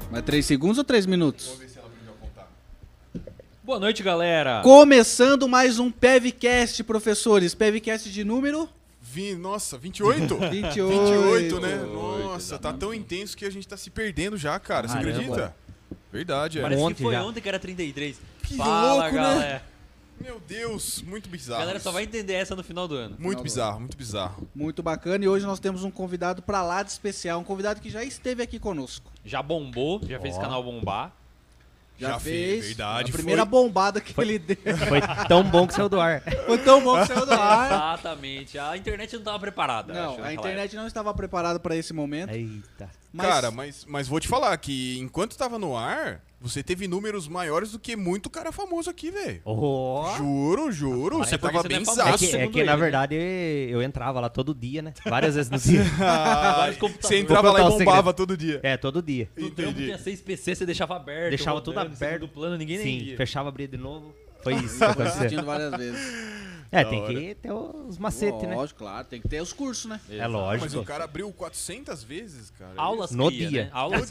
Mas 3 segundos ou 3 minutos? Vamos ver se ela aprendeu a contar. Boa noite, galera. Começando mais um PevCast, professores. PevCast de número... Nossa, 28? 28, né? Nossa, tá tão intenso que a gente tá se perdendo já, cara. Você Caramba. acredita? Verdade, é. Parece Ontem que foi já. ontem que era 33. Que Fala, louco, né? galera. Meu Deus, muito A bizarro. galera só vai entender essa no final do ano. Muito bizarro, muito bizarro. Muito bacana. E hoje nós temos um convidado pra lá de especial. Um convidado que já esteve aqui conosco. Já bombou, já fez Ó. o canal bombar. Já fez, fez. verdade. A primeira bombada que ele deu. Foi tão bom que saiu do ar. Foi tão bom que saiu do ar. Exatamente. A internet não tava preparada. acho, Não, naquela a internet não estava preparada pra esse momento. Eita. Mas Cara, mas vou te falar que enquanto tava no ar, você teve números maiores do que muito cara famoso aqui, velho. Oh. Juro. Mas Você é porque tava você não é bem famoso. É zaço. que, segundo na ele, né? verdade, eu entrava lá todo dia, né? Várias vezes no dia. Vários computadores. Você entrava lá Vou e contar o bombava segredo. todo dia. É, todo dia. No trampo tinha 6 PC, você deixava aberto. Deixava tudo rodando, aberto. segundo plano, ninguém nem Sim, via. fechava, abria de novo. Foi isso que foi aconteceu. assistindo várias vezes. É, Da tem hora. que ter os macetes, né? Lógico, claro. Tem que ter os cursos, né? É Exato. lógico. Mas o cara abriu 400 vezes, cara. Aulas No cria, dia. né? Aulas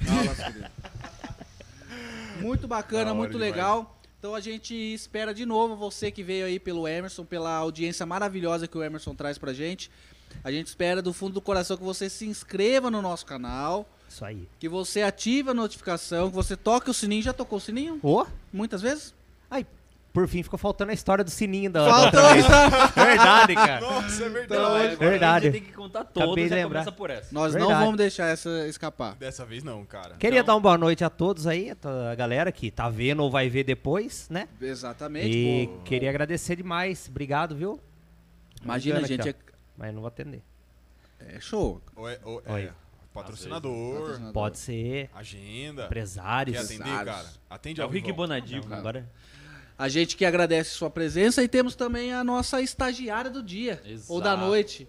Muito bacana, Da hora muito demais. legal. Então a gente espera de novo você que veio aí pelo Emerson, pela audiência maravilhosa que o Emerson traz pra gente. A gente espera do fundo do coração que você se inscreva no nosso canal, Isso aí. que você ative a notificação, que você toque o sininho. Já tocou o sininho? Ô, Muitas vezes? aí, por fim, ficou faltando a história do sininho da Faltou outra vez. essa. Verdade, cara. Nossa, é Então, verdade. agora Verdade. a gente tem que contar todas Acabei e de já lembrar. começa por essa. Nós não Verdade. vamos deixar essa escapar. Dessa vez não, cara. Queria Então- dar uma boa noite a todos aí, a galera que tá vendo ou vai ver depois, né? Exatamente. E pô. queria agradecer demais. Obrigado, viu? Imagina, a Ligando gente aqui, Mas não vou atender. é show. Oi. Oi. Patrocinador, Patrocinador. Pode ser agenda. empresários. Quer atender, Empresários. cara? Atende É ao o Rick vivo. Bonadio, Não, cara. agora... A gente que agradece sua presença e temos também a nossa estagiária do dia, Exato. ou da noite,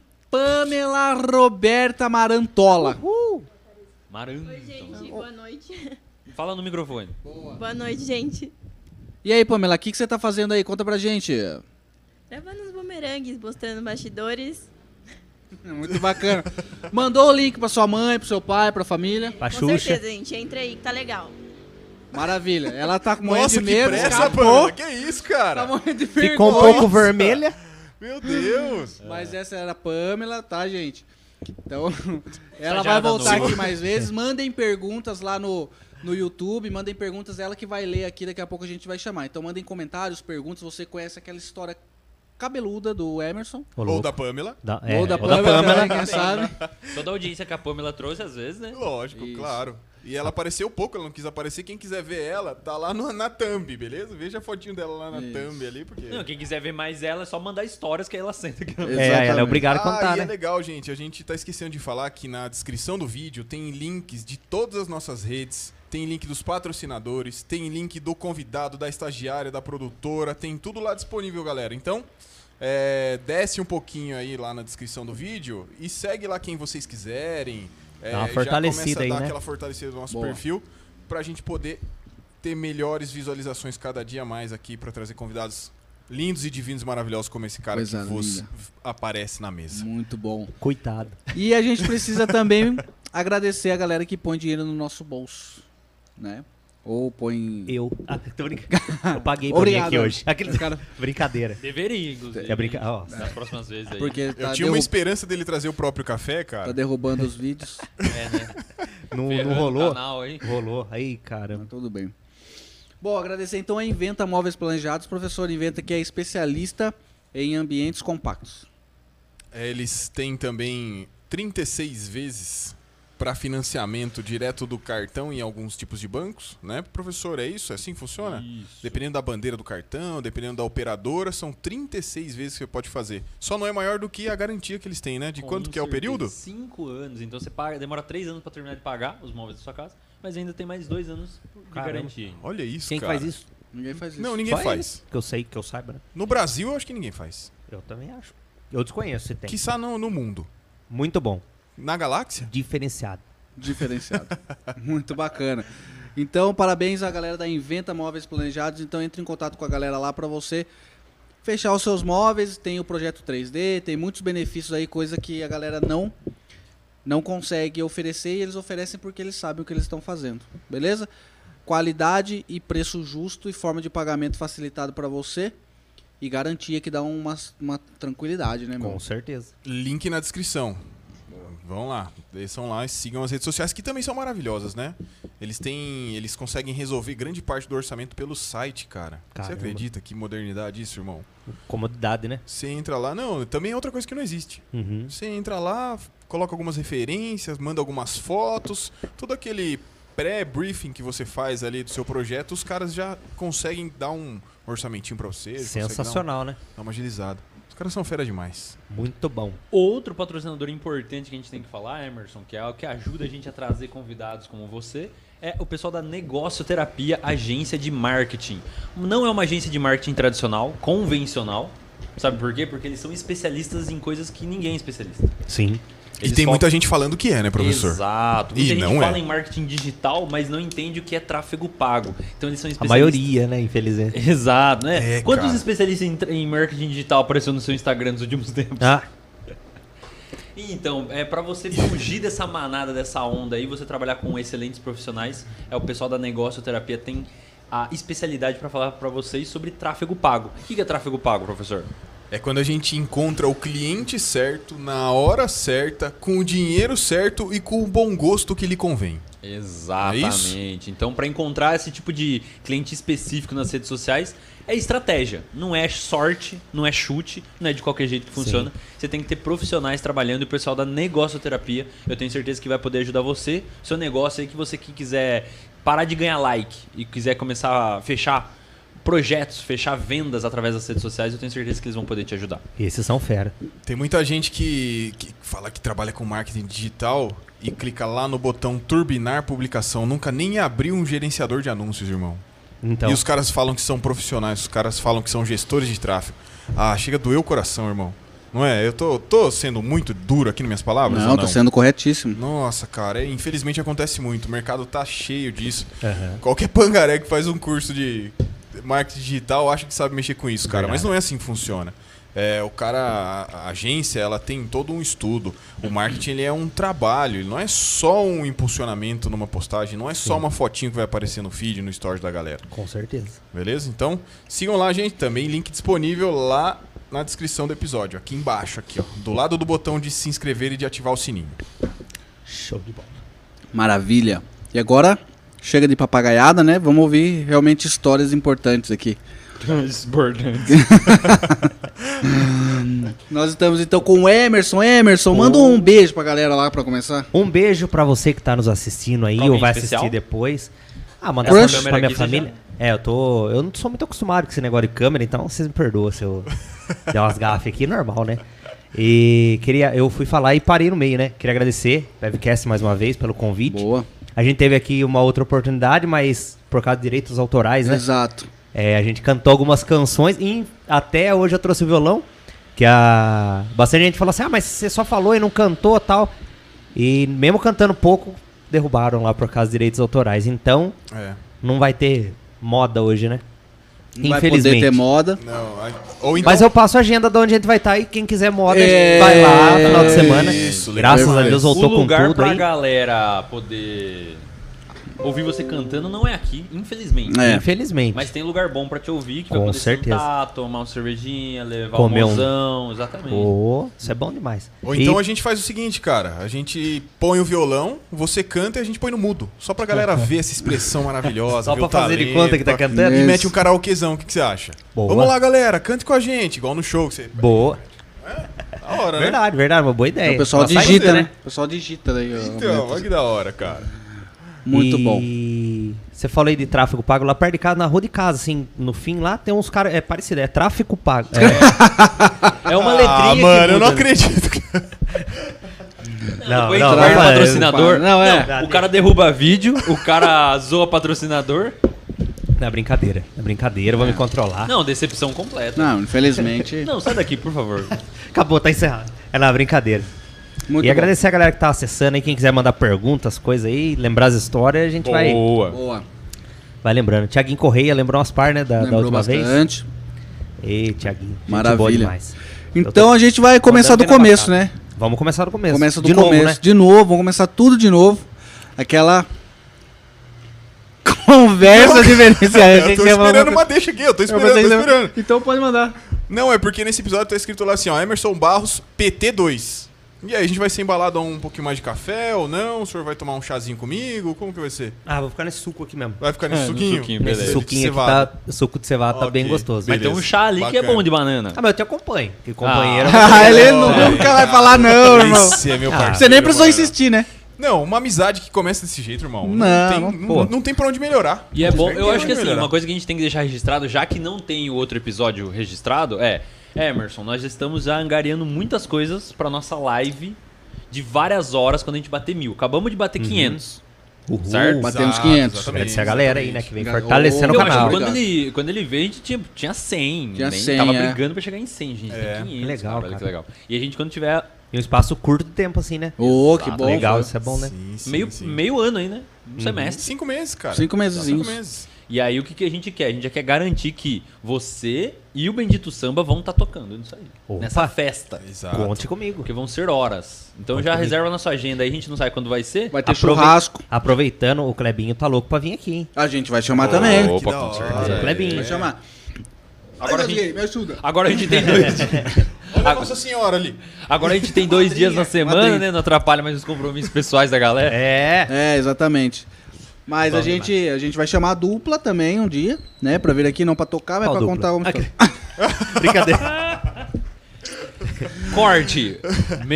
Pamela Roberta Marantola. Maranhão. Oi, gente, boa noite. Fala no microfone. Boa noite, gente. E aí, Pamela, o que você tá fazendo aí? Conta pra gente. Gravando os bumerangues, mostrando bastidores. Muito bacana. Mandou o link pra sua mãe, pro seu pai, pra família. Pra Com Xuxa. certeza, gente. Entra aí que tá legal. Maravilha. Ela tá morrendo Nossa, de que medo, pressa, escapou. Pamela. Que isso, Tá cara? morrendo de vergonha. Ficou um pouco vermelha. Meu Deus. Mas essa era a Pamela, tá, gente? Então, ela Estagiária vai da voltar noite. aqui mais vezes. Mandem perguntas lá no YouTube, mandem perguntas, ela que vai ler aqui, daqui a pouco a gente vai chamar. Então mandem comentários, perguntas, você conhece aquela história cabeluda do Emerson, Ô, Ou louco. da Pamela. ou da ou Pamela, também, quem sabe. Toda a audiência que a Pamela trouxe, às vezes, né? Lógico, Isso. claro. E ela apareceu pouco, ela não quis aparecer. Quem quiser ver ela, tá lá na thumb, beleza? Veja a fotinho dela lá na Isso. thumb ali, porque... Não, quem quiser ver mais ela, é só mandar histórias que aí ela senta aqui. Exatamente. ela é obrigada a contar, e é né? legal, gente. A gente tá esquecendo de falar que na descrição do vídeo tem links de todas as nossas redes. Tem link dos patrocinadores, tem link do convidado, da estagiária, da produtora. Tem tudo lá disponível, galera. Então, desce um pouquinho aí lá na descrição do vídeo e segue lá quem vocês quiserem. Dá uma Já fortalecida começa a aí, dar né? aquela fortalecida no nosso Boa. perfil pra gente poder ter melhores visualizações cada dia mais aqui pra trazer convidados lindos e divinos maravilhosos como esse cara Coisa que vos linda. aparece na mesa. Muito bom. Coitado. E a gente precisa também agradecer a galera que põe dinheiro no nosso bolso, né? Ou põe... Eu. Ah, tô brincando. Eu paguei pra vir Obrigado. aqui hoje. Aquele... Cara, Brincadeira. Deveria, inclusive. É brinca... ó, Nas próximas vezes aí. porque Eu tá, tinha uma esperança dele trazer o próprio café, tá cara. derrubando os vídeos. É, né? não Ferrando o rolou? canal aí. Rolou. Aí, caramba. Mas tudo bem. Bom, agradecer então a Inventa Móveis Planejados. Professor Inventa, que é especialista em ambientes compactos. Eles têm também 36 vezes para financiamento direto do cartão em alguns tipos de bancos, né? Professor, é isso? É assim que funciona? Isso. Dependendo da bandeira do cartão, dependendo da operadora, são 36 vezes que você pode fazer. Só não é maior do que a garantia que eles têm, né? De Com quanto que é o certeza. período? 5 anos. Então você paga, demora 3 anos pra terminar de pagar os móveis da sua casa, mas ainda tem mais 2 anos de Caramba. garantia. ainda. Olha isso, Quem cara. faz isso? Ninguém faz isso. Não, ninguém Só faz. eles, que eu sei, que eu saiba, né? No Brasil, eu acho que ninguém faz. Eu também acho. Eu desconheço se tem. Quiçá no mundo. Muito bom. Na galáxia? Diferenciado. Diferenciado. Muito bacana. Então, parabéns à galera da Inventa Móveis Planejados. Então, entre em contato com a galera lá para você fechar os seus móveis. Tem o projeto 3D, tem muitos benefícios aí, coisa que a galera não não consegue oferecer e eles oferecem porque eles sabem o que eles estão fazendo, beleza? Qualidade e preço justo e forma de pagamento facilitado para você e garantia que dá uma tranquilidade, né, meu? Com certeza. Link na descrição. Vão lá, desçam lá e sigam as redes sociais, que também são maravilhosas, né? Eles conseguem resolver grande parte do orçamento pelo site, cara. Você Caramba. acredita que modernidade isso, irmão? Comodidade, né? Você entra lá, não, também é outra coisa que não existe. Uhum. Você entra lá, coloca algumas referências, manda algumas fotos, todo aquele pré-briefing que você faz ali do seu projeto, os caras já conseguem dar um orçamentinho pra você. Sensacional, né? Dar uma agilizada. Os caras são fera demais. Muito bom. Outro patrocinador importante que a gente tem que falar, Emerson, que é o que ajuda a gente a trazer convidados como você, é o pessoal da Negocioterapia, agência de marketing. Não é uma agência de marketing tradicional, convencional. Sabe por quê? Porque eles são especialistas em coisas que ninguém é especialista. Sim. E tem muita gente falando que é, né, professor? Exato. E Muita gente não fala é. em marketing digital, mas não entende o que é tráfego pago. Então eles são A especialistas. maioria, né? Infelizmente. Exato, né? É, Quantos cara. especialistas em marketing digital apareceu no seu Instagram nos últimos tempos? Ah, Então, para você fugir dessa manada, dessa onda aí, você trabalhar com excelentes profissionais, o pessoal da Negocioterapia tem a especialidade para falar para vocês sobre tráfego pago. O que é tráfego pago, professor? É quando a gente encontra o cliente certo, na hora certa, com o dinheiro certo e com o bom gosto que lhe convém. Exatamente. Então, para encontrar esse tipo de cliente específico nas redes sociais, é estratégia. Não é sorte, não é chute, não é de qualquer jeito que funciona. Você tem que ter profissionais trabalhando e o pessoal da Negocioterapia, eu tenho certeza que vai poder ajudar você. Seu negócio aí que você quiser parar de ganhar like e quiser começar a fechar projetos, fechar vendas através das redes sociais, eu tenho certeza que eles vão poder te ajudar. esses são fera. Tem muita gente que fala que trabalha com marketing digital e clica lá no botão turbinar publicação. Nunca nem abriu um gerenciador de anúncios, irmão. Então, E os caras falam que são profissionais, os caras falam que são gestores de tráfego. Ah, chega a doer o coração, irmão. Não é? Eu tô sendo muito duro aqui nas minhas palavras? Não, ou tá sendo corretíssimo. Nossa, cara, infelizmente acontece muito. O mercado tá cheio disso. Aham. Qualquer pangaré que faz um curso de marketing digital acha que sabe mexer com isso, cara. Verdade. Mas não é assim que funciona. O cara, a agência, ela tem todo um estudo. O marketing, ele é um trabalho. Ele não é só um impulsionamento numa postagem. Não é só uma fotinho que vai aparecer no feed, no story da galera. com certeza. Beleza? Então, sigam lá, gente. Também link disponível lá na descrição do episódio. Aqui embaixo, aqui, ó. Do lado do botão de se inscrever e de ativar o sininho. Show de bola. Maravilha. E agora, chega de papagaiada, né? Vamos ouvir realmente histórias importantes aqui. Nós estamos então com o Emerson. Emerson, manda um beijo pra galera lá pra começar. Um beijo pra você que tá nos assistindo aí Alguém ou vai especial? assistir depois. Ah, mandar Crush? salve pra minha Aqui, você família. Eu não sou muito acostumado com esse negócio de câmera, então vocês me perdoam se eu der umas gafas aqui, normal, né? E eu fui falar e parei no meio, né? Queria agradecer Webcast mais uma vez pelo convite. Boa. A gente teve aqui uma outra oportunidade, mas por causa de direitos autorais, né? Exato. A gente cantou algumas canções e até hoje eu trouxe o violão, que bastante gente falou assim, mas você só falou e não cantou e tal. E mesmo cantando pouco, derrubaram lá por causa de direitos autorais. Então, não vai ter moda hoje, né? Não vai poder ter moda. Não, ou então... Mas eu passo a agenda de onde a gente vai estar e quem quiser moda, vai lá no final de semana. Isso, Graças legal. a Deus O voltou com lugar tudo pra aí. galera poder ouvir você cantando não é aqui, infelizmente. É. Infelizmente. Mas tem lugar bom pra te ouvir, que Com vai poder certeza. sentar, tomar uma cervejinha, levar Comer um mozão, exatamente. Isso é bom demais. Ou então E- a gente faz o seguinte, cara. A gente põe o violão, você canta e a gente põe no mudo. Só pra galera ver essa expressão maravilhosa. Só ver pra o fazer de talento, conta que tá cantando? E Isso. mete um karaokezão, o que você acha? Boa. Vamos lá, galera, cante com a gente, igual no show. Que você... Boa. Da hora, né? Verdade, uma boa ideia. O pessoal Uma saída, digita, né? O pessoal digita daí. ó. Então, olha que da hora, cara. Muito bom. E você falou aí de tráfego pago lá perto de casa, na rua de casa, assim, no fim lá tem uns caras, é parecido, é tráfego pago. É uma letrinha Ah, que mano, eu não muda. acredito. Depois não, vai no vai, patrocinador. não, é. O cara derruba vídeo, o cara zoa patrocinador. Não é brincadeira, vou me controlar. Não, decepção completa. Não, infelizmente. Não, sai daqui, por favor. Acabou, tá encerrado. É na brincadeira. Muito E bom. agradecer a galera que tá acessando aí, quem quiser mandar perguntas, coisas aí, lembrar as histórias, a gente Boa. Boa. vai lembrando. Tiaguinho Correia lembrou umas par, né, da Lembrou última vez. bastante. Ei, Tiaguinho, gente Maravilha. boa demais. Então a gente vai começar do Rodando bem na começo, batata. né? Vamos começar do começo. Começa do de começo. novo, né? De novo, vamos começar tudo de novo. Aquela conversa diferenciada. Eu tô esperando uma deixa aqui, eu tô esperando. Então pode mandar. Não, é porque nesse episódio tá escrito lá assim, ó, Emerson Barros, PT2. E aí, a gente vai ser embalado a um pouquinho mais de café ou não? O senhor vai tomar um chazinho comigo? Como que vai ser? Ah, vou ficar nesse suco aqui mesmo. Vai ficar nesse suquinho? suquinho, Esse beleza. De suquinho aqui cevada. tá. Suco de cevada tá Ok, bem gostoso. Vai ter um beleza. chá ali que é Bacana. bom de banana. Ah, mas eu te acompanho. Que companheiro. Ah, ele nunca vai falar não, irmão. Esse é meu Ah, parceiro. Você nem precisou mano. insistir, né? Não, uma amizade que começa desse jeito, irmão. Não, pô. Não tem pra onde melhorar. E é bom, eu acho que Melhorar. assim, uma coisa que a gente tem que deixar registrado, já que não tem o outro episódio registrado, Emerson, nós estamos já angariando muitas coisas pra nossa live de várias horas quando a gente bater 1000. Acabamos de bater 500. Uhul. Certo? Batemos Exato, 500. exatamente, Agradecer a galera aí, né? Que vem Obrigado. fortalecendo o Eu acho canal. que Obrigado. quando ele veio, a gente tinha 100. Tinha nem 100, tava é. brigando pra chegar em 100, gente. É. Tem 500. Que legal, olha que cara. legal. E a gente, quando tiver Em um espaço curto de tempo, assim, né? Ô, que Exato. bom. Legal, cara. isso é bom, né? Sim, meio ano aí, né? Um semestre. 5 meses, cara. 5 mesezinhos. 5 meses. E aí, o que a gente quer? A gente já quer garantir que você e o Bendito Samba vão estar tocando nisso aí. Opa. Nessa festa. Exato. Conte comigo. Porque vão ser horas. Então Conte já comigo. reserva na sua agenda aí, a gente não sabe quando vai ser. Vai ter Aprove- churrasco. Aproveitando, o Clebinho tá louco pra vir aqui, hein? A gente vai chamar também. Opa, Que da com hora. certeza. É, Clebinho. Vai chamar. Agora a Ai, gente- me ajuda. Agora a gente tem dois dias. Olha a Nossa Senhora ali. Agora a gente tem 2 dias na semana, madrinha. né? Não atrapalha mais os compromissos pessoais da galera. É. É, exatamente. Mas Vamos a gente vai chamar a dupla também um dia, né? Pra vir aqui, não pra tocar, mas Qual pra dupla? contar como Ah, foi. Brincadeira. Corte.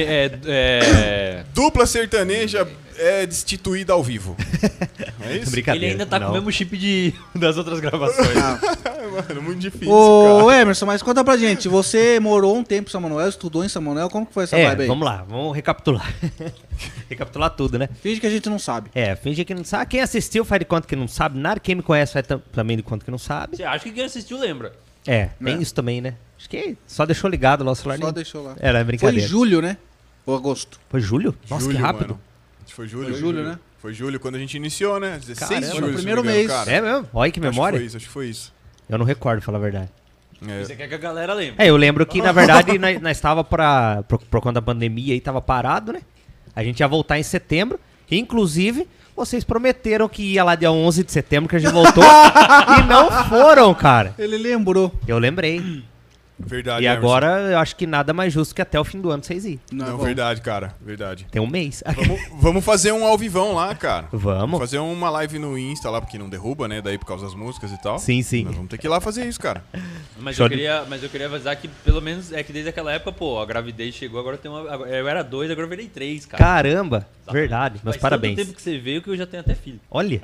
Dupla sertaneja é destituída ao vivo. É isso? Brincadeira. Ele ainda tá com Não. o mesmo chip das outras gravações. Mano, muito difícil, Ô, cara. Emerson, mas conta pra gente. Você morou um tempo em São Manuel, estudou em São Manuel, como que foi essa vibe aí? Vamos lá, vamos recapitular. Recapitular tudo, né? Finge que a gente não sabe. Finge que não sabe. Quem assistiu faz de conta que não sabe nada. Quem me conhece faz também de conta que não sabe. Você acha que quem assistiu lembra? Tem isso também, né? Acho que só deixou ligado lá o celular. Só nem- deixou lá. Era Foi em brincadeira. julho, né? Ou agosto? Foi julho? Nossa, Julho, que rápido. mano. Acho que foi julho. Foi julho, né? Foi julho quando a gente iniciou, né? 16 Caramba, de julho, no se primeiro não me engano, mês. cara. É mesmo? Olha que memória. Acho que foi isso. Eu não recordo, falar a verdade. É. Você quer que a galera lembre? Eu lembro que, na verdade, nós estava por conta da pandemia e tava parado, né? A gente ia voltar em setembro. Inclusive, vocês prometeram que ia lá dia 11 de setembro, que a gente voltou. E não foram, cara. Ele lembrou. Eu lembrei. Verdade, E Emerson. agora, eu acho que nada mais justo que até o fim do ano vocês irem. Não, bom. verdade, cara. Verdade. Tem um mês. Vamos fazer um ao vivão lá, cara. Vamos. Fazer uma live no Insta lá, porque não derruba, né? Daí por causa das músicas e tal. Sim, sim. Nós vamos ter que ir lá fazer isso, cara. Mas Show eu, de- queria avisar que, pelo menos, é que desde aquela época, pô, a gravidez chegou, agora tem uma. Eu era 2, agora eu virei 3, cara. Caramba. Verdade. Meus Faz parabéns. tanto tempo que você veio que eu já tenho até filho. Olha,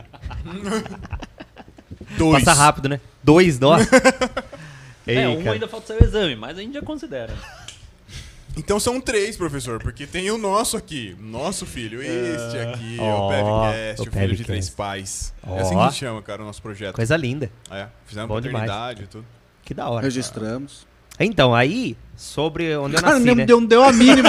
2. passa rápido, né? 2, nossa. Ei, Um cara. ainda falta sair o exame, mas a gente já considera. Então são 3, professor, porque tem o nosso aqui, nosso filho. Este aqui, Ó, o Pevcast, o o filho de Pevcast. 3 pais. Ó. É assim que a gente chama, cara, o nosso projeto. Coisa linda. É, fizemos Bom demais. paternidade e tudo. Que da hora. Registramos. Então, aí, sobre onde eu Cara, nasci, não né? deu a mínima.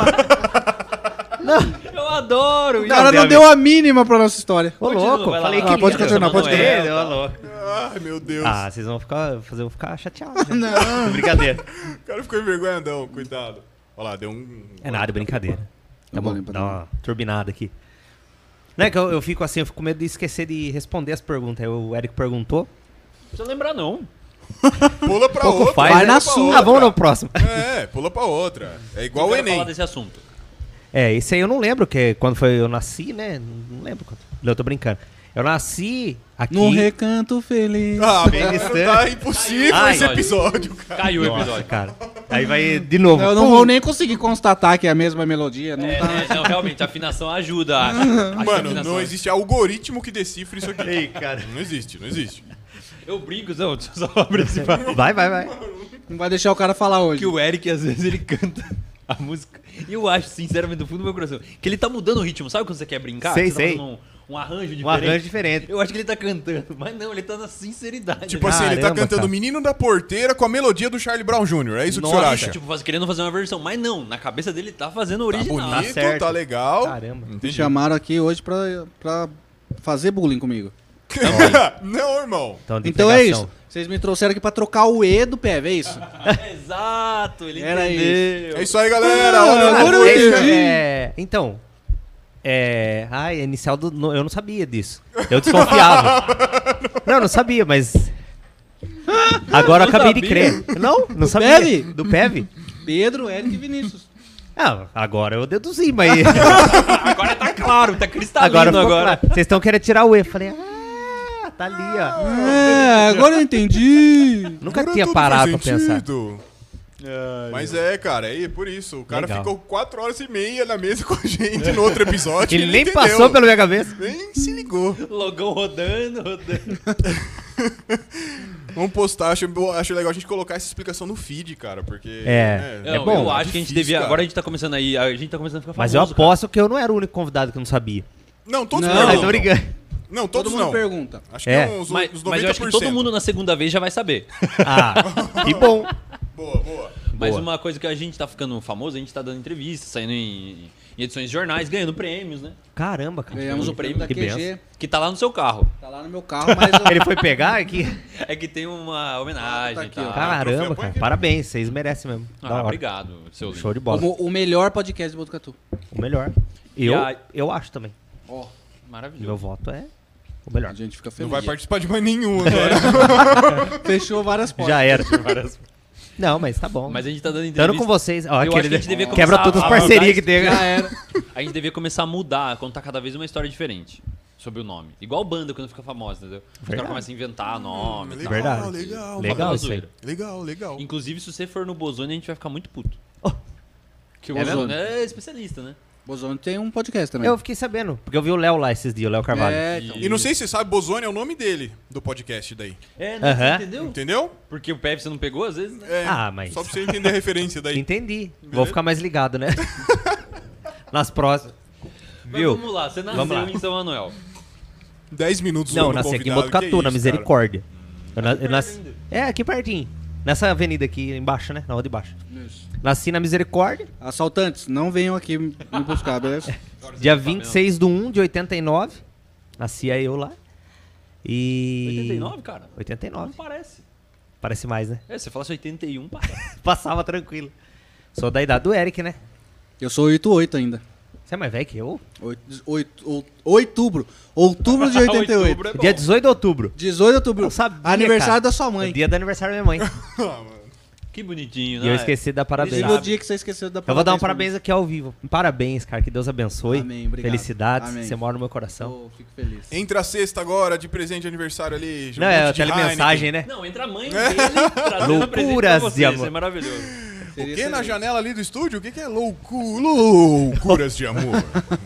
Eu adoro O cara não deu a mínima pra nossa história. Ô, Continua, louco, vai lá. falei Ah, que pode lindo. continuar, pode Manuel, É, tá. ô, louco. Ai, meu Deus. Ah, vocês vão ficar chateados. Né? Não. Brincadeira. O cara ficou envergonhadão, cuidado. Olha lá, deu um... É nada, brincadeira. Tá Eu vou bom, lembrar. dá uma turbinada aqui. Não é que eu fico assim, eu fico com medo de esquecer de responder as perguntas. Aí o Eric perguntou. Não precisa lembrar, não. Pula pra Pouco outra. faz, vai né? na sua. Ah, vamos no próximo. É, pula pra outra. É igual Eu o quero Enem. falar desse assunto. Esse aí eu não lembro, que quando foi eu nasci, né? Não lembro quando. Eu tô brincando. Eu nasci aqui. Num recanto feliz. Ah, Bem mano, distante. tá impossível Ai, esse episódio, cara. Caiu o Nossa, episódio. cara. Aí vai de novo. Eu não vou nem conseguir constatar que é a mesma melodia. Não tá... Não, realmente, a afinação ajuda. Acho que a Mano, afinação não é- existe algoritmo que decifre isso aqui. Ei, cara. Não existe, não existe. Eu brinco, não, deixa eu só abrir esse papo. Vai. Não vai deixar o cara falar hoje. Que o Eric, às vezes, ele canta a música. E eu acho, sinceramente, do fundo do meu coração, que ele tá mudando o ritmo. Sabe quando você quer brincar? Sei, Você tá sei. fazendo um arranjo diferente. Um arranjo diferente. Eu acho que ele tá cantando. Mas não, ele tá na sinceridade. Tipo assim, ele tá Caramba, cantando cara. Menino da Porteira com a melodia do Charlie Brown Jr. É isso que o senhor acha? Tipo, querendo fazer uma versão. Mas não, na cabeça dele tá fazendo o Tá original. bonito, certo. tá legal. Caramba. Me Entendi. chamaram aqui hoje pra fazer bullying comigo. Não, irmão. De Então é entregação. isso. Vocês me trouxeram aqui pra trocar o E do PEV, é isso? Exato, ele Era entendeu. É isso aí, galera. Ah, Olha agora o eu Twitch. entendi. Então, inicial do... Eu não sabia disso. Eu desconfiava. Não, não sabia, mas... Agora eu Não acabei de sabia? crer. Não Do sabia. PEV? Do PEV? Pedro, Eric e Vinícius. Ah, agora eu deduzi, mas... Agora tá claro, tá cristalino agora ficou agora. claro. Vocês estão querendo tirar o E. Eu falei, tá ali, ó. É, agora eu entendi. Nunca Agora tinha tudo parado pra faz pensar. sentido. Mas cara, é por isso. O cara Legal. ficou 4 horas e meia na mesa com a gente no outro episódio. Ele nem entendeu. passou pela minha cabeça. Nem se ligou. Logão rodando. Vamos postar, acho legal a gente colocar essa explicação no feed, cara, porque... É. Não, bom, eu é acho que a gente difícil, devia. cara. Agora a gente tá começando aí. A gente tá começando a ficar famoso. Mas eu cara. aposto que eu não era o único convidado que eu não sabia. Não, todos Não. não. Ai, tô brincando. Não, Todo todos mundo não. pergunta. Acho que É. uns Mas 90%. eu acho que todo mundo na segunda vez já vai saber. Ah, que bom. Boa, boa. Mas Boa. uma coisa que a gente tá ficando famoso, a gente tá dando entrevistas, saindo em edições de jornais, ganhando prêmios, né? Caramba, cara. Ganhamos o prêmio da Que QG. benção. Que tá lá no seu carro. Tá lá no meu carro, mas eu... Ele foi pegar aqui. É que tem uma homenagem Tá e aqui, tal. ó. Caramba, troféu, põe cara. aqui. Parabéns, vocês merecem mesmo. Da Ah, hora. obrigado, seu lindo. Show de bola. como o melhor podcast de Botucatu. O melhor. E a- Eu acho também. Ó, Maravilhoso. Meu voto é o melhor. a gente fica Não feliz. vai participar de mais nenhum agora. Fechou várias portas. Já era. Não, mas tá bom. Mas a gente tá dando Dando entrevista. com vocês. Ó, Eu acho que aquele a gente devia quebra começar todas as a parcerias mudar que tem. Já era. A gente devia começar a mudar, a contar cada vez uma história diferente sobre o nome. Igual banda quando fica famosa, entendeu? Os caras Verdade. começam a inventar nome e tal. Verdade. Legal, Legal isso aí. zoeira. legal, legal. Inclusive, se você for no Bozone, a gente vai ficar muito puto. Oh. Que o É Bozone mesmo? é especialista, né? Bozone tem um podcast também. Eu fiquei sabendo, porque eu vi o Léo lá esses dias, o Léo Carvalho. É, então. E não sei se você sabe, Bozone é o nome dele, do podcast daí. É, Aham. você entendeu? Entendeu? Porque o Pepe você não pegou, às vezes, né? É, Ah, mas- Só pra você entender a referência daí. Entendi. Vou ficar mais ligado, né? Nas próximas. Mas Viu? vamos lá, você Vamos lá. nasceu em São Manuel. 10 minutos Não, zoando o nasci aqui em convidado, Botucatu, que na isso, Misericórdia. Eu perto nasci... ainda. É, aqui pertinho. Nessa avenida aqui embaixo, né? Na rua de baixo. Isso. Nasci na Misericórdia, Assaltantes, não venham aqui me buscar, beleza? dia 26/1 de 89. Nascia eu lá. E... 89, cara? 89. Não parece. Parece mais, né? É, você falasse 81, parece. Passava tranquilo. Sou da idade do Eric, né? Eu sou 88 ainda. Você é mais velho que eu? Outubro. Outubro de 88. Outubro é bom. Dia 18 de outubro. 18 de outubro. Eu sabia, Aniversário cara. da sua O mãe. dia do aniversário da minha mãe. Que bonitinho, E né? eu esqueci da parabéns. Inclusive o dia que você esqueceu da Eu vou dar um pra parabéns aqui ao vivo. Parabéns, cara. Que Deus abençoe. Amém, obrigado. Felicidades. Amém. Você mora no meu mim. coração. Oh, fico feliz. Entra a sexta agora, de presente de aniversário ali. Não, é a telemensagem, né? Não, entra a mãe dele trazendo presente Loucuras pra você. de amor. Isso é maravilhoso. O que na janela ali do estúdio? O que é loucuras de amor?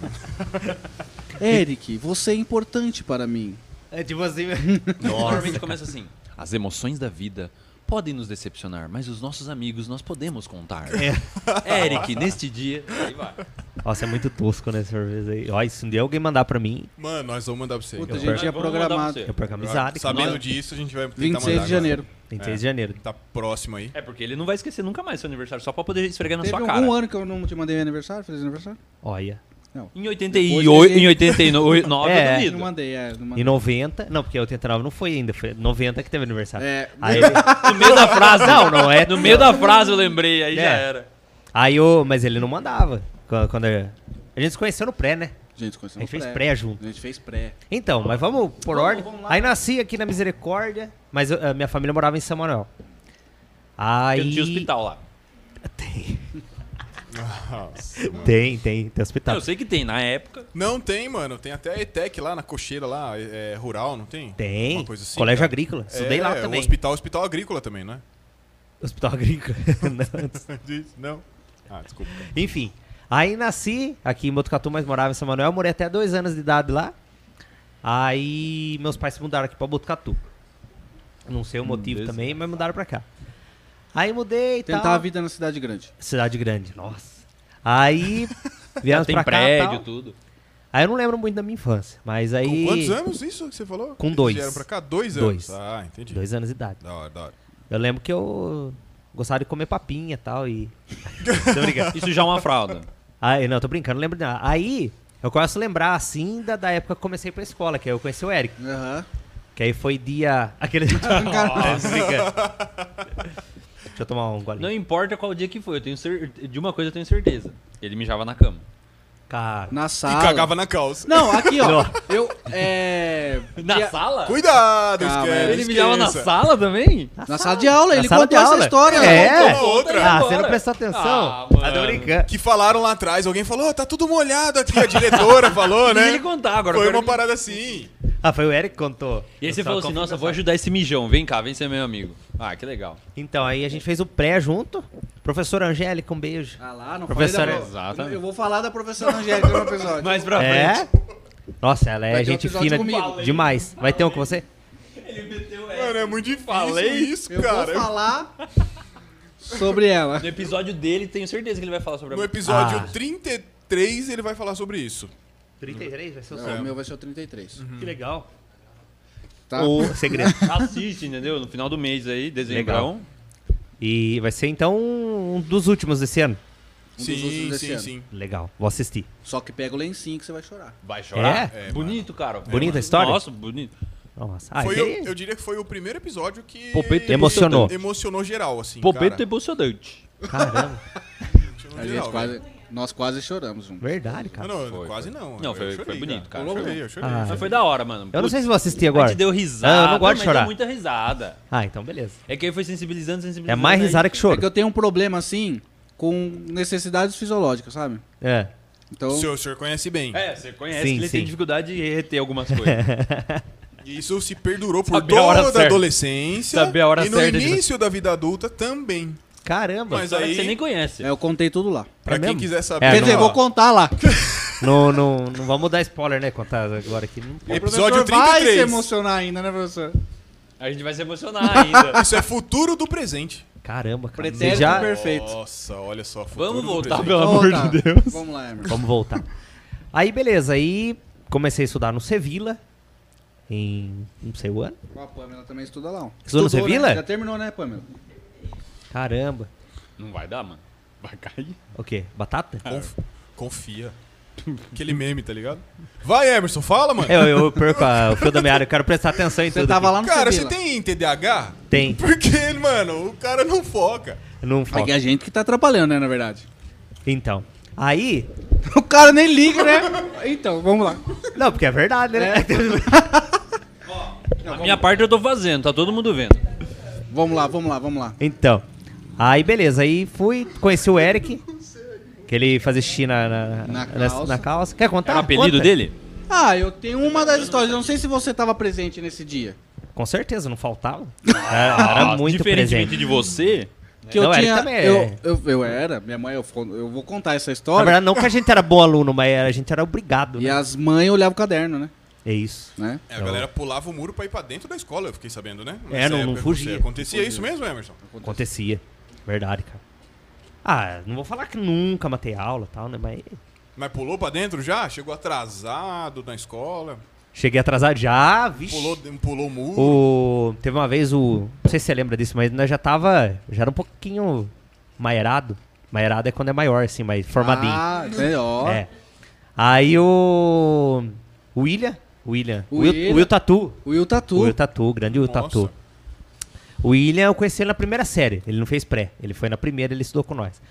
Eric, você é importante para mim. É tipo assim. Normalmente começa assim. As emoções da vida podem nos decepcionar, mas os nossos amigos nós podemos contar. Eric, neste dia... Aí vai. Nossa, é muito tosco, né, essa vez aí. Ó, se um dia alguém mandar pra mim, Mano, nós vamos mandar pra você. Puta, a cara. gente tinha Vamos mandar pra programado. você. eu perco a amizade. Sabendo Não, disso, a gente vai tentar 26 mandar de agora. janeiro. 26 de janeiro. Tá próximo aí. É, porque ele não vai esquecer nunca mais seu aniversário, só pra poder esfregar na Teve sua cara. algum ano que eu não te mandei meu aniversário? Feliz aniversário? Olha. Em Depois 88, ele- em 89 É. eu Não duvido. mandei, não mandei. Em 90. Não, porque 89 não foi ainda. Foi 90 que teve aniversário. É, Aí, ele- No meio da frase. não é. No meio da frase eu lembrei, aí É. já era. aí mas ele não mandava. Quando a gente se conheceu no pré, né? gente, conheceu A gente no fez pré junto. A gente fez pré. Então, mas vamos por ordem. vamos lá. Aí nasci aqui na Misericórdia, mas a minha família morava em São Manuel. Porque Aí. não tinha hospital lá. Tem. Nossa, mano. Tem Não, hospital. eu sei que tem, na época. Não tem, mano. Tem até a ETEC lá na cocheira lá, rural, não tem? Tem. Uma coisa assim, Colégio cara. Agrícola. Estudei lá O também. hospital agrícola também, não é? Hospital Agrícola. Não. Não? Ah, desculpa. cara. Enfim. Aí nasci aqui em Botucatu, mas morava em São Manuel. Morei até 2 anos de idade lá. Aí meus pais se mudaram aqui pra Botucatu. Não sei o motivo beleza. também, mas mudaram pra cá. Aí mudei e Tentar tal. a vida na cidade grande. Cidade grande, nossa. Aí viemos Tem pra cá prédio, tal. tudo. Aí eu não lembro muito da minha infância, mas aí... Com quantos anos isso que você falou? Com Eles 2. vieram pra cá? 2 2. anos. Ah, entendi. 2 anos de idade. Da hora, da hora. Eu lembro que eu gostava de comer papinha e tal, e... Tô brincando. Isso já é uma fralda. Aí, não, tô brincando, não lembro de nada. Aí, Eu começo a lembrar, assim, da época que eu comecei pra escola, que aí eu conheci o Eric. Aham. Que aí foi dia... Aquele... Nossa, brincando. Deixa eu tomar um golinho. Não importa qual dia que foi, de uma coisa eu tenho certeza. Ele mijava na cama. Cara, Na E sala. cagava na calça. Não, aqui, ó. Não. Eu. Na sala? Cuidado, Calma, esquece. Ele mijava na esqueça. sala também? Na sala de aula, ele sala contou de essa aula. história. É. Contou outra. Ah, Agora. você não prestou atenção? Ah, Tô mano. brincando. Que falaram lá atrás, alguém falou, "Ô, tá tudo molhado aqui, a diretora falou, Deixa né? ele contar agora. Foi eu quero uma me- parada assim. Ah, foi o Eric que contou. E aí Eu você só falou assim, confio nossa, nessa vou ajudar esse mijão. Vem cá, vem ser meu amigo. Ah, que legal. Então, aí a gente fez o pré junto. Professora Angélica, um beijo. Ah lá, não Professora- falei da Exatamente. Eu vou falar da professora Angélica no episódio. Mais pra É? frente. Nossa, ela é Vai ter um gente episódio fina comigo. demais. Vai ter um com você? Mano, é muito difícil Falei. isso, Eu cara. vou falar sobre ela. No episódio dele, tenho certeza que ele vai falar sobre a No episódio Ah. 33, ele vai falar sobre isso. 33 vai ser o Não, o meu vai ser o 33. Que legal. Tá? O segredo. Assiste, entendeu? No final do mês aí, dezembro. Legal. E vai ser então um dos últimos desse ano. Um dos últimos Sim, desse sim, ano. sim. Legal, vou assistir. Só que pega o lencinho que você vai chorar. Vai chorar? É, Bonito, cara. Bonita a história? Nossa, bonito. Nossa, ah, Foi, que- eu diria que foi o primeiro episódio que Popeta Emocionou. emocionou geral, assim, Popeta cara. emocionante. Caramba, Emocionou A gente geral, quase, velho. nós quase choramos juntos. verdade, cara. Não, Foi, quase não. Não, Eu foi chorei, bonito, cara. Eu chorei, eu chorei. Ah, Mas foi da hora, mano. Eu não sei se vou assistir A agora. gente deu risada. Ah, eu não gosto de mas chorar. deu muita risada. Ah, então beleza. É que aí foi sensibilizando. É mais aí- risada que É choro. que eu tenho um problema assim com necessidades fisiológicas, sabe? É. Então, O senhor conhece bem. É, você conhece Sim, que ele sim. tem dificuldade de reter algumas coisas. E isso se perdurou por Saber a hora toda a certa. adolescência. Saber a hora e no certa de- início da vida adulta também. Caramba. Mas História aí, que você nem conhece. eu contei tudo lá. pra É quem mesmo? quiser saber... É, Quer não, dizer, ó, vou contar lá. Não vamos dar spoiler, né? Contar agora aqui. Não... Episódio O professor vai se 33. emocionar ainda, né, professor? A gente vai se emocionar ainda. Isso é futuro do presente. Caramba, cara. Você Pretérito já... perfeito. Nossa, olha só. futuro Vamos do voltar, presente. pelo Vamos amor voltar. de Deus. Vamos lá, Emerson. Vamos voltar. Aí, beleza. Aí comecei a estudar no Sevilla. Em não sei o ano. A Pamela também estuda lá. Ó. Estudou no Estudou, Sevilla? Né? Já terminou, né, Pamela? Caramba. Não vai dar, mano. Vai cair. O quê? Batata? Confia. Aquele meme, tá ligado? Vai, Emerson, fala, mano. Eu perco o fio da meada. Eu quero prestar atenção em Você tudo. tava aqui. lá no Cara, você Sevilla. tem TDAH? Tem. Porque, mano, o cara não foca. Não É foca. que a gente que tá atrapalhando, né, na verdade. Então. Aí... O cara nem liga, né? Então, vamos lá. Não, porque é verdade, né? A minha parte eu tô fazendo, tá todo mundo vendo. Vamos lá, vamos lá, vamos lá. Então, aí beleza, aí fui, conheci o Eric, que ele fazia xixi na calça. Quer contar? É o apelido Conta. dele? Ah, eu tenho uma das histórias. Eu não sei se você tava presente nesse dia. Com certeza, não faltava. Era muito Diferentemente presente. de você, Que eu Não, Eric tinha. também é. Eu era, minha mãe, eu vou contar essa Na história. verdade, não que a gente era bom aluno, mas a gente era obrigado, E né? as mães olhavam o caderno, né? É isso. né? É, a galera pulava o muro pra ir pra dentro da escola, eu fiquei sabendo, né? É, não época, fugia. você- Acontecia isso mesmo, Emerson? Acontecia. Verdade, cara. Ah, não vou falar que nunca matei aula e tal, né? Mas Mas pulou pra dentro já? Chegou atrasado na escola? cheguei atrasado já, vixe. Pulou o muro? Teve uma vez não sei se você lembra disso, mas nós já era um pouquinho maierado. Maierado é quando é maior, assim, mas formadinho. Ah, ó. É. Aí o William, Will Tatu. O Will Tatu. O Will Tatu, grande Will Nossa. Tatu. O William eu conheci ele na primeira série, ele não fez pré, ele foi na primeira, ele estudou com nós.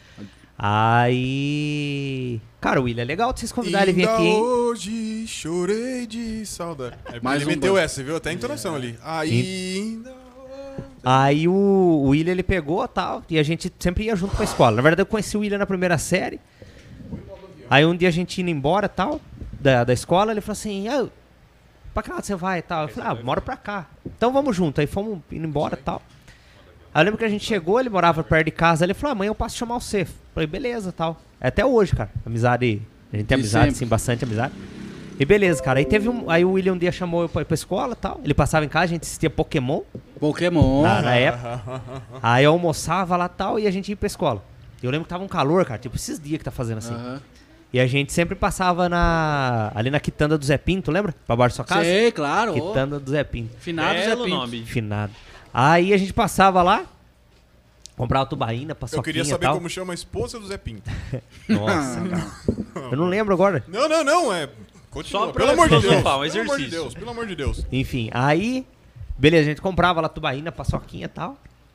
Aí... Cara, o William é legal de vocês convidarem ele vir Ainda aqui, hein? hoje chorei de saudade. Mais Ele um meteu banco. essa, viu? Até a entonação ali. Ainda... Aí o William, ele pegou e tal, e a gente sempre ia junto pra escola. Na verdade, eu conheci o William na primeira série. Aí um dia a gente indo embora e tal, da escola, ele falou assim, pra que lado você vai e tal? Eu falei, moro pra cá. Então vamos junto. Aí fomos indo embora e tal. Aí eu lembro que a gente chegou, ele morava perto de casa, ele falou, amanhã eu passo chamar você. Falei, beleza, tal. É até hoje, cara. Amizade, a gente tem E amizade, sempre. sim, bastante amizade. E beleza, cara. Aí o William um dia chamou eu pra ir pra escola e tal. Ele passava em casa, a gente assistia Pokémon Pokémon. na época. Aí eu almoçava lá e tal e a gente ia pra escola. Eu lembro que tava um calor, cara, tipo esses dias que tá fazendo assim. Aham. E a gente sempre passava ali na quitanda do Zé Pinto, lembra? Pra baixo da sua casa? Sei, claro. ô. Quitanda do Zé Pinto. Finado Zé Belo Pinto. nome. Finado. Aí a gente passava lá, Comprava tubaína, Eu paçoquinha queria e saber tal. como chama a esposa do Zé Pinto. Nossa, eu não lembro agora. Não, continua. Só pra Pelo amor de Deus. filosofar, um Pelo amor de exercício. Deus, pelo amor de Deus. Enfim, aí... Beleza, a gente comprava lá tubaína, paçoquinha e tal.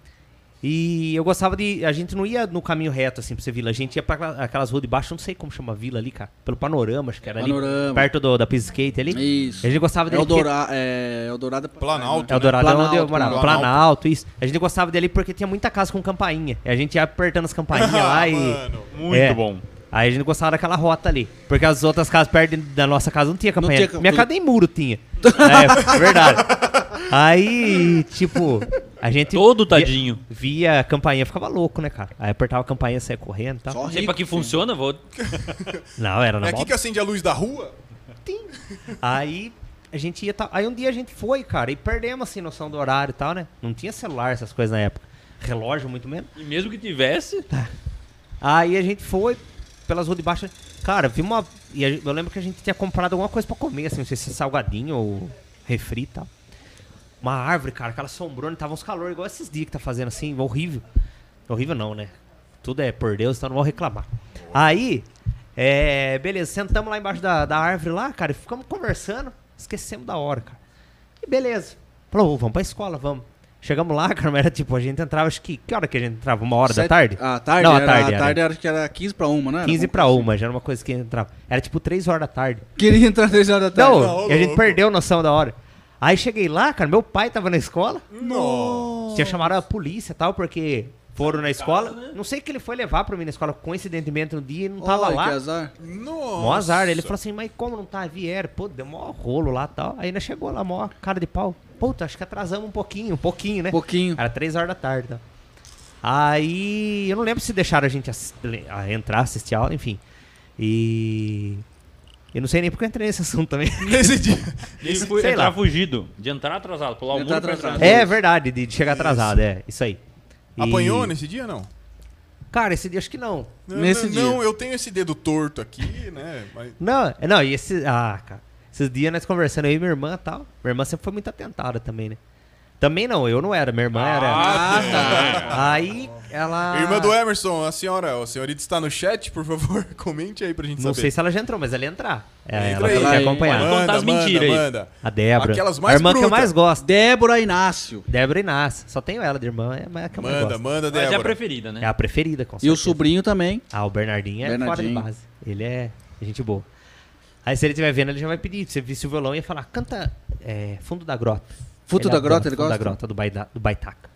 E eu gostava de... A gente não ia no caminho reto, assim, pra ser vila. A gente ia pra aquelas ruas de baixo, não sei como chama a vila ali, cara. Pelo Panorama, acho que era ali. Panorama. Perto da pista skate ali. Isso. A gente gostava dele Eldorado. Planalto. Eldorado é onde eu Planalto, morava. Planalto. Planalto, isso. A gente gostava dele porque tinha muita casa com campainha. E a gente ia apertando as campainhas lá e... Mano. Muito É. bom. Aí a gente gostava daquela rota ali. Porque as outras casas perto da nossa casa não tinha campainha. tinha Minha casa nem muro tinha. É, verdade. Aí, tipo, a gente Todo tadinho. via a campainha, ficava louco, né, cara? Aí apertava a campainha, saia correndo e tal. Só Não sei rico, pra que filho. funciona, vou... Não, era na É aqui moda. que acende a luz da rua? Aí a gente ia... Aí um dia a gente foi, cara, e perdemos, assim, noção do horário e tal, né? Não tinha celular, essas coisas na época. Relógio, muito menos. E mesmo que tivesse... Aí a gente foi pelas ruas de baixo. Cara, vi uma... E eu lembro que a gente tinha comprado alguma coisa pra comer, assim, não sei se salgadinho ou refri e tal. Uma árvore, cara, aquela sombrona, tava uns calor igual esses dias que tá fazendo, assim, horrível. Horrível não, né? Tudo é por Deus, então não vou reclamar. Aí, beleza, sentamos lá embaixo da árvore lá, cara, e ficamos conversando, esquecemos da hora, cara. E beleza. Falou, vamos pra escola, vamos. Chegamos lá, cara, mas era tipo, a gente entrava, acho que hora que a gente entrava? 1h da tarde? À tarde? Não, à era, tarde, à tarde acho que era 15 pra 1, não era? 15 pra 1, já era uma coisa que entrava. Era tipo 3h da tarde. Queria entrar 3 horas da tarde. Não, e a gente perdeu noção da hora. Aí cheguei lá, cara, meu pai tava na escola. Nossa. Tinha chamado a polícia e tal, porque foram na escola. né? Não sei o que ele foi levar pra mim na escola, coincidentemente no dia, e não tava Olha, lá. que azar. Nossa. Mó azar. Ele falou assim, mas como não tá? Vieram. Pô, deu mó rolo lá e tal. Aí ainda chegou lá, mó cara de pau. Puta, acho que atrasamos um pouquinho, né? Pouquinho. Era 3h da tarde, tá? Aí, eu não lembro se deixaram a gente entrar, assistir a aula, enfim. E... Eu não sei nem porque eu entrei nesse assunto também. Nesse dia. Ele foi sei entrar lá. fugido. De entrar atrasado. Pular o Entrar muro pra atrasado. entrar. É verdade, de chegar atrasado, isso aí. E- Apanhou nesse dia, não? Cara, esse dia acho que não. Nesse dia. Não, eu tenho esse dedo torto aqui, né? Mas... Não, e esse... Ah, cara. Esses dias nós conversando, eu e minha irmã e tal. Minha irmã sempre foi muito atentada também, né? Também não, eu não era, minha irmã era. Ah, tá. Aí, ela... Irmã do Emerson, a senhorita está no chat, por favor, comente aí pra gente Não saber. sei se ela já entrou, mas ela ia entrar. Entra Ela aí. falou que ia acompanhar. Manda. Contar as mentiras aí. manda. A Débora. Aquelas a mais irmã que eu brutas. mais gosto. Débora Inácio. Débora Inácio. Só tenho ela de irmã, mas é a que eu mais Manda, gosto. manda, Mas é a Débora. preferida, né? É a preferida, com E o certeza. sobrinho também. Ah, o Bernardinho é fora de Bernardinho. base. Ele é gente boa. Aí se ele estiver vendo, ele já vai pedir. Se você visse o violão, ia falar, canta Fundo da Grota. Fundo da Grota, ele Fundo gosta? da Grota, do Baitaca.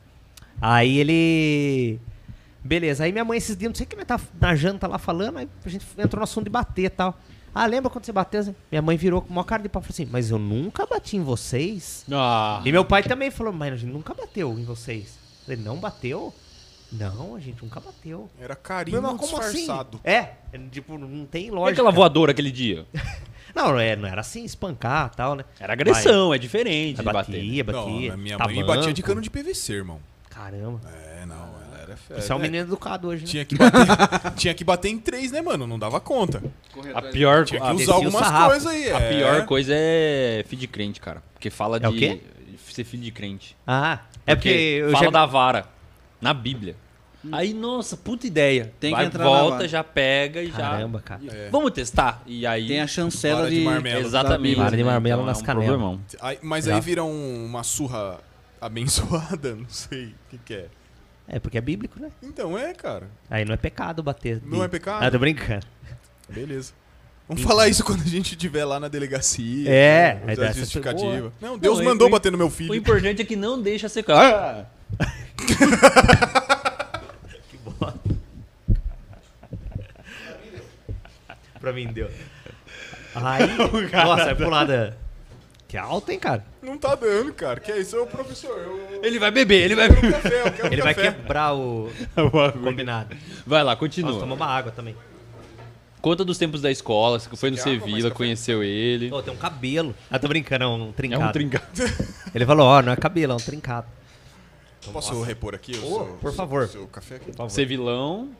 Aí ele... Beleza, aí minha mãe esses dias, não sei o que, tá na janta lá falando, aí a gente entrou no assunto de bater e tal. Ah, lembra quando você bateu? Assim? Minha mãe virou com uma cara de pau e falou assim, mas eu nunca bati em vocês. Ah. E meu pai também falou, mas a gente nunca bateu em vocês. Eu falei, não bateu? Não, a gente nunca bateu. Era carinho Mas como disfarçado. assim? Tipo, não tem E lógica. aquela voadora aquele dia? Não era assim, espancar e tal, né? Era agressão, é diferente de bater. Batia, Não, batia. a minha tamanco. mãe batia de cano de PVC, irmão. Caramba. É, não, ela era fera. Você é um menino educado hoje, né? Tinha que bater em 3, né, mano? Não dava conta. A pior, Tinha que a, usar descia o algumas sarrafo. coisas aí. a pior coisa é filho de crente, cara. Porque fala de É o quê? ser filho de crente. Ah, é porque eu fala já... da vara na Bíblia. Aí, nossa, puta ideia. Tem que Vai, entrar na volta, vara. já pega e Caramba, cara. É. Vamos testar. E aí. Tem a chancela Vara de marmelo. Exatamente. Vara de marmelo Então, nas um canelas. problemão. Mas Já. aí vira uma surra abençoada, não sei o que é. É porque é bíblico, né? Então cara. Aí não é pecado bater. Não é pecado? Ah, tô brincando. Beleza. Vamos falar isso quando a gente estiver lá na delegacia. É, né? aí Usar dá a essa justificativa. boa. Não, Deus Não, mandou o- bater no meu O filho. importante é que não deixa secar. Pra mim deu. Aí, nossa, vai pular da... Que alto, hein, cara? Não tá dando, cara. Que é isso? Ô, professor, Ele vai beber, ele vai beber. café, eu quero Ele vai café. quebrar o combinado. Vai lá, Nossa, continua. toma uma água também. Conta dos tempos da escola, você foi no quer água, mais Sevilla, café? conheceu ele. Ô, tem um cabelo. Ah, tô brincando, é um É trincado. um trincado. Ele falou, ó, não é cabelo, é um trincado. Posso repor aqui o Ô, seu, por favor. seu café aqui? Por favor. Sevilão.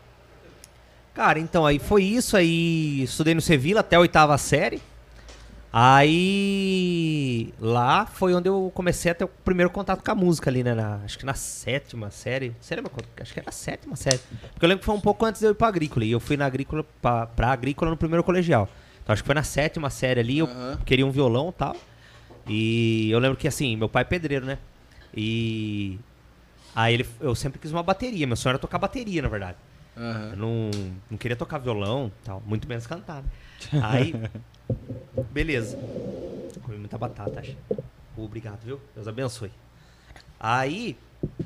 Cara, então, aí foi isso, aí estudei no Sevilla até a 8ª série. Aí lá foi onde eu comecei a ter o primeiro contato com a música ali, né? Acho que na 7ª série. Você lembra? Acho que era a 7ª série. Porque eu lembro que foi um pouco antes de eu ir pra Agrícola. E eu fui na Agrícola, pra Agrícola no primeiro colegial. Então acho que foi na 7ª série ali. Eu queria um violão e tal. E eu lembro que assim, meu pai é pedreiro, né? E aí eu sempre quis uma bateria. Meu sonho era tocar bateria, na verdade. Eu não queria tocar violão e tal. Muito menos cantar. Né? Aí... Beleza. Comi muita batata, acho. Obrigado, viu? Deus abençoe. Aí,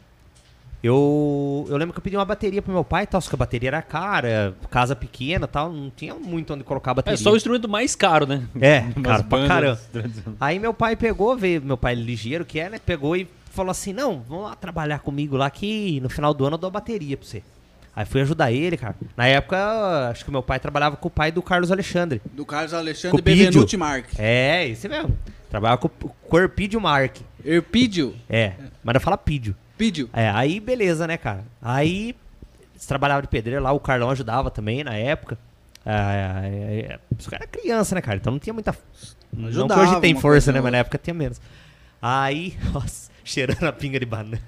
eu lembro que eu pedi uma bateria pro meu pai e tal, só que a bateria era cara, casa pequena e tal, não tinha muito onde colocar a bateria. É só o instrumento mais caro, né? É, Umas caro pra bandas caramba. tradicionais. Aí meu pai veio, meu pai ligeiro que é, né? Pegou e falou assim, não, vamos lá trabalhar comigo lá que no final do ano eu dou a bateria pra você. Aí fui ajudar ele, cara. Na época, acho que meu pai trabalhava com o pai do Carlos Alexandre. Do Carlos Alexandre Copídio. Bevenuti Mark. É, esse mesmo. Trabalhava com o Corpídio Mark. Erpídio. É, mas não fala Pídio. Pídio. É, aí beleza, né, cara? Aí eles trabalhavam de pedreiro lá, o Carlão ajudava também na época. Os caras eram criança, né, cara? Então não tinha muita... Não que Ajudava, hoje tem uma força, coisa né? ou Mas na época tinha menos. Aí, nossa, cheirando a pinga de banana.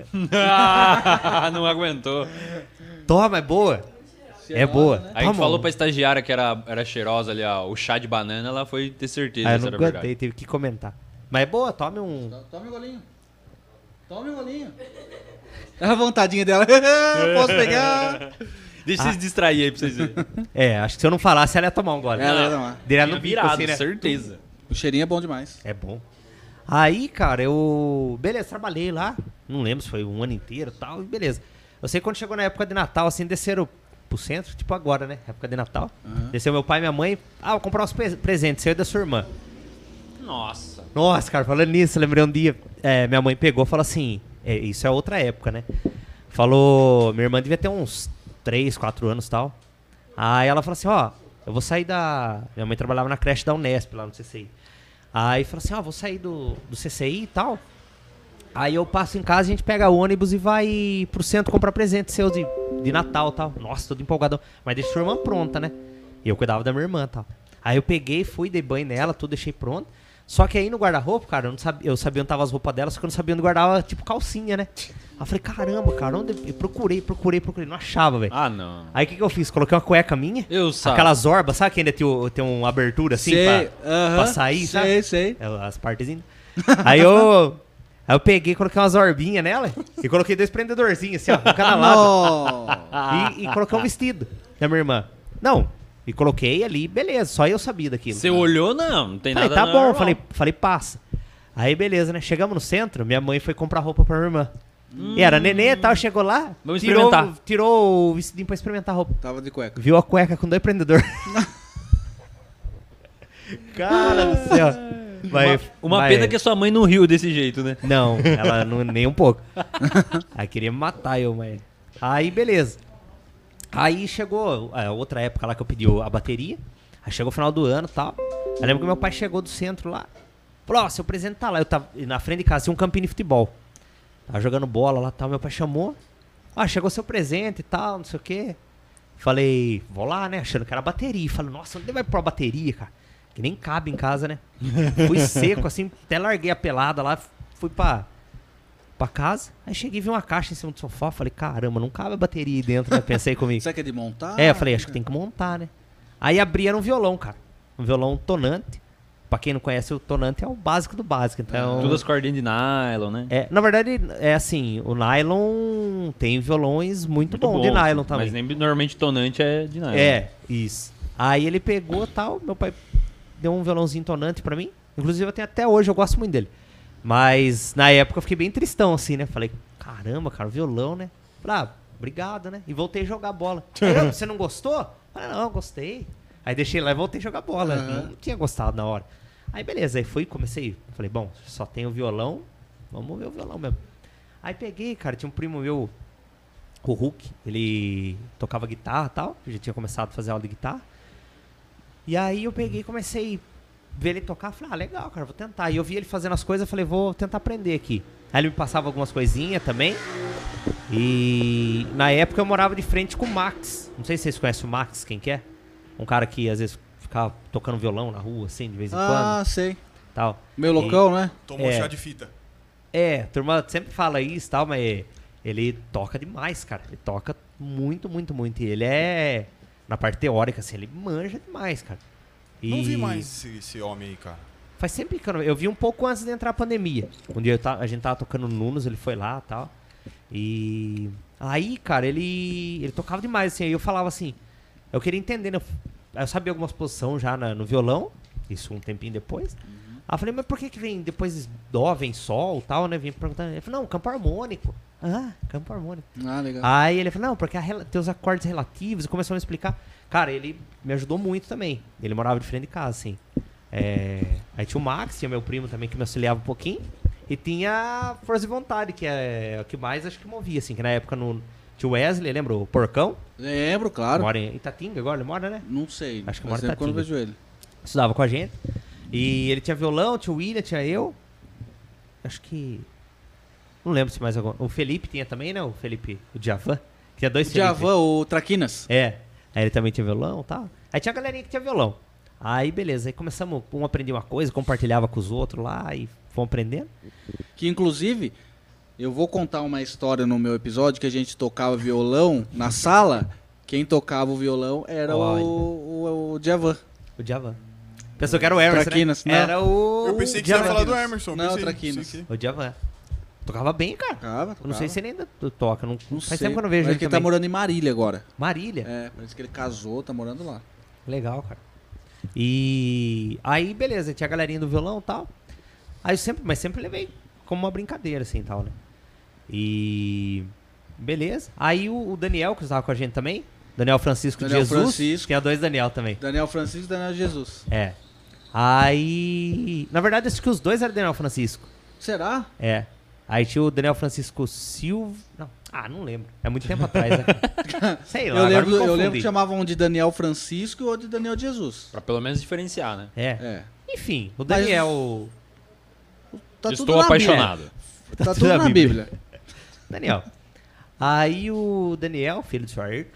Não aguentou. Toma, é boa. É boa. né? Aí a gente Toma. falou pra estagiária que era cheirosa ali, ó, o chá de banana, ela foi ter certeza Aí eu se não era aguentei, verdade. teve que comentar. Mas é boa, tome um... Tome um golinho. Tome um golinho. A vontadinha dela. Posso pegar? Deixa vocês distrair aí pra vocês verem. É, acho que se eu não falasse, ela ia tomar um gole. Ela ia tomar. Direto Tinha no bico, virado, assim, né? certeza. O cheirinho é bom demais. É bom. Aí, cara, beleza, trabalhei lá. Não lembro se foi um ano inteiro e tal. Beleza. Eu sei que quando chegou na época de Natal, assim, desceram pro centro, tipo agora, né? Época de Natal. Desceu meu pai e minha mãe. Vou comprar uns presentes, seu e da sua irmã. Nossa. Nossa, cara, falando nisso, eu lembrei um dia. Minha mãe pegou e falou assim. Isso é outra época, né? Falou. Minha irmã devia ter uns 3, 4 anos e tal. Aí ela falou assim: ó, eu vou sair da. Minha mãe trabalhava na creche da Unesp, lá no CCI. Aí falou assim: ó, vou sair do CCI e tal. Aí eu passo em casa, a gente pega o ônibus e vai pro centro comprar presente seu de Natal e tal. Nossa, todo empolgadão. Mas deixa sua irmã pronta, né? E eu cuidava da minha irmã e tal. Aí eu peguei, fui, dei banho nela, tudo, deixei pronto. Só que aí no guarda-roupa, cara, eu sabia onde tava as roupas dela, só que eu não sabia onde guardava, tipo, calcinha, né? Aí eu falei, caramba, cara, onde... Eu procurei, não achava, velho. Ah, não. Aí o que eu fiz? Coloquei uma cueca minha, Eu sabe. aquelas orbas, sabe que ainda tem uma abertura assim pra sair, sabe? Sei. As partezinhas. Aí eu peguei, coloquei umas orbinhas nela e coloquei 2 prendedorzinhos assim, ó, um cada lado. E coloquei um vestido da minha irmã. Não, e coloquei ali, beleza, só eu sabia daquilo. Você olhou? Não tem Falei, nada tá bom, normal. falei, passa. Aí beleza, né? Chegamos no centro, minha mãe foi comprar roupa pra minha irmã. E era nenê e tal, chegou lá, Vamos experimentar. tirou o vestidinho pra experimentar a roupa. Tava de cueca. Viu a cueca com 2 prendedores. Cara do céu. Uma pena que a sua mãe não riu desse jeito, né? Não, ela não, nem um pouco. Aí queria me matar eu, mas... Aí, beleza. Aí chegou outra época lá que eu pedi a bateria. Aí chegou o final do ano e tal. Eu lembro que meu pai chegou do centro lá. Falou, ó, seu presente tá lá. Eu tava na frente de casa, tinha um campinho de futebol. Tava jogando bola lá e tal. Meu pai chamou. Ó, chegou seu presente e tal, não sei o quê. Falei, vou lá, né? Achando que era bateria. Falei, nossa, onde vai pôr a bateria, cara? Que nem cabe em casa, né? Fui seco, assim, até larguei a pelada lá, fui pra casa. Aí cheguei e vi uma caixa em cima do sofá. Falei, caramba, não cabe a bateria aí dentro, né? Pensei comigo. Será que é de montar? Eu falei, acho que tem que montar, né? Aí abri, era um violão, cara. Um violão tonante. Pra quem não conhece, o tonante é o básico do básico. Então, Tudo as cordinhas de nylon, né? na verdade, é assim, o nylon tem violões muito bons de nylon também. Mas nem normalmente tonante é de nylon. Isso. Aí ele pegou e tal, meu pai deu um violãozinho tonante pra mim. Inclusive eu tenho até hoje, eu gosto muito dele. Mas na época eu fiquei bem tristão assim, né? Falei, caramba, cara, violão, né? Falei, obrigado, né? E voltei a jogar bola. Aí, você não gostou? Falei, não, gostei. Aí deixei lá e voltei a jogar bola. Não tinha gostado na hora. Aí beleza, aí comecei. Falei, bom, só tem o violão, vamos ver o violão mesmo. Aí peguei, cara, tinha um primo meu, o Hulk, ele tocava guitarra e tal. Eu já tinha começado a fazer aula de guitarra. E aí eu peguei e comecei a ver ele tocar. Falei, legal, cara, vou tentar. E eu vi ele fazendo as coisas, falei, vou tentar aprender aqui. Aí ele me passava algumas coisinhas também. E na época eu morava de frente com o Max. Não sei se vocês conhecem o Max, quem que é? Um cara que às vezes ficava tocando violão na rua, assim, de vez em Ah, sei. quando, tal. Meu loucão, né? Tomou É. chá de fita. A turma sempre fala isso e tal, mas ele toca demais, cara. Ele toca muito, muito, muito. E ele é, na parte teórica, assim, ele manja demais, cara. E Não vi mais esse homem aí, cara. faz sempre que eu vi um pouco antes de entrar a pandemia. Um dia a gente tava tocando no Nunos, ele foi lá e tal. E aí, cara, ele tocava demais, assim. Aí eu falava assim, eu queria entender, né? Eu sabia algumas posições já no violão, isso um tempinho depois. Aí eu falei, mas por que vem depois dó, vem sol e tal, né? Vim perguntando. Ele falou, não, campo harmônico. Ah, campo harmônico. Ah, legal. Aí ele falou, não, porque tem os acordes relativos, e começou a me explicar. Cara, ele me ajudou muito também. Ele morava de frente de casa, assim. Aí tinha o Max, tinha meu primo também, que me auxiliava um pouquinho. E tinha a Força de Vontade, que é o que mais acho que movia, assim. Que na época tinha o Wesley, lembra? O Porcão. Lembro, claro. Mora em Itatinga agora, ele mora, né? Não sei. Acho que faz mora em tempo que eu não Itatinga. vejo ele. Estudava com a gente. E ele tinha violão, tinha o William, tinha eu. Acho que... Não lembro se mais algum. O Felipe tinha também, né? O Felipe, o Djavan. Tinha dois O Felipe. Djavan, o Traquinas. Aí ele também tinha violão e tal. Aí tinha a galerinha que tinha violão. Aí beleza, aí começamos, um aprendia uma coisa, compartilhava com os outros lá e fomos aprendendo. Que inclusive, eu vou contar uma história no meu episódio que a gente tocava violão na sala. Quem tocava o violão era Olha. o Djavan. O Djavan. Pensou que era o Emerson, Traquinas, né? não. Era o... Eu pensei que você ia Djavan. falar do Emerson. Não, pensei, Traquinas. sei O Djavan. Tocava bem, cara. Tocava. Eu não sei se ele ainda toca. Não, Não faz sei. tempo que eu não vejo Parece ele que ele também. tá morando em Marília agora. Marília. É, parece que ele casou, tá morando lá. Legal, cara. E aí, beleza, tinha a galerinha do violão e tal. Aí mas sempre levei como uma brincadeira, assim, tal, né? E... Beleza. Aí o Daniel, que estava com a gente também, Daniel Francisco de Daniel Jesus. Francisco. Tinha dois Daniel também. Daniel Francisco e Daniel Jesus. Aí... Na verdade, acho que os dois eram Daniel Francisco. Será? Aí tinha o Daniel Francisco Silva... Não lembro. É muito tempo atrás, né? Sei lá, Eu agora me lembro confundi. que chamavam um de Daniel Francisco e outro de Daniel Jesus. Pra pelo menos diferenciar, né? É. Enfim, o Mas- Daniel... Tá Estou tudo na apaixonado. Bíblia. Tá tudo na Bíblia. Daniel. Aí o Daniel, filho do senhor Ayrton,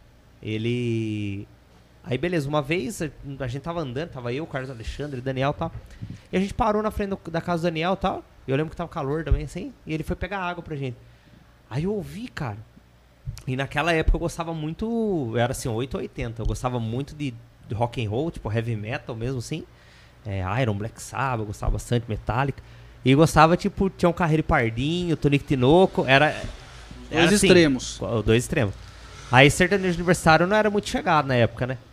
ele... Aí beleza, uma vez a gente tava andando, tava eu, o Carlos Alexandre, o Daniel e tal. E a gente parou na frente da casa do Daniel e tal. Eu lembro que tava calor também, assim. E ele foi pegar água pra gente. Aí eu ouvi, cara. E naquela época eu gostava muito... Era assim, 8 ou 80. Eu gostava muito de rock and roll, tipo heavy metal mesmo, assim. Iron, Black Sabbath, eu gostava bastante, Metallica. E gostava, tipo, tinha um Carreiro Pardinho, Tonico Tinoco. Era Dois assim, extremos. Dois extremos. Aí sertanejo universitário não era muito chegado na época, né?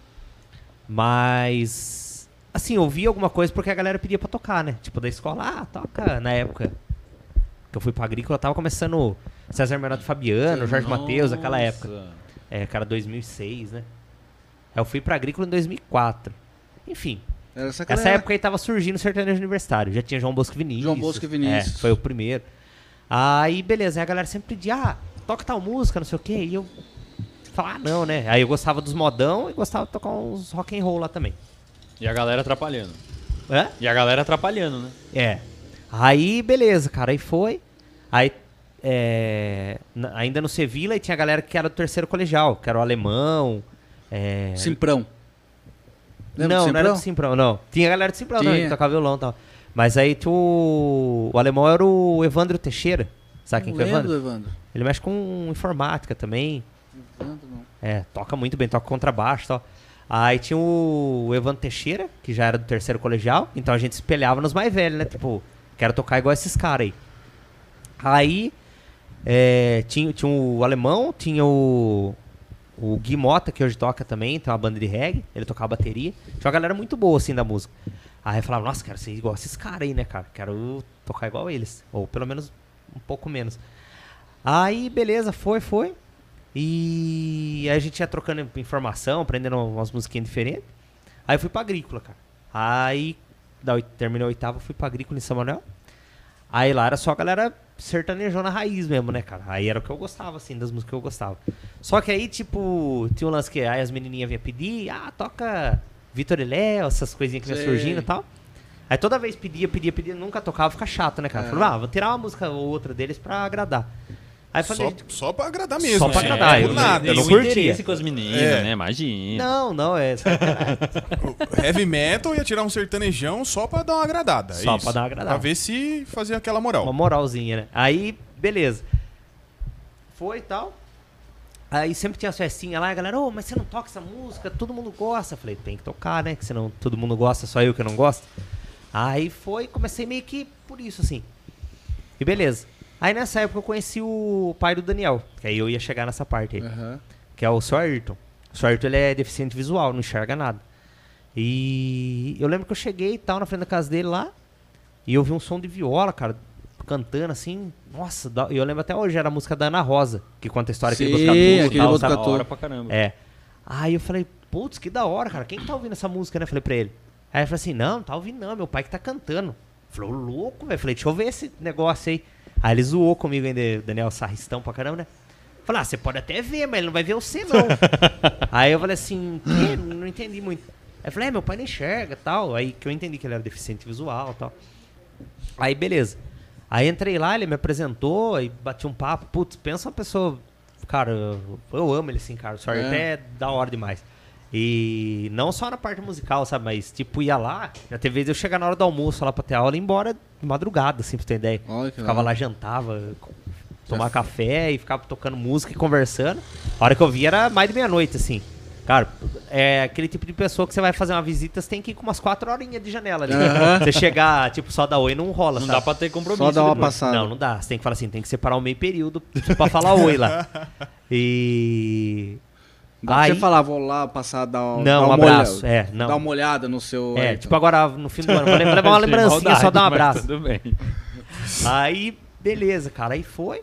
Mas... Assim, eu ouvia alguma coisa porque a galera pedia pra tocar, né? Tipo, da escola, toca. Na época que eu fui pra Agrícola, tava começando César Menotti Fabiano, Jorge Mateus, aquela época. Cara, 2006, né? Aí eu fui pra Agrícola em 2004. Enfim, Era essa essa época aí tava surgindo o sertanejo universitário. Já tinha João Bosco e Vinícius. João Bosco e Vinícius. Foi o primeiro. Aí, beleza. Aí a galera sempre pedia, toca tal música, não sei o quê. E eu falava, não, né? Aí eu gostava dos modão e gostava de tocar uns rock and roll lá também. E a galera atrapalhando. É? E a galera atrapalhando, né? Aí, beleza, cara. Aí foi. Aí, ainda no Sevilla, e tinha a galera que era do terceiro colegial, que era o alemão. Simprão. Lembra Não, do não era do Simprão? Simprão, não. Tinha a galera do Simprão, Tinha. não, que tocava violão e tal. Mas aí tinha o alemão era o Evandro Teixeira. Sabe quem Não que é o lembro Evandro? do Evandro. Ele mexe com informática também. Evandro, não. Toca muito bem, toca contrabaixo e tal. Aí tinha o Evandro Teixeira, que já era do terceiro colegial. Então a gente espelhava nos mais velhos, né? Tipo, quero tocar igual esses caras aí. Aí tinha o alemão, tinha o Gui Mota, que hoje toca também, tem uma banda de reggae, ele tocava bateria. Tinha uma galera muito boa, assim, da música. Aí eu falava, nossa, quero ser igual esses caras aí, né, cara? Quero tocar igual eles. Ou pelo menos um pouco menos. Aí, beleza, foi. E aí a gente ia trocando informação, aprendendo umas musiquinhas diferentes. Aí eu fui pra Agrícola, cara. Aí, terminei a oitava, fui pra Agrícola em São Manuel. Aí lá era só a galera sertanejona raiz mesmo, né, cara? Aí era o que eu gostava, assim, das músicas que eu gostava. Só que aí, tipo, tinha um lance que aí as menininhas vinham pedir, toca Vitor e Léo, essas coisinhas que vinham Sei. surgindo e tal. Aí toda vez pedia, nunca tocava, fica chato, né, cara? Falei, vou tirar uma música ou outra deles pra agradar. Aí eu falei, Só pra agradar mesmo. Só pra assim, agradar, por eu nada. não Nenhum curtia. interesse com as meninas, né? Imagina. não, é Heavy metal ia tirar um sertanejão só pra dar uma agradada. Só isso. pra dar uma agradada. Pra ver se fazia aquela moral. uma moralzinha, né? Aí, beleza. Foi e tal. Aí sempre tinha as festinhas lá, a galera, ô, mas você não toca essa música? Todo mundo gosta. Eu falei, tem que tocar, né? Que senão todo mundo gosta, só eu que não gosto. Aí foi, comecei meio que por isso, assim. E beleza. Aí nessa época eu conheci o pai do Daniel, que aí eu ia chegar nessa parte aí, Aham. que é o Sr. Ayrton. O Sr. Ayrton, ele é deficiente visual, não enxerga nada. E eu lembro que eu cheguei e tal, na frente da casa dele lá, e eu vi um som de viola, cara, cantando assim, nossa, eu lembro até hoje, era a música da Ana Rosa, que conta a história Sim, que ele busca aquele tal, Botucatu. sabe? Da hora pra caramba. É. Aí eu falei, putz, que da hora, cara, quem que tá ouvindo essa música, né? Falei pra ele. Aí ele falou assim, não tá ouvindo não, meu pai que tá cantando. Falei, ô, louco, velho, falei, deixa eu ver esse negócio aí. Aí ele zoou comigo ainda, Daniel Sarristão pra caramba, né? Falei, você pode até ver, mas ele não vai ver você, não. Aí eu falei assim, que? Não entendi muito. Aí eu falei, meu pai não enxerga e tal. Aí que eu entendi que ele era deficiente visual e tal. Aí, beleza. Aí entrei lá, ele me apresentou, aí bati um papo. Putz, pensa uma pessoa... Cara, eu amo ele assim, cara. O senhor até é da hora demais. E não só na parte musical, sabe? Mas, tipo, ia lá, já teve vezes eu chegar na hora do almoço lá pra ter aula e ir embora de madrugada, assim, pra ter ideia. Olha que Ficava legal. lá, jantava, tomar café e ficava tocando música e conversando. A hora que eu vi era mais de meia-noite, assim. Cara, é aquele tipo de pessoa que você vai fazer uma visita, você tem que ir com umas 4 horinhas de janela ali. Você chegar, tipo, só dar oi não rola, Não sabe? dá pra ter compromisso. Só dar uma depois. passada. Não, não dá. Você tem que falar assim, tem que separar o meio período pra falar oi lá. E... Dá pra aí, você falar, vou lá passar, dar Não, dar um uma abraço, olhada, é, não. dar uma olhada no seu... É, Ayrton. tipo agora no fim do ano, vou levar uma Achei lembrancinha, só dar um maldade, mas abraço. Tudo bem. Aí, beleza, cara, aí foi.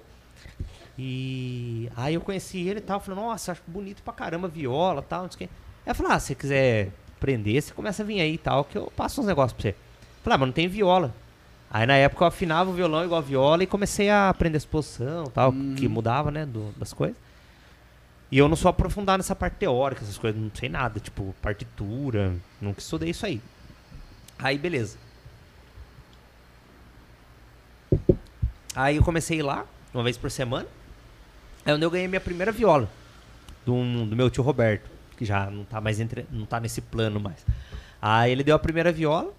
E aí eu conheci ele e tal, falei, nossa, acho bonito pra caramba, viola e tal, não sei o quê. Aí eu falei, se você quiser aprender, você começa a vir aí e tal, que eu passo uns negócios pra você. Falei, mas não tem viola. Aí na época eu afinava o violão igual a viola e comecei a aprender exposição e tal, que mudava, né, das coisas. E eu não sou aprofundado nessa parte teórica, essas coisas, não sei nada, tipo, partitura, nunca estudei isso aí. Aí, beleza. Aí eu comecei a ir lá, uma vez por semana. Aí onde eu ganhei minha primeira viola, do meu tio Roberto, que já não tá mais não tá nesse plano mais. Aí ele deu a primeira viola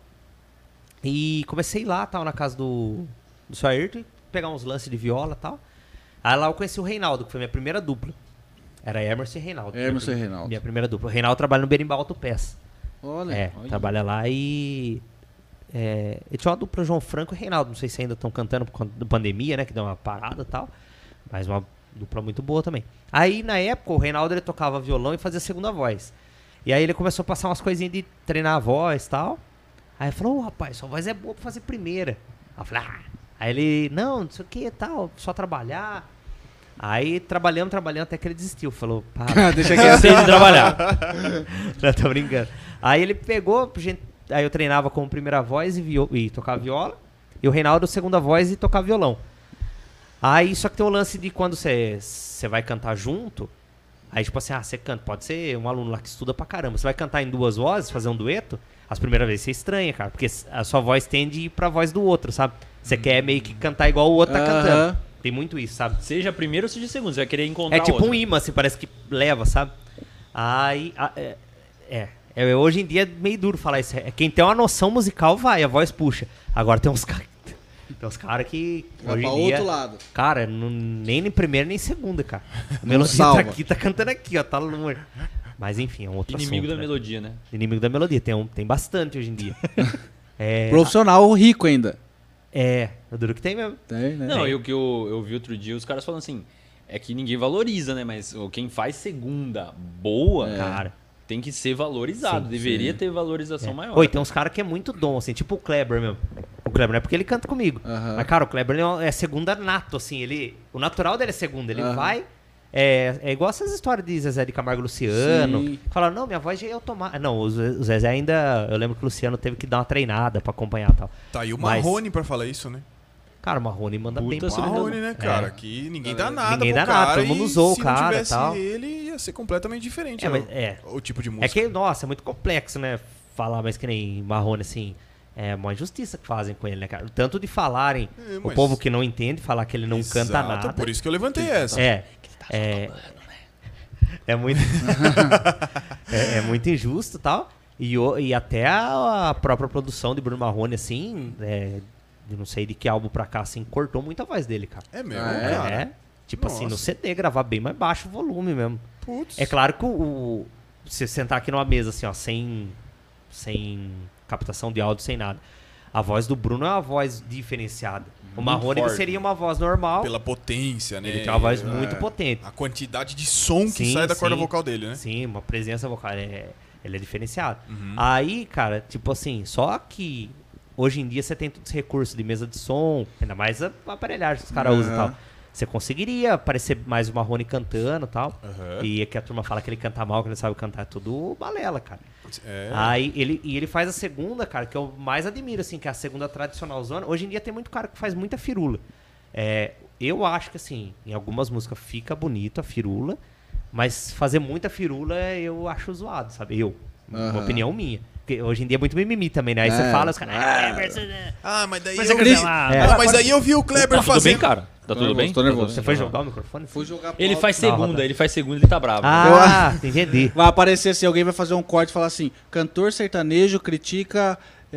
e comecei a ir lá, tal, na casa do Sr. Ayrton, pegar uns lances de viola e tal. Aí lá eu conheci o Reinaldo, que foi minha primeira dupla. Era Emerson e Reinaldo. Emerson e Reinaldo. Minha primeira dupla. O Reinaldo trabalha no Berimbau Autopeças. Olha. Trabalha lá e... ele tinha uma dupla João Franco e Reinaldo. Não sei se ainda estão cantando por conta da pandemia, né? Que deu uma parada e tal. Mas uma dupla muito boa também. Aí, na época, o Reinaldo ele tocava violão e fazia segunda voz. E aí ele começou a passar umas coisinhas de treinar a voz e tal. Aí ele falou, rapaz, sua voz é boa pra fazer primeira. Aí eu falei, Aí ele, não sei o que e tal, só trabalhar. Aí trabalhamos até que ele desistiu. Falou, Deixa aqui assim. de trabalhar. Não, tô brincando. Aí ele pegou, aí eu treinava como primeira voz e tocava viola. E o Reinaldo segunda voz e tocava violão. Aí só que tem o lance de quando você vai cantar junto. Aí tipo assim, você canta, pode ser um aluno lá que estuda pra caramba. Você vai cantar em 2 vozes, fazer um dueto. As primeiras vezes você estranha, cara. Porque a sua voz tende a ir pra voz do outro, sabe? Você quer meio que cantar igual o outro tá cantando. Tem muito isso, sabe? Seja a primeira ou seja a segunda, você vai querer encontrar É tipo outra. um imã, assim, parece que leva, sabe? Aí, hoje em dia é meio duro falar isso. Quem tem uma noção musical vai, a voz puxa. Agora tem uns caras que Vai hoje pra em dia, outro lado. cara, nem em primeira nem em segunda, cara. A melodia salva. tá aqui, tá cantando aqui, ó, tá longe. Mas enfim, é um outro Inimigo assunto, da né? melodia, né? Inimigo da melodia, tem bastante hoje em dia. Profissional rico ainda. O duro que tem mesmo. Tem, né? Não, e o que eu vi outro dia, os caras falando assim, é que ninguém valoriza, né? Mas quem faz segunda boa, cara, tem que ser valorizado. Sim, deveria ter valorização maior. Oi, tem uns caras que é muito dom, assim, tipo o Kleber mesmo. O Kleber não é porque ele canta comigo. Mas, cara, o Kleber ele é segunda nato, assim. O natural dele é segunda. Ele vai... É igual essas histórias de Zezé de Camargo e Luciano. Sim. Fala, não, minha voz já é automática. Não, o Zezé ainda... Eu lembro que o Luciano teve que dar uma treinada pra acompanhar e tal. Tá aí o Mas- Marrone pra falar isso, né? Cara, o Marrone manda bem Puta pra solidão. Marrone, né, cara? Que ninguém dá nada Ninguém pro dá nada, cara. todo mundo e zoou o se cara não e tivesse tal. ele, ia ser completamente diferente. É, mas, o tipo de música. É que, nossa, é muito complexo, né? Falar, mas que nem Marrone, assim... É uma injustiça que fazem com ele, né, cara? Tanto de falarem, o mas- povo que não entende, falar que ele não canta Exato, nada. por isso que eu levantei essa. É muito. é muito injusto e tal. E até a própria produção de Bruno Marrone, assim, de não sei de que álbum pra cá, assim, cortou muito a voz dele, cara. É mesmo, Ah, é? cara. Tipo assim, no Nossa. CD, gravar bem mais baixo o volume mesmo. Putz. É claro que você sentar aqui numa mesa, assim, ó, sem captação de áudio, sem nada. A voz do Bruno é uma voz diferenciada. O Marrone forte, seria uma voz normal. Pela potência, né? Ele tem uma voz muito potente. A quantidade de som que Sim, sai da corda sim. vocal dele, né? Sim, uma presença vocal. Ele é diferenciado. Uhum. Aí, cara, tipo assim, só que hoje em dia você tem todos os recursos de mesa de som, ainda mais a aparelhagem que os caras usam e tal. Você conseguiria parecer mais o Marrone cantando e tal. Aham. E que a turma fala que ele canta mal, que ele sabe cantar, é tudo balela, cara. É. Aí ele faz a segunda, cara, que eu mais admiro, assim, que é a segunda tradicional zona. Hoje em dia tem muito cara que faz muita firula. Eu acho que, assim, em algumas músicas fica bonito a firula, mas fazer muita firula eu acho zoado, sabe? Uma Aham. opinião minha. Porque hoje em dia é muito mimimi também, né? Aí você fala, os caras... Ah, mas daí Mas eu você vi... acredita? Ah, mas daí eu vi o Kleber Tá tudo fazendo... bem, cara? Tá tudo bem? Tô nervoso. Você foi jogar o microfone? Fui jogar pro Ele alto. faz Não, segunda, roda. ele faz segunda, ele tá bravo. Ah, entendi. Vai aparecer assim, alguém vai fazer um corte e falar assim, cantor sertanejo critica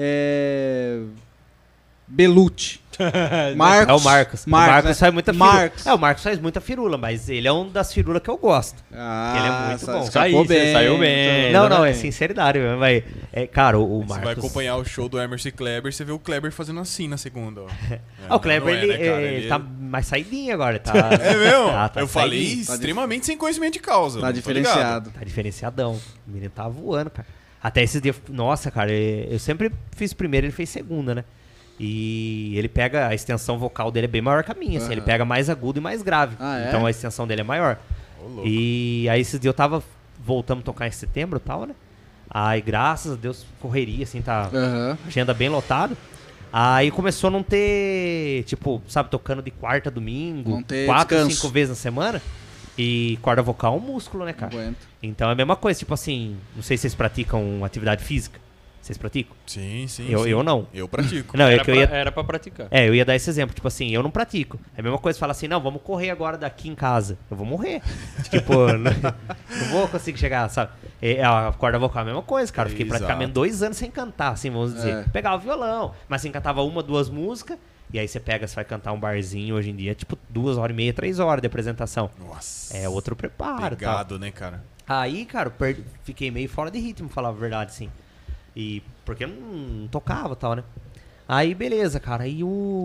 Belucci. Marcos. É o Marcos. O Marcos né? faz muita firula. Marcos. O Marcos faz muita firula, mas ele é um das firulas que eu gosto. Ah, Ele é muito bom. escapou Você saiu bem. Não, é exatamente. sinceridade mesmo. Mas, cara, o Você Marcos... vai acompanhar o show do Emerson e Kleber, você vê o Kleber fazendo assim na segunda, ó. Ah, o Kleber, Não é, né, cara? ele tá mais saidinho agora. Tá, É mesmo? Tá Eu falei saidinho. extremamente sem conhecimento de causa. Tá não tô diferenciado. Tá diferenciadão. O menino tá voando, cara. Até esses dias... Nossa, cara, eu sempre fiz primeiro, ele fez segunda, né? E ele pega... A extensão vocal dele é bem maior que a minha, assim. Ele pega mais agudo e mais grave. Ah, é? Então a extensão dele é maior. Ô, louco. E aí esses dias eu tava... Voltamos a tocar em setembro e tal, né? Aí, graças a Deus, correria, assim, tá... Aham. Agenda bem lotada. Aí começou a não ter, tipo, sabe, tocando de quarta a domingo, Não ter 4, descanso. 5 vezes na semana. E corda vocal é um músculo, né, Não cara? aguento. Então é a mesma coisa, tipo assim, não sei se vocês praticam atividade física. Vocês praticam? Sim, sim. Eu, sim. eu não. Eu pratico. Não, é Era, que eu ia. era pra praticar. Eu ia dar esse exemplo, tipo assim, eu não pratico. É a mesma coisa falar assim, não, vamos correr agora daqui em casa. Eu vou morrer. Tipo, não vou conseguir chegar, sabe? A corda vocal é a mesma coisa, cara. Eu fiquei Exato. praticamente 2 anos sem cantar, assim, vamos dizer. É. Pegava o violão, mas assim, cantava 1, 2 músicas. E aí você pega, você vai cantar um barzinho hoje em dia, tipo 2h30, 3 horas de apresentação. Nossa. É outro preparo, tal. Pegado, né, cara? Aí, cara, fiquei meio fora de ritmo, falar a verdade, assim. E porque eu não tocava e tal, né? Aí, beleza, cara. Aí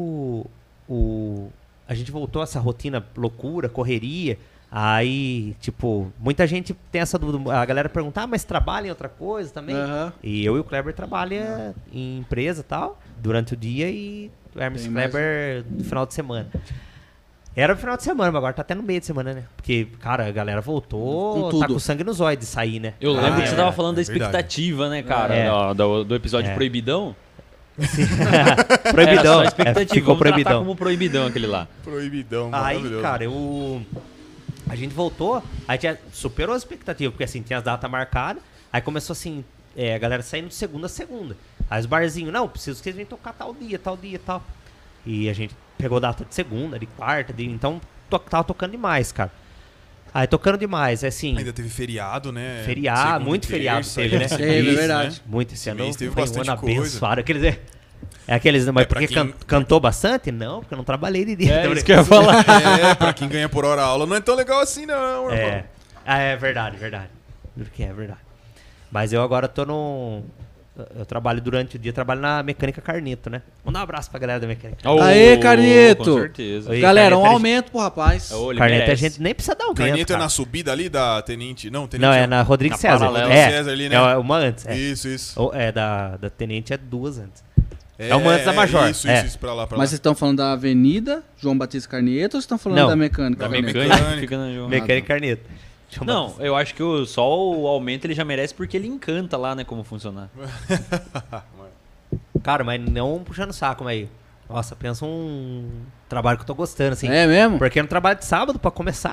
a gente voltou a essa rotina loucura, correria. Aí, tipo, muita gente tem essa dúvida. A galera pergunta, mas trabalha em outra coisa também? Aham. E eu e o Kleber trabalha em empresa e tal, durante o dia, e o Hermes Tem mais Kleber no final de semana. Era no final de semana, mas agora tá até no meio de semana, né? Porque, cara, a galera voltou, Com tudo. tá com sangue nos olhos de sair, né? Eu lembro que você tava falando da verdade. expectativa, né, cara? É. Do episódio Proibidão. Proibidão. Era só expectativa. Ficou Vamos tratar proibidão. como proibidão aquele lá. Proibidão, Aí, maravilhoso. cara, a gente voltou, aí já superou as expectativas, porque assim, tinha as datas marcadas, aí começou assim, a galera saindo de segunda a segunda. Aí os barzinhos, não, preciso que vocês venham tocar tal dia e tal. E a gente pegou data de segunda, de quarta, então tava tocando demais, cara. Aí tocando demais, assim, Ainda teve feriado, né? Feriado, Segunda e muito feriado terça, teve, né? esse Teve, mês, é verdade. muito esse Esse ano mês teve foi um bastante ano coisa. abençoado. Aqueles, mas pra porque quem- cantou bastante? Não, porque eu não trabalhei de dia. É isso que eu ia falar. Pra quem ganha por hora aula, não é tão legal assim, não, irmão. É verdade. Porque é verdade. Mas eu agora tô no... Eu trabalho durante o dia, trabalho na Mecânica Carneto, né? Vamos dar um abraço pra galera da Mecânica. Aê, Carneto! Com certeza. Oi. Galera, um Carneto, aumento pro rapaz. Ô, ele Carneto a merece. gente nem precisa dar aumento, Carneto é cara. na subida ali da Tenente... Não, Tenente... Não, é na Rodrigo Na César. paralela. É, César ali, né? é uma antes. É. Isso. Ou é da Tenente é 2 antes. É uma antes da Major. Isso, É. isso, pra lá, pra lá. Mas vocês estão falando da Avenida João Batista Carneto ou vocês estão falando Não, da Mecânica? Da Carneto? mecânica fica na João. Mecânica Carneto. Deixa eu Não, bater. eu acho que só o aumento ele já merece porque ele encanta lá, né, como funcionar. Cara, mas não puxando saco, mas... Nossa, pensa um trabalho que eu tô gostando, assim. É mesmo? Porque eu não trabalho de sábado pra começar.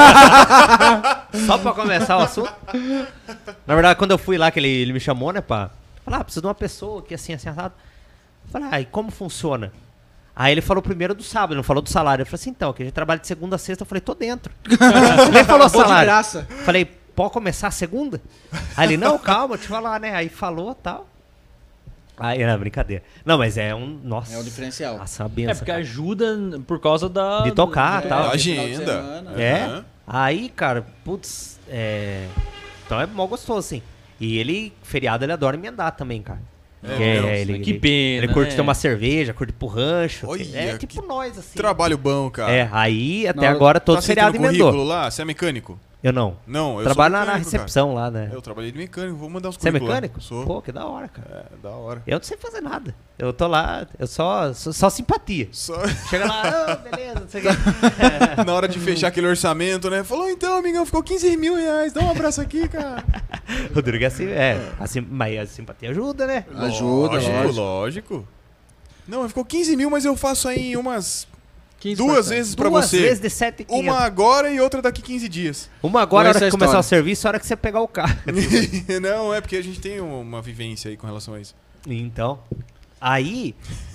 Só pra começar o assunto. Na verdade, quando eu fui lá, que ele me chamou, né, pra falar, preciso de uma pessoa que assim, assado. Falei, e como funciona? Aí ele falou primeiro do sábado, não falou do salário. Eu falei assim, então, que a gente trabalha de segunda a sexta. Eu falei, tô dentro. Ele falou Vou de salário. graça. Falei, pode começar a segunda? Aí ele, não, calma, deixa eu falar, né? Aí falou e tal. Aí, não, brincadeira. Não, mas é um... Nossa. É um diferencial. Nossa, uma benção. porque ajuda por causa da... De tocar e tal. A final de agenda. semana. É. Aham. Aí, cara, putz, então é mó gostoso, assim. E ele, feriado, ele adora emendar também, cara. Que pena, Ele curte né? ter uma cerveja, curte ir pro rancho. Olha, É tipo que nós, assim. Trabalho bom, cara. Aí até Não, agora todo Tá feriado aceitando emendou. currículo lá? Você é mecânico? Eu não. Não, eu Trabalho sou na mecânico, recepção lá, né? cara. Eu trabalhei de mecânico, vou mandar os Você é currículos lá. mecânico? Sou. Pô, que da hora, cara. É, da hora. Eu não sei fazer nada. Eu tô lá, eu só simpatia. Só Chega lá, beleza, não sei o que. na hora de fechar aquele orçamento, né? Falou, então, amigão, ficou 15 mil reais. Dá um abraço aqui, cara. Rodrigo é assim, mas a simpatia ajuda, né? Ajuda, lógico. lógico. Não, ficou 15 mil, mas eu faço aí umas 15%. duas vezes pra Duas você. vezes de 7,500. Uma agora e outra daqui 15 dias. Uma agora, a hora Conheço a que começar o história. serviço, a hora que você pegar o carro. Não, é porque a gente tem uma vivência aí com relação a isso. Então, aí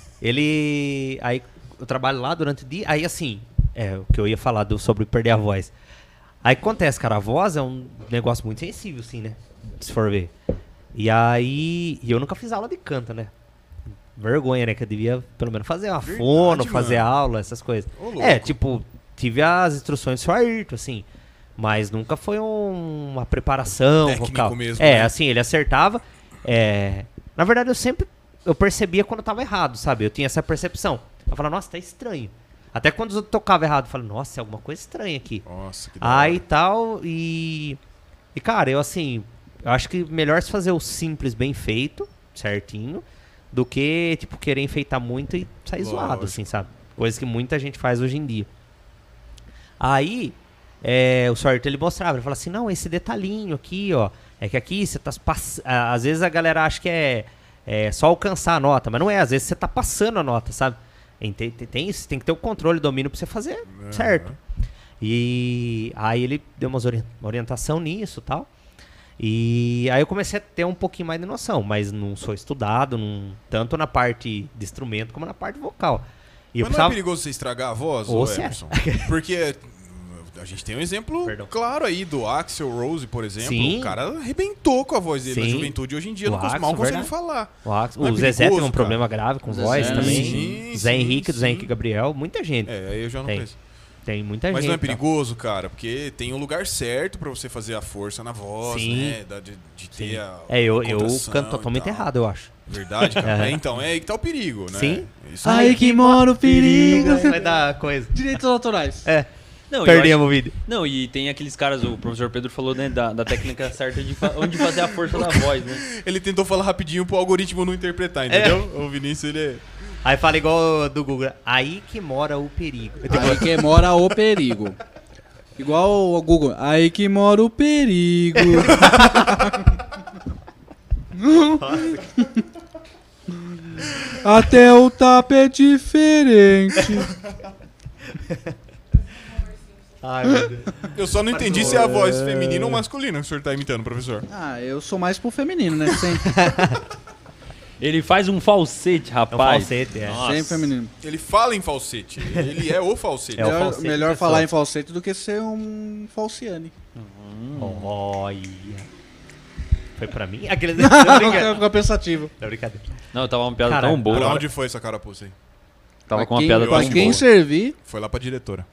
eu trabalho lá durante o dia, aí assim, o que eu ia falar sobre perder a voz. Aí o que acontece, cara, a voz é um negócio muito sensível, assim, né? Se for ver. E aí, eu nunca fiz aula de canto, né? Vergonha, né? Que eu devia pelo menos fazer uma Verdade, fono, fazer mano. aula, essas coisas. Ô, louco. Tipo, tive as instruções do Ayrton, assim. Mas nunca foi uma preparação Técnico vocal. mesmo, né? Assim, ele acertava. Na verdade, eu percebia quando eu tava errado, sabe? Eu tinha essa percepção. Eu falava, nossa, tá estranho. Até quando eu tocava errado, eu falava, nossa, é alguma coisa estranha aqui. Nossa, que da hora. Aí tal, e cara, eu acho que melhor se fazer o simples bem feito, certinho, do que, tipo, querer enfeitar muito e sair zoado, Lógico. assim, sabe? Coisa que muita gente faz hoje em dia. Aí, o sorteio ele mostrava, ele falava assim, não, esse detalhinho aqui, ó, é que aqui você tá às vezes a galera acha que é só alcançar a nota, mas não é, às vezes você tá passando a nota, sabe? Tem isso, tem que ter o controle, o domínio pra você fazer certo. E aí ele deu umas orientação nisso e tal. E aí eu comecei a ter um pouquinho mais de noção, mas não sou estudado, tanto na parte de instrumento como na parte vocal. E eu Mas não é perigoso você estragar a voz, Ou ô se é. Emerson? Porque a gente tem um exemplo Perdão. claro aí do Axl Rose, por exemplo. Sim. O cara arrebentou com a voz dele na Sim. juventude. Hoje em dia O não Axl, mal consegue verdade. falar. O Não é Zezé perigoso, teve um cara. problema grave com Zezé, voz também. sim, Zé sim, Henrique, do Zé sim. Henrique Gabriel, muita gente. Aí eu já não Tem. conheço. Tem muita Mas gente. não é tá? perigoso, cara, porque tem um lugar certo pra você fazer a força na voz, Sim. né? De ter Sim. a Eu contração canto e totalmente tal. errado, eu acho. Verdade, cara? Aham. Então, é aí que tá o perigo, né? Sim. Isso Aí que mora o perigo. Vai dar coisa. Direitos autorais. Não, eu Perdemos o vídeo. Não, e tem aqueles caras, o professor Pedro falou, né, da técnica certa de onde fazer a força da voz, né? Ele tentou falar rapidinho pro algoritmo não interpretar, entendeu? O Vinícius, ele é... Aí fala igual do Google. Aí que mora o perigo. Aí que mora o perigo. Igual o Google. Aí que mora o perigo. Até o tapa é diferente. Ai, meu Deus. Eu só não entendi se é a voz feminina ou masculina que o senhor tá imitando, professor. Ah, eu sou mais pro feminino, né? Sempre, Ele faz um falsete, É um rapaz. falsete, é. Nossa. sempre feminino. Ele fala em falsete. Ele é o falsete. É o Melhor, falsete melhor pessoal. falar em falsete do que ser um falciane. Olha. Foi pra mim? Aquele... Fica pensativo. Não, brincadeira. Não, tava uma piada Cara, tão boa. Pra onde foi essa carapuça aí? Tava com uma quem, piada pra tão quem boa. servir, Foi lá pra diretora.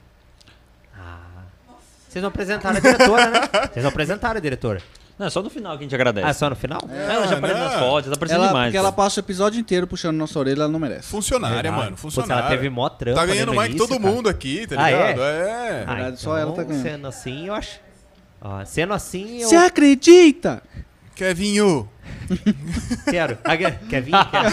Vocês não apresentaram a diretora, né? Vocês não apresentaram a diretora. Não, é só no final que a gente agradece. Ah, só no final? Ela já aparece não. nas fotos, tá aparecendo ela, demais. porque ela cara. passa o episódio inteiro puxando nossa orelha, ela não merece. Funcionária, Verdade. mano. Putz, Funcionária. ela teve mó trampo Tá ganhando no mais que início, todo cara. mundo aqui, tá Ah, é? ligado? É. Na verdade, só ela tá ganhando. Sendo assim, eu acho... Ó, sendo assim, eu Você acredita? Kevinho. quero. Quer vir? Quero.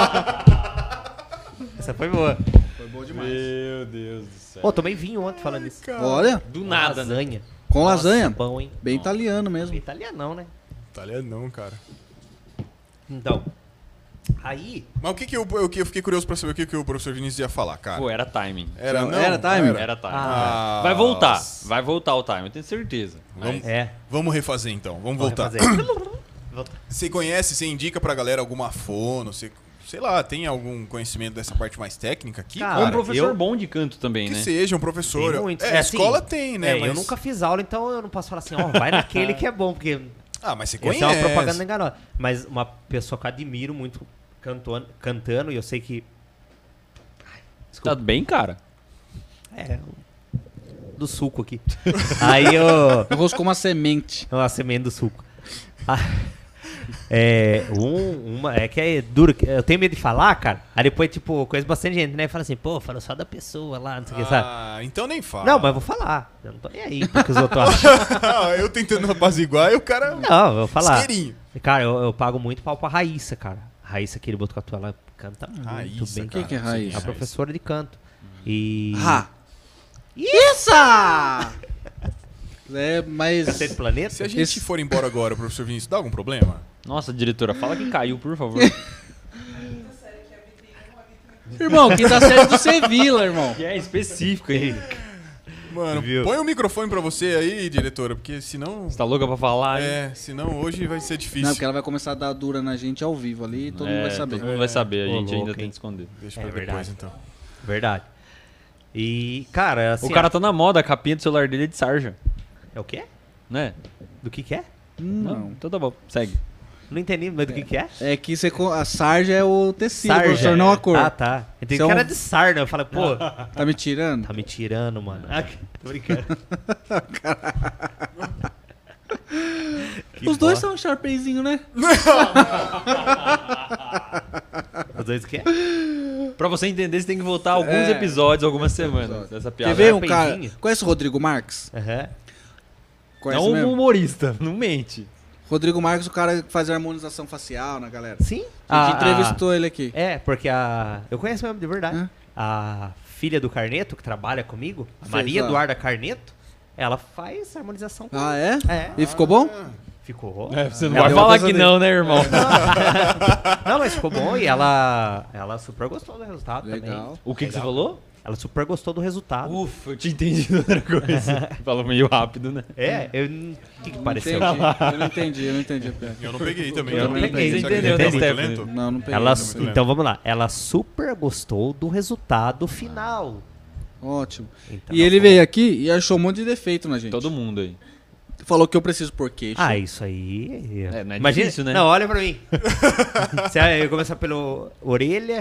Essa foi boa. Meu Deus do céu. Pô, tomei vinho ontem falando isso. Olha, Do nada, né? Lasanha. com lasanha. Nossa, bom, hein? Bem italiano mesmo. Italianão, né? Italianão, cara. Então, aí... Mas eu fiquei curioso pra saber o que o professor Vinícius ia falar, cara. Pô, era timing. Era, não? Era timing? Era timing. Ah, Vai voltar. Vai voltar o timing, eu tenho certeza. Vamos, É. vamos refazer então. Vamos Vou voltar. refazer. Você conhece, você indica pra galera alguma fono? Você sei lá, tem algum conhecimento dessa parte mais técnica aqui, Cara, Ou um cara? professor eu- bom de canto também, Que né? seja um professor. Tem muitos. É, assim, escola tem, né? Eu nunca fiz aula, então eu não posso falar assim, ó, vai naquele que é bom, porque Ah, mas você essa conhece. é uma propaganda enganosa. Mas uma pessoa que eu admiro muito cantando, e eu sei que... Ai, Tá desculpa. bem, cara? É, do suco aqui. Aí eu... Enroscou uma semente. A semente do suco. Ah, é que é duro. Eu tenho medo de falar, cara. Aí depois, tipo, conheço bastante gente, né? Fala assim, pô, fala só da pessoa lá, não sei o que, sabe? Ah, então nem fala. Não, mas eu vou falar. Eu não tô nem aí porque os outros acham. Eu tentando apaziguar e o cara... Não, eu vou falar. Isqueirinho. Cara, eu pago muito pau pra Raíssa, cara. A Raíssa aqui de Botucatu, ela canta muito Raíssa, bem. cara. que é Raíssa? É a professora de canto. E... Isso! É, mas... Cacete Planeta? Se a gente for embora agora, professor Vinícius, dá algum problema? Nossa, diretora, fala que caiu, por favor. Irmão, quinta série do Sevilla, irmão. Que é específico aí. Mano, Viu? põe o microfone pra você aí, diretora, porque senão... Você tá louca pra falar, hein? Senão hoje vai ser difícil. Não, porque ela vai começar a dar dura na gente ao vivo ali e todo mundo vai saber. Todo mundo vai saber, a Ô, gente louco, ainda hein? tem que esconder. Deixa É pra verdade. depois, então. Verdade. E, cara, assim... O cara tá na moda, a capinha do celular dele é de sarja, É o quê? né? Do que é? Não. Então tá bom, segue. Não entendi, mas do que é? É que você, a sarja é o tecido, Sarja. professor, não a cor. Ah, tá. Eu entendi Isso é que um- era de sarna. Eu falei, pô, Tá me tirando? tá me tirando, mano. Ah, tô brincando. Que Os dois bosta. são um sharpeizinho, né? Os dois o quê? Pra você entender, você tem que voltar alguns episódios, algumas semanas dessa piada. Quer ver um cara... Sharpeizinho? Conhece o Rodrigo Marques? Aham. Conhece Não um mesmo? humorista, não mente. Rodrigo Marques, o cara que faz harmonização facial na galera. Sim? A gente entrevistou ele aqui. É, porque a... Eu conheço mesmo, de verdade. Hã? A filha do Carneto, que trabalha comigo, a Fez Maria a- Eduarda Carneto, ela faz harmonização Ah, é? É. E ficou bom? Ficou. Você não É, vai deu falar uma que coisa não, né, irmão? Não, mas ficou bom e ela super gostou do resultado Legal. também. O que você Legal. falou? Ela super gostou do resultado. Ufa, eu tinha entendido outra coisa. Falou meio rápido, né? É, o que Não pareceu? entendi. Eu não entendi a piada. Eu não peguei também. Eu não peguei. Você Será que entendeu, ele né, tá muito Stephanie? lento? Não, não peguei. Ela, muito lento. então vamos lá. Ela super gostou do resultado final. Ótimo. Então, E ele veio aqui e achou um monte de defeito na gente. Todo mundo aí. Falou que eu preciso pôr queixo. Ah, isso aí. É, não é Imagina, difícil, né? Não, olha pra mim. Se eu começar pelo orelha.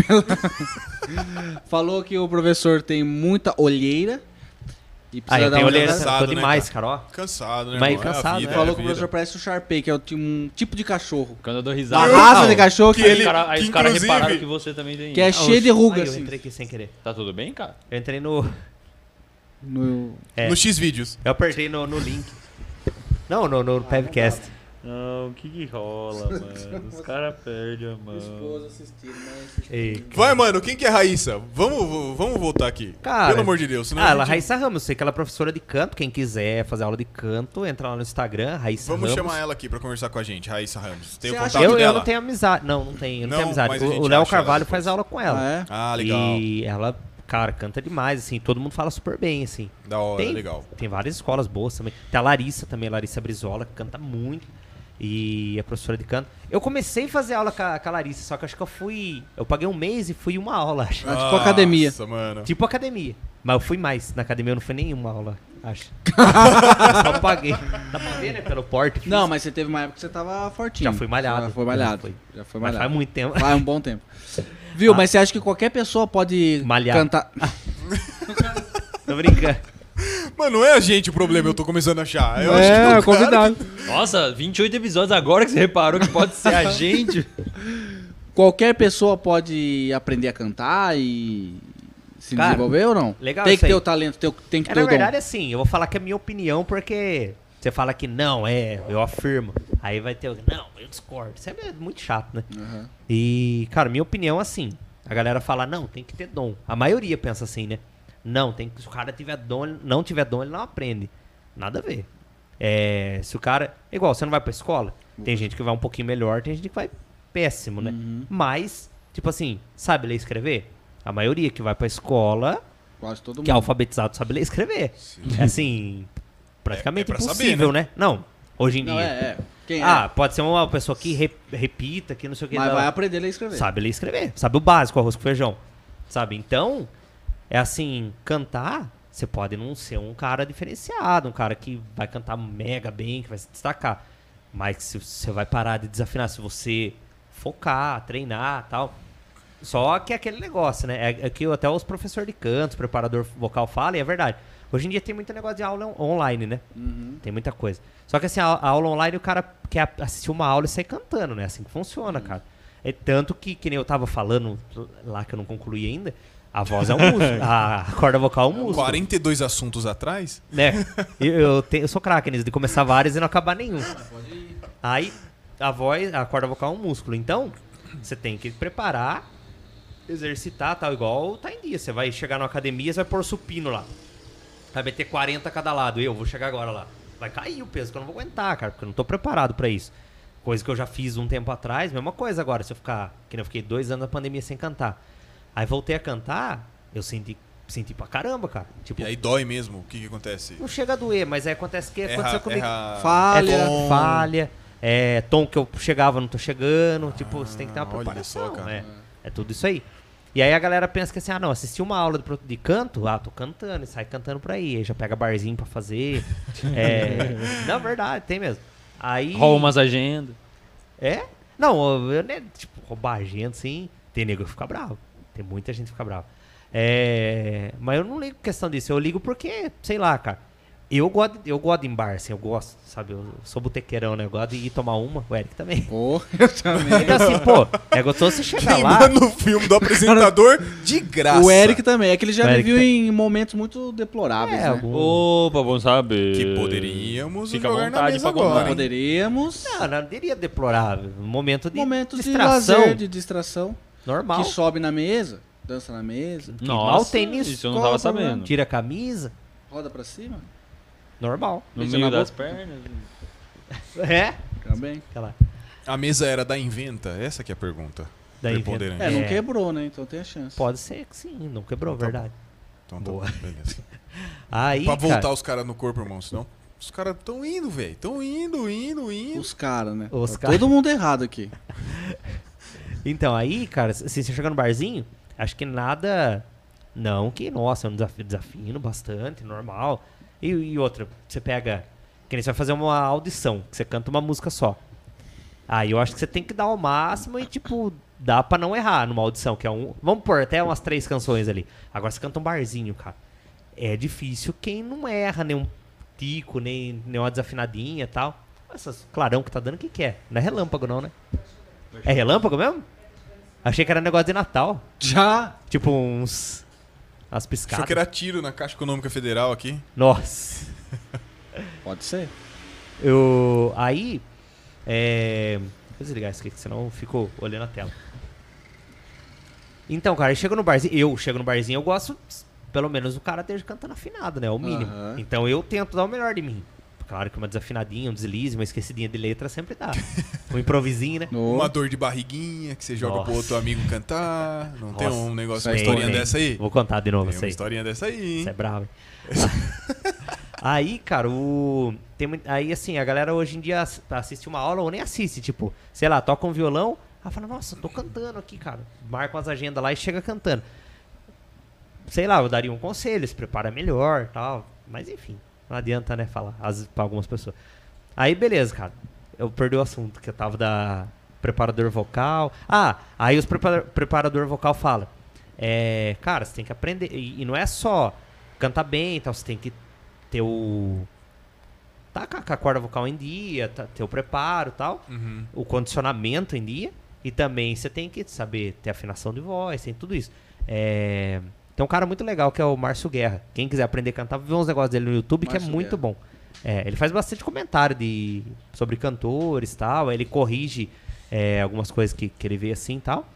Falou que o professor tem muita olheira. E Ah, precisa eu dar tenho uma olheira. cansado, Tô né, demais, cara. Ó. Cansado, né, Mas irmão? É a cansado, vida, né? é a Falou que o vida. professor parece o Sharpei, que é um tipo de cachorro. Quando eu dou Uma risada. raça Não, de cachorro que que, ele- Aí os caras inclusive- repararam que você também tem. que é cheio de ruga, Ai, eu assim. entrei aqui sem querer. Tá tudo bem, cara? Eu entrei no. No... É. No X-Vídeos. Eu apertei no link. Não, no Pevcast. Não, o que rola, mano? Os caras perdem a mão. E, Vai, mano, quem que é Raíssa? Vamos voltar aqui. Cara, Pelo amor de Deus. Senão Ah, a ela é gente- Raíssa Ramos, sei que ela é professora de canto. Quem quiser fazer aula de canto, entra lá no Instagram, Raíssa Vamos Ramos. chamar ela aqui pra conversar com a gente, Raíssa Ramos. Tem o Você acha- contato Eu dela? não tenho amizade. Não tenho. Eu não Não, tenho amizade. mas a gente O Léo acha ela Carvalho depois. faz aula com ela. Ah, é? Ah, legal. E ela, cara, canta demais, assim. Todo mundo fala super bem, assim. Da hora, Tem, legal. tem várias escolas boas também. Tem a Larissa também, Larissa Brizola, que canta muito. E é professora de canto. Eu comecei a fazer aula com a Larissa, só que acho que eu paguei um mês e fui uma aula, acho. Ah, tipo academia. Nossa, mano. Tipo academia. Mas eu fui mais. Na academia eu não fui nenhuma aula, acho. Eu só paguei. Dá pra ver, né? Pelo porte. físico. Não, mas você teve uma época que você tava fortinho. Já fui malhado. Já foi malhado. Já foi. Já foi Mas malhado. faz muito tempo. Faz um bom tempo. Viu, mas você acha que qualquer pessoa pode Malhar. cantar... Tô brincando. Mano, não é a gente o problema, eu tô começando a achar. Eu acho que É, o cara convidado. Nossa, 28 episódios agora que você reparou que pode ser a gente. Qualquer pessoa pode aprender a cantar e se Cara, desenvolver ou não? legal Tem isso que ter aí. o talento, tem que ter Na o dom. verdade, assim, eu vou falar que é a minha opinião, porque você fala que não, eu afirmo. Aí vai ter não, eu discordo. Isso é muito chato, né? Aham. E, cara, minha opinião, assim, a galera fala, não, tem que ter dom. A maioria pensa assim, né? Não, tem que, se o cara tiver dom, não tiver dom, ele não aprende. Nada a ver. É, se o cara... Igual, você não vai pra escola? Tem gente que vai um pouquinho melhor, tem gente que vai péssimo, né? Mas, tipo assim, sabe ler e escrever? A maioria que vai pra escola, Quase todo que é mundo. alfabetizado, sabe ler e escrever. É assim, praticamente É pra saber, impossível, né? Não, hoje em Não, dia. é. Quem Pode ser uma pessoa que repita, que não sei o que. Mas vai aprender a ler e escrever. Sabe ler e escrever. Sabe o básico, arroz com feijão. Sabe? Então, é assim, cantar, você pode não ser um cara diferenciado, um cara que vai cantar mega bem, que vai se destacar. Mas se você vai parar de desafinar, se você focar, treinar e tal. Só que é aquele negócio, né? É que até os professores de canto, preparador vocal falam, e é verdade. Hoje em dia tem muito negócio de aula online, né? Tem muita coisa. Só que assim, a aula online, o cara quer assistir uma aula e sair cantando, né? Assim que funciona, cara. É tanto que nem eu tava falando lá, que eu não concluí ainda, a voz é um músculo, a corda vocal é um músculo. 42 assuntos atrás? Né? Eu sou craque nisso, de começar vários e não acabar nenhum. Aí, a corda vocal é um músculo. Então, você tem que preparar, exercitar, tal, igual tá em dia. Você vai chegar na academia, você vai pôr supino lá. Vai meter 40 a cada lado. Eu vou chegar agora lá. Vai cair o peso, que eu não vou aguentar, cara, porque eu não tô preparado pra isso. Coisa que eu já fiz um tempo atrás, mesma coisa agora. Se eu ficar, que nem eu fiquei 2 anos na pandemia sem cantar. Aí voltei a cantar, eu senti pra caramba, cara. Tipo, E aí dói mesmo? O que acontece? não chega a doer, mas aí acontece o que aconteceu comigo. Falha. tom. Falha, tom que eu chegava, não tô chegando. Tipo, você tem que ter uma olha preparação. só, cara. É tudo isso aí. E aí a galera pensa que assim, não, assisti uma aula de canto, tô cantando, e sai cantando por aí já pega barzinho pra fazer. Não, verdade, tem mesmo. Aí... Rouba umas agendas. É? Não, eu, né, tipo, roubar agenda, assim, tem nego que fica bravo. Tem muita gente que fica brava. Mas eu não ligo com questão disso, eu ligo porque, sei lá, cara. Eu gosto de ir em bar, assim, eu gosto, sabe? Eu sou botequeirão, né? Eu gosto de ir tomar uma, o Eric também. Pô, eu também. Então assim, pô, é gostoso você chegar lá. Queimando o filme do apresentador de graça. O Eric também, é que ele já O me Eric viu tá- em momentos muito deploráveis, né? Opa, bom saber. Que poderíamos Fica à jogar na vontade mesa pra contar. agora. hein? Poderíamos. Não diria deplorável. Um momento de Momento de distração. lazer, de distração. Normal. Que sobe na mesa, dança na mesa, Nossa, mal tem nisso. isso eu não tava sabendo. Tira a camisa. roda pra cima. Normal. No Beija meio na das boca. pernas. É? Também. Aquela. A mesa era da Inventa? Essa que é a pergunta. Da Preponderante. É, não É. quebrou, né? Então tem a chance. Pode ser que sim, não quebrou, Então tá verdade. Então tá Boa. bom, beleza. Aí, Pra voltar cara, os caras no corpo, irmão, senão... Os caras tão indo, velho. Tão indo. Os caras, né? Os Tá cara- todo mundo errado aqui. então, aí, cara, se você chegar no barzinho, acho que nada. Não, que, nossa, é um desafio bastante, normal. E outra, você pega. Que nem você vai fazer uma audição, que você canta uma música só. Aí eu acho que você tem que dar o máximo e, tipo, dá pra não errar numa audição, que é um. Vamos pôr até umas 3 canções ali. Agora você canta um barzinho, cara. É difícil quem não erra nenhum tico, nem uma desafinadinha e tal. Essas clarão que tá dando, o que é? Não é relâmpago, não, né? É relâmpago mesmo? Achei que era negócio de Natal. Já! Tipo uns. As piscadas. Achou que era tiro na Caixa Econômica Federal aqui. Nossa. Pode ser. Aí. Vou desligar isso aqui, que senão eu fico olhando a tela. Então, cara, eu chego no barzinho, eu gosto, pelo menos, o cara esteja cantando afinado, né? É o mínimo. Aham. Então eu tento dar o melhor de mim. Claro que uma desafinadinha, um deslize, uma esquecidinha de letra sempre dá. Um improvisinho, né? No... Uma dor de barriguinha que você joga Nossa. pro outro amigo cantar. Não tem Nossa. um negócio, Isso uma aí historinha tem. dessa aí? Vou contar de novo Tem isso uma aí. historinha dessa aí, Isso é hein? bravo, hein? Aí, cara, aí assim, a galera hoje em dia assiste uma aula ou nem assiste, tipo, sei lá, toca um violão, aí fala, nossa, tô cantando aqui, cara. Marca umas agendas lá e chega cantando. Sei lá, eu daria um conselho, se prepara melhor, tal, mas enfim, não adianta, né, falar pra algumas pessoas. Aí, beleza, cara, eu perdi o assunto, que eu tava da preparador vocal. Aí os preparador vocal fala, cara, você tem que aprender, e não é só cantar bem, tal, você tem que ter tá com a corda vocal em dia, ter o preparo e tal, Uhum. o condicionamento em dia, e também você tem que saber ter afinação de voz, tem tudo isso. Tem um cara muito legal que é o Márcio Guerra. Quem quiser aprender a cantar, vê uns negócios dele no YouTube que é Márcio muito Guerra. bom. Ele faz bastante comentário sobre cantores e tal, aí ele corrige algumas coisas que ele vê assim e tal.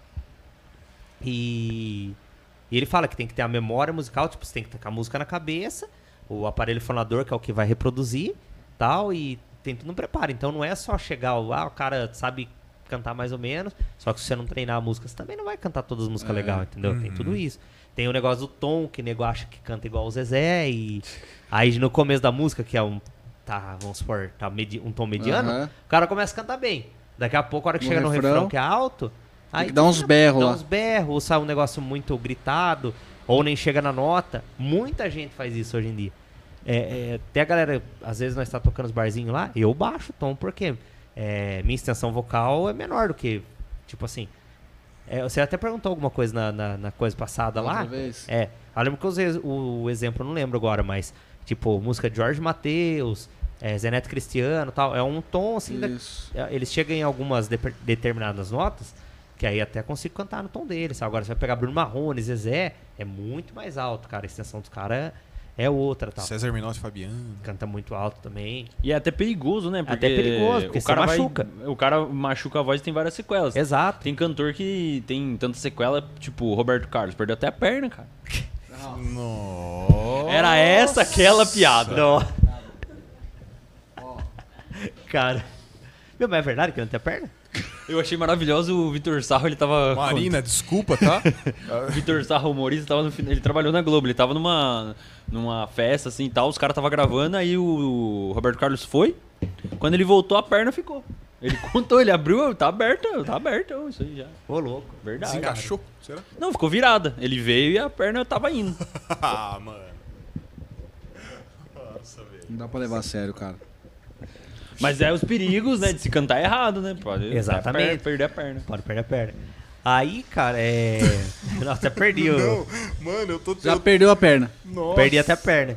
E ele fala que tem que ter a memória musical, tipo, você tem que ter a música na cabeça, o aparelho fonador, que é o que vai reproduzir, tal, e tem tudo no preparo. Então não é só chegar, o cara sabe cantar mais ou menos, só que se você não treinar a música, você também não vai cantar todas as músicas legais, entendeu? Tem tudo isso. Tem o negócio do tom, que o nego acha que canta igual o Zezé, e aí no começo da música, que é vamos supor, um tom mediano, Aham. o cara começa a cantar bem. Daqui a pouco, a hora que No chega no refrão, refrão que é alto, aí que dar uns berros dá lá. uns berros, ou sai um negócio muito gritado, ou nem chega na nota. Muita gente faz isso hoje em dia. Tem a galera, às vezes nós tá tocando os barzinhos lá, eu baixo o tom, porque minha extensão vocal é menor do que, tipo assim, você até perguntou alguma coisa na coisa passada lá. Outra vez. Eu lembro que eu usei o exemplo, eu não lembro agora, mas tipo, música de Jorge Mateus, Zé Neto Cristiano e tal, é um tom assim, Isso. eles chegam em algumas determinadas notas, que aí até consigo cantar no tom deles, sabe? Agora você vai pegar Bruno Marrone, Zezé, é muito mais alto, cara, a extensão dos caras é outra, tal. César Menotti e Fabiano. Canta muito alto também. E é até perigoso, né? Porque Até perigoso, porque o cara você machuca. O cara machuca a voz e tem várias sequelas. Exato. Tem cantor que tem tanta sequela, tipo o Roberto Carlos, perdeu até a perna, cara. Nossa. Era essa aquela piada. Não. Cara. Meu, mas é verdade que não tem a perna? Eu achei maravilhoso o Vitor Sarro, ele tava... Marina, desculpa, tá? O Vitor Sarro, humorista, tava ele trabalhou na Globo, ele tava numa festa assim e tal, os caras tava gravando, aí o Roberto Carlos foi, quando ele voltou a perna ficou. Ele contou, ele abriu, tá aberta, isso aí já. Ô, louco. Verdade. Desencaixou? Será? Não, ficou virada. Ele veio e a perna tava indo. Ah, mano. Nossa, velho. Não dá pra levar a sério, cara. Mas é os perigos, né, de se cantar errado, né? Pode Exatamente. perder a perna. Pode perder a perna. Aí, cara, Nossa, até perdi Não, mano, eu tô... Já perdeu a perna. Nossa. Perdi até a perna.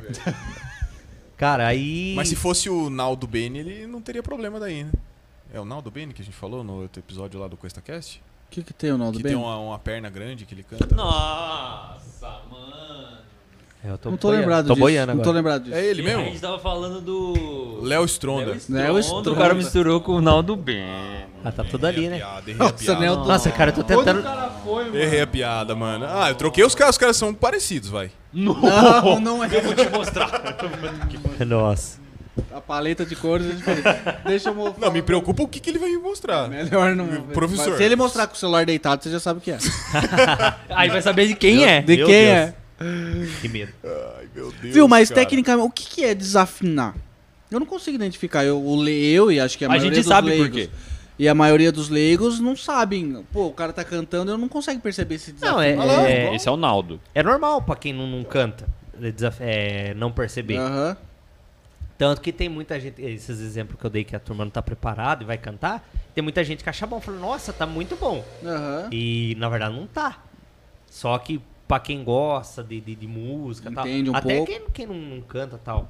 Cara, aí... Mas se fosse o Naldo Bene, ele não teria problema daí, né? É o Naldo Bene que a gente falou no outro episódio lá do CuestaCast? O que tem o Naldo Que bem? tem uma perna grande que ele canta. Nossa, mano. Eu Não tô lembrado Tô disso. boiando Não tô agora. lembrado disso. É ele A gente mesmo? tava falando do... Léo Stronda. Léo O Stronda. cara misturou com o Naldo Ben. Ah, tá tudo ali, né? Errei a Nossa, piada. Nelton. Nossa, cara, eu tô tentando... Errei a piada, mano. Ah, eu troquei os caras são parecidos, vai. Não, não é. Eu vou te mostrar. Nossa. A paleta de cores é diferente. Deixa eu mostrar. Não, me preocupa o que ele vai me mostrar. Melhor não. Professor. Mas se ele mostrar com o celular deitado, você já sabe o que é. Aí vai saber de quem é. De Meu quem Deus. é. Que medo. Ai, meu Deus, Viu, mas cara. tecnicamente, o que é desafinar? Eu não consigo identificar. Eu e acho que a A maioria gente dos sabe por leigos. quê. E a maioria dos leigos não sabem. Pô, o cara tá cantando, eu não consigo perceber se Não, desafina. Esse é o Naldo. É normal pra quem não canta não perceber. Aham. Tanto que tem muita gente, esses exemplos que eu dei que a turma não tá preparada e vai cantar, tem muita gente que acha bom, fala, nossa, tá muito bom. Aham. E na verdade não tá. Só que pra quem gosta de música e tal, Entende um até pouco. quem não canta tal.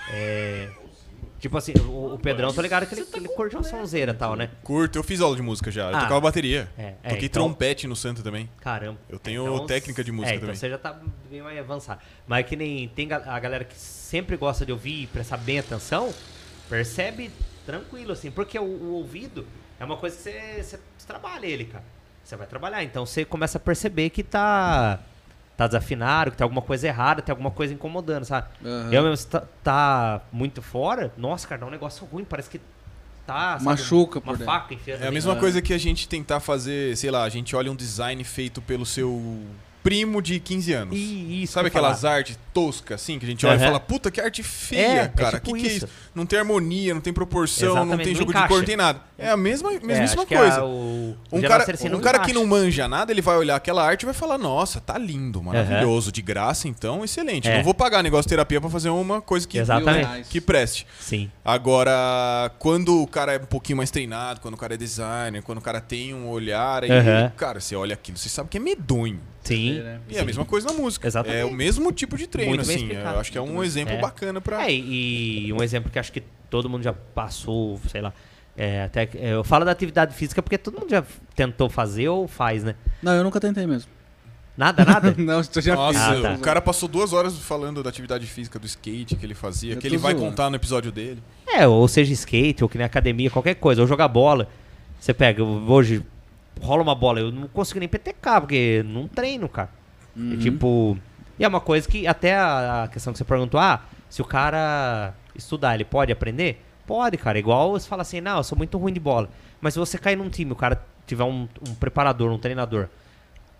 Tipo assim, o Pedrão, tô ligado que ele curte uma sonzeira e tal, né? Curto, eu fiz aula de música já. Eu Ah. tocava bateria. então- Toquei trompete no Santo também. Caramba. Eu tenho técnica de música então também. você já tá bem mais avançado. Mas que nem tem a galera que sempre gosta de ouvir e prestar bem atenção, percebe tranquilo, assim. Porque o ouvido é uma coisa que você trabalha ele, cara. Você vai trabalhar. Então você começa a perceber que tá desafinado, que tem alguma coisa errada, tem alguma coisa incomodando, sabe? Aham. Eu mesmo, se tá muito fora, nossa, cara, dá um negócio ruim, parece que tá, sabe, Machuca uma por dentro. faca enfiando É a ali. mesma coisa que a gente tentar fazer, sei lá, a gente olha um design feito pelo seu primo de 15 anos. E isso Sabe que eu ia aquelas artes toscas, assim, que a gente olha e Aham. fala, puta, que arte feia, cara. tipo que é isso. isso? Não tem harmonia, não tem proporção, não Exatamente, tem não jogo de encaixa. cor, não tem nada. É a mesmíssima acho que coisa. o Um Gera cara, Cerci um cara que encaixa. não manja nada, ele vai olhar aquela arte e vai falar, nossa, tá lindo, maravilhoso, de graça, então, excelente. É. Não vou pagar negócio de terapia pra fazer uma coisa que, Exatamente. que preste. Sim. Agora, quando o cara é um pouquinho mais treinado, quando o cara é designer, quando o cara tem um olhar, aí, Aham. cara, você olha aquilo, você sabe que é medonho. Sim. né? E é a mesma coisa na música. Exatamente. É o mesmo tipo de treino, Muito bem assim. explicado. Eu acho que é um exemplo É. bacana pra... E um exemplo que acho que todo mundo já passou, sei lá. Eu falo da atividade física porque todo mundo já tentou fazer ou faz, né? Não, eu nunca tentei mesmo. Nada, nada? Não, eu já Nossa, fiz. tá. o cara passou 2 horas falando da atividade física do skate que ele fazia, Eu que tô ele vai zoando. contar no episódio dele. Ou seja skate, ou que nem academia, qualquer coisa, ou jogar bola. Você pega, hoje rola uma bola, eu não consigo nem PTK, porque não treino, cara. E, tipo, e é uma coisa que até a questão que você perguntou, se o cara estudar, ele pode aprender? Pode, cara. Igual você fala assim, não, eu sou muito ruim de bola. Mas se você cair num time, o cara tiver um preparador, um treinador,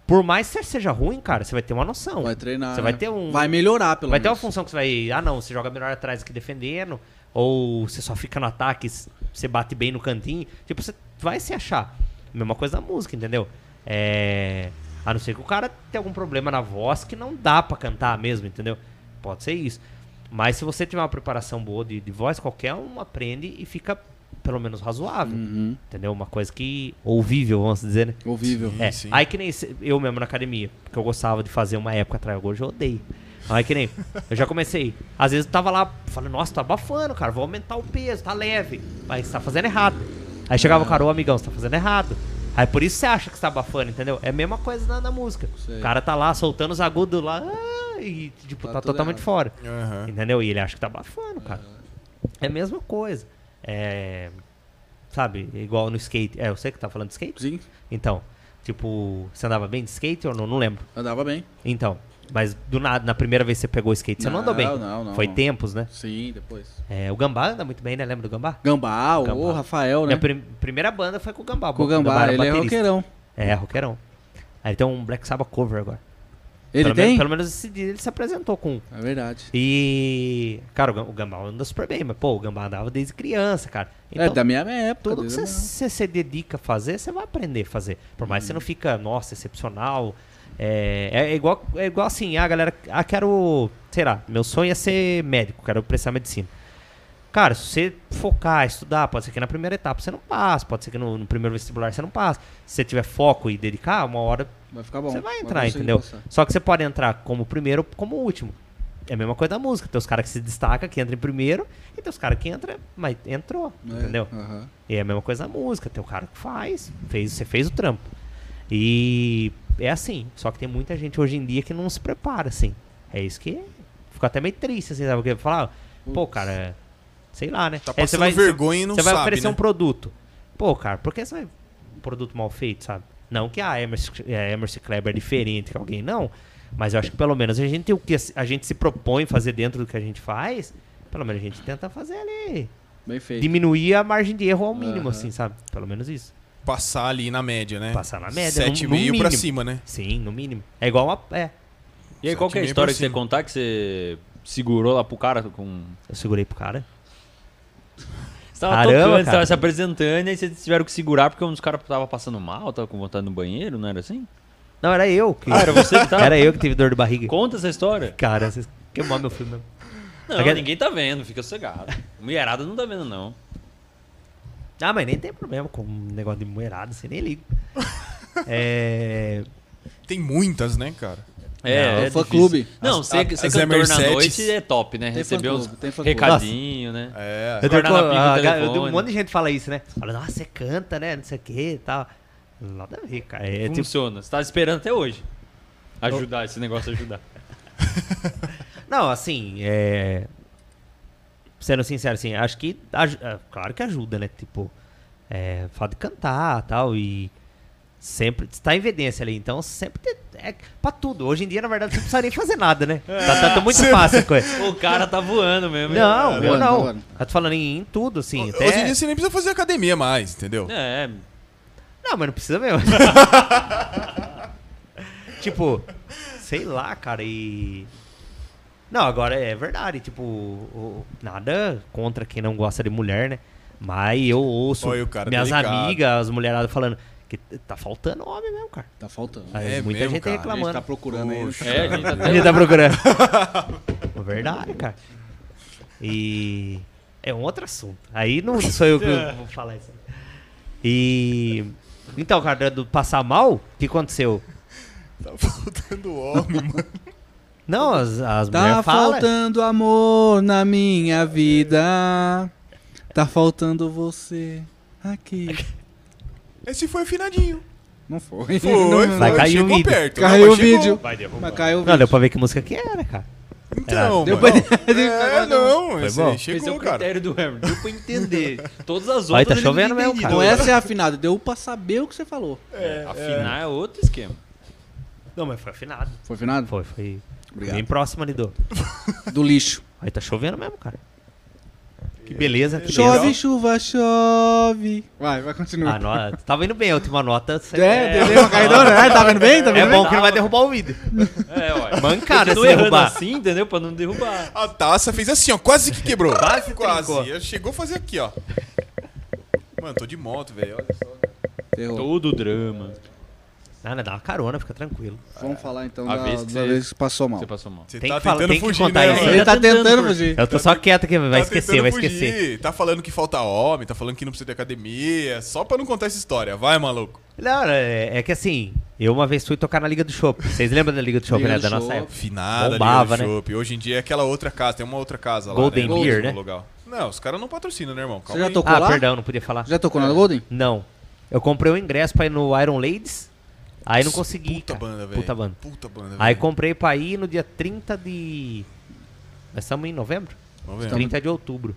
Por mais que você seja ruim, cara, você vai ter uma noção. Vai treinar. Você vai ter Vai melhorar, pelo Vai ter uma menos. função que você vai... Ah, não, você joga melhor atrás aqui defendendo, ou você só fica no ataque, você bate bem no cantinho. Tipo, você vai se achar. Mesma coisa da música, entendeu? A não ser que o cara tenha algum problema na voz que não dá pra cantar mesmo, entendeu? Pode ser isso. Mas se você tiver uma preparação boa de voz, qualquer um aprende e fica pelo menos razoável. Uhum. Entendeu? Uma coisa que... ouvível, vamos dizer, né? Ouvível. Sim. Aí que nem eu mesmo na academia, que eu gostava de fazer uma época atrás, agora eu já odeio. Aí que nem, eu já comecei. Às vezes eu tava lá, falando, nossa, tá abafando, cara, vou aumentar o peso, tá leve. Aí você tá fazendo errado. Aí chegava o cara, ô amigão, você tá fazendo errado. Aí por isso você acha que você tá abafando, entendeu? É a mesma coisa na música. Sei. O cara tá lá soltando os agudos lá e tipo, Tá tá tudo totalmente errado. fora. Aham. Entendeu? E ele acha que tá abafando, cara. É a mesma coisa. Sabe, igual no skate. Eu sei que tá falando de skate? Sim, Então, tipo, você andava bem de skate ou não? Não lembro. andava bem. Então, mas do nada, na primeira vez que você pegou o skate, você não andou bem. Não. Foi tempos, né? Sim, depois. O Gambá anda muito bem, né? Lembra do Gambá? Gambá, Gambá. o Rafael, né? Minha primeira banda foi com o Gambá. Com o Gambá, era ele é baterista. roqueirão. Roqueirão. Aí ele tem um Black Sabbath cover agora. Ele pelo tem? Menos, pelo menos esse dia ele se apresentou com. É verdade. E, cara, o Gambá anda super bem, mas, pô, o Gambá andava desde criança, cara. Então, Da minha época. tudo que desde a você se dedica a fazer, você vai aprender a fazer. Por mais que você não fica, nossa, excepcional. É igual assim, galera, quero, sei lá, meu sonho é ser médico, quero prestar medicina. Cara, se você focar, estudar, pode ser que na primeira etapa você não passe, pode ser que no primeiro vestibular você não passe. Se você tiver foco e dedicar, uma hora Vai ficar bom. você vai entrar, conseguir entendeu? passar. Só que você pode entrar como primeiro ou como último. É a mesma coisa da música. Tem os caras que se destacam, que entram em primeiro, e tem os caras que entram, mas entrou, entendeu? Aham. E é a mesma coisa da música. Tem o cara que você fez o trampo. E é assim. Só que tem muita gente hoje em dia que não se prepara, assim. É isso que fica até meio triste, assim, sabe? Porque falar, pô, cara, sei lá, né? Tá Aí você passando vergonha e não Você vai sabe, oferecer né? um produto. Pô, cara, por que você vai um produto mal feito, sabe? Não que a Emerson Kleber é diferente que alguém, não. Mas eu acho que pelo menos a gente, o que a gente se propõe fazer dentro do que a gente faz, pelo menos a gente tenta fazer ali. Bem feito. Diminuir a margem de erro ao mínimo, Aham. assim, sabe? Pelo menos isso. Passar ali na média, né? Passar na média, no 7,5 mínimo. pra cima, né? Sim, no mínimo. É igual uma... E aí, qual que é a 7,5 história pra que você cima. contar que você segurou lá pro cara com... Eu segurei pro cara. Você tava Caramba, tocando, você cara. tava se apresentando e aí vocês tiveram que segurar porque um dos caras tava passando mal, tava com vontade no banheiro, não era assim? Não, era eu que... Ah, era você que tava? Era eu que tive dor de barriga. Conta essa história. Cara, vocês queimaram meu filme mesmo. Não, Aquela- ninguém tá vendo, fica sossegado. Mulherada não tá vendo, não. Ah, mas nem tem problema com um negócio de mulherada, você nem liga. Tem muitas, né, cara? É o fã difícil. clube. Não, As- ser as cantor na Emersettes- noite é top, né? Tem Receber fã-clube, uns tem fã-clube. recadinhos, né? É. Eu tenho Guardanapi no telefone. um monte de gente fala isso, né? Fala, nossa, você canta, né? Não sei o que e tal. Nada a ver, cara. É tipo, Funciona. Você tá esperando até hoje. Ajudar, esse negócio ajudar. não, assim, sendo sincero, assim, acho que claro que ajuda, né? Tipo, fato de cantar e tal, e sempre está em evidência ali, então sempre pra tudo. Hoje em dia, na verdade, você não precisa nem fazer nada, né? Tá muito fácil a coisa. O cara tá voando mesmo. Não, eu voando, não. voando. Eu tô falando em tudo, assim. Hoje em dia você nem precisa fazer academia mais, entendeu? É, Não, mas não precisa mesmo. Tipo, sei lá, cara, e... Não, agora é verdade, tipo, nada contra quem não gosta de mulher, né? Mas eu ouço Olha o cara minhas delicado. amigas, as mulheradas falando que tá faltando homem mesmo, cara. Tá faltando. Aí É muita mesmo, gente cara? A gente reclamando. tá procurando aí. Poxa. a gente tá A gente tá procurando. É verdade, cara. E... é um outro assunto. Aí não sou eu que vou falar isso. E... então, cara, do passar mal, o que aconteceu? Tá faltando homem, mano. Não, as Tá mulheres falam... faltando amor na minha vida. Tá faltando você aqui. Esse foi afinadinho. Não foi. Foi, Não, Vai foi. cair o Chegou vídeo. perto. Caiu Não, o mas chegou. vídeo. vai derrubar. Mas caiu o Não, vídeo. deu pra ver que música que era, cara. Então, Deu mano. pra- Não, Foi esse bom. aí Esse é chegou, o cara. critério do Hammer. Deu pra entender. Todas as outras. Aí tá ele não chovendo tinha mesmo, cara. Não entendido. essa é afinada, deu pra saber o que você falou. Afinar é outro esquema. Não, mas foi afinado. Foi afinado? Foi Obrigado. bem próximo ali do... Do lixo. Aí tá chovendo mesmo, cara. Que beleza. Que Chove, beleza. chuva, chove. Vai, continua. A nota, tava indo bem, a última nota. Saiu. Entendeu? Uma caidora, né? Tá vendo bem? Tá É vendo bom bem? que não vai derrubar o vídeo. É, ué. Mancada se Continua errando derrubar. assim, entendeu? Pra não derrubar. A taça fez assim, ó. Quase que quebrou. Quase trincou. Chegou a fazer aqui, ó. Mano, tô de moto, velho. Olha só. Errou. Todo drama. Nada, dá uma carona, fica tranquilo. Vamos falar então A da vez que da você- vez que passou mal. Você passou mal. Você Tem tá que falar- tentando tem que fugir, contar né, isso. mano? Ele tá tentando tentando fugir. fugir. Eu tô só quieto aqui, vai Tá esquecer, tentando vai fugir, esquecer. Tá falando que falta homem, tá falando que não precisa de academia, só pra não contar essa história. Vai, maluco. Não, é que assim, eu uma vez fui tocar na Liga do Chopp. Vocês lembram da Liga do Chopp, Liga né? do Da nossa Chopp. época. Finada, Bombava, Liga do né? Chopp. Hoje em dia é aquela outra casa, tem uma outra casa lá, Golden né? Beer, No né? lugar. Não, os caras não patrocinam, né, irmão? Você já aí. tocou Ah, lá? perdão, não podia falar. Já tocou na Golden? Não. Eu comprei o ingresso pra ir no Iron Ladies, aí não consegui, Puta cara. banda, velho. Puta banda. Puta banda, Aí velho. comprei pra ir no dia 30 de... Nós estamos em novembro? Vamos ver. 30 de outubro.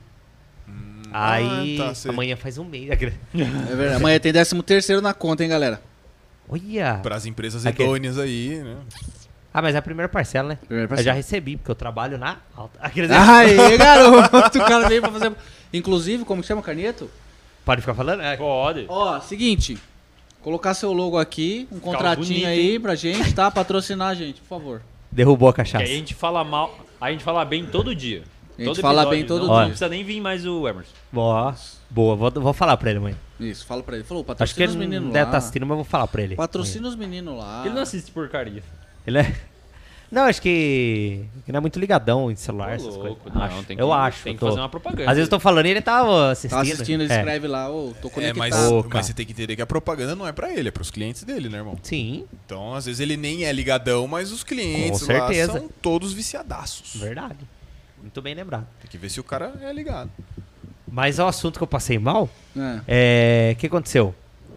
Aí, tá, sei. amanhã faz um mês. É verdade. Amanhã tem 13º na conta, hein, galera? Olha! Pras empresas Aqui. idôneas aí, né? Ah, mas é a primeira parcela, né? Primeira Eu parcela. já recebi, porque eu trabalho na alta. Aqueles... Aê, garoto! O cara veio pra fazer... Inclusive, como que chama, Carneto? Pode ficar falando? É. Pode. Ó, seguinte. Colocar seu logo aqui, um contratinho bonito, aí hein? pra gente, tá? Patrocinar a gente, por favor. Derrubou a Que cachaça. aí a gente fala mal, a gente fala bem todo dia. A gente Todo fala episódio, bem todo não, dia. Não precisa nem vir mais o Emerson. Boa, boa. Vou falar pra ele amanhã. Isso, fala pra ele. Falou, Acho que patrocina ele os não meninos deve lá. estar assistindo, mas eu vou falar pra ele. Patrocina os meninos lá. Ele não assiste porcaria. Ele é... Não, acho que não é muito ligadão em celular, Ô, essas louco, coisas. não, Acho. tem eu que- acho. tem eu que tô- fazer uma propaganda. Às vezes eu tô falando e ele tava assistindo. Tá assistindo, ele É. escreve lá, ô, tô É, conectado. Ô, cara. mas você tem que entender que a propaganda não é pra ele, é pros clientes dele, né, irmão? Sim, Então, às vezes ele nem é ligadão, mas os clientes Com certeza. lá são todos viciadaços. verdade. Muito bem lembrado. Tem que ver se o cara é ligado. Mas é o assunto que eu passei mal. É. O que aconteceu?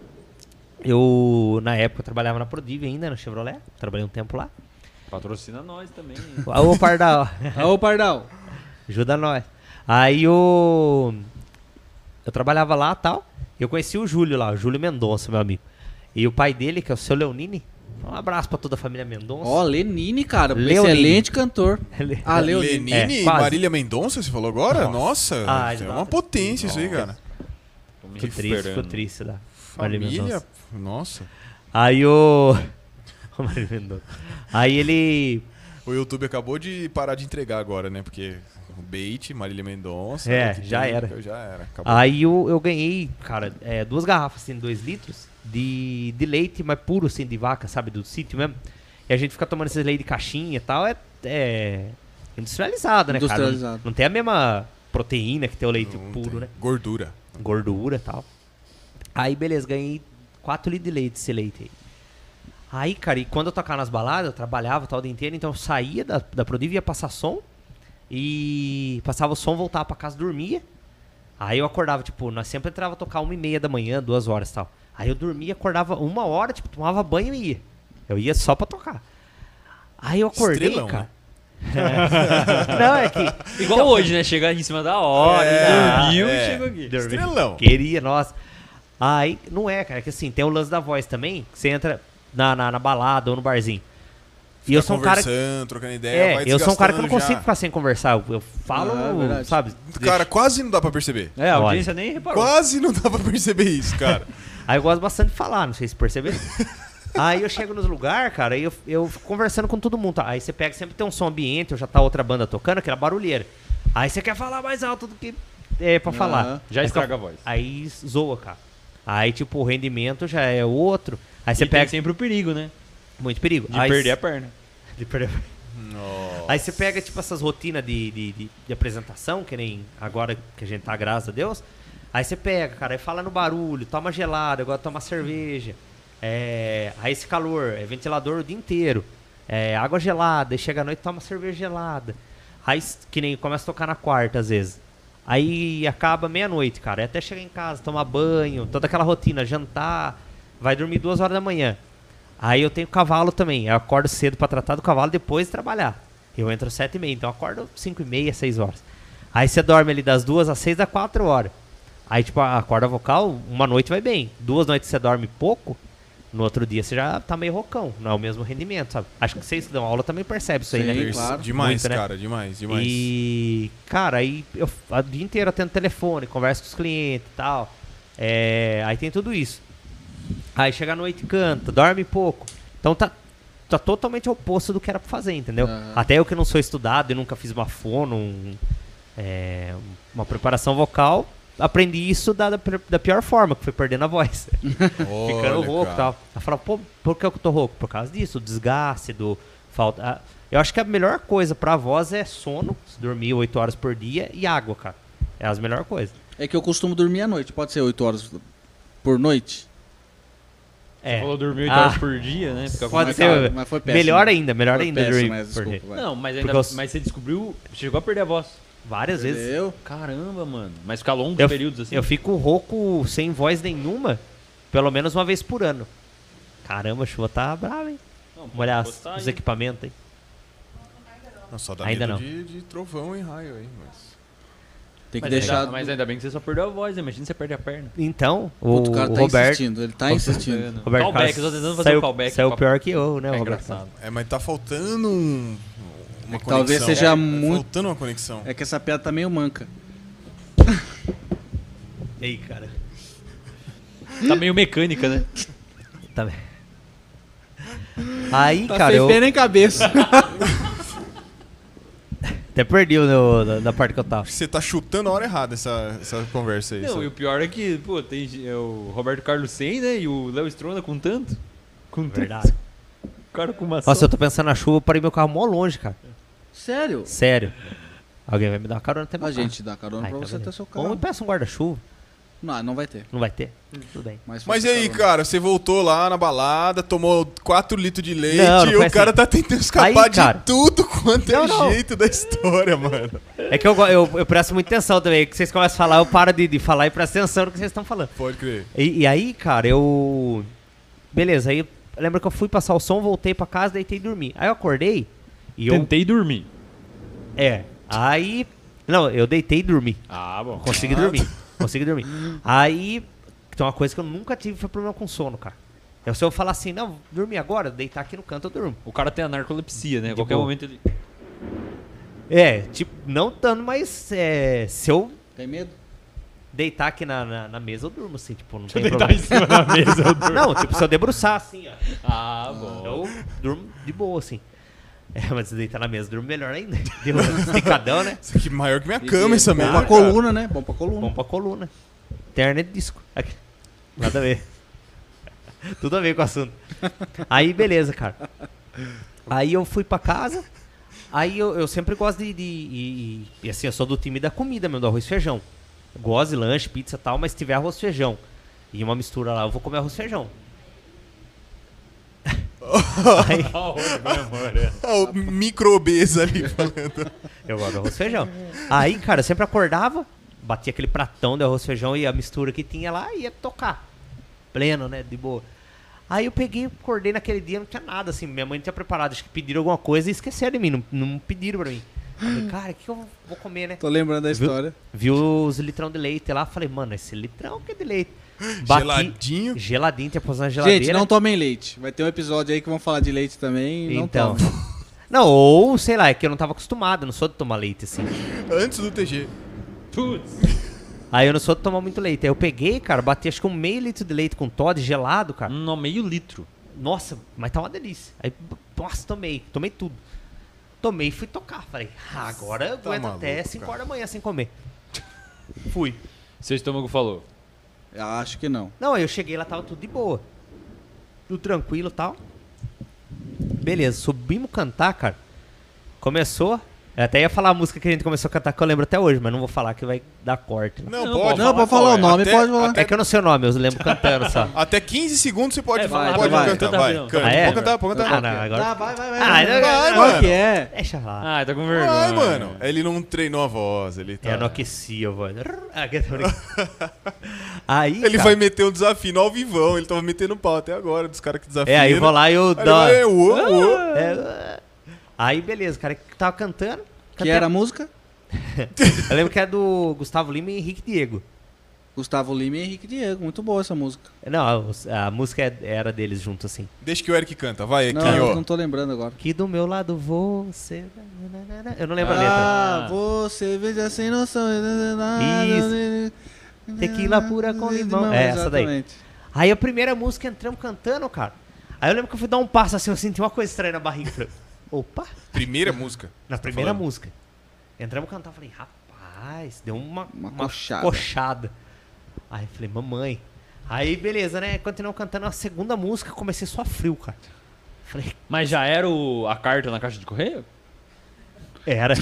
Eu, na época, eu trabalhava na Prodive ainda, no Chevrolet. Trabalhei um tempo lá. Patrocina nós também. Ô, Pardal, Ô, Pardal. ajuda nós. Aí eu trabalhava lá e tal. Eu conheci o Júlio lá, o Júlio Mendonça, meu amigo. E o pai dele, que é o seu Leonini. Um abraço pra toda a família Mendonça. Ó, Lenine, cara. Leonine. Excelente cantor. Ele- Ah, Leonine. Lenine É, e quase. Marília Mendonça, você falou agora? Nossa, Ah, é exato. uma potência isso aí, cara. Tô me Ficou triste, ficou recuperando. triste lá. Marília Família, Mendonça. nossa. Aí o... o Marília Mendonça. Aí ele... O YouTube acabou de parar de entregar agora, né? Porque o bait, Marília Mendonça... É, que já tem, era. Já era, acabou. Aí eu ganhei, cara, 2 garrafas, assim, 2 litros de leite, mas puro, assim, de vaca, sabe, do sítio mesmo. E a gente fica tomando esses leite de caixinha e tal, é industrializado, né, cara? Industrializado. Não tem a mesma proteína que tem o leite Não puro, tem. né? Gordura. Gordura e tal. Aí, beleza, ganhei 4 litros de leite, esse leite aí. Aí, cara, e quando eu tocava nas baladas, eu trabalhava tal o dia inteiro, então eu saía da Prodive, ia passar som, e passava o som, voltava pra casa, dormia. Aí eu acordava, tipo, nós sempre entrava a tocar 1h30 da manhã, 2 horas e tal. Aí eu dormia, acordava 1 hora, tipo, tomava banho e ia. Eu ia só pra tocar. Aí eu acordei, Estrelão, cara. Não, é que... Igual hoje, né? Chegar em cima da hora, dormiu e chegou aqui. Estrelão. Queria, nossa. Aí, não é, cara, é que assim, tem o lance da voz também, que você entra na balada ou no barzinho. E eu Fica sou um cara... conversando, trocando ideia, vai eu sou um cara que eu não desgastando consigo já. ficar sem conversar. Eu falo, Ah, é verdade. sabe? Cara, quase não dá pra perceber. É, a audiência nem reparou. Quase não dá pra perceber isso, cara. Aí eu gosto bastante de falar, não sei se perceberam. Aí eu chego nos lugares, cara, e eu fico conversando com todo mundo. Tá? Aí você pega, sempre tem um som ambiente, ou já tá outra banda tocando, aquela barulheira. Aí você quer falar mais alto do que é pra falar. Já Aí estraga a voz. Aí zoa, cara. Aí, tipo, o rendimento já é outro. Aí você E tem pega... sempre o perigo, né? Muito perigo. De Aí perder a perna. de perder. Nossa. Aí você pega, tipo, essas rotinas de apresentação, que nem agora que a gente tá, graças a Deus. Aí você pega, cara, aí fala no barulho, toma gelado, agora toma cerveja. Aí esse calor, é ventilador o dia inteiro. Água gelada, aí chega à noite, toma cerveja gelada. Aí, que nem começa a tocar na quarta, às vezes. Aí acaba meia-noite, cara. Aí até chegar em casa, tomar banho, toda aquela rotina, jantar, vai dormir 2 horas da manhã. Aí eu tenho cavalo também. Eu acordo cedo pra tratar do cavalo depois de trabalhar. Eu entro às 7h30, então eu acordo 5h30, 6 horas. Aí você dorme ali das 2 às 6 dá 4 horas. Aí, tipo, a corda vocal, uma noite vai bem. 2 noites você dorme pouco, No outro dia você já tá meio rocão, não é o mesmo rendimento, sabe? Acho que vocês que dão aula também percebem isso aí, Sim, né? claro. Demais, Muito, né? cara, demais, demais. E, cara, aí eu o dia inteiro atendo telefone, converso com os clientes e tal. Aí tem tudo isso. Aí chega à noite e canta, dorme pouco. Então tá totalmente oposto do que era pra fazer, entendeu? Aham. Até eu que não sou estudado e nunca fiz uma fono, uma preparação vocal, aprendi isso da pior forma, que foi perdendo a voz. Ficando rouco e tal. Ela fala, pô, por que eu tô rouco? Por causa disso, do desgaste, do falta. Eu acho que a melhor coisa pra voz é sono, dormir 8 horas por dia e água, cara. É as melhores coisas. É que eu costumo dormir à noite. Pode ser 8 horas por noite? Você falou dormir 8 Ah. horas por dia, né? Fica Pode Mas ser. calma, mas foi péssimo. Melhor ainda Foi péssimo, dormir mas por desculpa, dia. vai. Não, mas, Porque eu- mas você descobriu. Chegou a perder a voz. Várias vezes. Entendeu? Caramba, mano. Mas ficar longos Eu, períodos assim. eu fico rouco sem voz nenhuma, pelo menos uma vez por ano. Caramba, a chuva tá brava, hein? Não, Vamos olhar postar os aí. equipamentos aí. Não, só dá Ainda medo não. de trovão e raio aí, mas... Tem que Mas, deixar... mas ainda bem que você só perdeu a voz, né? Imagina você perde a perna. Então, Puta, o cara o tá Roberto, insistindo. Ele tá insistindo. Roberto Callback, Carlos eu tô tentando fazer saiu, o callback. saiu pra- pior que eu, né, É Roberto? engraçado. mas tá faltando uma conexão. Talvez seja Tá muito... faltando uma conexão. É que essa piada tá meio manca. Ei, cara. Tá meio mecânica, né? Tá bem. Aí, Tá cara, sem eu pé nem cabeça. até perdi da parte que eu tava. Você tá chutando a hora errada essa conversa aí. Não, sabe? e o pior é que, pô, tem o Roberto Carlos 100, né? E o Léo Stronda com tanto. Com Verdade. tanto. O cara com uma Nossa, eu tô pensando na chuva, eu parei meu carro mó longe, cara. Sério? Sério. Alguém vai me dar uma carona até meu A carro. gente dá carona Ai, pra tá você beleza. ter seu Ou me carro. peça um guarda-chuva. Não, não vai ter. Não vai ter? Tudo bem. Mas você e aí, carona. cara, você voltou lá na balada, tomou 4 litros de leite Não, não e foi o cara assim. tá tentando escapar Aí, cara- de tudo quanto é Não. jeito da história, mano. É que eu presto muita atenção também. Que vocês começam a falar, eu paro de falar e presto atenção no que vocês estão falando. Pode crer. E aí, cara, eu... Beleza, aí lembra que eu fui passar o som, voltei pra casa, deitei e dormi. Aí eu acordei e eu... Tentei dormir. Aí... Não, eu deitei e dormi. Ah, bom. Consegui dormir. Consegui dormir. Aí, tem uma coisa que eu nunca tive, foi problema com sono, cara. Se eu falar assim, não, dormir agora, deitar aqui no canto, eu durmo. O cara tem a narcolepsia, né? A qualquer boa. momento ele... Tipo, não tanto, mas se eu Tem medo? deitar aqui na mesa, eu durmo, assim, tipo, não tem Deitar problema. em cima da mesa, eu durmo. Não, tipo, se eu debruçar, assim, ó, Ah, bom. eu durmo de boa, assim. Mas se deitar na mesa, eu durmo melhor ainda. Deu uma esticadão, né? Isso aqui é maior que minha cama, essa Bom merda. pra coluna, né? Bom pra coluna. Bom pra coluna. Internet disco. Aqui. Nada a ver. Tudo a ver com o assunto. Aí, beleza, cara. Aí eu fui pra casa. Aí eu sempre gosto e assim, eu sou do time da comida mesmo, do arroz e feijão. Gosto de lanche, pizza e tal, mas se tiver arroz e feijão e uma mistura lá, eu vou comer arroz e feijão. Aí, Ó, o micro-obesa ali falando. eu gosto do arroz e feijão. Aí, cara, eu sempre acordava, batia aquele pratão de arroz e feijão e a mistura que tinha lá ia tocar. Pleno, né? De boa. Aí eu peguei, acordei naquele dia, não tinha nada, assim. Minha mãe tinha preparado, acho que pediram alguma coisa e esqueceram de mim, não pediram pra mim. Eu falei, cara, o que eu vou comer, né? Tô lembrando da história. Vi os litrão de leite lá, falei, mano, esse litrão que é de leite. Geladinho. Geladinho, tinha posto na geladeira. Gente, não tomem leite. Vai ter um episódio aí que vão falar de leite também. Não Então. tomem. Não, ou, sei lá, é que eu não tava acostumado, eu não sou de tomar leite, assim. Antes do TG. Putz. Aí eu não sou de tomar muito leite. Aí eu peguei, cara, bati acho que 1/2 litro de leite com Toddy gelado, cara. Não, meio litro. Nossa, mas tá uma delícia. Aí, nossa, tomei tudo. Tomei e fui tocar. Falei, agora eu aguento maluco, até 5 horas da manhã sem comer. Fui. Seu estômago falou. Eu acho que não. Não, aí eu cheguei lá, tava tudo de boa. Tudo tranquilo e tal. Beleza, subimos cantar, cara. Começou. Eu até ia falar a música que a gente começou a cantar, que eu lembro até hoje, mas não vou falar que vai dar corte. Não, Não, pode. Não, pode falar o nome, Até- pode falar. É que eu não sei o nome, eu lembro cantando só. Até 15 segundos você pode, vai, pode vai. cantar. Canta Vai, rapidão. canta. Ah, é? Pode cantar, pode cantar. Ah, não, agora... Ah, vai. Ah, Vai, Qual mano. que é? Deixa lá. Ah, tá com vergonha. Vai, mano. Ele não treinou a voz, ele tá... Eu não aquecia a voz. Ah, que tô brincando. Aí, Ele cara, vai meter um desafio no ao vivão, ele tava metendo pau até agora, dos caras que desafiam. aí eu vou lá e eu Aí ele dou... vai, uô, uô. Aí, beleza, cara, que tava cantando. Que era a música? Eu lembro que é do Gustavo Lima e Henrique Diego. Gustavo Lima e Henrique Diego. Muito boa essa música. Não, a música era deles junto, assim. Deixa que o Eric canta. Vai, aqui, Não, eu ó. não tô lembrando agora. Que do meu lado você... Eu não lembro a letra. Ah, você veja sem noção. Isso. Tequila pura com limão. É, essa daí. Exatamente. Aí a primeira música entramos cantando, cara. Aí eu lembro que eu fui dar um passo assim, eu senti uma coisa estranha na barriga. Falei, opa! Primeira música. Na Você tá primeira falando? música. Entramos cantando, falei, rapaz, deu uma coxada. coxada. Aí eu falei, mamãe. Aí beleza, né? Continuamos cantando a segunda música, comecei só frio, cara. Falei, Mas já era a carta na caixa de correio? era.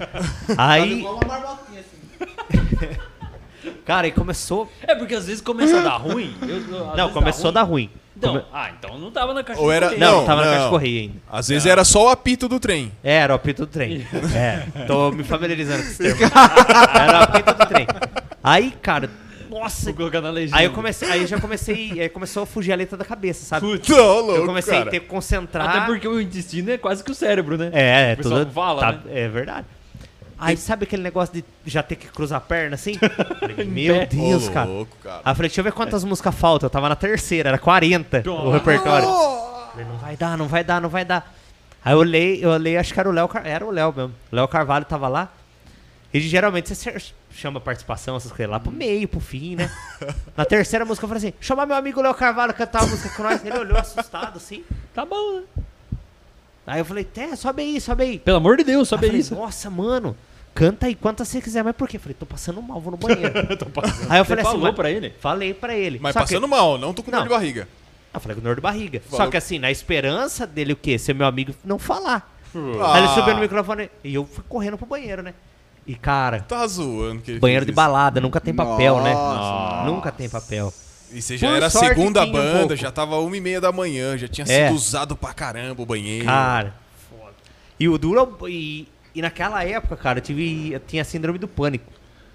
Aí, Igual uma marmotinha assim. cara, aí começou. É porque às vezes começa a dar ruim. Não, começou a dar ruim. Então, então não tava na caixa Ou de era- correio. Não, Não, tava na caixa não. de correio ainda. Às vezes era só o apito do trem. Era o apito do trem. Tô me familiarizando com esse termo. Era o apito do trem. Aí, cara, nossa. Vou colocar na legenda. Aí já comecei, aí começou a fugir a letra da cabeça, sabe? Putz. Não, louco, Eu comecei cara. a ter que concentrar. Até porque o intestino é quase que o cérebro, né? É, O pessoal tudo fala, né? É verdade. Aí sabe aquele negócio de já ter que cruzar a perna assim? Falei, meu pé. Deus, Ô, cara. louco, cara. Aí eu falei, deixa eu ver quantas músicas faltam. Eu tava na terceira, era 40 o repertório. Falei, não vai dar, não vai dar, não vai dar. Aí eu olhei, acho que era o Léo, era o Léo mesmo. O Léo Carvalho tava lá. E geralmente você chama participação, essas coisas lá pro meio, pro fim, né? Na terceira música eu falei assim, chamar meu amigo Léo Carvalho cantar uma música com nós. Ele olhou assustado assim. Tá bom, né? Aí eu falei, sobe aí, sobe aí. Pelo amor de Deus, Aí eu sabe falei, isso? nossa, mano, canta aí quantas você quiser. Mas por quê? Eu falei, tô passando mal, vou no banheiro. Aí eu falei Você assim, falou mas- pra ele? Falei pra ele. Mas Só passando que, mal, não tô com dor Não. de barriga. eu falei com dor de barriga. Falou. Só que assim, na esperança dele o quê? Ser meu amigo não falar. Ah, Aí ele subiu no microfone e eu fui correndo pro banheiro, né? E cara, Tá zoando que ele banheiro de fez isso. balada, nunca tem papel, né? Nossa. Nunca tem papel. E você já Por era a sorte segunda tinha um banda, pouco. já tava 1h30 da manhã, já tinha É. sido usado pra caramba o banheiro. Cara, foda. E o duro e naquela época, cara, eu tinha síndrome do pânico.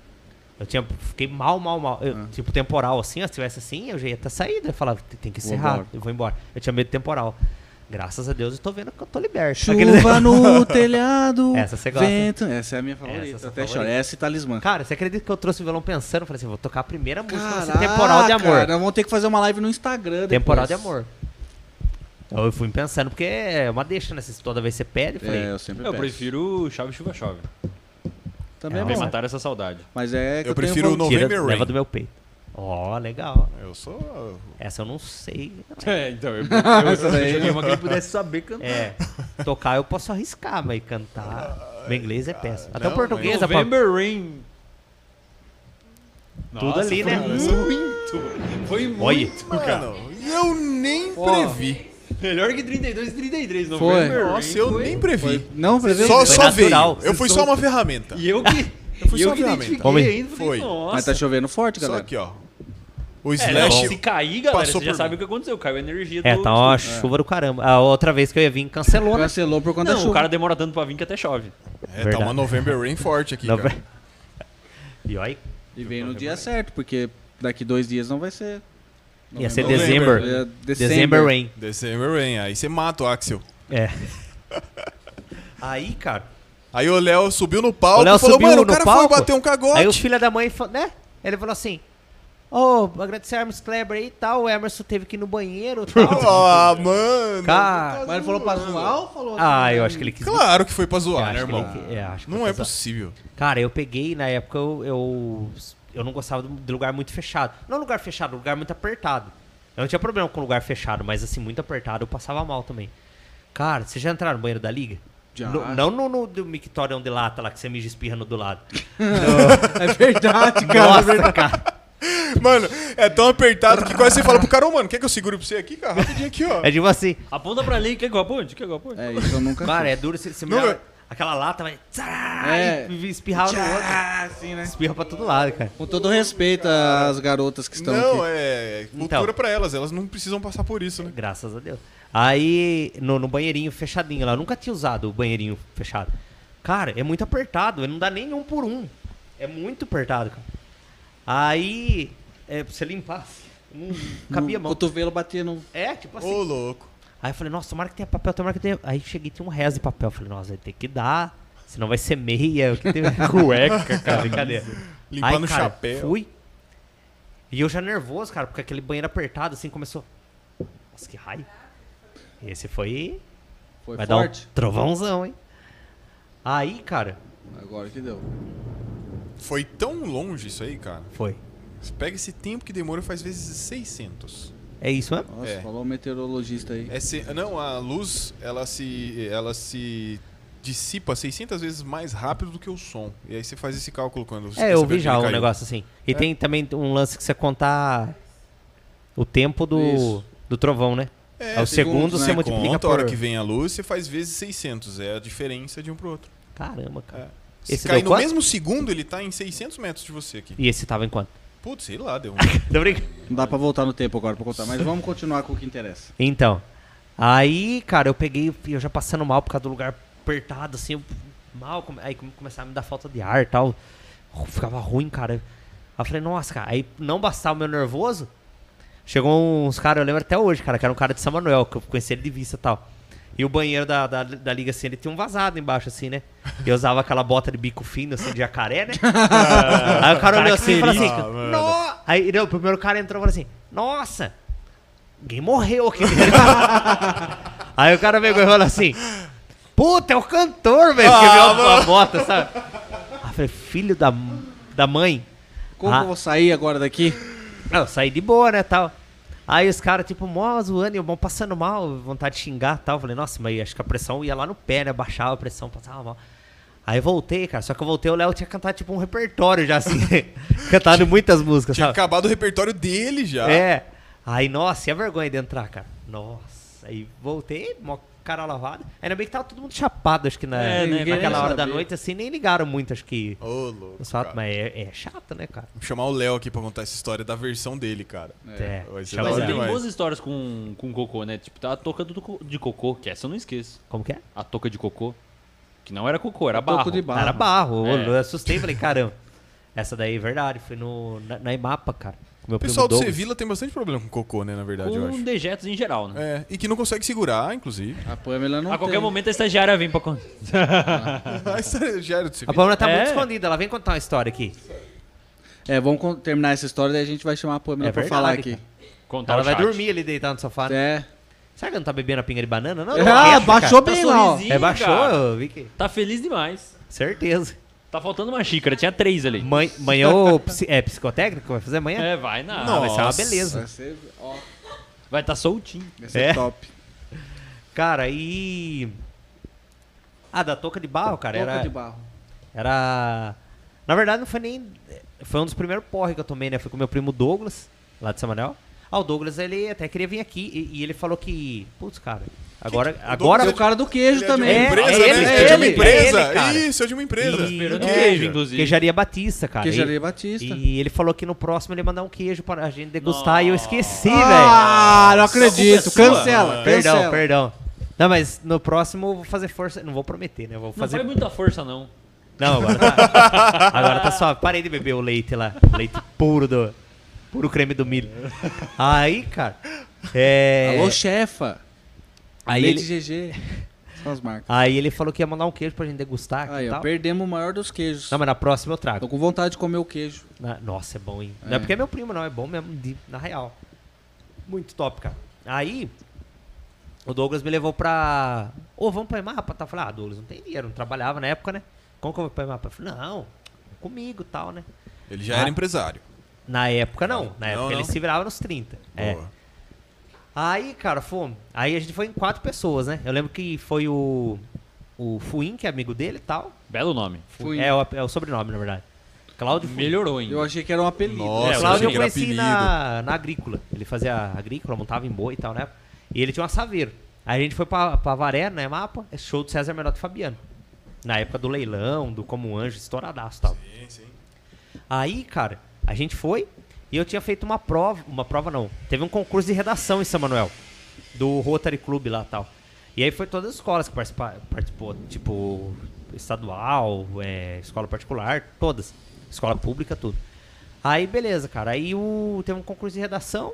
Fiquei mal. Tipo, temporal, assim, ó, se tivesse assim, eu já ia ter saído. Eu falava, tem que encerrar, embora. eu vou embora. Eu tinha medo de temporal. Graças a Deus eu tô vendo que eu tô liberto. Chuva no telhado. Essa você gosta. Vento. Essa é a minha favorita. Essa é a Até favorita. choro. Essa e talismã. Cara, você acredita que eu trouxe o violão pensando? Eu falei assim, vou tocar a primeira música, vai ser Temporal de Amor. Nós vamos ter que fazer uma live no Instagram depois. Temporal de Amor. Então eu fui pensando, porque é uma deixa, né? Se toda vez você pede, eu falei, É, eu sempre Eu peço. prefiro Chove, Chuva, Chove. Também é Pra bom. matar essa saudade. Mas é que Eu tenho prefiro o vontade- November tira, Rain. leva do meu peito. Ó, legal. Eu sou... Essa eu não sei. É, então, eu daí- joguei uma que ele pudesse saber cantar. É, tocar eu posso arriscar, mas cantar. Meu inglês é péssimo. Até o não, português, rapaz. November Rain. Tudo ali, foi né? Muito. Foi Olha. muito, cara. Mano, eu nem Ó. previ. Melhor que 32 e 33. Foi. November Nossa, Rain eu foi- nem previ. Não, prevê? Só, Foi só veio. natural. Eu fui só uma ferramenta. E eu que... Eu fui e só eu uma que ferramenta. identifiquei Homem. ainda. Falei, Foi. nossa. Mas tá chovendo forte, Só galera. que, ó. O É, Slash... se cair, galera, passou você já por sabe mim. o que aconteceu. Caiu a energia do... É, tá uma chuva do caramba. A outra vez que eu ia vir, cancelou, né? Cancelou por conta da Não, chuva. o cara demora tanto pra vir que até chove. É, tá Verdade. uma November Rain forte aqui, Não, cara. E olha, E veio no dia certo, porque daqui 2 dias não vai ser... ia ser November. December. É December Rain. December Rain. Aí você mata o Axel. É. Aí, cara. Aí o Léo subiu no palco O Léo e falou, subiu mano, o no cara palco, foi bater um cagote. Aí o filho da mãe, né? Ele falou assim: ô, agradecer a Hermes Kleber aí e tal. O Emerson teve que ir no banheiro e tal. Ah, mano. Cara. Mas ele falou pra zoar ou falou... Ah, eu acho que ele quis. Claro que foi pra eu zoar, né, acho que irmão? ele- acho que Não foi é pra zoar. possível. Cara, eu peguei, na época, eu não gostava de lugar muito fechado. Não lugar fechado, lugar muito apertado. Eu não tinha problema com lugar fechado, mas assim, muito apertado, eu passava mal também. Cara, vocês já entraram no banheiro da liga? Já. Não no do mictório de lata lá, que você mija e espirra no do lado. É verdade, cara. Nossa, cara. Mano, é tão apertado que quase você fala pro cara, ô, mano, quer que eu segure pra você aqui, cara? Rapidinho aqui, ó. É tipo assim, Aponta pra ali, quer que eu aponte? Quer que eu aponte? É, isso eu nunca cara, fiz. é duro você Não, mijar aquela lata, vai... É. E espirrar no outro. Ah, sim, né? Espirra pra todo lado, cara. Com todo respeito às garotas que estão Não, aqui. é cultura Então. pra elas não precisam passar por isso, né? Graças a Deus. Aí, no banheirinho fechadinho lá, eu nunca tinha usado o banheirinho fechado. Cara, é muito apertado, ele não dá nem 1 por 1. É muito apertado, cara. Aí, pra você limpar, não cabia a No mão. cotovelo batia no... É, tipo assim. Ô, louco. Aí eu falei, nossa, tomara que tenha papel, tomara que tenha. Aí cheguei, tinha R$1 de papel. Eu falei, nossa, vai ter que dar, senão vai ser meia. O que tem... Cueca, Cara, brincadeira. Limpar no cara, chapéu. Fui. E eu já nervoso, cara, porque aquele banheiro apertado, assim, começou... Nossa, que raio. Esse foi... Foi Vai forte? dar um trovãozão, hein? Aí, cara... Agora que deu. Foi tão longe isso aí, cara. Foi. Você pega esse tempo que demora e faz vezes 600. É isso mesmo? Nossa, É. falou o meteorologista aí. Não, a luz, ela se dissipa 600 vezes mais rápido do que o som. E aí você faz esse cálculo quando você Eu percebe vi já que um ele caiu. negócio assim. E tem também um lance que você contar o tempo do Isso. trovão, né? É o segundo, segundos, né? você multiplica Conta a por... hora que vem a luz, você faz vezes 600. É a diferença de um pro outro. Caramba, cara. Se Esse cair deu no quanto? mesmo segundo, ele tá em 600 metros de você aqui. E esse tava em quanto? Putz, sei lá, deu um... Tô brincando. Não dá pra voltar no tempo agora pra contar, mas vamos continuar com o que interessa. Então, aí, cara, eu peguei, eu já passando mal por causa do lugar apertado, assim, mal, aí começava a me dar falta de ar e tal, ficava ruim, cara. Aí eu falei, nossa, cara, aí não bastava o meu nervoso, chegou uns caras, eu lembro até hoje, cara, que era um cara de São Manuel, que eu conheci ele de vista e tal. E o banheiro da liga, assim, ele tinha um vazado embaixo, assim, né? E eu usava aquela bota de bico fino, assim, de jacaré, né? Aí o cara olhou assim e falou assim, mano. "Nó-" Aí não, o primeiro cara entrou e falou assim, nossa, alguém morreu aqui dentro. Aí o cara pegou e falou assim, puta, é o cantor, velho, que viu a bota, sabe? Aí eu falei, filho da mãe. Como que eu vou sair agora daqui? Eu saí de boa, né, tal. Aí os caras, tipo, mó zoando, e eu passando mal, vontade de xingar e tal. Eu falei, nossa, mas acho que a pressão ia lá no pé, né? Baixava a pressão, passava mal. Aí eu voltei, cara. Só que eu voltei, o Léo tinha cantado, tipo, um repertório já, assim. Cantado muitas músicas, Tinha sabe? acabado o repertório dele já. É. Aí, nossa, e a vergonha de entrar, cara? Nossa. Aí voltei, mó cara lavada. Ainda bem que tava todo mundo chapado, acho que né, naquela vai hora da saber. noite, assim, nem ligaram muito, acho que... Ô, louco, Os fatos, cara. mas é chato, né, cara? Vou chamar o Léo aqui pra contar essa história da versão dele, cara. É. Vai ser Chama Mas da hora Léo. tem demais. boas histórias com cocô, né? Tipo, tá a touca de cocô, que essa eu não esqueço. Como que é? A touca de cocô. Que não era cocô, era Toco barro. de barro. Era barro. É. Eu assustei, falei, caramba. Essa daí é verdade, foi na Imapa, cara. Com meu O pessoal do primo Douglas. Sevilla tem bastante problema com cocô, né, na verdade, eu Com acho. dejetos em geral, né? É, e que não consegue segurar, inclusive. A Pamela não A qualquer tem. momento a estagiária vem pra conta. A estagiária do A Sevilla. Pamela tá É. muito escondida, ela vem contar uma história aqui. É, vamos terminar essa história, daí a gente vai chamar a Pamela É pra verdade, falar aqui. cara. Contar Ela o vai chat. dormir ali deitado no sofá. Né? É. Será que não tá bebendo a pinga de banana? Não, Ah, queixa, baixou cara. bem Tá lá, ó. sorrisinho. Baixou, cara. eu vi que... Tá feliz demais. Certeza. Tá faltando uma xícara, tinha 3 ali. Amanhã o psicotécnico vai fazer amanhã? É, vai na. Ah, vai ser uma Nossa. beleza. Vai ser, ó, Vai tá soltinho. vai ser É. top. Cara, e... Ah, da touca de barro, cara, Toca era... de barro. Era... Na verdade, não foi nem... Foi um dos primeiros porre que eu tomei, né? Foi com meu primo Douglas, lá de São Manuel. Ah, o Douglas, ele até queria vir aqui. E ele falou que... Putz, cara, agora... Douglas É o cara do queijo Ele também. é de uma É, empresa, é ele, né? é É de uma ele, empresa. é ele, cara. Isso, é de uma empresa. Esperando E- queijo, inclusive. Queijaria Batista, cara. Queijaria Batista. E ele falou que no próximo ele ia mandar um queijo pra gente degustar. E eu esqueci, velho. Ah, não acredito. A culpa é sua. Cancela, Perdão, cancela. perdão. Não, mas no próximo eu vou fazer força. Não vou prometer, né? Eu vou Não fazer. faz muita força, não. Não, agora tá. Agora tá suave. Parei de beber o leite lá. Leite puro puro creme do milho. Aí, cara. Alô, chefa. Aí Leite ele, GG. São as marcas. aí ele falou que ia mandar um queijo pra gente degustar. Aí, e ó, tal. perdemos o maior dos queijos. Não, mas na próxima eu trago. Tô com vontade de comer o queijo. Nossa, é bom, hein? Não é porque é meu primo, não. É bom mesmo, na real. Muito top, cara. Aí, o Douglas me levou pra... Ô, vamos pra Imapa? Tá? Eu falei, Douglas, não tem dinheiro. Não trabalhava na época, né? Como que eu vou pra Imapa? Eu falei, não, comigo e tal, né? Ele já era empresário. Na época, não. Na época Não, ele não. se virava nos 30. É. Boa. Aí, cara, fomos. Aí a gente foi em 4 pessoas, né? Eu lembro que foi o Fuim, que é amigo dele e tal. Belo nome. Fui. É o sobrenome, na verdade. Cláudio Fuim. Melhorou ainda. Eu achei que era um apelido. Nossa, É, o eu Cláudio eu achei que era conheci apelido. na agrícola. Ele fazia agrícola, montava em boi e tal, né? E ele tinha uma saveiro. Aí a gente foi pra Varé, né, Mapa, é show do César Menotti e Fabiano. Na época do leilão, do Como um Anjo, estouradaço e tal. Sim, sim. Aí, cara, a gente foi e eu tinha feito uma prova não, teve um concurso de redação em São Manuel, do Rotary Club lá e tal. E aí foi todas as escolas que participou, tipo, estadual, escola particular, todas. Escola pública, tudo. Aí, beleza, cara. Aí teve um concurso de redação.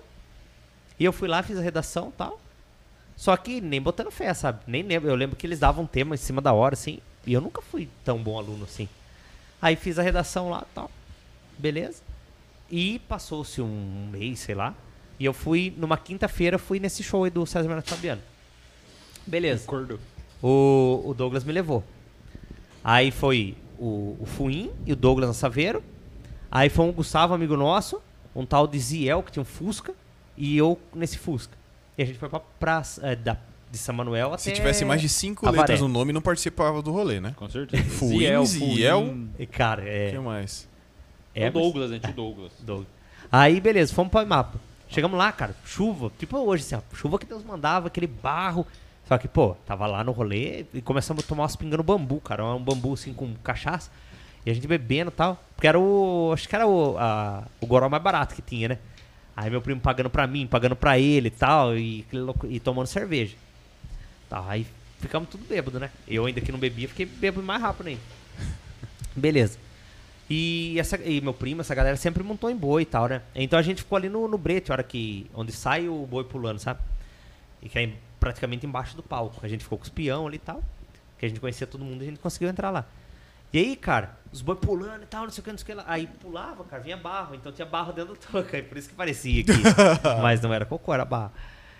E eu fui lá, fiz a redação e tal. Só que nem botando fé, sabe? Nem lembro. Eu lembro que eles davam um tema em cima da hora, assim. E eu nunca fui tão bom aluno assim. Aí fiz a redação lá e tal. Beleza. E passou-se um mês, sei lá. E eu fui, numa quinta-feira, fui nesse show aí do César Menotti e Fabiano. Beleza. Acordo. O Douglas me levou. Aí foi o Fuim e o Douglas na Saveiro. Aí foi um Gustavo, amigo nosso, um tal de Ziel, que tinha um Fusca, e eu nesse Fusca. E a gente foi pra praça de São Manuel até Se tivesse mais de 5 Avaré. letras no nome, não participava do rolê, né? Com certeza. Fuim, Ziel. E, cara, O que mais? O Douglas, gente, o Douglas. Douglas. Aí, beleza, fomos para o mapa. Chegamos lá, cara, chuva, tipo hoje, assim, ó, chuva que Deus mandava, aquele barro. Só que, pô, tava lá no rolê e começamos a tomar umas pingas no bambu, cara. Um bambu, assim, com cachaça. E a gente bebendo e tal. Porque era acho que era o goró mais barato que tinha, né? Aí meu primo pagando pra mim, pagando pra ele e tal. E tomando cerveja. Tá, aí ficamos tudo bêbado, né? Eu ainda que não bebia, fiquei bêbado mais rápido ainda. Beleza. E meu primo, essa galera sempre montou em boi e tal, né? Então a gente ficou ali no brete, onde sai o boi pulando, sabe? E que é praticamente embaixo do palco. A gente ficou com os peão ali e tal. Que a gente conhecia todo mundo e a gente conseguiu entrar lá. E aí, cara, os boi pulando e tal, não sei o que, não sei o que lá. Aí pulava, cara, vinha barro. Então tinha barro dentro da toca. E por isso que parecia aqui. Mas não era cocô, era barro.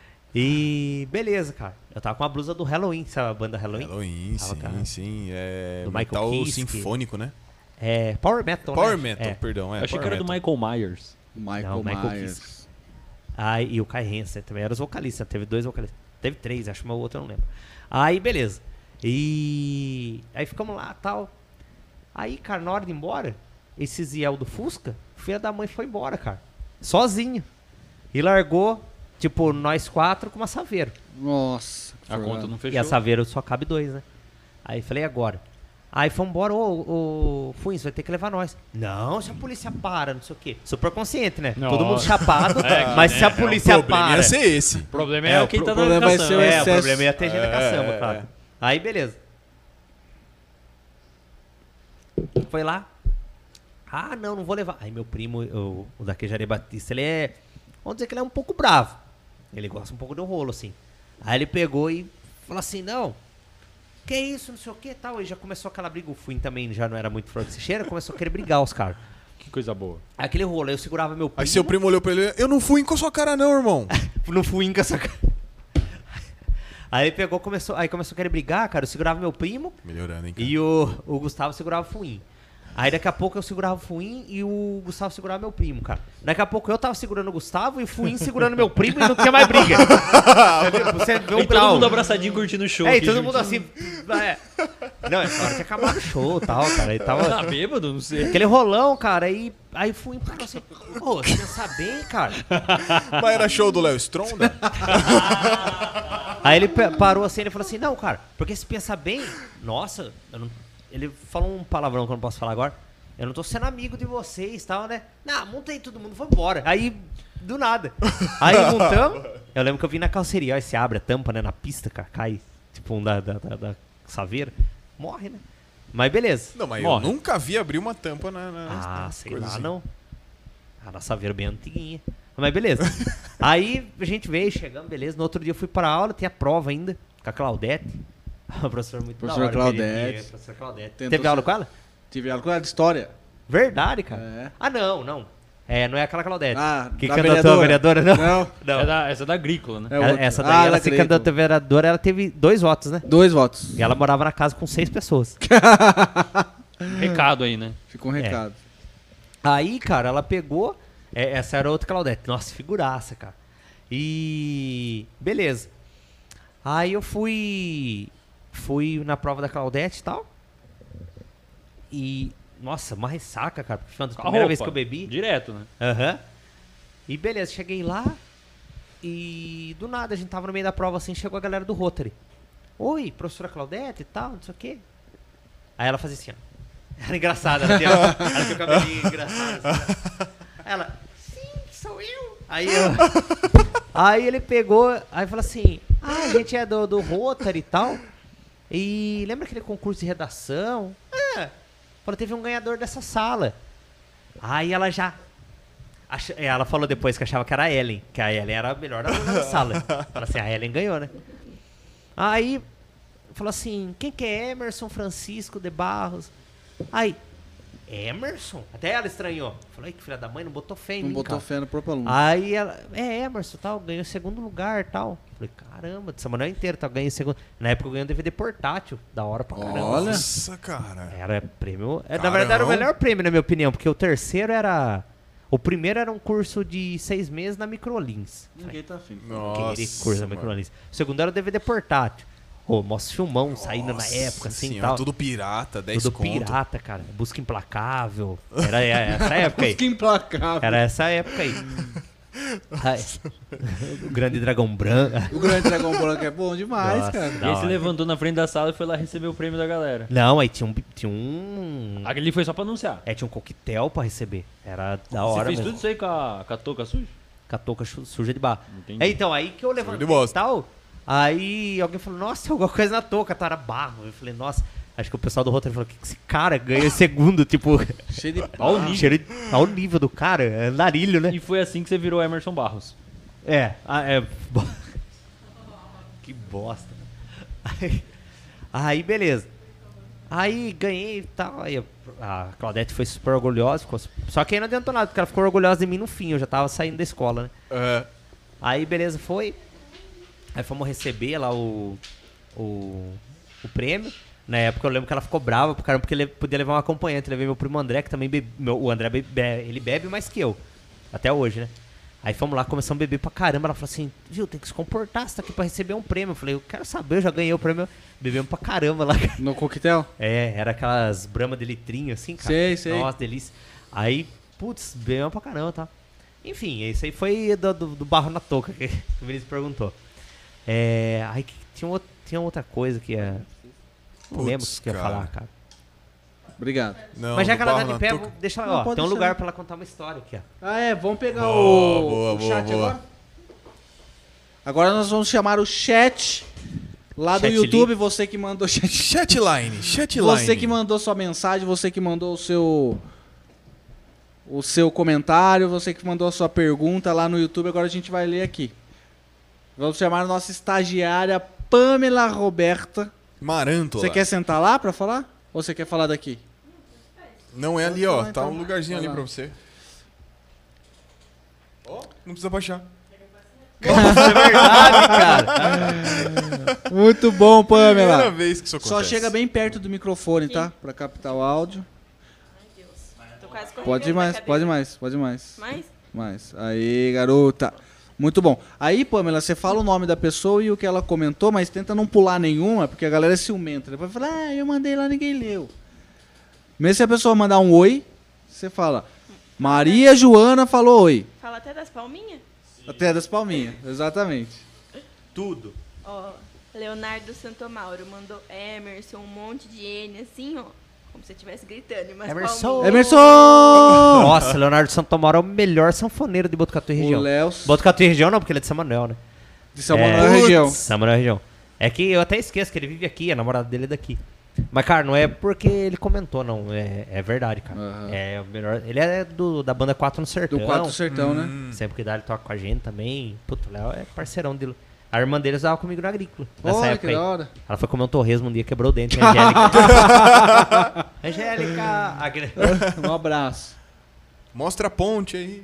E beleza, cara. Eu tava com a blusa do Halloween, sabe a banda Halloween? Halloween, Tava, sim, cara. sim. É Do Michael metal Kiske. sinfônico, né? É, Power Metal, Power né? Metal, É. perdão. Eu achei que Power era do Metal. Michael Myers. Michael Michael Myers. Aí, e o Kai Hansen também era os vocalistas. Teve 2 vocalistas. Teve 3, acho que o outro eu não lembro. Aí, beleza. E aí ficamos lá e tal. Aí, cara, na hora de ir embora, esse Ziel do Fusca, filha da mãe foi embora, cara. Sozinho. E largou, tipo, nós 4 com uma Saveiro. Nossa. A conta não fechou. E a Saveiro só cabe 2, né? Aí falei, agora? Aí fomos embora, ô Fuim, você vai ter que levar nós. Não, se a polícia para, não sei o quê. Super consciente, né? Nossa. Todo mundo chapado, É, mas né? se a polícia O problema para... ia ser esse. O problema É, é, o quem tá problema dando vai caçamba. ser o o excesso. problema ia ter gente da caçamba, claro. Aí, beleza. Foi lá. Ah, não vou levar. Aí meu primo, o da Queijaria Batista, ele é... Vamos dizer que ele é um pouco bravo. Ele gosta um pouco do rolo, assim. Aí ele pegou e falou assim, não... Que isso, não sei o que tal. E já começou aquela briga. O Fuim também já não era muito flor de cheira. Começou a querer brigar os caras. Que coisa boa. Aí aquele rolo, aí eu segurava meu primo. Aí seu primo olhou pra ele, eu não fui com a sua cara não, irmão. No Fuim com essa cara. Aí ele pegou, começou a querer brigar, cara. Eu segurava meu primo. Melhorando, hein, cara. E o Gustavo segurava o Fuim. Aí daqui a pouco eu segurava o Fuim e o Gustavo segurava meu primo, cara. Daqui a pouco eu tava segurando o Gustavo e o Fuim segurando meu primo e não tinha mais briga. Você vê um E todo grau. mundo abraçadinho curtindo o show. É, e aqui todo juntinho. mundo assim. É. Não, essa hora tinha acabado o show e tal, cara. Ele tava. Tá bêbado? Não sei. Aquele rolão, cara. Aí o Fuim falou assim: Ô, você pensa bem, cara. Mas era show do Léo Stronda? Aí ele parou assim, ele falou assim, não, cara, porque se pensa bem, nossa, ele falou um palavrão que eu não posso falar agora, eu não tô sendo amigo de vocês e tal, né? Não, monta aí todo mundo, vamos embora. Aí, do nada. Aí montamos, eu lembro que eu vim na calceria, ó, se abre a tampa, né, na pista, cara, cai, tipo um da Saveira, morre, né? Mas beleza. Não, mas Morre. eu nunca vi abrir uma tampa na Ah, sei coisa lá, assim. não. A da Saveira bem antiguinha. Mas beleza. Aí a gente veio, chegamos, beleza. No outro dia eu fui pra aula, tinha prova ainda, com a Claudete. A professora muito Professora da hora, Claudete. queridinha, professora Claudete. Tentou Teve aula com ela? Tive aula com ela de história. Verdade, cara. É. Ah, não. É, não é aquela Claudete. Ah, que da candidatou a vereadora, não? Não. Não. Essa é da Agrícola, né? É outra. Essa daí, Ah, ela da se Greco. candidatou a vereadora, ela teve 2 votos, né? 2 votos. E ela morava na casa com 6 pessoas. Recado aí, né? Ficou um recado. Aí, cara, ela pegou. Essa era outra Claudete. Nossa, figuraça, cara. E. Beleza. Aí eu fui na prova da Claudete e tal. E. Nossa, uma ressaca, cara. Porque foi a Com a primeira roupa. vez que eu bebi. Direto, né? Aham. E beleza, cheguei lá. E do nada, a gente tava no meio da prova assim. Chegou a galera do Rotary. Oi, professora Claudete e tal, não sei o quê. Aí ela fazia assim, ó. Era engraçada, ela tinha o cabelinho engraçado. Assim, ó. Ela, sim, sou eu. Aí ele pegou, aí falou assim, a gente é do Rotary e tal. E lembra aquele concurso de redação? Falou, teve um ganhador dessa sala. Aí ela já... Ela falou depois que achava que era a Ellen, que a Ellen era a melhor aluna da sala. Falou assim, a Ellen ganhou, né? Aí falou assim, quem que é Emerson Francisco de Barros? Aí, Emerson? Até ela estranhou. Falei, que filha da mãe, não botou fé em Não mim, botou cara. fé no próprio aluno. Aí ela, Emerson, tal, ganhou segundo lugar, tal. Falei, caramba, de Samuel inteiro, tal, ganhei segundo. Na época eu ganhei um DVD portátil, da hora pra caramba. Olha. Nossa, cara. Era prêmio, na Caramba. verdade era o melhor prêmio, na minha opinião, porque o terceiro era... O primeiro era um curso de 6 meses na Microlins. Ninguém tá afim. Nossa, Aquele curso da mano. Microlins. O segundo era o DVD portátil. Ô, mostra filmão saindo na Nossa época, assim, senhora, tal. tudo pirata, 10 Tudo conto. pirata, cara. Busca Implacável. Era essa época aí. Que implacável. Era essa época aí. Ai, o Grande Dragão Branco. O Grande Dragão Branco é bom demais, Nossa, cara. E da aí você hora. levantou na frente da sala e foi lá receber o prêmio da galera. Não, aí tinha um... Aquele foi só pra anunciar. Tinha um coquetel pra receber. Era da Você hora fez mesmo. tudo isso aí com a touca suja? Com a touca suja de barro. Entendi. Então, aí que eu de levantei e bosta. tal, aí alguém falou, nossa, tem alguma coisa na touca, tá? Era barro. Eu falei, nossa, acho que o pessoal do roteiro falou, que esse cara ganha segundo, tipo, Cheio de Ó o pau. nível. cheiro de, ao nível do cara, é narilho, né? E foi assim que você virou Emerson Barros. Que bosta. Aí, beleza. Aí ganhei e tal. Aí a Claudete foi super orgulhosa. Só que aí não adiantou nada, porque ela ficou orgulhosa de mim no fim. Eu já tava saindo da escola, né? É. Aí, beleza, foi. Aí fomos receber lá o prêmio. Na época eu lembro que ela ficou brava pro caramba, porque ele podia levar um acompanhante. Levei meu primo André, que também bebe. O André ele bebe mais que eu. Até hoje, né? Aí fomos lá, começamos a beber pra caramba. Ela falou assim, viu, tem que se comportar, você tá aqui pra receber um prêmio. Eu falei, eu quero saber, eu já ganhei o prêmio. Bebemos pra caramba lá. No coquetel? Era aquelas Brahma de litrinho, assim, cara. Sei, sei. Nossa, delícia. Aí, putz, bebemos pra caramba, tá? Enfim, isso aí foi do barro na touca que o Vinícius perguntou. Aí tinha outra coisa que ia... Não lembro o que eu ia cara. falar, cara. Obrigado. Não, Mas já do que ela barro tá na de pé, touca. deixa Não, ela, ó. pode Tem um deixar. lugar pra ela contar uma história aqui, ó. Ah, vamos pegar Boa, o boa, chat boa. agora? Agora nós vamos chamar o chat lá do Chat YouTube. li- Você que mandou Chatline. você que mandou sua mensagem, você que mandou o seu comentário, você que mandou a sua pergunta lá no YouTube, agora a gente vai ler aqui. Vamos chamar a nossa estagiária Pamela Roberta. Marântula. Você quer sentar lá pra falar? Ou você quer falar daqui? Não é ali, ó. Então, Tá então. um lugarzinho Vai ali lá. pra você. Ó, não precisa baixar. Nossa, é verdade, cara. Muito bom, Primeira Pamela. vez que isso acontece. Só chega bem perto do microfone, tá? Pra captar o áudio. Tô quase Pode ir correndo mais, na pode cadeira. mais, pode mais. Mais? Mais. Aí, garota. Muito bom. Aí, Pamela, você fala o nome da pessoa e o que ela comentou, mas tenta não pular nenhuma, porque a galera é ciumenta. Depois fala, eu mandei lá, ninguém leu. Mesmo se a pessoa mandar um oi, você fala, Maria Joana falou oi. Fala até das palminhas. Até das palminhas, exatamente. Tudo. Ó, Leonardo Santomauro mandou Emerson, um monte de N, assim, ó. Como se você estivesse gritando. Mas Emerson. Emerson! Nossa, Leonardo Santomaro é o melhor sanfoneiro de Botucatu e O região. Léo Botucatu e região não, porque ele é de São Manuel, né? de São Manuel região. São Manuel região. É que eu até esqueço que ele vive aqui, a namorada dele é daqui. Mas, cara, não é porque ele comentou, não. É verdade, cara. Aham. É o melhor. Ele é da banda 4 no Sertão. Do 4 Sertão, né? Sempre que dá, ele toca com a gente também. Puta, o Léo é parceirão dele. A irmã dele usava comigo no agrícola. Nessa Olha época que aí. da hora. Ela foi comer um torresmo um dia, quebrou o dente. A Angélica. Angélica! Um abraço. Mostra a ponte aí.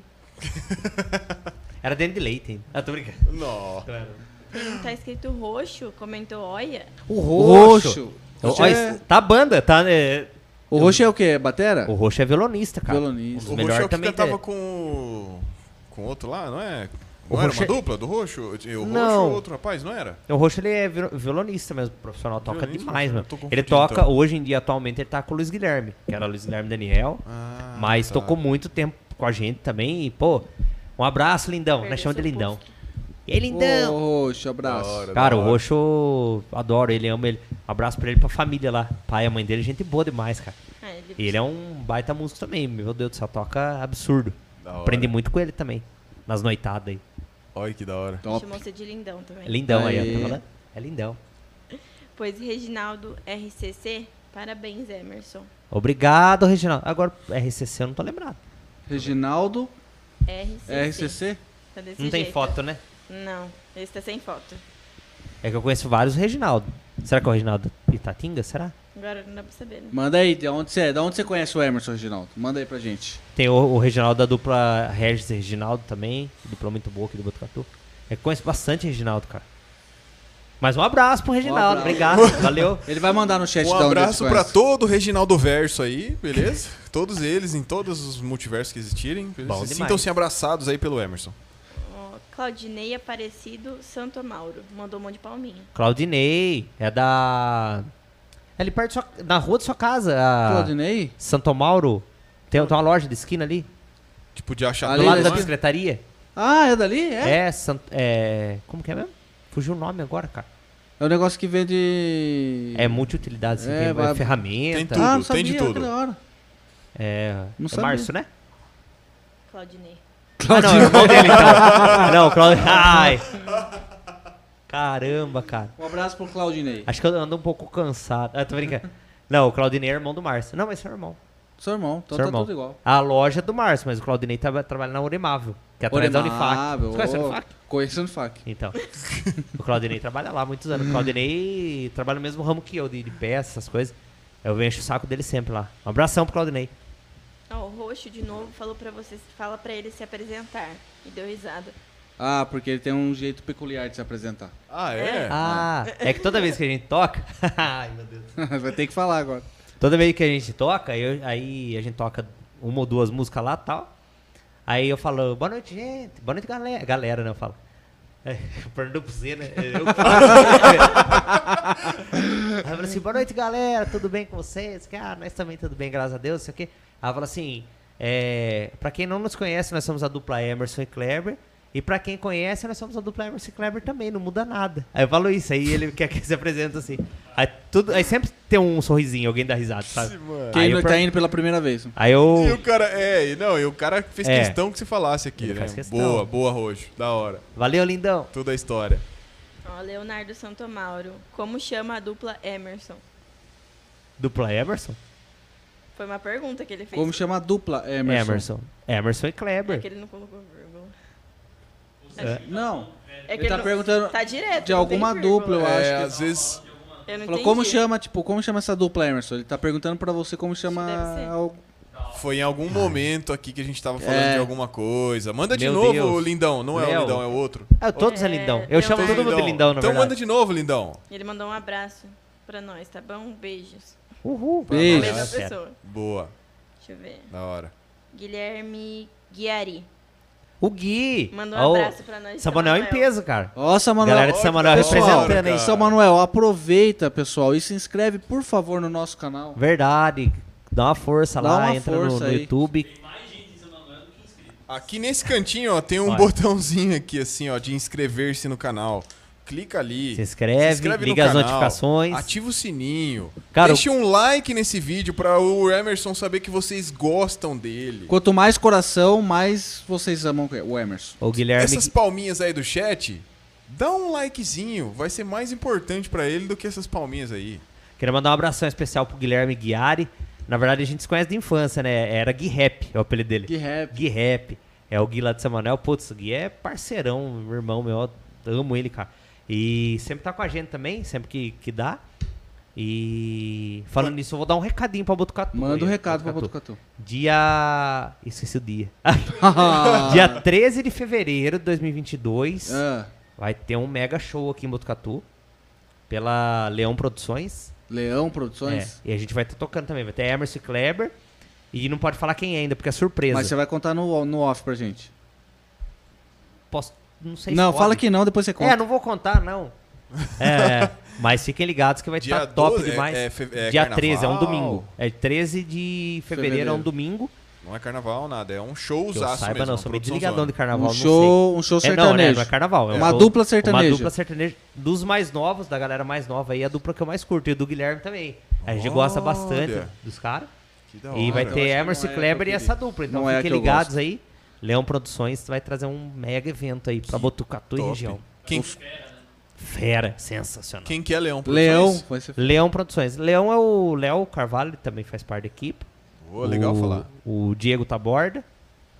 Era dente de leite, hein? Ah, tô brincando. Nossa. Tá escrito roxo, comentou olha. O Roxo. roxo. Roxo é- Tá a banda, tá? O Roxo é o quê? Batera? O roxo é violonista, cara. Violonista. Um O dos Roxo é melhores o que também. cantava com outro lá, não é? Não O era Roxo uma é- dupla do Roxo? O Roxo Não. e outro rapaz, não era? O roxo ele é violonista mesmo, profissional, toca Violonista, demais, eu mano. tô Ele confundindo, toca, então. hoje em dia, atualmente, ele tá com o Luiz Guilherme, que era o Luiz Guilherme Daniel, Ah, mas tá. tocou muito tempo com a gente também. E, pô, um abraço, lindão. Perdeu Nós chamamos de seu lindão. posto. E aí, lindão? Ô, Roxo, abraço. Da hora, Cara, da o hora. roxo, adoro ele, amo ele. Um abraço pra ele e pra família lá. Pai e a mãe dele, gente boa demais, cara. E ele é um baita músico também, meu Deus do céu, toca absurdo. Da hora. Aprendi muito com ele também, nas noitadas aí. Olha que da hora. Top. Chamou você de lindão também. É lindão aí, ó, Aê. tá falando? É lindão. Pois Reginaldo RCC, parabéns, Emerson. Obrigado, Reginaldo. Agora, RCC eu não tô lembrado. Reginaldo, RCC. RCC. Tá desse Não tem jeito. foto, né? Não, esse tá sem foto. É que eu conheço vários Reginaldo. Será que é o Reginaldo Itatinga? Será? Agora Agora não dá pra saber, né? Manda aí, de onde você é? De onde você conhece o Emerson, Reginaldo? Manda aí pra gente. Tem o Reginaldo da dupla Regis e Reginaldo também. Dupla muito boa aqui do Botucatu. Eu conheço bastante Reginaldo, cara. Mas um abraço pro Reginaldo. Obrigado. Valeu. Ele vai mandar no chat Um de onde ele abraço se pra conhece. todo o Reginaldo Verso aí, beleza? Todos eles, em todos os multiversos que existirem. Bom demais. Sintam-se abraçados aí pelo Emerson. Ó, Claudinei Aparecido Santo Mauro. Mandou um monte de palminha. Claudinei. É da... É ali perto na rua da sua casa. Claudinei? Santo Mauro. Tem uma loja de esquina ali. Tipo, de achar Ali Do lado na da esquina? bicicletaria. Ah, é dali? É? Como que é mesmo? Fugiu o nome agora, cara. É um negócio que vende... É multi-utilidade, assim, É, tem vai- ferramenta. Tem tudo. Ah, não sabia, tem de tudo. que da hora. Não É sabia. Márcio, né? Claudinei. Ah, não, é o irmão dele, então. Não, Claudio... Ai. Caramba, cara. Um abraço pro Claudinei. Acho que eu ando um pouco cansado. Ah, tô brincando. Não, o Claudinei é irmão do Márcio. Não, mas seu irmão. Seu irmão, então Seu tá irmão. tudo igual. A loja é do Márcio, mas o Claudinei trabalha na Oremável, que é atrás da Unifac. Oremável, Você conhece a ô, Unifac? Conheço a Unifac. Então. O Claudinei trabalha lá há muitos anos. O Claudinei trabalha no mesmo ramo que eu, de peças, essas coisas. Eu encho o saco dele sempre lá. Um abração pro Claudinei. Ó, o Roxo, de novo, falou pra você, fala pra ele se apresentar. E deu risada. Ah, porque ele tem um jeito peculiar de se apresentar. Ah, é? Ah, é que toda vez que a gente toca. Ai, meu Deus. Vai ter que falar agora. Toda vez que a gente toca, aí a gente toca uma ou duas músicas lá e tal. Aí eu falo, boa noite, gente. Boa noite, galera. Galera, né? Eu falo. Perguntou pra você, né? Eu que faço. Aí eu falo assim, boa noite, galera. Tudo bem com vocês? Ah, nós também tudo bem, graças a Deus. Isso aqui. Aí eu falo assim, pra quem não nos conhece, nós somos a dupla Emerson e Kleber. E pra quem conhece, nós somos a dupla Emerson e Kleber também, não muda nada. Aí eu falo isso, aí ele quer que se apresenta assim. Aí sempre tem um sorrisinho, alguém dá risada, sabe? Mano. Quem Aí eu tá indo pela primeira vez. Aí E eu... o cara, e o cara fez É. questão que você falasse aqui, Ele né? faz questão. Boa, boa, Roxo. Da hora. Valeu, lindão. Toda a história. Ó, Leonardo Santomauro. Como chama a dupla Emerson? Dupla Emerson? Foi uma pergunta que ele fez. Como chama a dupla Emerson? Emerson e É Kleber. que ele não colocou vírgula. Não, É que ele tá não- perguntando Tá direto. de não tem alguma vírgula. dupla, eu acho que... Às vezes... Eu não Falou, entendi. como chama essa dupla Emerson? Ele tá perguntando pra você como chama... Deve ser. o- Foi em algum momento aqui que a gente tava falando É. de alguma coisa. Manda de Meu novo, Deus. Lindão. Não é Léo. o Lindão, é o outro. Todos é lindão. Eu É, chamo tem todo mundo de lindão, na Então verdade. manda de novo, Lindão. Ele mandou um abraço pra nós, tá bom? Beijos. Uhul. Beijo. Mesma Nossa, pessoa. Boa. Deixa eu ver. Da hora. Guilherme Guiari. O Gui. Mandou Ó, um abraço pra nós. Samuel em peso, cara. Nossa, Manuel. Galera de Samuel Pessoal, representando aí. cara. São Manuel, aproveita, pessoal, e se inscreve, por favor, no nosso canal. Verdade. Dá uma força Dá lá, uma entra força no aí. YouTube. Aqui nesse cantinho, ó, tem um Vai. botãozinho aqui, assim, ó, de inscrever-se no canal. Clica ali. Se inscreve, no liga as canal, notificações. Ativa o sininho. Cara, Deixe um like nesse vídeo pra o Emerson saber que vocês gostam dele. Quanto mais coração, mais vocês amam o Emerson. O Guilherme... Essas palminhas aí do chat, dá um likezinho. Vai ser mais importante pra ele do que essas palminhas aí. Queria mandar um abração especial pro Guilherme Guiari. Na verdade, a gente se conhece de infância, né? Era Gui Rap, é o apelido dele. Que rap. Gui Rap. É o Gui lá de São Manuel. Putz, o Gui é parceirão, meu irmão meu. Eu amo ele, cara. E sempre tá com a gente também, sempre que dá. E falando nisso, eu vou dar um recadinho pra Botucatu. Manda um aí, recado pra Botucatu. Dia... Esqueci o dia. Dia 13 de fevereiro de 2022. Ah, Vai ter um mega show aqui em Botucatu. Pela Leão Produções. Leão Produções. E a gente vai estar tocando também. Vai ter Emerson e Kleber. E não pode falar quem ainda, porque é surpresa. Mas você vai contar no off pra gente. Posso... Não sei Não, se fala pode. que não, depois você conta. Não vou contar, não. Mas fiquem ligados que vai Dia estar top 12 demais. é Dia carnaval. 13, é um domingo. É 13 de fevereiro, é um domingo. Não é carnaval, nada. É um Que eu showzaço saiba, mesmo. não. Sou meio produção desligadão zona. de carnaval, Um não show sei. sertanejo. Não é carnaval. É um Uma show- dupla sertaneja. Uma dupla sertaneja. Dos mais novos, da galera mais nova aí, a dupla que eu mais curto. E do Guilherme também. A gente gosta bastante Olha. dos caras. Que da E vai hora. ter acho que Emerson não é Kleber que e eu essa queria. dupla. Então Não é a fiquem que eu ligados gosto. aí. Leão Produções vai trazer um mega evento aí pra Botucatu e top. região. Quem, Fera, sensacional. quem que é Leão Leão. Produções? Vai ser... Leão Produções. Leão é o Léo Carvalho, ele também faz parte da equipe. Boa, legal falar. O Diego Taborda.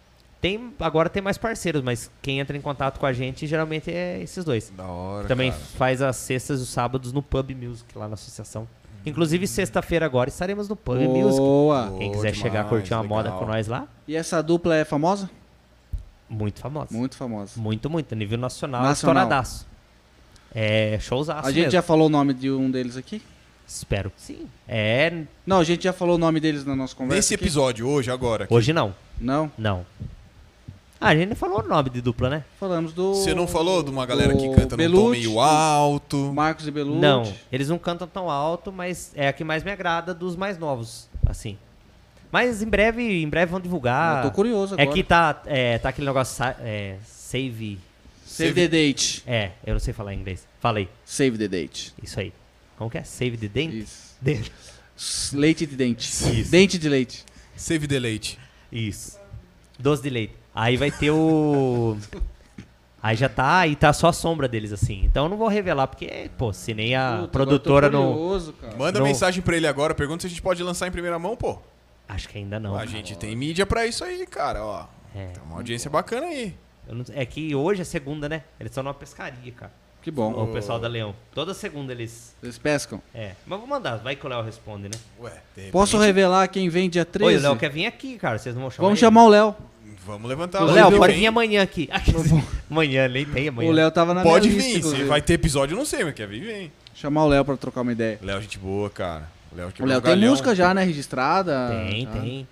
Agora tem mais parceiros, mas quem entra em contato com a gente geralmente é esses dois. Da hora, Também cara. faz as sextas e os sábados no Pub Music, lá na associação. Inclusive, sexta-feira agora estaremos no Pub Music. Boa. Quem Boa quiser demais, chegar a curtir uma legal. moda com nós lá, E essa dupla é famosa? muito famosa. Muito famosa. Muito, muito. Nível nacional, Nacional. estouradaço. É, showzaço A gente mesmo. já falou o nome de um deles aqui? Espero que sim. É, Não, a gente já falou o nome deles na nossa conversa. Nesse aqui? episódio, hoje, agora. aqui, hoje não. Não, Não. Ah, a gente não falou o nome de dupla, né? falamos do... Você não falou de uma galera que do canta num tom Belucci, meio alto? Marcos e Belucci. Não, eles não cantam tão alto, mas é a que mais me agrada dos mais novos, assim. Mas em breve vão divulgar. Eu tô curioso É agora. que tá aquele negócio save. Save the date. É, eu não sei falar em inglês. Falei. Save the date. Isso aí. Como que é? Save the date? Isso. Dente. Leite de dente. Isso. Dente de leite. Save the late. Isso. Doce de leite. Aí vai ter o. Aí já tá, aí tá só a sombra deles, assim. Então eu não vou revelar, porque, pô, se nem a Puta, produtora agora eu tô não. curioso, cara. Manda Não. mensagem pra ele agora, pergunta se a gente pode lançar em primeira mão, pô. Acho que ainda não. A gente tem mídia pra isso aí, cara, ó. É. Tem uma audiência bacana aí. É que hoje é segunda, né? Eles estão numa pescaria, cara. Que bom. O pessoal da Leão. Toda segunda eles. Eles pescam. É. Mas vou mandar, vai que o Léo responde, né? Ué, de repente, Posso revelar quem vem dia 13? Oi, o Léo quer vir aqui, cara. Vocês não vão chamar Vamos ele? chamar o Léo. Vamos levantar O lá, Léo, viu? pode Vem. vir amanhã aqui. Amanhã, nem tem amanhã. O Léo tava na Pode minha vir, lista, se inclusive. vai ter episódio, eu não sei, mas quer vir, vem. Chamar o Léo pra trocar uma ideia. Léo, gente boa, cara. O Léo tem música já, né? Registrada. Tem, já. tem.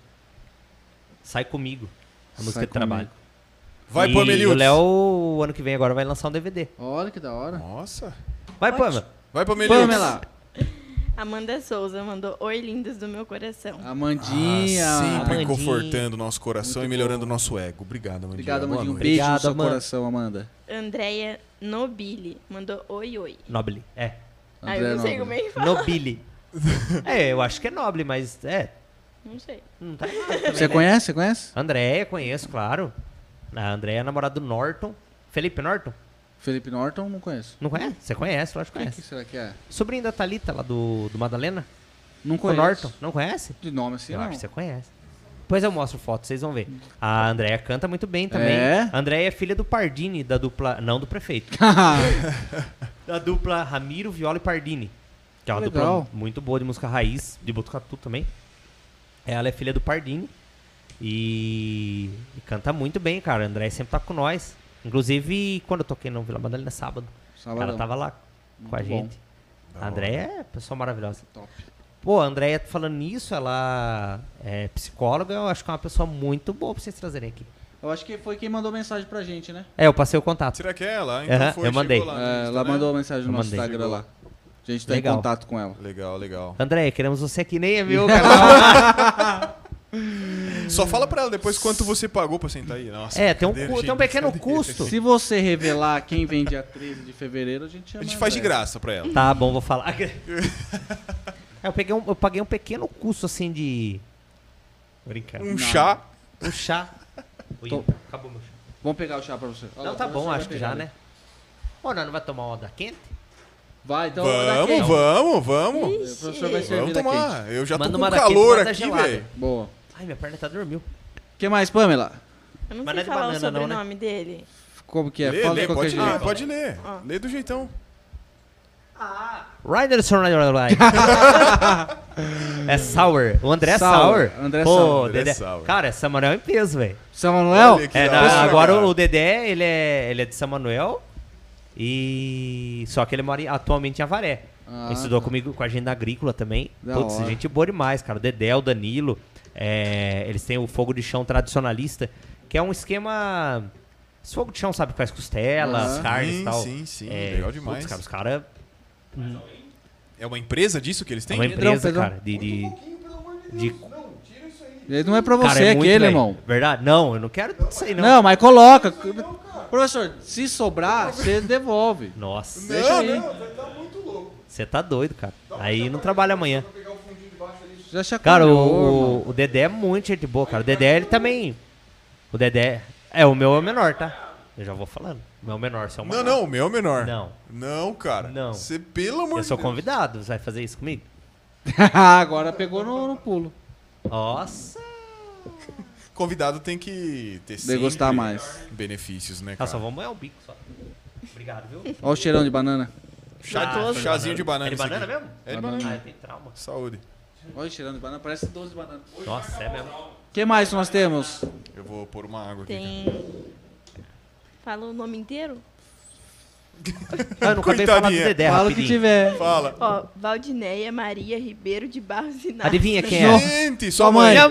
Sai comigo. A música Sai de trabalho. Vai, e Pamelius. o Léo, o ano que vem agora, vai lançar um DVD. Olha que da hora. Nossa. Vai, Pama. Vai, Pamelius. Pamela. Amanda Souza mandou: Oi, lindos do meu coração. Amandinha. Sempre Amandinha. confortando o nosso coração Muito e melhorando o bom. nosso ego. Obrigado, Amandinha. Obrigado, Boa Amandinha. Um noite. beijo no Obrigado, seu Amanda. coração, Amanda. Andréia Nobili mandou: Oi, oi. Noble. É. Ah, eu não sei como é que fala. Nobile. É, eu acho que é nobre, mas Não sei. não tá errado também, Você né? conhece? Você conhece? Andréia, conheço, claro. A Andréia é namorada do Norton. Felipe Norton? Felipe Norton, não conheço. Não conhece? Você conhece, lógico que Quem conhece. que será que é? Sobrinho da Thalita, lá do Madalena. Não O conheço. Norton. Não conhece? De nome assim, eu não. acho que você conhece. Depois eu mostro foto, vocês vão ver. A Andréia canta muito bem também. É? A Andréia é filha do Pardini, da dupla... Não do prefeito. Da dupla Ramiro, Viola e Pardini. Que é uma Legal. dupla muito boa de música raiz, de Botucatu também. Ela é filha do Pardini. E canta muito bem, cara. A Andréia sempre tá com nós. Inclusive, quando eu toquei no Vila Madalena sábado, Sabadão. ela tava lá com a Muito bom. gente. A Andréia é pessoa maravilhosa. Top. Pô, a Andréia falando nisso, ela é psicóloga, eu acho que é uma pessoa muito boa pra vocês trazerem aqui. Eu acho que foi quem mandou mensagem pra gente, né? É, eu passei o contato. Será que é ela? Aham, foi, eu mandei. chegou lá no É, Insta, ela né? mandou uma mensagem no Eu nosso mandei. Instagram lá. A gente tá Legal. em contato com ela. Legal, legal. Andréia, queremos você aqui, nem é meu canal. Só fala pra ela depois quanto você pagou pra sentar aí. Nossa, Tem um brincadeira, gente, pequeno brincadeira. custo. Se você revelar quem vem dia 13 de fevereiro, a gente chama. A gente faz de André. graça pra ela. Tá bom, vou falar. Eu paguei um pequeno custo assim de. Brincando. Um chá. Um chá. Ui, Tô- acabou meu chá. Vamos pegar o chá pra você. Não, tá bom, acho que já, né? Ô, não vai tomar uma da quente? Vai, então. Vamos, vamos, vamos. O professor vai servir Vamos da quente. tomar. Eu já tô Manda com uma da quente, calor manda aqui, gelada. velho. Boa. Ai, minha perna tá dormiu. O que mais, Pamela? Eu não Mas não é sei de falar o banana, não, né? sobrenome dele. Como que é? Lê, Fala lê, de qualquer pode jeito. ler, pode ler. Ó. Lê do jeitão. Riderson. É Sour. O André é Sour. Sour. André Pô, Sour. André Dedé. Sour. Cara, São Manuel é em peso, velho. São Manuel? Olha que É, da hora, agora cara. o Dedé, ele é de São Manuel. E. Só que ele mora atualmente em Avaré. Ah, Ele estudou tá. comigo com a agenda agrícola também. Da Putz, hora. gente boa demais, cara. O Dedé, o Danilo. Eles têm o fogo de chão tradicionalista, que é um esquema. Esse fogo de chão, sabe? Faz costelas, Aham. carnes e Sim, tal. sim, sim. Legal demais. Putz, cara, os caras. É uma empresa disso que eles É têm? uma empresa, Pedrão. cara. De Ele não é pra você, cara, é muito, aquele, velho. irmão. Verdade? Não, eu não quero isso aí, não. Não, mas coloca. Professor, se sobrar, você devolve. Nossa, Deixa aí. você tá doido, cara. Aí não trabalha amanhã. Já chacoalhou, Cara, irmão. o Dedé é muito gente boa, cara. O Dedé, ele também. O Dedé. O meu é o menor, tá? Eu já vou falando. O meu é o menor, você é o maior. Não, o meu é menor. Não. Não, cara. Não. Você, pelo amor Eu de sou Deus. convidado. Você vai fazer isso comigo? Agora pegou no pulo. Nossa. Convidado tem que ter Degustar sempre mais. benefícios, né, Nossa, cara? vamos molhar o bico só. Obrigado, viu? Olha o cheirão de banana. Chazinho de banana. É de isso banana aqui. mesmo? É de banana. Ah, eu tenho trauma. Saúde. Olha o cheirão de banana, parece doce de banana. Nossa, é mesmo. O que mais nós temos? Eu vou pôr uma água aqui. Tem. Fala o nome inteiro? Ah, eu não acabei de falar do Coitadinha. Dedé, Fala o que rapidinho. tiver. Fala. Ó, Valdineia Maria Ribeiro de Barros e Naves. Adivinha quem é? Gente, Sua sua mãe. mãe. Minha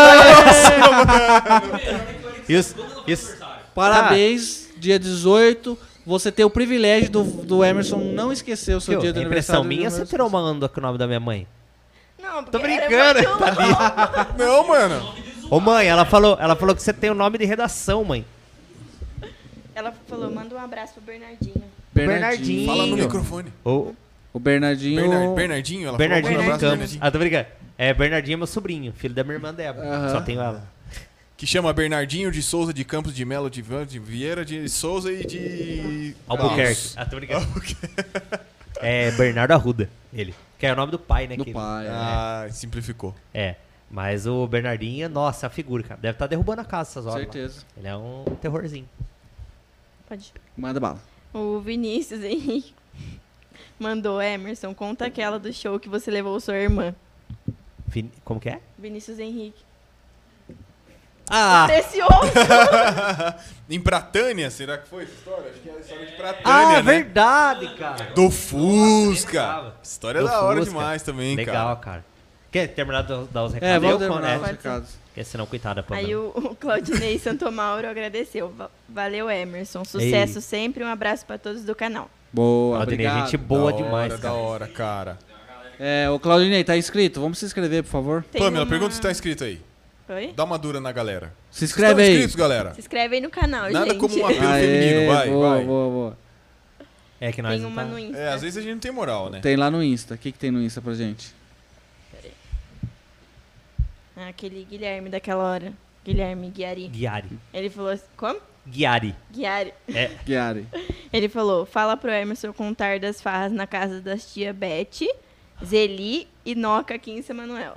mãe! Isso. Parabéns, dia 18. Você tem o privilégio do Emerson não esquecer o seu dia de a aniversário. impressão minha, você tirou uma onda com o nome da minha mãe. Não, porque Tô era brincando, muito tá longo. Não, mano. Ô mãe, ela falou que você tem o nome de redação, mãe. Ela falou, manda um abraço pro Bernardinho. Bernardinho. Fala no microfone. O Bernardinho. Bernardinho, ela Bernardinho falou. de Um abraço, Campos. Bernardinho. Ah, tô brincando. É, Bernardinho é meu sobrinho, filho da minha irmã Débora. Aham. Só tenho ela. Que chama Bernardinho de Souza de Campos de Melo de Vieira de Souza e de... Albuquerque. Ah, tô brincando. É Bernardo Arruda, ele. Que é o nome do pai, né? Do que pai. Ah, simplificou. É. Mas o Bernardinho, nossa, a figura, cara. Deve estar derrubando a casa essas horas. lá. Certeza. Ele é um terrorzinho. Pode. Manda bala. O Vinícius Henrique mandou, Emerson, conta aquela do show que você levou sua irmã. Como que é? Vinícius Henrique. Ah! Precioso! Em Pratânia, será que foi essa história? Acho que é a história de Pratânia, Ah, né? verdade, cara. Do Fusca. Lembrava. História Do da hora Fusca. demais também, Legal, cara. cara. Quer terminar de dar os recados? É, vamos Eu, terminar né? os Pode ser. recados. Porque senão, coitada, pô. Aí o Claudinei Santomauro agradeceu. Valeu, Emerson. Sucesso sempre. Um abraço pra todos do canal. Boa, Claudinei, obrigado. gente boa Da demais, hora, cara. Da hora, cara. Ô Claudinei, tá inscrito? Vamos se inscrever, por favor. Tem Pamela, uma- pergunta se tá inscrito aí. Oi? Dá uma dura na galera. Se inscreve Estão aí. inscritos, galera? Se inscreve aí no canal, Nada gente. como um apelo feminino, vai, boa, vai. boa, boa. É que nós Tem não uma tá... no Insta. É, às vezes a gente não tem moral, né? Tem lá no Insta. O que tem no Insta pra gente? Aquele Guilherme daquela hora. Guilherme Guiari. Guiari. Ele falou assim, como? Guiari. Guiari. É. Guiari. Ele falou, fala pro Emerson contar das farras na casa das tia Beth, Zeli e Noca aqui em São Manuel.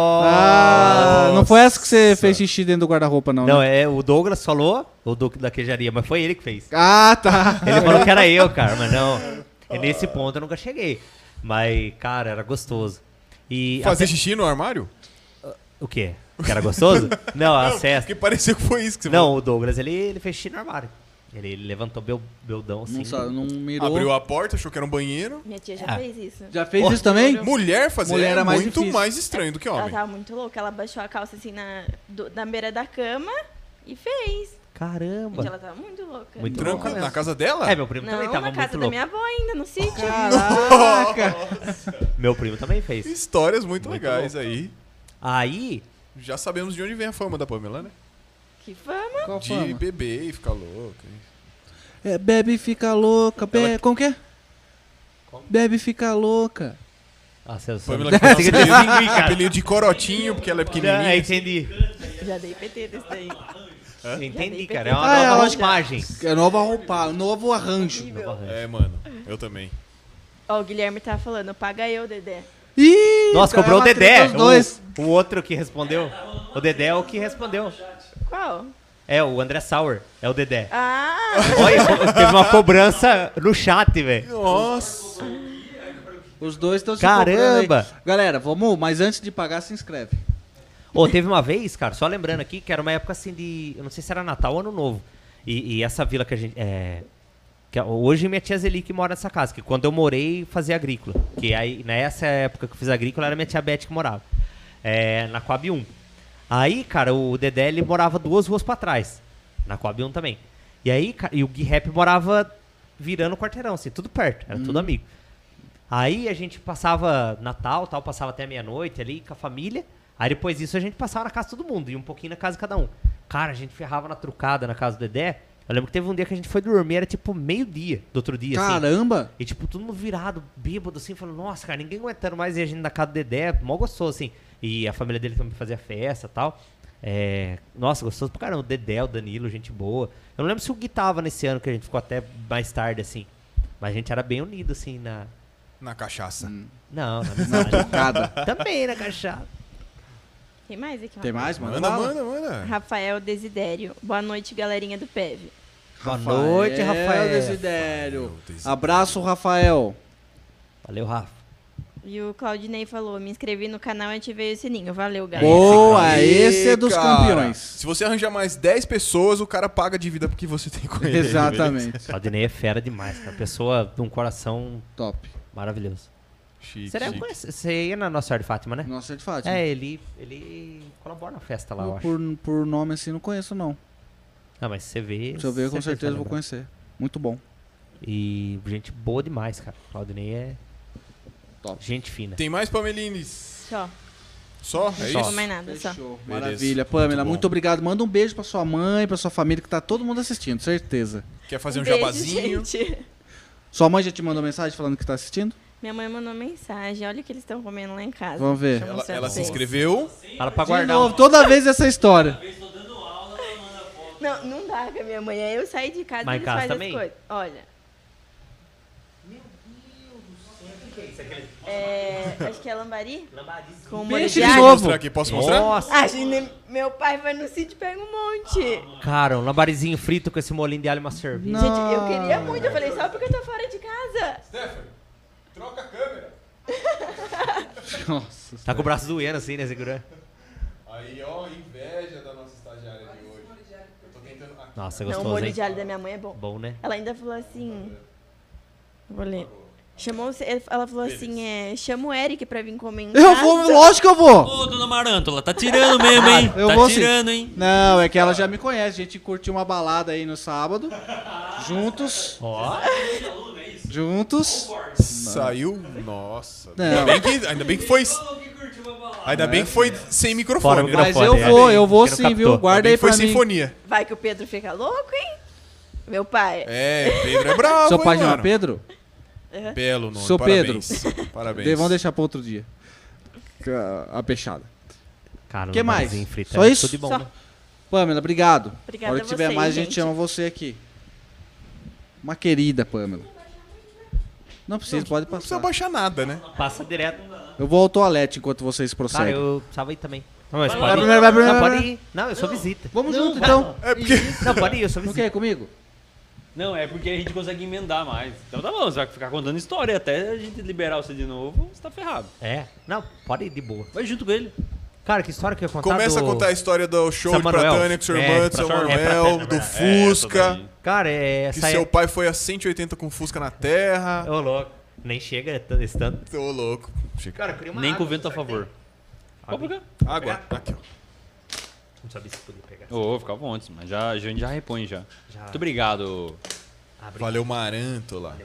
Ah, não foi essa que você fez xixi dentro do guarda-roupa, não, Não, né? é o Douglas falou, o Duque da queijaria, mas foi ele que fez. Ah, tá. Ele falou que era eu, cara, mas não. E nesse ponto eu nunca cheguei. Mas, cara, era gostoso. E Fazer até- xixi no armário? O quê? Que era gostoso? Não, a cesta. Porque pareceu que foi isso que você Não, o Douglas, ele fez xixi no armário. Ele levantou beldão assim. Não mirou. Abriu a porta, achou que era um banheiro. Minha tia já Ah. fez isso. Já fez isso também? Mulher fazer Mulher é era mais muito difícil. mais estranho do que Ela homem. tava muito louca. Ela baixou a calça assim na beira da cama e fez. Gente, Caramba. ela tava muito louca. Muito Tranquilo, louca na mesmo. casa dela? É, meu primo Não, também tava na casa muito da louco. minha avó ainda, no sítio. Caraca. Meu primo também fez. Histórias muito, Muito legais aí. Aí, Já sabemos de onde vem a fama da Pamela, né? Que fama. Qual De fama? beber e ficar louca. Bebe e fica louca. Ela- Como que é? Como? Bebe e fica louca. nossa, eu Pamela não que faz consigo apelido, distinguir, cara. apelido de corotinho, porque ela é Ah, pequenininha. entendi. Já dei PT desse daí. Entendi, dei cara. PT. É uma Ah, nova ela- roupagem. É nova roupa, novo arranjo. É, mano, eu também. Ó, o Guilherme tá falando, paga eu, Dedé. Ih, Nossa, cara, cobrou o ela Dedé. treta os dois. O outro que respondeu. O Dedé é o que respondeu. Qual? É, o André Sauer. É o Dedé. Ah, Olha, teve uma cobrança no chat, velho. Nossa. Os dois estão se Caramba. cobrando aí. Galera, vamos, mas antes de pagar, se inscreve. Ô, teve uma vez, cara, só lembrando aqui, que era uma época assim de. Eu não sei se era Natal ou Ano Novo. E essa vila que a gente. Hoje minha tia Zeli que mora nessa casa, que quando eu morei fazia agrícola. Que aí, nessa época que eu fiz agrícola, era minha tia Beth que morava. Na Coab 1. Aí, cara, o Dedé ele morava 2 ruas pra trás. Na Coab 1 também. E aí, e o Gui Rap morava virando o quarteirão, assim, tudo perto, era tudo amigo. Aí a gente passava Natal, tal, passava até meia-noite ali com a família. Aí depois disso a gente passava na casa de todo mundo, e um pouquinho na casa de cada um. Cara, a gente ferrava na trucada na casa do Dedé. Eu lembro que teve um dia que a gente foi dormir, era tipo meio-dia do outro dia, assim. Caramba. E tipo, todo mundo virado, bêbado, assim, falando, nossa, cara, ninguém aguentando mais, e a gente na casa do Dedé, mó gostoso, assim. E a família dele também fazia festa e tal. Nossa, gostoso pra caramba. O Dedé, o Danilo, gente boa. Eu não lembro se o Gui tava nesse ano, que a gente ficou até mais tarde, assim. Mas a gente era bem unido, assim, Na cachaça. Não, na amizade. Cada. Também na cachaça. Tem mais aqui, ó. Tem mais? Manda Manda, bala. manda. Rafael Desidério. Boa noite, galerinha do PEV. Boa noite, Rafael. Desidério. Abraço, Rafael. Valeu, Rafa. E o Claudinei falou, me inscrevi no canal e ativei o sininho. Valeu, galera. Boa, esse é dos Cara, campeões. Se você arranjar mais 10 pessoas, o cara paga a dívida que você tem com ele. Exatamente. Claudinei é fera demais, cara. Pessoa de um coração Top. maravilhoso. Chique, Você, chique. você ia na Nossa Senhora de Fátima, né? Nossa, é de Fátima. É, ele colabora na festa lá, eu acho. Por nome assim, não conheço, não. Não, mas você vê... Se eu ver, com certeza vai vou lembrar. conhecer. Muito bom. E gente boa demais, cara. Claudinei é Top. gente fina. Tem mais, Pamelines? Só. Só? É Não isso? chegou mais nada, só. Fechou. Beleza. Maravilha. Pamela, Muito muito, bom. obrigado. Manda um beijo pra sua mãe, pra sua família, que tá todo mundo assistindo, certeza. Quer fazer um Beijo, jabazinho? gente. Sua mãe já te mandou mensagem falando que tá assistindo? Minha mãe mandou mensagem. Olha o que eles estão comendo lá em casa. Vamos ver. Deixa eu mostrar Ela pra se vocês. inscreveu. Fala pra De guardar. novo, toda vez essa história. Não, não dá com a minha mãe. Aí eu saí de casa e Mas em eles casa fazem também? as coisas. Olha. Acho que é lambari? Com molho Peixe de de alho. novo. Mostrar aqui, posso mostrar? Nossa, Ah, gente, meu pai vai no sítio e pega um monte. cara, um lambarizinho frito com esse molinho de alho e uma cerveja. Gente, eu queria muito. Eu falei, só porque eu tô fora de casa. Stephanie, troca a câmera. Nossa. Tá com o braço doendo assim, né, segurando? Aí, ó, inveja da nossa estagiária de hoje. Eu tô tentando... Aqui. Nossa, Não, o gostoso, molho hein? de alho da minha mãe é bom. Bom, né? Ela ainda falou assim... Vou ler. Ela falou assim, chama o Eric pra vir comer em Eu casa. vou, lógico que eu vou. Ô, dona Marântula, tá tirando mesmo, hein? Eu Tá vou sim. tirando, hein? Não, é que ela já me conhece. A gente curtiu uma balada aí no sábado. Juntos. Ó, Juntos. Saiu... Nossa. Não. Ainda bem que foi... Ainda bem que foi sem Fora microfone. o né? Mas microfone, eu vou que não sim, captou. viu? Ainda Guarda bem aí que foi pra mim. sinfonia. Vai que o Pedro fica louco, hein? Meu pai. É, Pedro é bravo, Seu pai hein, chama mano? Pedro? Belo nome, Seu parabéns. Parabéns. Vamos deixar pra outro dia. A peixada. cara, um Que mais? lambarezinho frito Só é isso? tudo de bom, Só. né? Pamela, obrigado. Obrigada A hora que a tiver vocês, mais, a gente gente. chama você aqui. Uma querida, Pamela. Não precisa, pode Não precisa passar. baixar nada, né? Passa direto. Eu vou ao toalete enquanto vocês Cara, prosseguem. eu precisava ir também. Não, mas Vai pode ir. primeiro, vai primeiro, Não, vai pode primeiro. ir. Não, eu sou visita. Vamos junto, então. É porque... Não, pode ir, eu sou Não visita. quer ir comigo? Não, é porque a gente consegue emendar mais. Então tá bom, você vai ficar contando história até a gente liberar você de novo, você tá ferrado. É, não, pode ir de boa. Vai junto com ele. Cara, que história que eu ia contar Começa do... a contar a história do show São de Manuel. Pratânia com sua É, irmã, de São pra São- é, Manuel, Pratânia, do É, Fusca. essa daí. Cara, Que essa seu pai foi a 180 com Fusca na terra. Ô, louco. Nem chega esse tanto. Tô louco. Cara, eu queria uma Nem água, com o vento a será que favor. Pode Água. pegar. Água. Aqui, ó. tem? Não sabia se podia pegar. Ô, fica à vontade, mas a gente já repõe já. Já. Muito obrigado. Abre. Valeu, Marântula.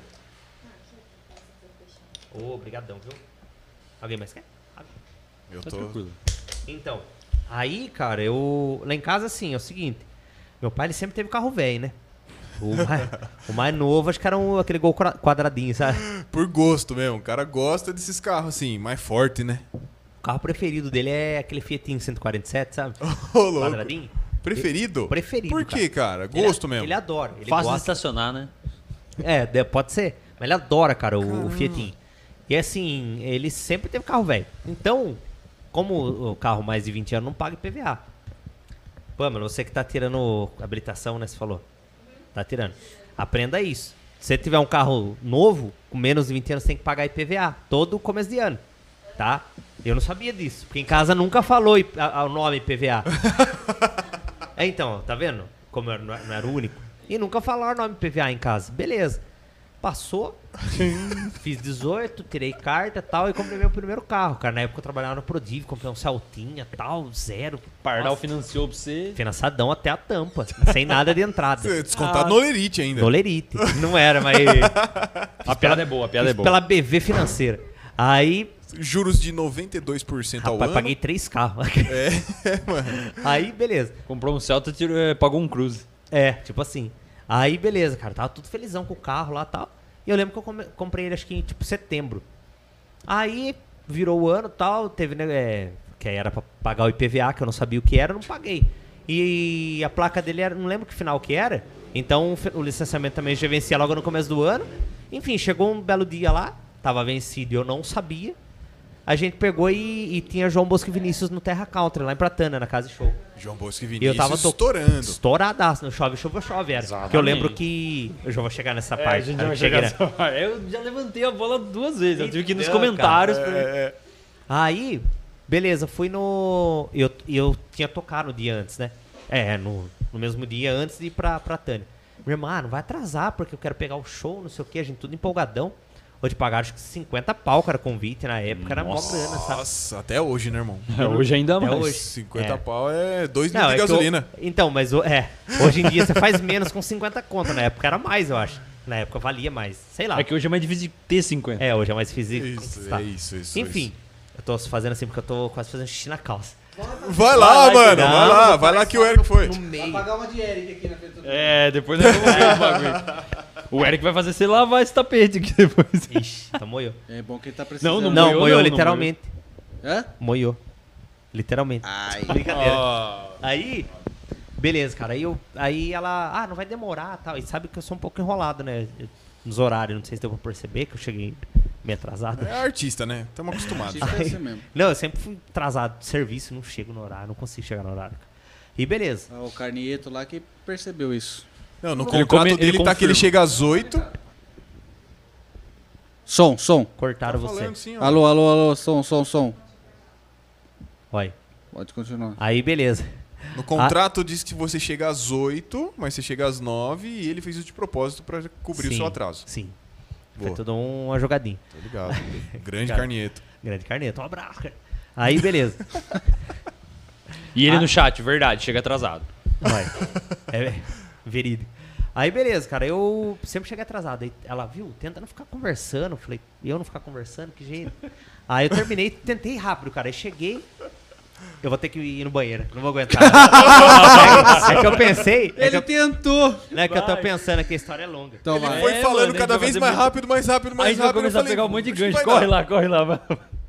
Ô, obrigadão, viu? Alguém mais quer? Água. Eu Tá tô... tranquilo. Então, aí, cara, eu... Lá em casa, assim, é o seguinte. Meu pai, ele sempre teve carro velho, né? O mais novo, acho que era aquele Gol quadradinho, sabe? Por gosto mesmo. O cara gosta desses carros, assim, mais forte, né? O carro preferido dele é aquele Fiatinho 147, sabe? Ô, louco. Quadradinho. Preferido? Preferido, Por quê, cara? Ele- Gosto mesmo. Ele adora. Ele Fácil de gosta. estacionar, né? Pode ser. Mas ele adora, cara, o Fiatinho. E assim, ele sempre teve carro velho. Então, como o carro mais de 20 anos não paga IPVA. Pamela, você que tá tirando habilitação, né? Você falou. Tá tirando. Aprenda isso. Se você tiver um carro novo, com menos de 20 anos, tem que pagar IPVA. Todo começo de ano. Tá? Eu não sabia disso. Porque em casa nunca falou o nome IPVA. Então, tá vendo? Como eu não era o único. E nunca falaram o nome IPVA em casa. Beleza. Passou. Fiz 18, tirei carta e tal. E comprei meu primeiro carro. Cara, na época eu trabalhava no Prodiv, comprei um Celtinha tal, zero. Pardal Nossa, financiou pra você. financiadão até a tampa. Sem nada de entrada. Descontado no Lerite ainda. No Lerite. Não era, mas. A piada é boa, a piada é fiz boa. pela BV financeira. Aí, Juros de 92% ao rapaz, ano. paguei 3 carros. Mano. Aí, beleza. Comprou um Celta, pagou um Cruze. É, tipo assim. Aí, beleza, cara. Tava tudo felizão com o carro lá e tal. E eu lembro que eu comprei ele, acho que em, tipo, setembro. Aí, virou o ano e tal. Teve, né, que aí era pra pagar o IPVA, que eu não sabia o que era, eu não paguei. E a placa dele era, não lembro que final que era. Então, o licenciamento também já vencia logo no começo do ano. Enfim, chegou um belo dia lá. Tava vencido e eu não sabia. a gente pegou e tinha João Bosco e Vinícius no Terra Country, lá em Pratana, na casa de show. João Bosco e E eu Vinícius tava estourando. estouradaço, no chove, era. Exatamente. Que eu lembro que... Eu já vou chegar nessa parte. Eu já levantei a bola 2 vezes. Eu tive que ir nos Entendeu, comentários. Aí, beleza, fui no... Eu tinha tocado no dia antes, né? No mesmo dia antes de ir pra Tânia. Meu irmão, não vai atrasar, porque eu quero pegar o show, não sei o que, a gente tudo empolgadão. Hoje pagaram acho que 50 pau, cara, convite na época, era mó grana, sabe? Nossa, até hoje, né, irmão? Hoje ainda Até mais. hoje. 50 É. pau é 2 Não, litros de é que gasolina. então, mas hoje em dia você faz menos com 50 conto, na época era mais, eu acho. Na época valia mais, sei lá. É que hoje é mais difícil de ter 50. Hoje é mais difícil de Isso, conquistar. é isso. Enfim, eu tô fazendo assim porque eu tô quase fazendo xixi na calça. Vai lá, Vai lá, mano, Não, vai lá que o Eric foi. No meio. Pagar uma de Eric aqui na frente do Depois nós vamos ver o bagulho. O Eric vai fazer você lavar esse tapete aqui depois. Ixi, tá moiou. É bom que ele tá precisando. Não, Não, moiou, moiou não, literalmente. Hã? Moiou. Literalmente. Ai. Brincadeira. Aí, beleza, cara. Aí ela, não vai demorar e tal. E sabe que eu sou um pouco enrolado, né? Nos horários. Não sei se deu pra perceber que eu cheguei meio atrasado. É artista, né? Estamos acostumados. Artista é assim mesmo. Não, eu sempre fui atrasado de serviço, não chego no horário, não consigo chegar no horário. E beleza. Ah, o Carnieto lá que percebeu isso. Não, no Ele contrato ele dele tá que ele confirma. chega às 8. Som. Cortaram Tá você. falando assim, ó. Alô, som. Olha. Pode continuar. Aí, beleza. No contrato diz que você chega às 8, mas você chega às 9 e ele fez isso de propósito pra cobrir o Sim, seu atraso. Sim. Boa. Foi tudo uma jogadinha. Tô ligado. Grande Cara. Carnieto. Grande Carneto, um abraço, cara. Aí, beleza. E ele no chat, verdade, chega atrasado. Vai. É verídico. Aí, beleza, cara. Eu sempre cheguei atrasado. Aí ela, viu, tenta não ficar conversando. Eu falei, eu não ficar conversando? Que jeito? Aí eu terminei, tentei rápido, cara. Aí cheguei. Eu vou ter que ir no banheiro. Não vou aguentar. É que eu pensei. Ele tentou. Não é que eu tô pensando que a história é longa. Então Ele vai. foi É, falando mano, cada a gente vez vai mais fazer rápido, mais rápido, Aí mais a gente vai rápido. começar a Eu falei, pegar um monte de "Acho que gancho. vai Corre dar." lá, vai.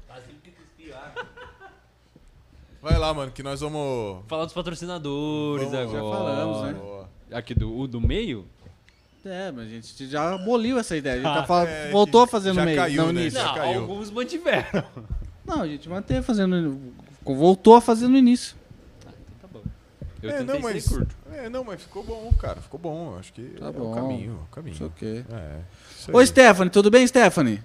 Vai lá, mano, que nós vamos... Falar dos patrocinadores Vamos, agora. já falamos, né? Boa. Aqui do meio? É, mas a gente já aboliu essa ideia. A gente tá É, voltou a fazer no já meio. caiu, não, né? início. Já Não, caiu. alguns mantiveram. Não, a gente manteve fazendo. Voltou a fazer no início. Tá bom. Eu tentei ser curto. Não, mas ficou bom, cara. Ficou bom. Acho que Tá é bom. o caminho. O caminho. Isso aqui. É. Isso Oi, aí. Stephanie, tudo bem, Stephanie?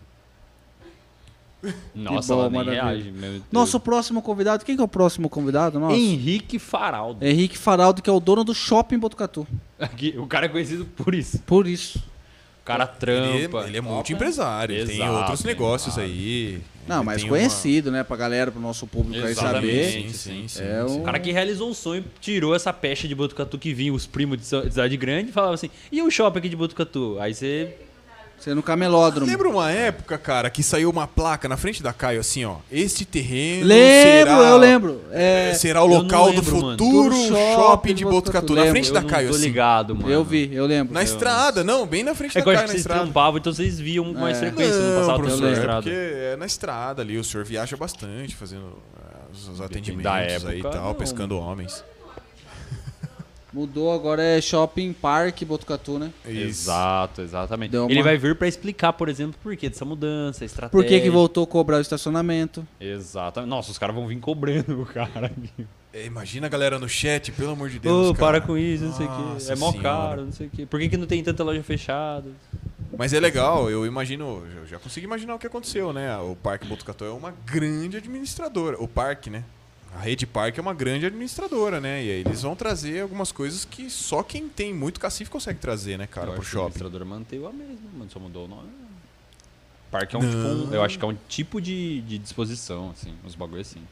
Nossa, boa, ela nem maravilha. reage, meu Deus. Nosso próximo convidado, quem que é o próximo convidado nosso? Henrique Faraldo. Henrique Faraldo, que é o dono do shopping Botucatu. Aqui, o cara é conhecido por isso. Por isso. O cara trampa. Ele é multi-empresário. Ele tem Exato, outros negócios claro. aí. Não, Ele mas tem conhecido, né? Pra galera, pro nosso público aí saber. Sim. É O cara que realizou um sonho, tirou essa pecha de Botucatu que vinha os primos de cidade grande e falava assim, e o shopping aqui de Botucatu? Aí você... Você no camelódromo. Lembra uma época, cara, que saiu uma placa na frente da Caio assim, ó. Este terreno Eu lembro. será o Eu local não do lembro, mano. futuro Futuro shopping shopping de de Botucatu. Botucatu. Na Lembro, frente Eu da não Caio, tô assim. ligado, mano. Eu lembro. Na estrada, não, bem na frente É da que eu Caio acho na que vocês estrada. trampavam, então vocês viam com mais frequência, não Não, passava tanto professor, na é estrada. porque é na estrada ali, o senhor viaja bastante fazendo os atendimentos da aí época, e tal, não. pescando homens. Mudou, agora é Shopping Park Botucatu, né? Isso. Exato, exatamente. Deu Ele uma- vai vir pra explicar, por exemplo, por que dessa mudança, a estratégia. Por que voltou a cobrar o estacionamento? Exatamente. Nossa, os caras vão vir cobrando o cara. Imagina a galera no chat, pelo amor de Deus, Ô, cara. para com isso, não sei o quê. Nossa É mó senhora. caro, não sei o quê. Por que não tem tanta loja fechada? Mas é legal, eu imagino, eu já consigo imaginar o que aconteceu, né? O Parque Botucatu é uma grande administradora. O parque, né? A Rede Parque é uma grande administradora, né? E aí eles vão trazer algumas coisas que só quem tem muito cacife consegue trazer, né, cara, eu pro acho que a shopping. administradora manteve a mesma, mano. Só mudou o nome. Parque é um Não. tipo eu acho que é um tipo de disposição, assim. Uns bagulho assim.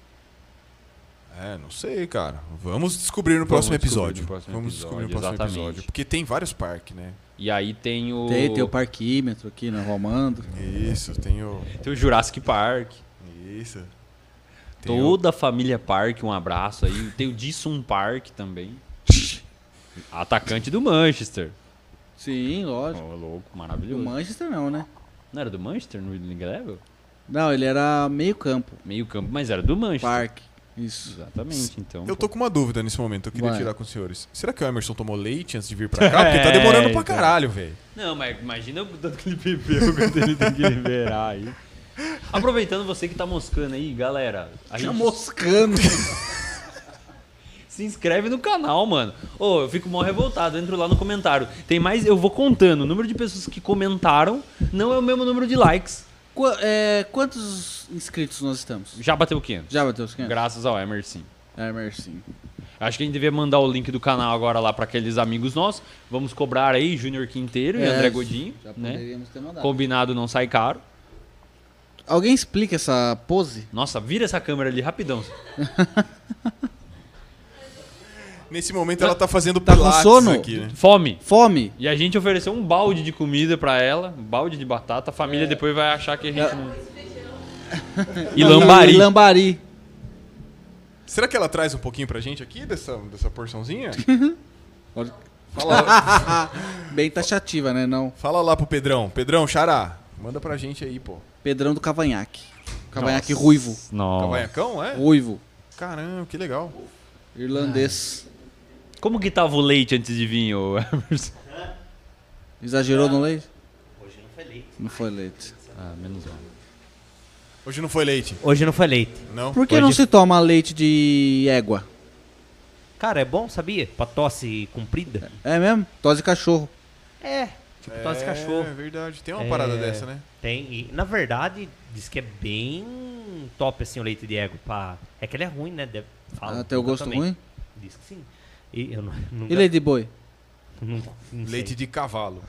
É, não sei, cara. Vamos descobrir no Vamos próximo descobrir episódio. no próximo Vamos episódio, descobrir no próximo exatamente. episódio. Porque tem vários parques, né? E aí tem o. Tem o parquímetro aqui, né? Romando. Isso, tem o... Tem o Jurassic Park. Isso. Tem Toda a família Park, um abraço aí. Tem o Disson Park também. Atacante do Manchester. Sim, lógico. Ô, louco, Do maravilhoso. Manchester não, né? Não era do Manchester no League Level? Não, ele era meio campo. Meio campo, mas era do Manchester. Park. Isso. Exatamente, então. Eu tô com uma dúvida nesse momento, eu queria Vai. tirar com os senhores. Será que o Emerson tomou leite antes de vir pra cá? Porque tá demorando pra então. caralho, velho. Não, mas imagina o tanto que ele bebeu quando ele tem que liberar aí. Aproveitando você que tá moscando aí, galera. A gente moscando. se inscreve no canal, mano. Ô, eu fico mal revoltado, entro lá no comentário. Tem mais, eu vou contando. O número de pessoas que comentaram não é o mesmo número de likes. Quantos inscritos nós estamos? Já bateu 500. Já bateu os 500? Graças ao Emerson. Emerson. Acho que a gente devia mandar o link do canal agora lá pra aqueles amigos nossos. Vamos cobrar aí Júnior Quinteiro e André Godinho. Já né? poderíamos ter mandado. Combinado não sai caro. Alguém explica essa pose? Nossa, vira essa câmera ali rapidão. Nesse momento ela tá fazendo Tá com pilates sono? aqui, né? Fome. Fome? E a gente ofereceu um balde de comida pra ela, um balde de batata. A família depois vai achar que a gente não... E lambari. E lambari. Será que ela traz um pouquinho pra gente aqui dessa porçãozinha? Olha. Fala, Bem taxativa, né? Não. fala lá pro Pedrão. Pedrão, xará, manda pra gente aí, pô. Pedrão do Cavanhaque. Cavanhaque Nossa. ruivo. Nossa. Cavanhacão, é? Ruivo. Caramba, que legal. Irlandês. Como que tava o leite antes de vir, ô Emerson? Exagerou no leite? Hoje não foi leite. Não foi leite. Ah, menos mal. Hoje não foi leite, Hoje não foi leite. não? Por que Hoje- não se toma leite de égua? Cara, é bom, sabia? Pra tosse comprida. É mesmo? Tosse de cachorro. É, tipo tosse de cachorro. É verdade, tem uma parada dessa, né? Tem, e na verdade, diz que é bem top assim o leite de égua. Pra... É que ele é ruim, né? Fala, Tem o nunca gosto tomei. ruim? Diz que sim. E eu nunca, E leite de boi? não Leite sei. de cavalo.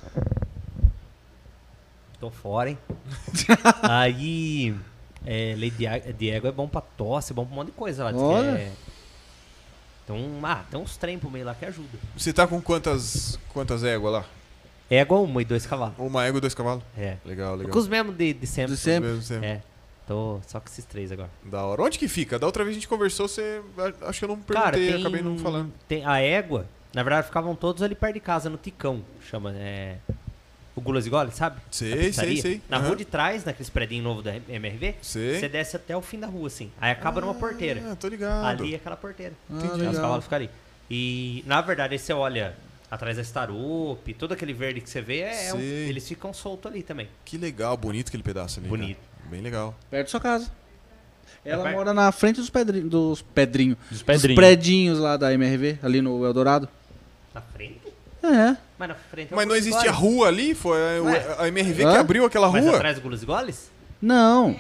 Tô fora, hein? Aí, leite de égua é bom pra tosse, é bom pra um monte de coisa lá. Diz que Olha. Então, tem uns trem pro meio lá que ajuda. Você tá com quantas éguas lá? Égua, 1 e 2 cavalos. Uma égua e 2 cavalos? É. Legal, legal. Com os mesmos de sempre. De sempre. Mesmo, sempre. É. Tô só com esses 3 agora. Da hora. Onde que fica? Da outra vez a gente conversou, você... Acho que eu não Cara, perguntei, acabei não falando. Tem a égua, na verdade, ficavam todos ali perto de casa, no Ticão. Chama, o Gulas e Goles, sabe? Sei, A pizzaria. sei. Na Aham. rua de trás, naquele prédio novo da MRV, Sei. você desce até o fim da rua, assim. Aí acaba numa porteira. Ah, tô ligado. Ali é aquela porteira. Entendi. Aí os legal. cavalos ficam ali. E, na verdade, aí você olha atrás da Starup, todo aquele verde que você vê, Sei. eles ficam soltos ali também. Que legal, bonito aquele pedaço ali. Bonito. Cara. Bem legal. Perto da sua casa. Ela perto? mora na frente dos pedrinhos. Dos pedrinhos. Dos Dos pedrinhos. predinhos lá da MRV, ali no Eldorado. Na frente? É. Mas na frente é o Mas não Gulas e existia Goles. rua ali? Foi Ué. a MRV Hã? que abriu aquela Mas rua? atrás do Gulas e Goles? Não.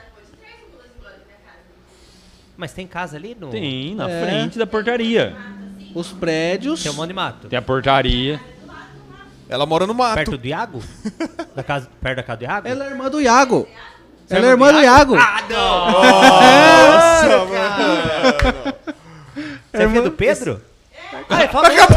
Mas tem casa ali no... Tem, na É. frente da portaria. Os prédios. Tem um monte de mato. Tem a portaria. Ela mora no mato. Perto do Iago? Perto da casa do Iago? Ela é irmã do Iago. Você Ela é irmã do Iago. Ah, não! Nossa, mano. Você é filho do Pedro? Ai, fala aí.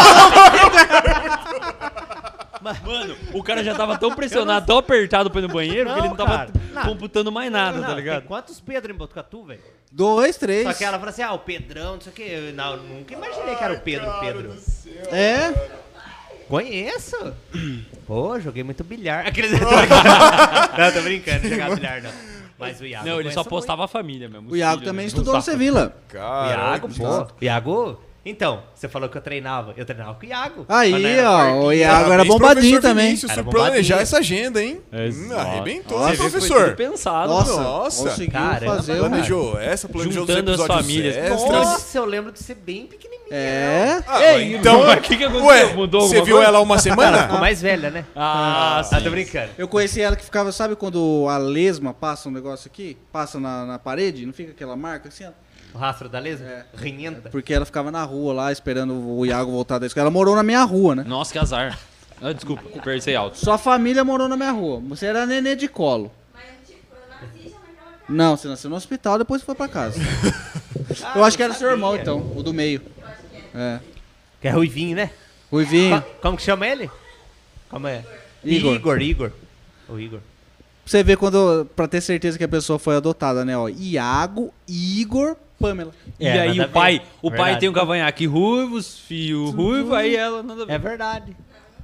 Mano, o cara já tava tão pressionado, tão apertado pra ir no banheiro, que ele não Não, tava cara. Não. computando mais nada, Não, tá ligado? Tem quantos Pedro em Botucatu, velho? 2, 3. Só que ela fala assim, o Pedrão, não sei o quê. Eu nunca imaginei que era o Pedro. É. Conheço. Pô, joguei muito bilhar. Aqueles... Não, tô brincando, jogar bilhar não. Mas o Iago Não, ele eu só conheço postava a família mesmo. O Iago também estudou no Sevilla. muito. O Cara, Iago, que pô. chato. O Iago... Então, você falou que eu treinava. Eu treinava com o Iago. Aí, Quando era ó. fortinho. O Iago era Parabéns, bombadinho professor também. Vinícius, Era por planejar bombadinho. essa agenda, hein? Exato. Arrebentou, Nossa, Você vê que foi professor. tudo pensado. Nossa, Nossa. conseguiu Caramba, fazer mano. Planejou essa, planejou Juntando os as episódios famílias. extras. Nossa, eu lembro de ser bem pequenininho. É. Ei, então, o que aconteceu? ué, Mudou você alguma viu coisa? ela uma Ela semana? ficou mais velha, né? Ah, sim. Tô brincando. Eu conheci ela que ficava, sabe quando a lesma passa um negócio aqui? Passa na parede, não fica aquela marca assim, ó? O rastro da lesma? É. Rinhenta. Porque ela ficava na rua lá, esperando o Iago voltar da escola. Ela morou na minha rua, né? Nossa, que azar. Ah, desculpa, conversei alto. Sua família morou na minha rua. Você era nenê de colo. Não, você nasceu no hospital, depois você foi pra casa. Eu acho que era seu irmão, então, o do meio. É. Que é Ruivinho, né? Ruivinho. Como que chama ele? Como é? Igor. Igor. O Igor. Pra você ver pra ter certeza que a pessoa foi adotada, né? Ó, Iago, Igor, Pamela. E É, aí nada a o pai, ver. o pai Verdade. tem um cavanhaque ruivo, os filhos ruivo, aí ela nada a ver. É verdade.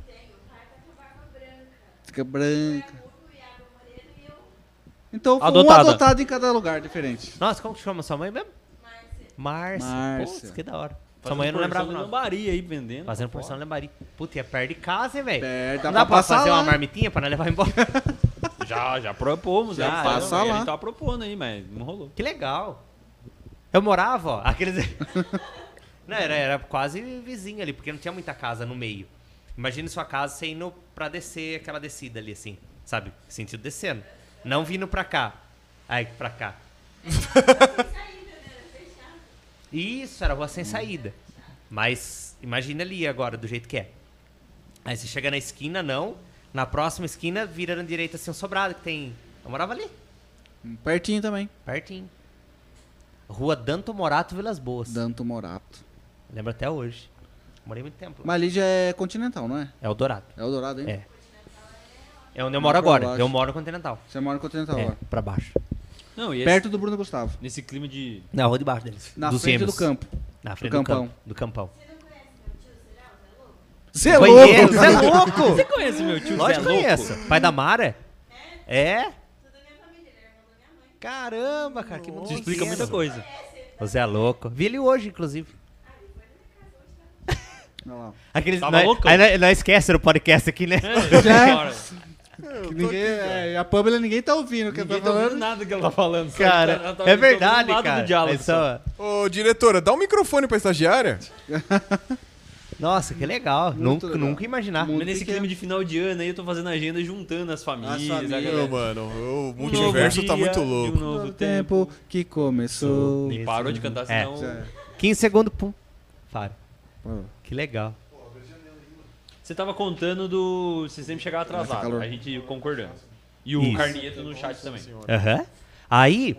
Fica branca. Então foi um Adotada. adotado em cada lugar diferente. Nossa, como que chama sua mãe mesmo? Márcia. Márcia. Putz, que da hora. Sua mãe eu não lembrava não. Lambaria aí vendendo. Fazendo porção lembaria. Puta, e é perto de casa, hein, velho? Perto, Não dá dá pra pra passar fazer lá. uma marmitinha pra não levar embora? Já propomos. Já, passa A lá. gente tava propondo aí, mas não rolou. Que legal. Eu morava, ó, aqueles... Não, era quase vizinho ali, porque não tinha muita casa no meio. Imagine sua casa você indo pra descer aquela descida ali, assim, sabe? Sentido descendo. Não vindo pra cá. Aí, pra cá. Isso, era rua sem saída. Mas imagina ali agora, do jeito que é. Aí você chega na esquina, não. Na próxima esquina, vira na direita assim um sobrado que tem... Eu morava ali, Pertinho também. pertinho. Rua Danto Morato, Vilas Boas. Danto Morato. Lembro até hoje. Morei muito tempo lá. Mas ali já é continental, não é? É o Dourado. É o Dourado ainda? É. É onde eu moro pra agora. baixo. Eu moro no Continental. Você mora no continental É, agora. pra baixo. Não, e Perto do Bruno Gustavo. nesse clima de... Na rua de baixo deles. Na Dos frente gêmeos. do campo. Na frente do do campão. campo. Do campão. Você é Conheço, louco! Você é louco! Você conhece meu tio Lógico Zé que Louco? conheço. Pai da Mara? É? Caramba, cara, que mundo Isso explica pequeno. muita coisa. O Zé é louco. Vi ele hoje, inclusive. Olha lá. Aqueles, Tava loucão. aí não esquece o podcast aqui, né? Já? Cara, Que ninguém, a Pamela ninguém tá ouvindo o que ninguém ela tá tá ouvindo falando. nada que ela tá falando. só Cara, ela tá é ouvindo verdade, um lado cara. do diálogo Mas só- Ô, diretora, dá um microfone pra estagiária. Nossa, que legal. Muito Nunca, legal. nunca imaginar. Muito Mas nesse pequeno. clima de final de ano aí, eu tô fazendo agenda juntando as famílias. famílias. a Ô, galera. mano, o Um multiverso novo tá dia muito e louco. Um novo O tempo. tempo que começou. E parou de cantar, É. senão... 15 segundos, pum. Para. Pô, Que legal. Você tava contando do... Você sempre chegava Nossa, atrasado, calor. a gente concordando. E o Isso. Carnieto no chat também. Aham. Aí,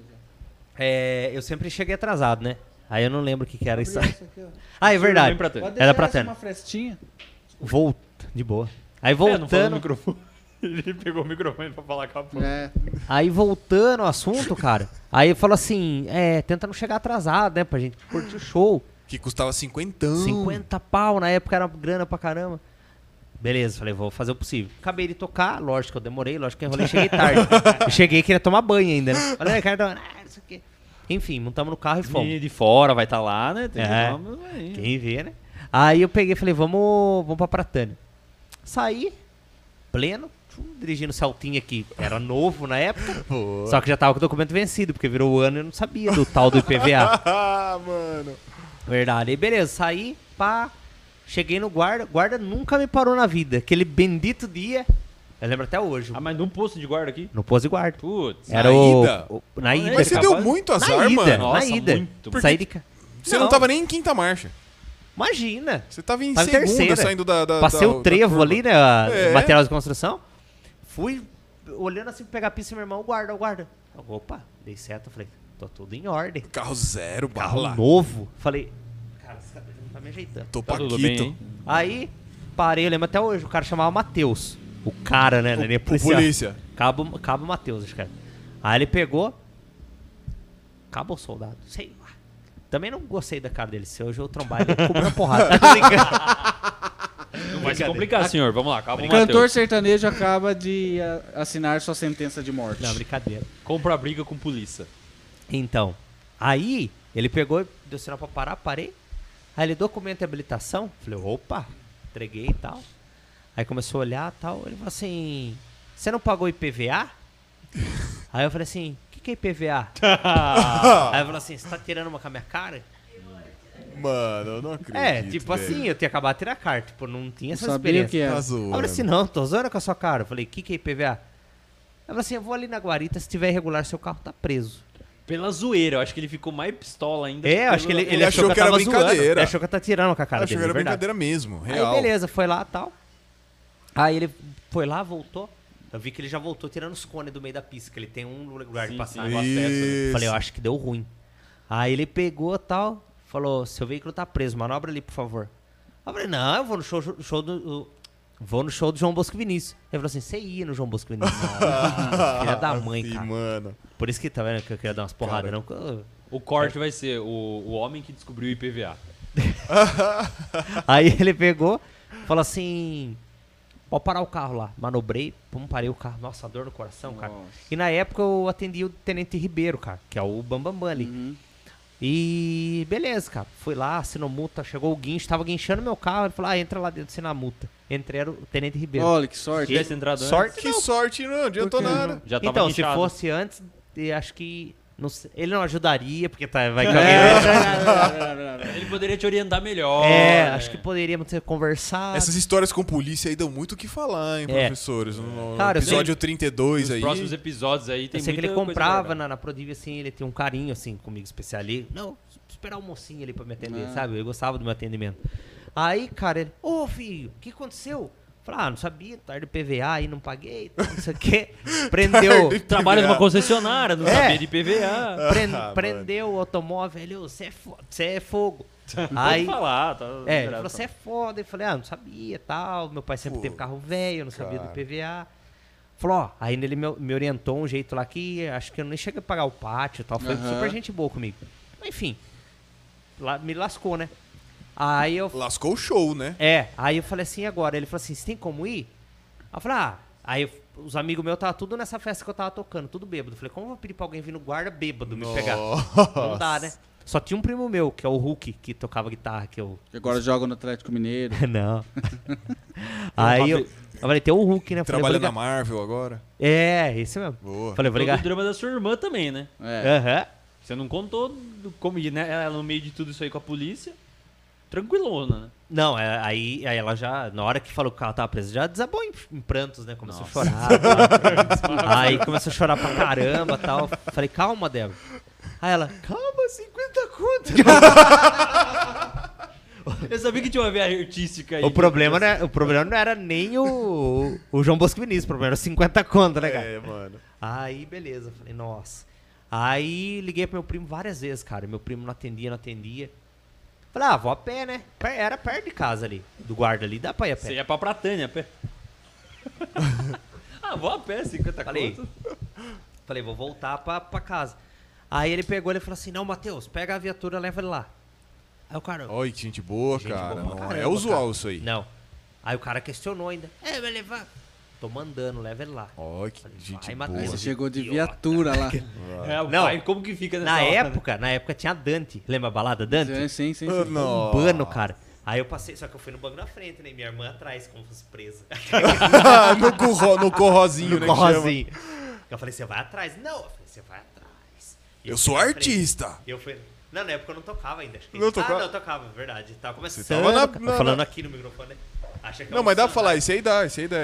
eu sempre cheguei atrasado, né? Aí eu não lembro o que era isso. Ah, é verdade. Bem pra tanto. Pode Era deixar pra essa tanto. uma frestinha. Volta. De boa. Aí É, não falou no voltando. microfone. Ele pegou o microfone pra falar com a porra. É. Aí voltando ao assunto, cara. Aí falou assim: tenta não chegar atrasado, né? Pra gente curtir o show. Que custava 50. 50 pau, na época era grana pra caramba. Beleza, falei, vou fazer o possível. Acabei de tocar, lógico que eu demorei, lógico que eu enrolei, cheguei tarde. Eu cheguei e queria tomar banho ainda, né? Falei, Ricardo, não sei o quê. Enfim, montamos no carro e fomos. E de fora vai estar lá, né? Tem É. vamos aí. Quem vê, né? Aí eu peguei e falei, vamos pra Pratânia. Saí, pleno, dirigindo o Celtinha aqui. Era novo na época, Pô. só que já tava com o documento vencido, porque virou o ano e eu não sabia do tal do IPVA. Ah, mano. Verdade. Aí beleza, saí, pá, cheguei no guarda. Guarda nunca me parou na vida. Aquele bendito dia, eu lembro até hoje, Ah, mas no posto de guarda aqui? no posto de guarda. Putz. Era Na o, ida? na ida. Mas você capaz- deu muito na azar, ida, mano. Nossa, na ida. muito. Saí de ca... Você não tava nem em quinta marcha. Imagina. Você tava em Tava em segunda, terceira. saindo da Passei da- o trevo da curva. ali, né? É. Material de construção. Fui olhando assim pra pegar a pista, meu irmão, guarda, guarda. Opa, dei seta, falei, tô tudo em ordem. Carro zero, Carro bala. novo. Falei, cara, esse cabelo não tá me ajeitando. Tô Tá tudo bem, paquito. hein? Aí, parei, eu lembro até hoje, o cara chamava Matheus. O cara, né? Nem O policial. polícia. Cabo Matheus, acho que era. Aí ele pegou. Cabo ou soldado? Sei lá. Também não gostei da cara dele. Se hoje eu trombar, ele cobrou uma porrada. Tô brincando. Não vai se complicar, senhor. Vamos lá, calma, Cantor Matheus. sertanejo acaba de assinar sua sentença de morte. Não, brincadeira. Compra a briga com polícia. Então, aí ele pegou, deu sinal pra parar, parei. Aí ele, documento de habilitação. Falei, opa, entreguei e tal. Aí começou a olhar e tal. Ele falou assim, você não pagou IPVA? Aí eu falei assim, o que é IPVA? Aí ele falou assim, você tá tirando uma com a minha cara? Mano, eu não acredito. Tipo velho. assim, eu tinha acabado de tirar a carta. Tipo, não tinha essa Sabia o experiência. que era. Tá Aí eu zoando. falei assim, não, tô zoando com a sua cara. Eu falei, o que é IPVA? Ela falou assim, eu vou ali na guarita, se tiver irregular, seu carro tá preso. Pela zoeira, eu acho que ele ficou mais pistola ainda. Eu acho que ele, Ele achou que era eu tava zoando. brincadeira. Ele achou que eu tava tirando com a cara Achou dele, que era verdade. brincadeira mesmo, real. Aí beleza, foi lá e tal. Aí ele foi lá, voltou. Eu vi que ele já voltou tirando os cones do meio da pista, que ele tem um lugar de Sim, passar. sim, o acesso ali. Isso. Falei, eu acho que deu ruim. Aí ele pegou e tal, falou, seu veículo tá preso, manobra ali, por favor. Eu falei, não, eu vou no show do... Vou no show do João Bosco Vinícius. Ele falou assim, você ia no João Bosco Vinícius? Filha da mãe, Sim, cara. mano. Por isso que tá vendo que eu queria dar umas porradas, Cara. não? O corte vai ser o homem que descobriu o IPVA. Aí ele pegou, falou assim, pode parar o carro lá. Manobrei, pum, parei o carro. Nossa, dor no coração, cara. Nossa. E na época eu atendi o Tenente Ribeiro, cara, que é o Bambambam ali. Uhum. E beleza, cara. Fui lá, assinou multa, chegou o guincho, tava guinchando meu carro. Ele falou, entra lá dentro, assina a multa. entrei era o Tenente Ribeiro. Olha, que Se sorte. tivesse entrado antes, Sorte Que não. sorte, não adiantou nada. já tava Então, se guinchado. fosse antes, eu acho que... Não sei, ele não ajudaria, porque vai que Ele poderia te orientar melhor. acho que poderíamos ter conversado. Essas histórias com polícia aí dão muito o que falar, hein, É. professores? No Cara, eu episódio 32 Nos aí. próximos episódios aí tem Eu sei que ele muita coisa comprava guardada. na Prodivia, assim, ele tinha um carinho, assim, comigo especial ali. Não, esperar o mocinho ali pra me atender, Ah. sabe? Eu gostava do meu atendimento. Aí, cara, ele, ô filho, o que aconteceu? Falei, não sabia, tarde do PVA aí, não paguei, não sei o quê. Prendeu, Trabalha numa concessionária, não É. sabia de PVA. prendeu o automóvel, ele, você é fogo. Pode Aí, falar, tá ele liberado. falou, você é foda. Eu falei, não sabia, tal. Meu pai sempre teve carro velho, não sabia do cara. PVA. Falou, ó, aí ele me orientou um jeito lá que acho que eu nem cheguei a pagar o pátio e tal. Foi Aham. super gente boa comigo. Mas, enfim, me lascou, né? Aí eu... Lascou o show, né? Aí eu falei assim, agora? Ele falou assim, você tem como ir? Aí eu falei, aí os amigos meus estavam tudo nessa festa que eu tava tocando, tudo bêbado. Eu falei, como eu vou pedir pra alguém vir no guarda bêbado me pegar? Não dá, né? Só tinha um primo meu, que é o Hulk, que tocava guitarra, que eu... Que agora joga no Atlético Mineiro. Não. Aí eu falei, tem o Hulk, né? Falei, Trabalha vou na ligar. Marvel agora. Esse mesmo. Boa. Falei, vou Todo o ligar. drama da sua irmã também, né? É. Aham. Você não contou como, né? Ela no meio de tudo isso aí com a polícia. Tranquilona, né? Não, aí ela já, na hora que falou que ela tava presa, já desabou em prantos, né? Começou Nossa. a chorar. Tal. Aí começou a chorar pra caramba e tal. Falei, calma, Débora. Aí ela, calma, 50 conto. Eu sabia que tinha uma viagem artística aí. O problema não era nem o João Bosco Vinícius, o problema era 50 conto, né, cara? mano. Aí, beleza. Falei, nossa. Aí liguei pro meu primo várias vezes, cara. Meu primo não atendia. Falei, vou a pé, né? Era perto de casa ali, do guarda ali, dá pra ir a Você pé. ia pra Pratânia a pé. Vou a pé, 50 Falei. conto. Falei, vou voltar pra casa. Aí ele pegou e falou assim, não, Matheus, pega a viatura, leva ele lá. Aí o cara... Olha que gente boa, Gente cara. boa pra Não caramba, é usual cara. isso aí. Não. Aí o cara questionou ainda. Vai levar. Tô mandando, leva ele lá. Olha que Falei, gente vai, boa. Aí Matheus. você chegou de Idiota. viatura lá. O Não. pai, como que fica nessa Na hora, né? época tinha a Dante. Lembra a balada Dante? Sim, sim, Ah, sim. não. Um bano, cara. Aí eu passei, só que eu fui no banco na frente, né? Minha irmã atrás, como se fosse presa. no corrozinho, né? que chama. Corrozinho. Eu falei, você vai atrás? Não, eu falei, você vai atrás. E Eu fui sou na frente. artista. Eu fui... Não, na época eu não tocava ainda. Acho que... Não tocava? não, eu tocava, verdade. Tava começando. Você tava Tô na- falando aqui no microfone, né? Acha que é Não, um mas dá pra santo. falar. Isso aí dá.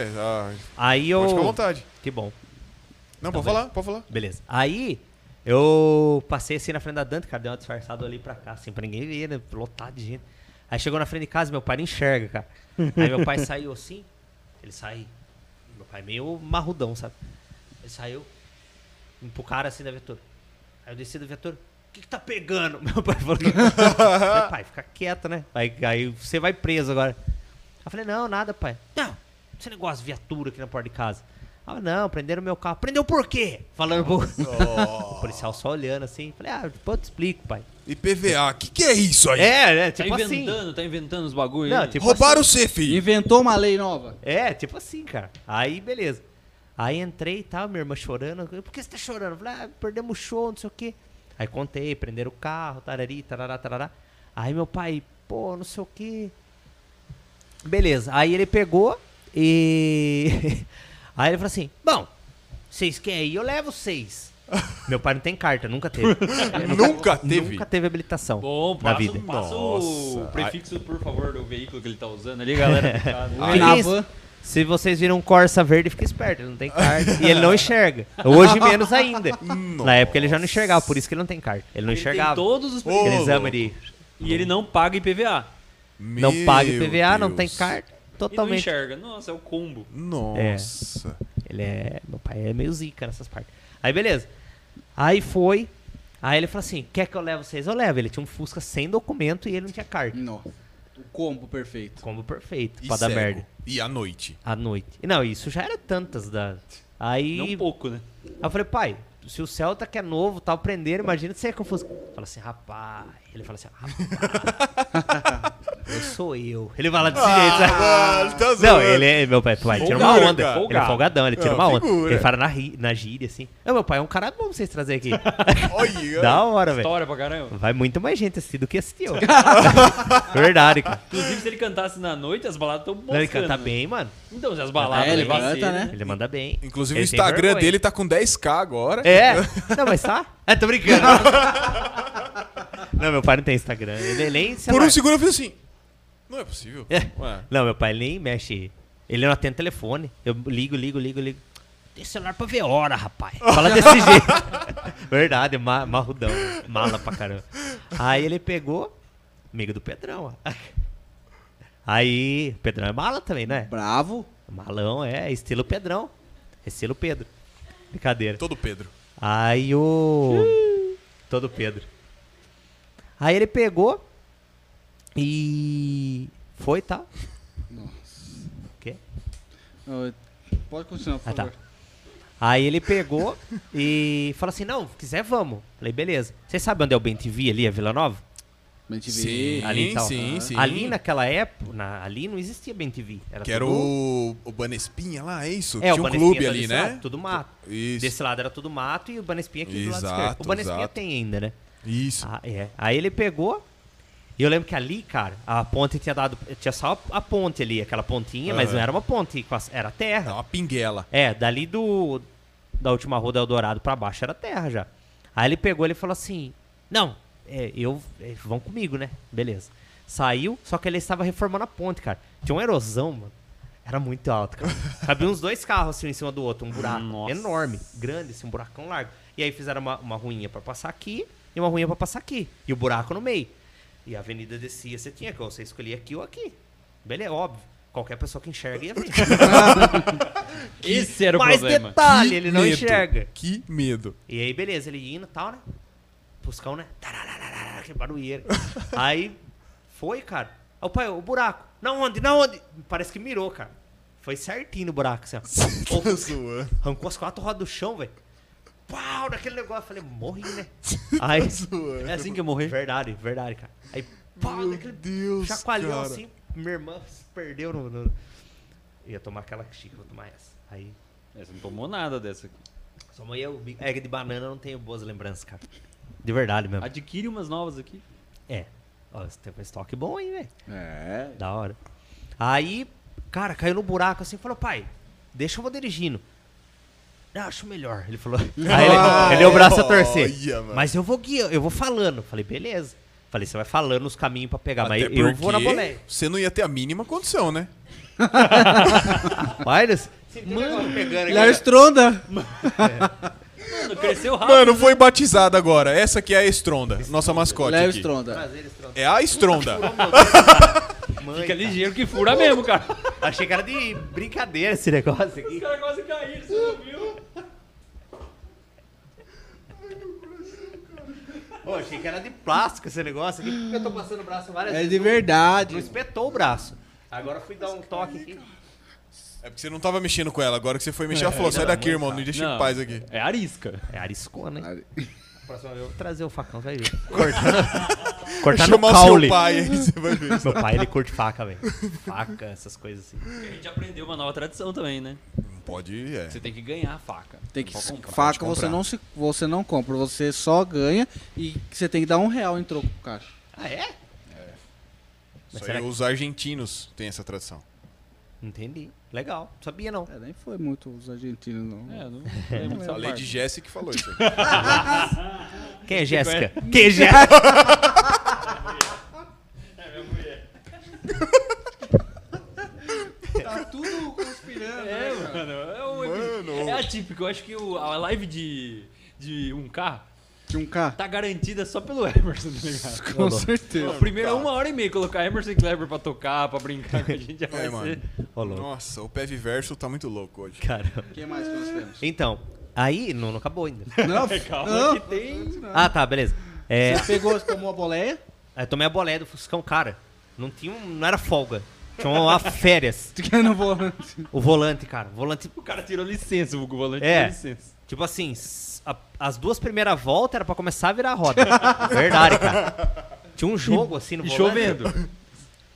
Aí eu... Pode ficar à vontade. Que bom. Não, pode falar, pode falar. Beleza. Aí eu passei assim na frente da Dante, cara, dei uma disfarçada ali pra cá, assim, pra ninguém ver, né? Lotado de gente. Aí chegou na frente de casa, meu pai não enxerga, cara. Aí meu pai saiu assim, ele saiu. Meu pai meio marrudão, sabe? Ele saiu, pro cara assim da viatura. Aí eu desci da viatura, o que tá pegando? Meu pai falou que... Falei, pai, fica quieto, né? Aí você vai preso agora. Eu falei, não, nada, pai. Não, esse negócio de viatura aqui na porta de casa. Ah, não, prenderam meu carro. Prendeu por quê? Falando pro... O policial só olhando assim. Falei, depois eu te explico, pai. E PVA, o que é isso aí? Tipo assim. Tá inventando os bagulho Não, aí. tipo Roubaram você, filho. Inventou uma lei nova. tipo assim, cara. Aí, beleza. Aí entrei e tal, minha irmã chorando. Por que você tá chorando? Eu falei, perdemos o show, não sei o quê. Aí contei, prenderam o carro, tarari, tarará, tarará. Aí meu pai, pô, não sei o quê. Beleza. Aí ele pegou e... Aí ele falou assim, bom, vocês querem ir? Eu levo vocês. Meu pai não tem carta, nunca teve. Nunca teve? Nunca teve habilitação Bom, na passa, vida. passa o Nossa. prefixo, por favor, do veículo que ele tá usando ali, galera. Fui na van. Se vocês viram um Corsa verde, fica esperto, ele não tem carta. E ele não enxerga. Hoje menos ainda. Na época ele já não enxergava, por isso que ele não tem carta. Ele não Ele tem enxergava. todos os Ô, Aquele prefixos. exame de... E ele não paga IPVA. Não paga Meu IPVA, não Deus. tem carta. E não Totalmente. enxerga. Nossa, é o combo. Nossa. Ele é... Meu pai é meio zica nessas partes. Aí beleza. Aí foi. Aí ele falou assim, quer que eu leve vocês? Eu levo. Ele tinha um Fusca sem documento e ele não tinha carta. Nossa. O combo perfeito. Combo perfeito, E pra dar cego. merda. E à noite? À noite. Não, isso já era tantas da... Aí... Não pouco, né? Aí eu falei, pai, se o Celta que é novo, tal, prenderam, imagina se é confuso. Fala assim, rapaz. Ele fala assim, rapaz. sou eu. Ele fala desse jeito, sabe? Mano, tá Não, zoando. ele é. Meu pai tira uma Folgado, onda. cara. Ele é folgadão, ele tira É, uma onda. figura. Ele fala na gíria, assim. Meu pai é um cara bom pra vocês trazerem aqui. Olha. Da hora, velho. História pra caramba. Vai muito mais gente assistir do que assistiu. Verdade, cara. Inclusive, se ele cantasse na noite, as baladas estão Não, ele canta bem, mano. Então, se as baladas ele levassem canta, né? Ele manda bem. Inclusive Ele o tem Instagram vergonha. dele tá com 10k agora. É. Não, mas tá? É, tô brincando. Não, meu pai não tem Instagram. Ele nem Por celular. um segundo eu fiz assim. Não é possível. É. Ué. Não, meu pai nem mexe. Ele não atende telefone. Eu ligo. Tem celular pra ver hora, rapaz. Fala desse jeito. Verdade, marrudão. Mala pra caramba. Aí ele pegou, amigo do Pedrão, ó. Aí, Pedrão é mala também, né? Bravo. Malão é estilo Pedrão. Estilo Pedro. Brincadeira. Todo Pedro. Aí o. Todo Pedro. Aí ele pegou e. Foi e tal. Nossa. O quê? Pode continuar, por Ah, tá. favor. Aí ele pegou e falou assim: não, se quiser, vamos. Falei, beleza. Vocês sabem onde é o Bem TV ali, a Vila Nova? Bem te Sim, ver. Ali e tal. sim, sim. Ali naquela época, ali não existia Bem TV. Que era o Banespinha lá, é isso? É, o Tinha um Banespinha clube tá ali, desse né? lado, tudo mato. Isso. Desse lado era tudo mato e o Banespinha aqui do lado Exato, esquerdo. O Banespinha exato. tem ainda, né? Isso. Ah, é. Aí ele pegou. E eu lembro que ali, cara, a ponte tinha dado. Tinha só a ponte ali, aquela pontinha, mas Aham. não era uma ponte, era terra. É uma pinguela. É, dali da última rua do Eldorado pra baixo era terra já. Aí ele pegou e falou assim: não, vão comigo, né? Beleza. Saiu, só que ele estava reformando a ponte, cara. Tinha uma erosão, mano. Era muito alto, cara. Cabia uns 2 carros assim em cima do outro, um buraco Nossa. enorme, grande, assim, um buracão largo. E aí fizeram uma ruinha pra passar aqui e uma ruinha pra passar aqui. E o buraco no meio. E a avenida descia, você escolhia aqui ou aqui. Beleza, óbvio. Qualquer pessoa que enxerga ia ver. Esse era o Mais problema. detalhe, ele não medo. enxerga. Que medo. E aí, beleza, ele indo e tal, né? Puscão, né? Tarararara, que barulheira. Aí, foi, cara. Aí o pai, o buraco. Na onde? Parece que mirou, cara. Foi certinho no buraco, assim, ó. Tá zoando. Arrancou as 4 rodas do chão, velho. Pau, daquele negócio. Eu falei, morri, né? Aí, É assim que eu morri. verdade, cara. Aí, pau, Meu daquele Deus, chacoalhão cara. assim. Minha irmã se perdeu no... Ia tomar aquela xícara, vou tomar essa. Aí, Você não tomou nada dessa aqui. só amanhã o egg de banana, eu não tenho boas lembranças, cara. De verdade mesmo. Adquire umas novas aqui. É. Ó, você tem um estoque bom aí, velho. É. Da hora. Aí, cara, caiu no buraco assim e falou, pai, deixa eu vou dirigindo. Eu acho melhor. Ele falou. Aí ele deu o braço a torcer. Olha, mano. Mas eu vou guiar, eu vou falando. Falei, beleza. Falei, você vai falando os caminhos pra pegar, Até mas eu vou na porque boleia. Você não ia ter a mínima condição, né? Vai, mano, pegando Ele é estronda. Mano, cresceu rápido. Mano, foi batizada agora. Essa aqui é a Estronda, nossa mascote Léo aqui. estronda. É a Estronda. Fica ligeiro que fura mesmo, cara. Achei que era de brincadeira esse negócio Os aqui. caras quase caíram, você não viu? Ô, achei que era de plástico esse negócio aqui. Porque eu tô passando o braço várias É vezes. de verdade. Não espetou o braço. Agora eu fui dar um toque aqui. É porque você não tava mexendo com ela. Agora que você foi mexer, ela falou: sai daqui, irmão, não deixa em paz aqui. É arisca. É ariscona, hein? Aí. Próxima vez eu vou trazer o facão, você vai ver. Cortar no Chama o caule. seu pai aí, você vai ver. Meu pai, ele curte faca, velho. Faca, essas coisas assim. A gente aprendeu uma nova tradição também, né? Não pode, Você tem que ganhar a faca. Tem que Não pode comprar. faca pode você não compra, você só ganha e você tem que dar R$1 em troco pro caixa. Ah, é? Mas Só será aí que... os argentinos têm essa tradição. Entendi. Legal. Sabia não. É, nem foi muito os argentinos não. É, não é muito A essa Lady parte. Jessie que falou isso aí. Quem é Jéssica? Quem é Jéssica? Tá tudo conspirando, É, mano. Mano. É atípico. Eu acho que a live de 1K Tinha um K. tá garantida só pelo Emerson, tá ligado? Com certeza. A primeira 1h30 colocar Emerson e Kleber pra tocar, pra brincar com a gente já vai É, mano. ser. Rolou. Nossa, o pé verso tá muito louco hoje. Cara. O que mais que nós temos? Então, aí não acabou ainda. Não, Calma não. que tem. Ah, tá, beleza. É, Você pegou, você tomou a boleia? aí eu tomei a boleia do Fuscão, cara. Não era folga. Tinha uma férias. Que eu não vou. O volante, cara. O volante, O cara tirou licença, o volante É. tirou licença. tipo assim, as 2 primeiras voltas era pra começar a virar a roda. Verdade, cara. Tinha um jogo assim no E volante. chovendo.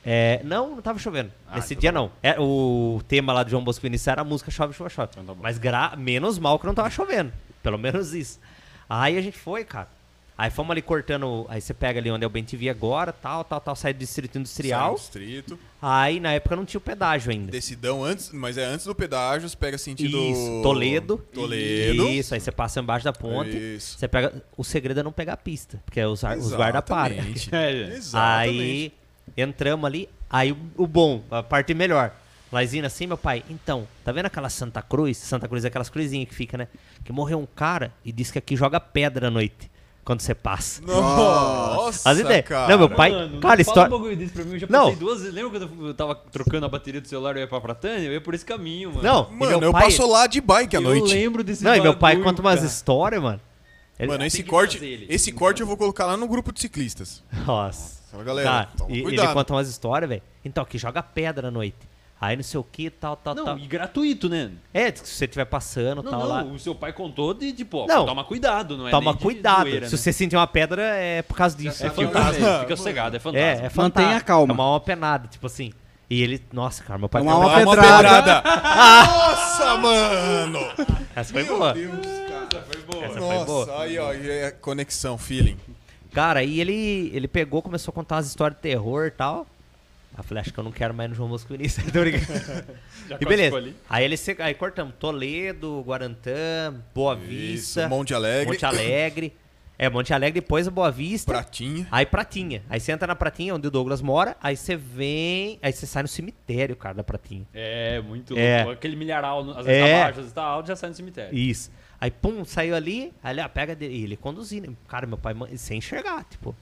Não tava chovendo. Nesse então dia tá não. O tema lá do João Bosco Vinícius era a música Chove, Chuva, Chove. Então tá bom. Mas menos mal que não tava chovendo. Pelo menos isso. Aí a gente foi, cara. Aí fomos ali cortando. Aí você pega ali onde é o BenTV agora, tal, sai do Distrito Industrial. Distrito. Aí na época não tinha o pedágio ainda. Decidão antes, mas é antes do pedágio, você pega sentido... Isso, Toledo. Toledo. Isso, aí você passa embaixo da ponte. Isso. Você pega. O segredo é não pegar a pista, porque os guarda param. Exatamente. É. Aí entramos ali, aí o bom, a parte melhor. Laizinho assim, meu pai, então, tá vendo aquela Santa Cruz? Santa Cruz é aquelas cruzinhas que fica, né? Que morreu um cara e disse que aqui joga pedra à noite, quando você passa. Nossa, As ideias. cara. Não, meu pai, Mano, cara, fala história... um bagulho desse pra mim, eu já Não. passei 2 vezes. Lembra quando eu tava trocando a bateria do celular e eu ia pra Pratânia? Eu ia por esse caminho, mano. Não, e Mano, meu eu pai... passo lá de bike à eu noite. lembro desse Não, e meu pai bagulho, conta umas cara. histórias, mano. Mano, Tem esse que corte, trazer ele. esse corte eu vou colocar lá no grupo de ciclistas. Nossa. Fala, galera, Cara, toma e ele cuidado. conta umas histórias, velho. Então, que joga pedra à noite. Aí não sei o que, tal. Não, e gratuito, né? É, se você estiver passando, Não, tal, não, lá. o seu pai contou de, tipo, ó, Não. toma cuidado, não é Toma nem de cuidado. zoeira, Se né? você sentir uma pedra, é por causa disso. É Fica fantasma, fica sossegado, é fantasma. É fantasma. Mantenha calma. Tomar uma penada, tipo assim. E ele, nossa, cara, meu pai... Tomar uma Dá pedrada. Nossa, mano! Essa foi boa. Foi boa. Essa foi boa. Nossa, aí, ó, é conexão, feeling. Cara, aí ele pegou, começou a contar umas histórias de terror e tal. Aí eu falei, acho que eu não quero mais no João Bosco Vinícius. Tô brincando. Já E beleza. classificou ali? Aí cortamos Toledo, Guarantã, Boa Vista, Isso, Monte Alegre. Monte Alegre. Monte Alegre, depois a Boa Vista. Pratinha. Aí Pratinha. Aí você entra na Pratinha, onde o Douglas mora. Aí você vem. Aí você sai no cemitério, cara, da Pratinha. É, muito É. louco. Aquele milharal, às vezes tá baixo, às vezes tá alto, já sai no cemitério. Isso. Aí, pum, saiu ali. Aí ele pega dele. E ele conduzindo. Cara, meu pai, sem enxergar, tipo.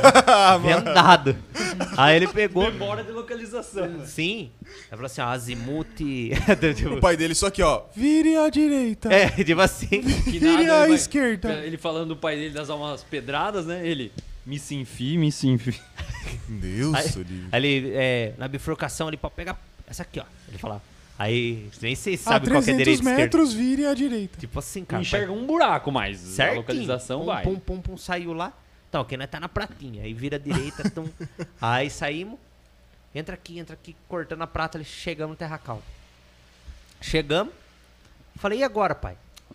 Vendado. Aí ele pegou. Memória de localização. Sim. Aí falou assim, ó, azimuth. O tipo, pai dele só aqui, ó. Vire à direita. tipo assim. Que Vire nada, à ele vai- esquerda. Ele falando do pai dele das almas pedradas, né? Ele, me se enfie. Deus, Aí, livre. aí ele, na bifurcação, ele pode pegar essa aqui, ó. Ele falava. Aí, nem sei se sabe qual que é direita e esquerda. metros, vire à direita. Tipo assim, cara. Enxerga um buraco, mas Certinho. a localização pum, vai. Pum, saiu lá. Então, aqui nós tá na Pratinha. Aí vira à direita. Tum. Aí saímos. Entra aqui, cortando a prata. Chegamos no Terra Calma. Chegamos. Falei, e agora, pai?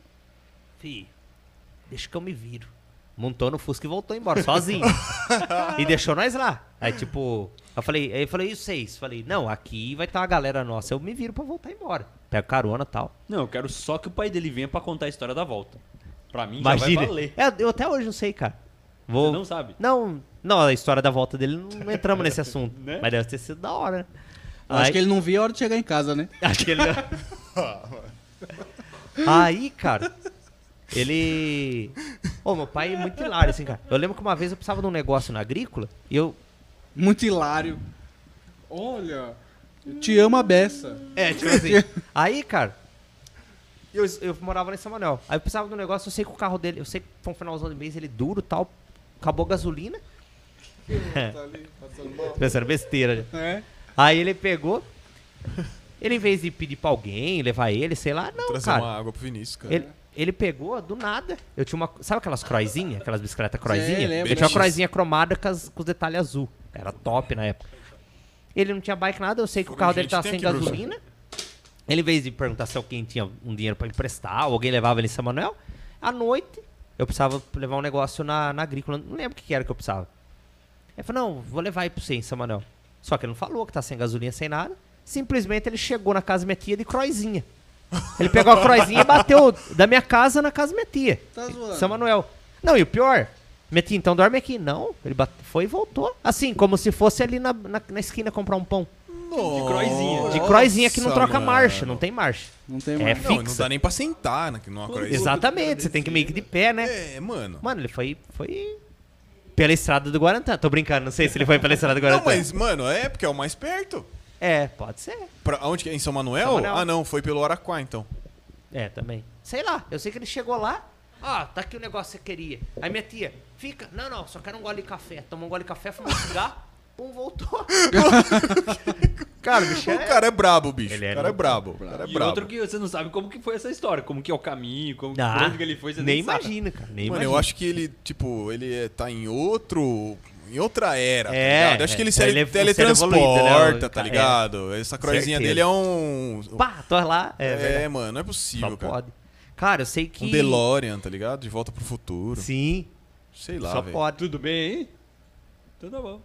Fih, deixa que eu me viro. Montou no Fusca e voltou embora, sozinho. E deixou nós lá. Aí, tipo... Eu falei, e vocês? Falei, não, aqui vai estar uma galera nossa. Eu me viro pra voltar embora. Pego carona e tal. Não, eu quero só que o pai dele venha pra contar a história da volta. Pra mim já Imagina. vai valer. Eu até hoje não sei, cara. Você não sabe? Não, a história da volta dele não entramos nesse assunto. Né? Mas deve ter sido da hora, né? Eu acho que ele não via a hora de chegar em casa, né? Acho que ele. Aí, cara, ele. Ô, meu pai é muito hilário, assim, cara. Eu lembro que uma vez eu precisava de um negócio na agrícola e eu. Muito hilário. Olha, eu te amo a beça. Tipo assim. Aí, cara, eu morava lá em São Manuel. Aí eu precisava de um negócio, eu sei que o carro dele, eu sei que foi um finalzão de mês, ele duro e tal. Acabou a gasolina. Pensando besteira. É. Aí ele pegou. Ele, em vez de pedir pra alguém, levar ele, sei lá, não, Trazer cara. uma água pro Vinícius, cara. Ele pegou do nada. Eu tinha uma. Sabe aquelas croizinhas? Aquelas bicicletas croizinhas? lembro. Eu tinha uma X. croizinha cromada com os detalhes azul. Era top na época. Ele não tinha bike nada, eu sei que o carro dele gente, tava tem sem aqui, Bruce. gasolina. Ele, em vez de perguntar se alguém tinha um dinheiro pra emprestar, ou alguém levava ele em São Manuel, à noite eu precisava levar um negócio na agrícola. Não lembro o que era que eu precisava. Ele falou, não, vou levar aí pra você em São Manuel. Só que ele não falou que tá sem gasolina, sem nada. Simplesmente ele chegou na casa da minha tia de croizinha. Ele pegou a croizinha e bateu da minha casa na casa da minha tia. Tá zoando. São Manuel. Não, e o pior, minha tia, então dorme aqui. Não, ele foi e voltou. Assim, como se fosse ali na esquina comprar um pão. De croizinha. De croizinha que não Nossa, troca mano. marcha, não tem marcha. Não tem É mais. Não, não fixa. dá nem pra sentar numa croizinha. Exatamente, você tem que meio que de pé, né? É, mano. Mano, ele foi pela estrada do Guarantã. Tô brincando, não sei se ele foi pela estrada do Não, Guarantã. mas, mano, é porque é o mais perto. É, pode ser. Pra onde que é? Em São Manuel? São Manuel. Ah, não, foi pelo Araquá, então. É, também. Sei lá, eu sei que ele chegou lá. Ó, tá aqui o negócio que você queria. Aí minha tia, fica. Não, só quero um gole de café. Tomou um gole de café, fumou um cigarro. Pum, voltou. Cara, o bicho O cara é brabo, bicho. Ele O é cara é louco. brabo. O cara é E brabo. outro que você não sabe como que foi essa história, como que é o caminho, como Ah, por onde que ele foi, você nem sabe. imagina, cara. Nem Mano, imagina. eu acho que ele, tipo, tá em outro em outra era, tá É, ligado? Eu acho que ele se ele é um ser teletransporta, evoluído, né? tá ligado? Essa cruzinha Certeza. dele é um... Pá, tô lá. É, verdade. mano, não é Só possível, cara. pode. Cara, eu sei que... Um DeLorean, tá ligado? De volta pro futuro. Sim, Sei lá, só velho. pode. Tudo bem aí? Tudo bom.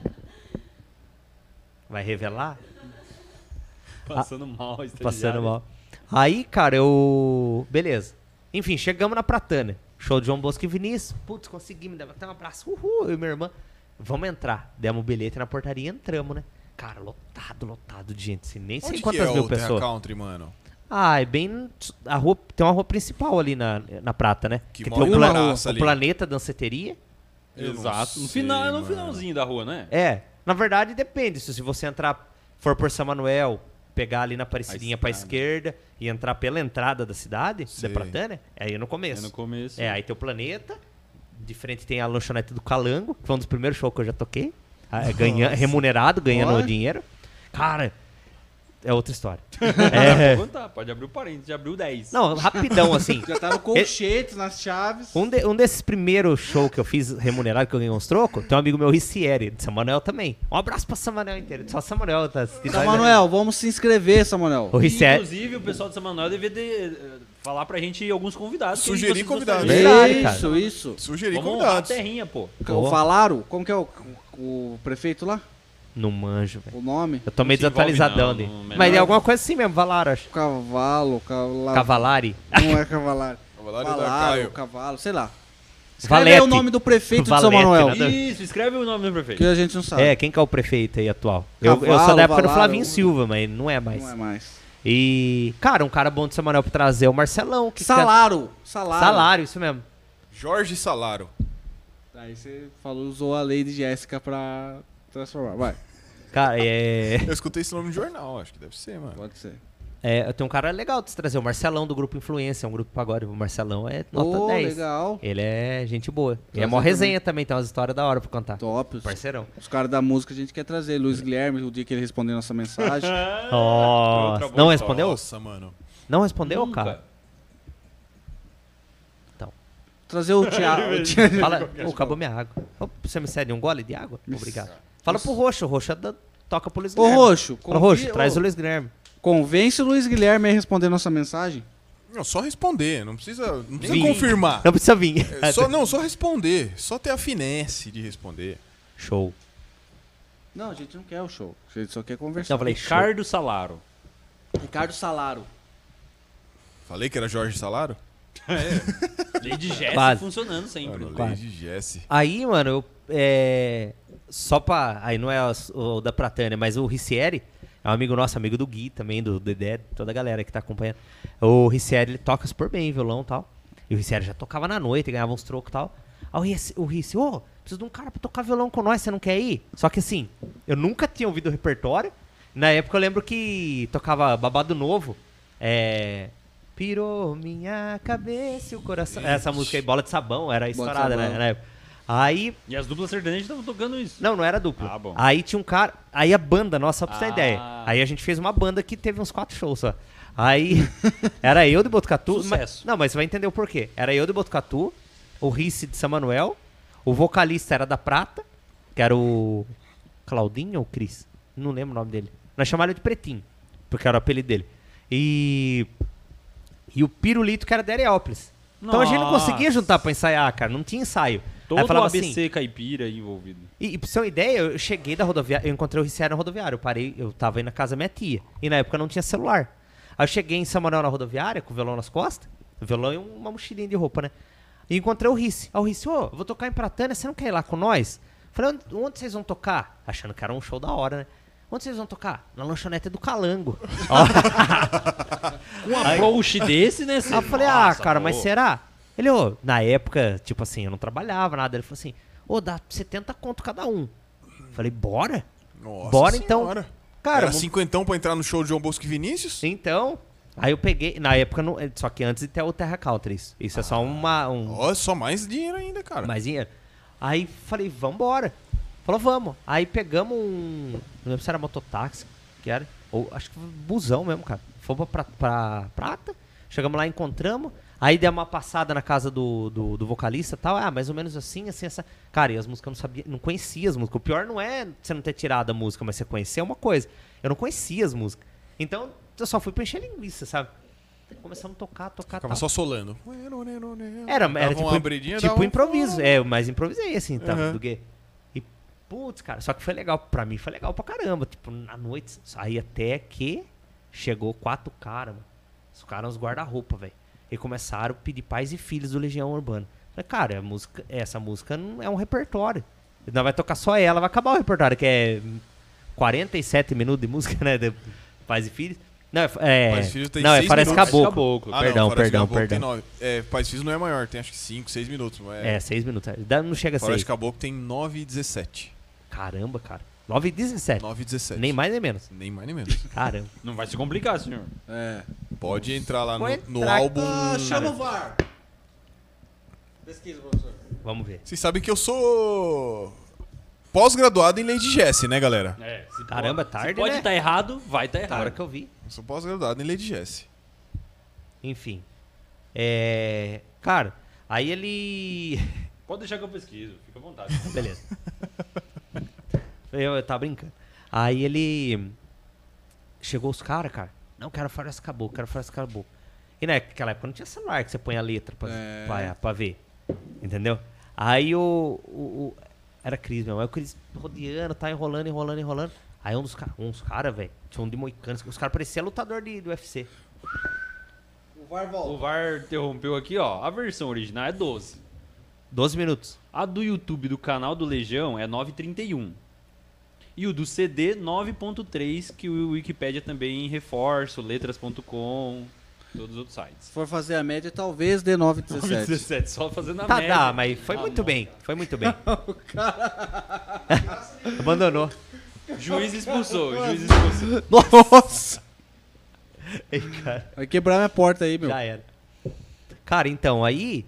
Vai revelar? Passando mal, estagiário. Passando mal. Aí, cara, beleza. Enfim, chegamos na Pratânia. Show de João Bosco e Vinícius. Putz, conseguimos. Demos até um abraço. Uhul, eu e minha irmã. Vamos entrar. Demos o bilhete na portaria e entramos, né? Cara, lotado de gente. Assim, nem sei Onde que quantas é mil o Terra pessoas. Country, mano? Ah, é bem... A rua, tem uma rua principal ali na Prata, né? Que tem mora o, uma praça o ali. Planeta Danceteria. Eu não Exato. No sei, final, é no mano. finalzinho da rua, né? É, na verdade depende. Se você entrar, for por São Manuel, pegar ali na Aparecidinha pra estrada. esquerda e entrar pela entrada da cidade, Sei. da Pratânia, é aí no É começo. no começo. É, aí tem o Planeta, de frente tem a lanchonete do Calango, que foi um dos primeiros shows que eu já toquei. Remunerado, ganhando Olha. dinheiro. Cara, é outra história. Pode contar, pode abrir o parênteses, já abriu 10. Não, rapidão assim. Já tava colchetes nas chaves. Um desses primeiros shows que eu fiz remunerado, que eu ganhei uns trocos, tem um amigo meu, Ricieri, de São Manuel também. Um abraço pra São Manuel inteiro. Só São Manuel tá assistindo. Samuel, vamos se inscrever, Samuel. O Ricieri... Inclusive, o pessoal de São Manuel devia falar pra gente alguns convidados. que Sugerir vocês convidados. gostariam. Verdade, cara. Isso. Sugerir Vamos honrar a convidados. terrinha, pô. Boa. Falaram? Como que é o prefeito lá? Não manjo, velho. O nome? Eu tô meio Não se envolve, desatualizadão não, dele. não, Mas é menor. alguma coisa assim mesmo, Valar, acho. Cavalari. Não é Cavalari. Cavalaria da Valaram, Caio. cavalo, sei lá. Escreve aí Valete. o nome do prefeito de São Valete, Manuel. nada- Isso, escreve o nome do prefeito. Que a gente não sabe. É, quem que é o prefeito aí atual? Eu sou Cavalo, da época do Valar, Flavinho Silva, mas não é mais. Não é mais. E, cara, um cara bom de São Manuel pra trazer é o Marcelão. Que Salário. Salário, isso mesmo. Jorge Salaro. Aí você falou, usou a Lady Jéssica pra transformar. Vai, Cara, Eu escutei esse nome no jornal, acho que deve ser, mano. pode ser. eu tenho um cara legal de se trazer, o Marcelão do Grupo Influência, um grupo pagode. O Marcelão é nota Ô, 10. legal. Ele é gente boa. E é Trazer mó resenha também, tem umas histórias da hora pra contar. Top. Parceirão. Os caras da música a gente quer trazer. Luiz Guilherme, o dia que ele responder nossa mensagem. Nossa. outra boa Não história. respondeu? Nossa, mano. Não respondeu, Nunca. cara? Então. Trazer o Thiago. Fala. Acabou minha água. Ô, você me cede um gole de água? Obrigado. Fala pro Roxo. O Roxo toca pro Luiz Ô, Guilherme. Roxo. Fala, Roxo, traz o Luiz Guilherme. Convence o Luiz Guilherme a responder nossa mensagem. Não, só responder, não precisa Sim. confirmar. Não precisa vir. Só responder. Só ter a finesse de responder. Show. Não, a gente não quer o show. A gente só quer conversar. Não, eu falei, show. Ricardo Salaro. Ricardo Salaro. Falei que era Jorge Salaro? Lady Jess Quase. funcionando sempre. Mano, Quase. Lady Jesse. Aí, mano, só pra... Aí não é o da Pratânia, mas o Ricieri é um amigo nosso, amigo do Gui também, do Dedé, toda a galera que tá acompanhando. O Ricieri, ele toca super bem violão e tal. E o Ricieri já tocava na noite, ganhava uns trocos e tal. Aí o Ricieri, ô, preciso de um cara pra tocar violão com nós, você não quer ir? Só que assim, eu nunca tinha ouvido o repertório. Na época eu lembro que tocava Babado Novo. Pirou minha cabeça e o coração. Essa música aí, Bola de Sabão, era estourada, né, Sabão. na época. Aí, E as duplas sertanejas estavam tocando isso. não era dupla. Ah, bom. Aí tinha um cara. Aí a banda, nossa, só pra você ter Ah. ideia. Aí a gente fez uma banda que teve uns 4 shows só. Aí era eu de Botucatu. Sucesso. Mas você vai entender o porquê. Era eu de Botucatu, o Rice de São Manuel, o vocalista era da Prata, que era o Claudinho ou Cris? Não lembro o nome dele. Nós chamávamos ele de Pretinho, porque era o apelido dele. E o Pirulito, que era de Areópolis. Então a gente não Nossa. conseguia juntar pra ensaiar, cara. Não tinha ensaio. Todo Aí o falava ABC assim, caipira aí envolvido. e pra você ter uma ideia, eu cheguei da rodoviária, eu encontrei o Ricieri na rodoviária, eu tava aí na casa da minha tia, e na época não tinha celular. Aí eu cheguei em São Manuel na rodoviária, com o violão nas costas, o violão e uma mochilinha de roupa, né? E encontrei o Rice. Aí o Rice, ô, eu vou tocar em Pratânia, você não quer ir lá com nós? Falei, onde vocês vão tocar? Achando que era um show da hora, né? Onde vocês vão tocar? Na lanchonete do Calango. Ó. Um approach desse, né? Aí eu falei, cara, mas será? Ele, na época, tipo assim, eu não trabalhava nada. Ele falou assim, dá 70 conto cada um. Falei, bora? Nossa Bora, então. senhora. Cara, Era cinquentão pra entrar no show de João Bosco e Vinícius? então, aí eu peguei, na época, só que antes de ter o Terra Country, isso é só Ó, só mais dinheiro ainda, cara. mais dinheiro. Aí falei, vambora. Falou, vamos. Aí pegamos não lembro se era mototáxi, que era, ou acho que foi busão mesmo, cara. Fomos pra Prata, chegamos lá, encontramos, Aí deu uma passada na casa do vocalista e tal. Ah, mais ou menos assim, essa. Cara, e as músicas eu não sabia, não conhecia as músicas. O pior não é você não ter tirado a música, mas você conhecer uma coisa. Eu não conhecia as músicas. Então, eu só fui pra encher linguiça, sabe? Começamos a tocar. Ficava tal. só solando. Era Dava tipo, uma abridinha, tipo dava um- improviso. É, eu mais improvisei, assim, tá? Uhum. Do que. E, putz, cara, só que foi legal. Pra mim foi legal pra caramba. Tipo, na noite, saí até que chegou 4 caras, mano. Os caras uns guarda-roupa, velho. E começaram a pedir pais e filhos do Legião Urbana. Falei, cara, essa música não é um repertório. Não vai tocar só ela, vai acabar o repertório, que é 47 minutos de música, né? De pais e filhos. Não, Pais e Filhos tem não, é 6 Faroeste minutos. Caboclo. Ah, Perdão. Faroeste Caboclo tem 9. Pais e Filhos não é maior, tem acho que 5, 6 minutos. É, 6 minutos. Não chega a 6. Faroeste Caboclo tem 9 e 17. Caramba, cara. 9 e 17. 9 e 17. Nem mais nem menos. Nem mais nem menos. Caramba. Não vai se complicar, senhor. Pode entrar lá Vou no entrar- álbum. Chama o VAR. Pesquisa, professor. Vamos ver. Vocês sabem que eu sou pós-graduado em Lady Jesse, né, galera? Caramba, é se tarde, pode né? estar errado, vai estar Na hora errado. que eu vi. Eu sou pós-graduado em Lady Jesse. Enfim. Cara, aí ele... Pode deixar que eu pesquiso, fica à vontade. Beleza. Eu tava brincando. Aí ele... Chegou os caras, cara. Não, quero Faroeste Caboclo, quero Faroeste Caboclo. E naquela época não tinha celular que você põe a letra pra ver. Entendeu? Aí era Cris mesmo. Aí o Cris rodeando, tá enrolando. Aí uns caras, velho, tinha um de moicano. Os caras pareciam lutador do UFC. O VAR volta. O VAR interrompeu aqui, ó. A versão original é 12. 12 minutos. A do YouTube do canal do Legião é 9,31. E o do CD, 9.3, que o Wikipédia também reforça, letras.com, todos os outros sites. Se for fazer a média, talvez dê 9,17. 9,17, só fazendo a Tá, média. dá, mas foi muito bem. Foi muito bem. Abandonou. Juiz expulsou. Nossa! Ei, cara. Vai quebrar minha porta aí, meu. Já era. Cara, então, aí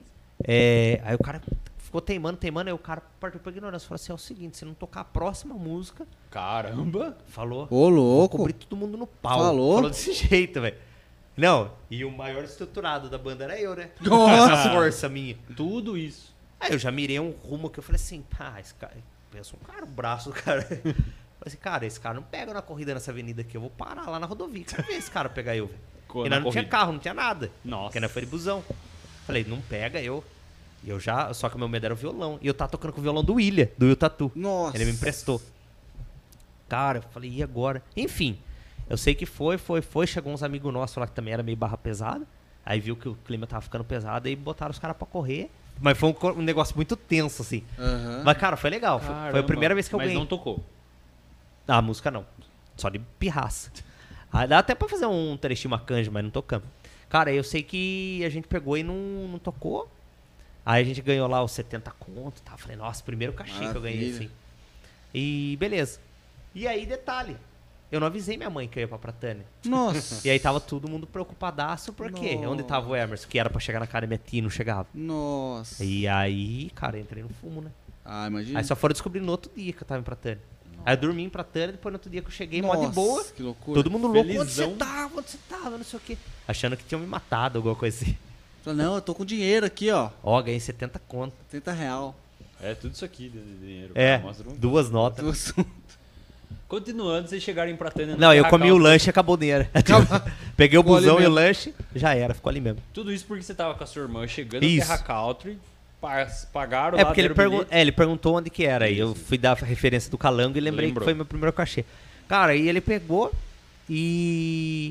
o cara ficou teimando, aí o cara partiu pra ignorância. Falou assim, é o seguinte, se não tocar a próxima música, Caramba! falou, Ô, vou louco. cobrir todo mundo no pau. Falou? Falou desse jeito, velho. Não, e o maior estruturado da banda era eu, né? Nossa. Essa força minha. Tudo isso. Aí eu já mirei um rumo que eu falei assim, esse cara, pensa um cara, o braço do cara. Falei assim, cara, esse cara não pega na corrida nessa avenida aqui, eu vou parar lá na rodovia. Quero ver esse cara pegar eu, velho. E nós não tinha carro, não tinha nada. Nossa. Porque nós foi de busão. Falei, não pega eu. E eu já, só que o meu medo era o violão. E eu tava tocando com o violão do William, do Will Tatu. Nossa. Ele me emprestou. Cara, eu falei, e agora? Enfim, eu sei que foi. Chegou uns amigos nossos lá que também era meio barra pesada. Aí viu que o clima tava ficando pesado e botaram os caras pra correr. Mas foi um negócio muito tenso, assim. Aham. Mas, cara, foi legal. Foi a Caramba. primeira vez que eu Mas ganhei. não tocou. Ah, a música não. Só de pirraça. Aí dá até pra fazer um trechinho, uma canja, mas não tocamos. Cara, eu sei que a gente pegou e não tocou. Aí a gente ganhou lá os 70 conto, tá? Falei, nossa, primeiro cachê que eu ganhei, Maravilha. assim. E beleza. E aí, detalhe. Eu não avisei minha mãe que eu ia pra Pratânia. Nossa. E aí tava todo mundo preocupadaço, por quê? Nossa. Onde tava o Emerson, que era pra chegar na academia e não chegava. Nossa. E aí, cara, eu entrei no fumo, né? Ah, imagina. Aí só foram descobrir no outro dia que eu tava em Pratânia. Aí eu dormi em Pratânia, depois no outro dia que eu cheguei, mó de boa. Que loucura. Todo mundo louco, Felizão. onde você tava, não sei o quê. Achando que tinham me matado, alguma coisa assim. Falei, não, eu tô com dinheiro aqui, ó. Ó, ganhei 70 conto. 70 real. É tudo isso aqui de dinheiro. É, Mostra um- 2 notas. Continuando, vocês chegaram em Pratânia. Não, eu comi o lanche e acabou o dinheiro. Peguei o Ficou ali busão e o mesmo. lanche, já era, ficou ali mesmo. Tudo isso porque você tava com a sua irmã chegando Isso. no Terra Country, pagaram É lá, porque ele, deram bilhete. ele perguntou onde que era. E eu fui dar a referência do Calango e lembrei Lembrou. que foi meu primeiro cachê. Cara, aí ele pegou e...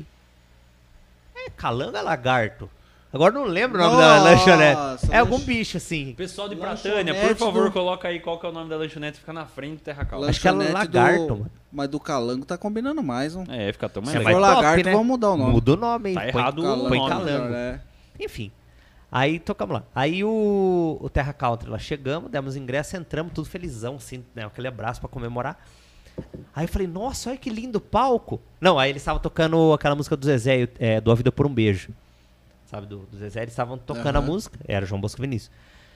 Calango é lagarto. Agora eu não lembro o nome da lanchonete. É algum bicho, assim. Pessoal de Lanchonete Pratânia, por favor, do- coloca aí qual que é o nome da lanchonete, fica na frente do Terra Country. Acho que é Lanchonete lagarto, do... mano. Mas do Calango tá combinando mais, não? É, fica tão mais Você Se vai for legal. top, lagarto, né? vamos mudar o nome. Muda o nome aí. Tá põe- errado o Calango, põe nome. Calango. né? Enfim. Aí tocamos lá. Aí o Terra Country, lá chegamos, demos ingresso, entramos, tudo felizão, assim, né? Aquele abraço pra comemorar. Aí eu falei, nossa, olha que lindo palco. Não, aí eles estavam tocando aquela música do Zezé, do A Vida por um Beijo. Sabe, do Zezé, eles estavam tocando a Aham. música. Era João Bosco Vinícius.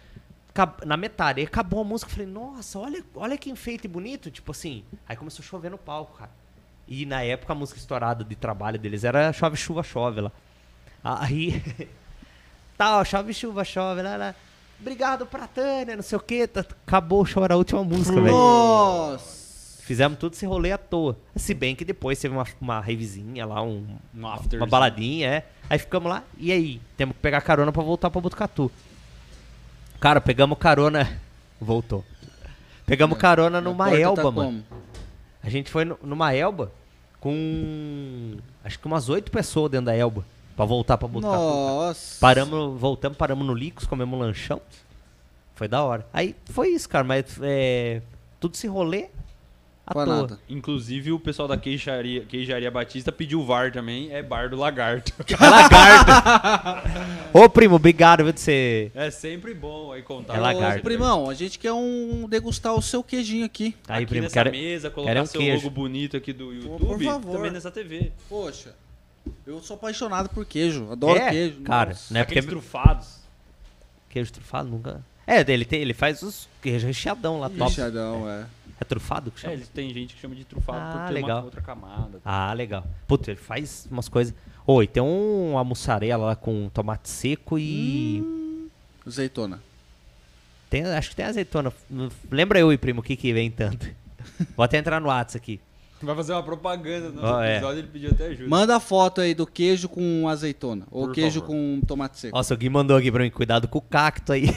Na metade, aí acabou a música, eu falei, nossa, olha que enfeite bonito, tipo assim. Aí começou a chover no palco, cara. E na época a música estourada de trabalho deles era Chove, Chuva, Chove lá. Aí tal, chove chuva, chove, lá. Obrigado pra Tânia, não sei o que. Acabou o show, era a última música, velho. Nossa! Fizemos tudo esse rolê à toa. Se bem que depois teve uma ravezinha lá, Um after. uma baladinha, Aí ficamos lá, e aí? Temos que pegar carona pra voltar pra Botucatu. Cara, pegamos carona... Voltou. Pegamos carona numa A porta Elba, tá mano. A gente foi numa Elba com... Acho que umas 8 pessoas dentro da Elba. Pra voltar pra Botucatu. Nossa! Paramos no Licos, comemos um lanchão. Foi da hora. Aí foi isso, cara, mas tudo esse rolê à Foi toa. nada. Inclusive, o pessoal da Queijaria Batista pediu VAR também, é Bar do Lagarto. Lagarto. Ô, primo, obrigado, viu, de você... É sempre bom aí contar. É lagarto. Ô, primão, a gente quer degustar o seu queijinho aqui. Aí, Aqui primo, nessa quero... mesa, colocar quero um seu queijo. logo bonito aqui do YouTube, por favor. também nessa TV. Poxa, eu sou apaixonado por queijo. Adoro queijo. Cara, Nossa. não é porque... Aqueles trufados. Queijo trufado nunca... ele faz os queijos recheadão lá, top. Recheadão, é. É trufado que chama? Tem gente que chama de trufado Ah, por ter legal. uma outra camada. Ah, legal. Putz, ele faz umas coisas... Oi, tem uma mussarela lá com tomate seco e... Azeitona. Acho que tem azeitona. Lembra eu e primo o que vem tanto. Vou até entrar no WhatsApp aqui. Vai fazer uma propaganda no Ó, é. episódio, ele pediu até ajuda. Manda a foto aí do queijo com azeitona. Ou Por queijo favor. com tomate seco. Nossa, o Gui mandou aqui pra mim. Cuidado com o cacto aí.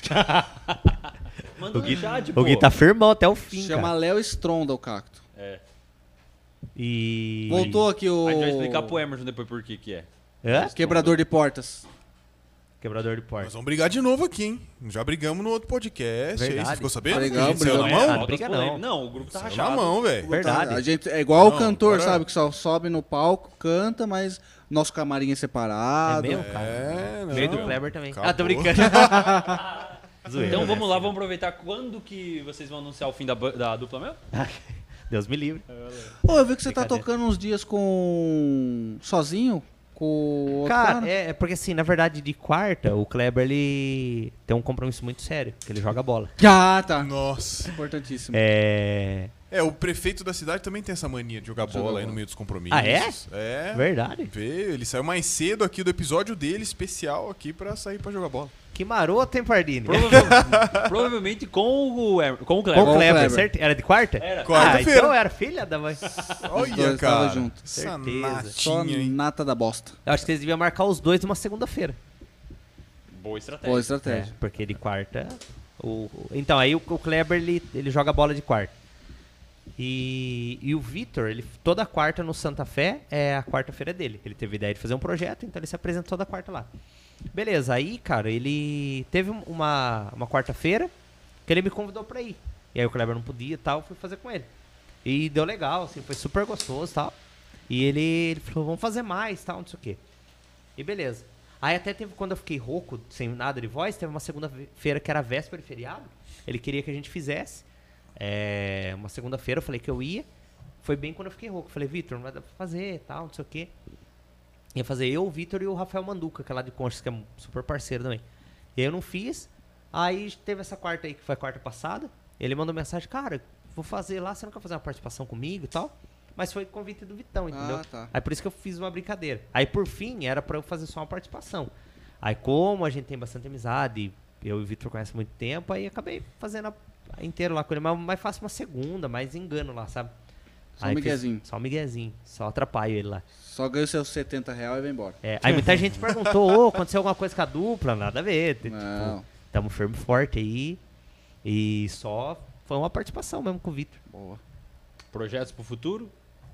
Manda O no Gui, chat, o Gui tá firmão até o fim, Chama cara. Léo Stronda o cacto. É. E... Voltou aqui o... A gente vai explicar pro Emerson depois por que é. Hã? Quebrador de portas. Quebrador de Nós porta. vamos brigar de novo aqui, hein? Já brigamos no outro podcast. Aí, Verdade. você ficou sabendo? Brigamos, A gente saiu na brigamos. mão? Ah, briga não. Não, o grupo tá Saiu rachado. na mão, velho. Verdade. A gente, é igual Não, o cantor, agora- sabe? Que só sobe no palco, canta, mas nosso camarim é separado. É mesmo, cara? É, não. Meio do Kleber também. Acabou. Ah, tô brincando. Zoeira, Então né? vamos lá, vamos aproveitar. Quando que vocês vão anunciar o fim da dupla mesmo? Deus me livre. Pô, eu vi que você tá Brincadeira. tocando uns dias com... Sozinho? Com o outro Cara, é porque assim, na verdade, de quarta, o Kleber, ele tem um compromisso muito sério, que ele joga bola. Ah, tá. Nossa. Importantíssimo. É... O prefeito da cidade também tem essa mania de jogar bola aí no meio dos compromissos. Ah, é? É. Verdade. Vê, ele saiu mais cedo aqui do episódio dele, especial aqui, pra sair pra jogar bola. Que maroto, hein, Pardini? Provavelmente com o Kleber. Com o Kleber. Kleber, certo? Era de quarta? Era. Quarta-feira. então era filha da mãe. Olha, dois cara. tava junto. Essa Certeza. Só natinha, hein? nata da bosta. Eu acho que vocês deviam marcar os dois numa segunda-feira. Boa estratégia. Boa estratégia. Porque de quarta... Então, aí o Kleber, ele joga bola de quarta. E o Vitor, ele toda quarta no Santa Fé é a quarta-feira dele. Ele teve a ideia de fazer um projeto, então ele se apresenta toda quarta lá. Beleza, aí, cara, ele teve uma quarta-feira que ele me convidou pra ir. E aí o Kleber não podia e tal, fui fazer com ele. E deu legal, assim, foi super gostoso e tal. E ele falou, vamos fazer mais, tal, não sei o quê. E beleza. Aí até teve, quando eu fiquei rouco, sem nada de voz, teve uma segunda-feira que era véspera de feriado. Ele queria que a gente fizesse. Uma segunda-feira eu falei que eu ia. Foi bem quando eu fiquei rouco. Eu falei, Vitor, não vai dar pra fazer, tal, não sei o quê. Ia fazer eu, o Vitor e o Rafael Manduca, que é lá de Conchas, que é um super parceiro também. E aí eu não fiz. Aí teve essa quarta aí, que foi a quarta passada. Ele mandou mensagem, cara, vou fazer lá, você não quer fazer uma participação comigo e tal? Mas foi convite do Vitão, entendeu? Ah, tá. Aí por isso que eu fiz uma brincadeira. Aí por fim, era pra eu fazer só uma participação. Aí como a gente tem bastante amizade, eu e o Vitor conhecem há muito tempo, aí acabei fazendo a inteira lá com ele. Mas mais faço uma segunda, mais engano lá, sabe? Só um Aí fiz- miguezinho. Só um miguezinho. Só atrapalho ele lá. Só ganha os seus R$70 e vai embora. Aí muita gente perguntou, aconteceu alguma coisa com a dupla? Nada a ver. Não. Tipo, tamo firme e forte aí. E só foi uma participação mesmo com o Vitor. Boa. Projetos pro futuro?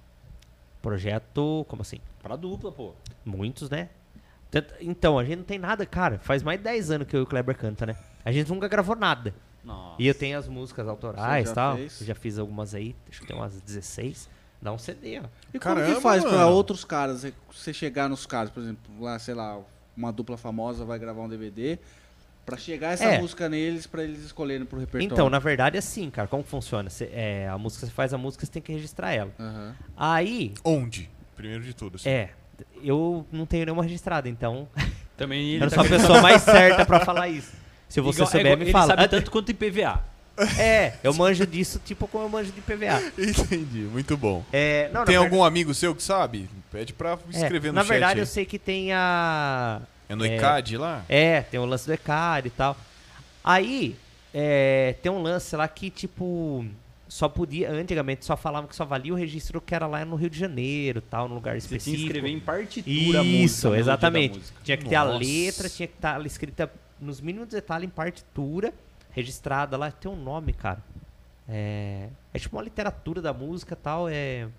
Projeto, como assim? Pra dupla, pô. Muitos, né? Então, a gente não tem nada, cara. Faz mais de 10 anos que eu e o Kleber canta, né? A gente nunca gravou nada. Nossa. E eu tenho as músicas autorais Você e já tal. fez? Eu já fiz algumas aí, acho que tem umas 16. Dá um CD, ó. E como Caramba, que faz pra mano. outros caras, você chegar nos caras, por exemplo, lá, sei lá, uma dupla famosa vai gravar um DVD, pra chegar essa É. música neles, pra eles escolherem pro repertório? Então, na verdade, é assim, cara. Como que funciona? A música, você faz a música, você tem que registrar ela. Aham. Aí, Onde? Primeiro de tudo, assim. eu não tenho nenhuma registrada, então Também eu ele não tá sou a pessoa mais certa pra falar isso. Se você igual- souber, me ele fala. sabe tanto quanto IPVA. Eu manjo disso, tipo como eu manjo de PVA. Entendi, muito bom. Não, Tem na algum amigo seu que sabe? Pede pra escrever no na chat verdade, aí. eu sei que tem a É no ECAD lá? Tem o lance do ECAD e tal. Aí, tem um lance lá que, tipo, só podia, antigamente só falavam que só valia o registro que era lá no Rio de Janeiro, tal, num lugar Você específico. tinha que escrever em partitura a música. Isso, exatamente. Música. Tinha que ter a Nossa. letra, tinha que estar escrita nos mínimos detalhes em partitura, registrada lá. Tem um nome, cara. É tipo uma literatura da música e tal,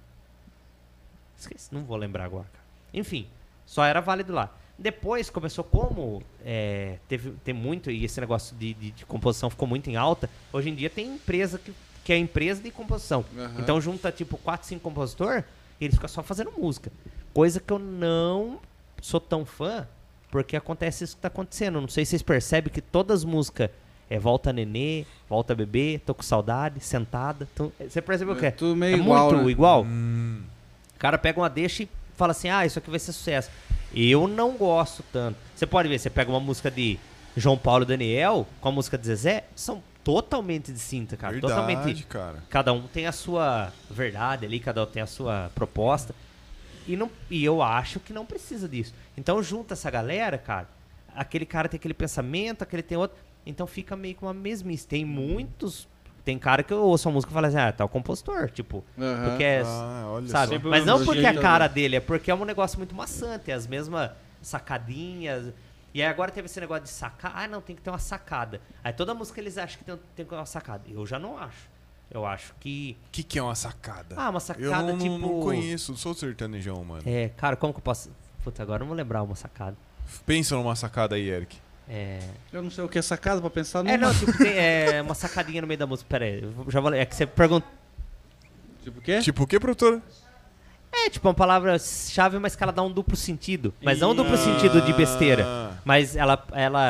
Esqueci, não vou lembrar agora, cara. Enfim, só era válido lá. Depois começou como tem muito, e esse negócio de composição ficou muito em alta. Hoje em dia tem empresa que é empresa de composição. Uhum. Então junta tipo 4, 5 compositores e eles ficam só fazendo música. Coisa que eu não sou tão fã, porque acontece isso que tá acontecendo. Não sei se vocês percebem que todas as músicas volta nenê, volta bebê, tô com saudade, sentada. Você percebeu o que é? Tudo meio igual, muito né? igual. O cara pega uma deixa e fala assim, isso aqui vai ser sucesso. Eu não gosto tanto. Você pode ver, você pega uma música de João Paulo e Daniel com a música de Zezé, são totalmente distintas, cara. Verdade, Totalmente. cara. Cada um tem a sua verdade ali, cada um tem a sua proposta. E eu acho que não precisa disso. Então junta essa galera, cara. Aquele cara tem aquele pensamento, aquele tem outro. Então fica meio que uma mesmice. Tem muitos. Tem cara que eu ouço a música e falo assim, tá o compositor, tipo. Uhum. Porque Olha sabe? só. Mas não do porque é a jeito, cara dele, é porque é um negócio muito maçante, as mesmas sacadinhas. E aí agora teve esse negócio de sacar. Não, tem que ter uma sacada. Aí toda música eles acham que tem que ter uma sacada. Eu já não acho. Eu acho que. O que é uma sacada? Uma sacada Eu tipo. não conheço, não sou sertanejão, mano. Cara, como que eu posso. Puta, agora eu não vou lembrar uma sacada. Pensa numa sacada aí, Eric. Eu não sei o que é sacada pra pensar numa. Não, tipo, tem uma sacadinha no meio da música. Pera aí, eu já vou. É que você pergunta. Tipo o quê? Tipo o que, produtora? Tipo uma palavra-chave, mas que ela dá um duplo sentido. Mas não um duplo sentido de besteira. Mas ela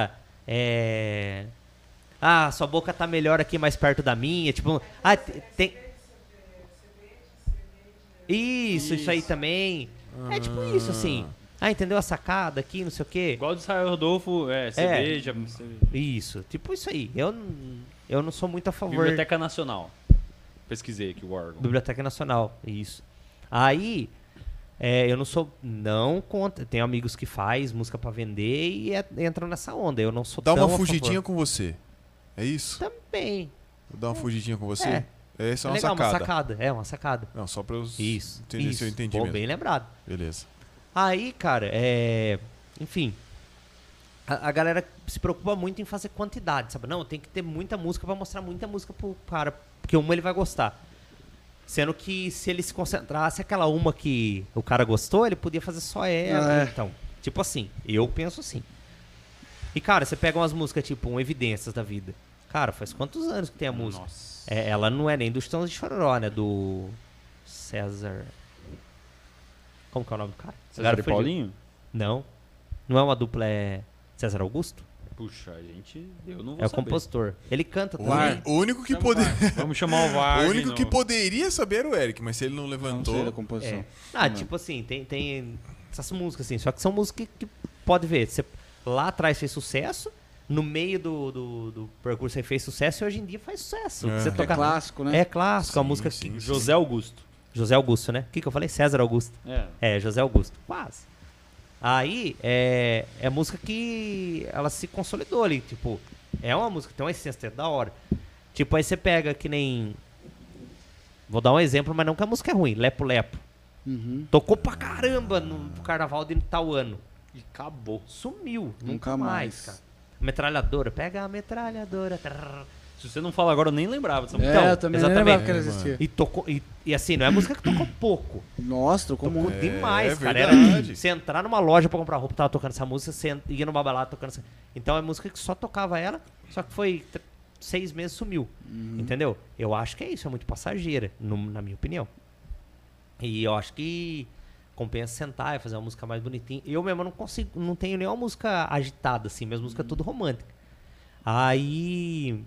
sua boca tá melhor aqui mais perto da minha. Tipo, tem. Isso aí também. É tipo isso, assim. Entendeu a sacada aqui, não sei o quê. Igual do Israel Rodolfo, cerveja. Isso, tipo isso aí. Eu não sou muito a favor. Biblioteca Nacional. Pesquisei aqui o órgão. Biblioteca Nacional, isso. Aí, eu não sou não contra. Tenho amigos que faz música pra vender e entram nessa onda. Eu não sou Dá tão uma a fugidinha favor. com você. É isso? Também. Dá uma fugidinha com você? É. Essa é uma legal, sacada. uma sacada. É, uma sacada. Não, só pra eu Isso. entender se eu entendi Pô, mesmo. bem lembrado. Beleza. Aí, cara, enfim, a galera se preocupa muito em fazer quantidade, sabe? Não, tem que ter muita música pra mostrar muita música pro cara, porque uma ele vai gostar. Sendo que se ele se concentrasse aquela uma que o cara gostou, ele podia fazer só ela. Então, tipo assim, eu penso assim. E, cara, você pega umas músicas tipo Evidências da vida. Cara, faz quantos anos que tem a música? Nossa. Ela não é nem dos Tons de Chororó, né? Do César... Como que é o nome do cara? César e fugiu. Paulinho? Não. Não é uma dupla, é César Augusto? Puxa, eu não vou É o saber. compositor. Ele canta O também. único que poderia... Vamos chamar o VAR. O único que poderia saber era o Eric, mas se ele não Não levantou... sei da composição. Tipo assim, tem essas músicas assim, só que são músicas que pode ver, você lá atrás fez sucesso, no meio do percurso aí fez sucesso e hoje em dia faz sucesso. Você É toca... clássico, né? É clássico, a Sim, música sim, que... sim. José Augusto. José Augusto, né? O que eu falei? César Augusto. José Augusto. Quase. Aí, é música que ela se consolidou ali, tipo, é uma música que tem uma essência da hora. Tipo, aí você pega que nem... Vou dar um exemplo, mas não que a música é ruim. Lepo Lepo. Uhum. Tocou pra caramba no carnaval de tal ano. E acabou. Sumiu. Nunca Nunca mais, mais. cara. Metralhadora. Pega a metralhadora. Se você não fala agora, eu nem lembrava dessa música. Então, Eu também exatamente. nem lembrava que ela existia. E tocou... E assim, não é música que tocou pouco. Nossa, tocou Tocou muito. demais, cara. verdade. Você entrar numa loja pra comprar roupa, tava tocando essa música, você ia numa balada tocando essa... Então é música que só tocava ela, só que foi 6 meses sumiu. Entendeu? Eu acho que é isso, é muito passageira, na minha opinião. E eu acho que compensa sentar e fazer uma música mais bonitinha. Eu mesmo não tenho nenhuma música agitada, assim, minha música é tudo romântica. Aí...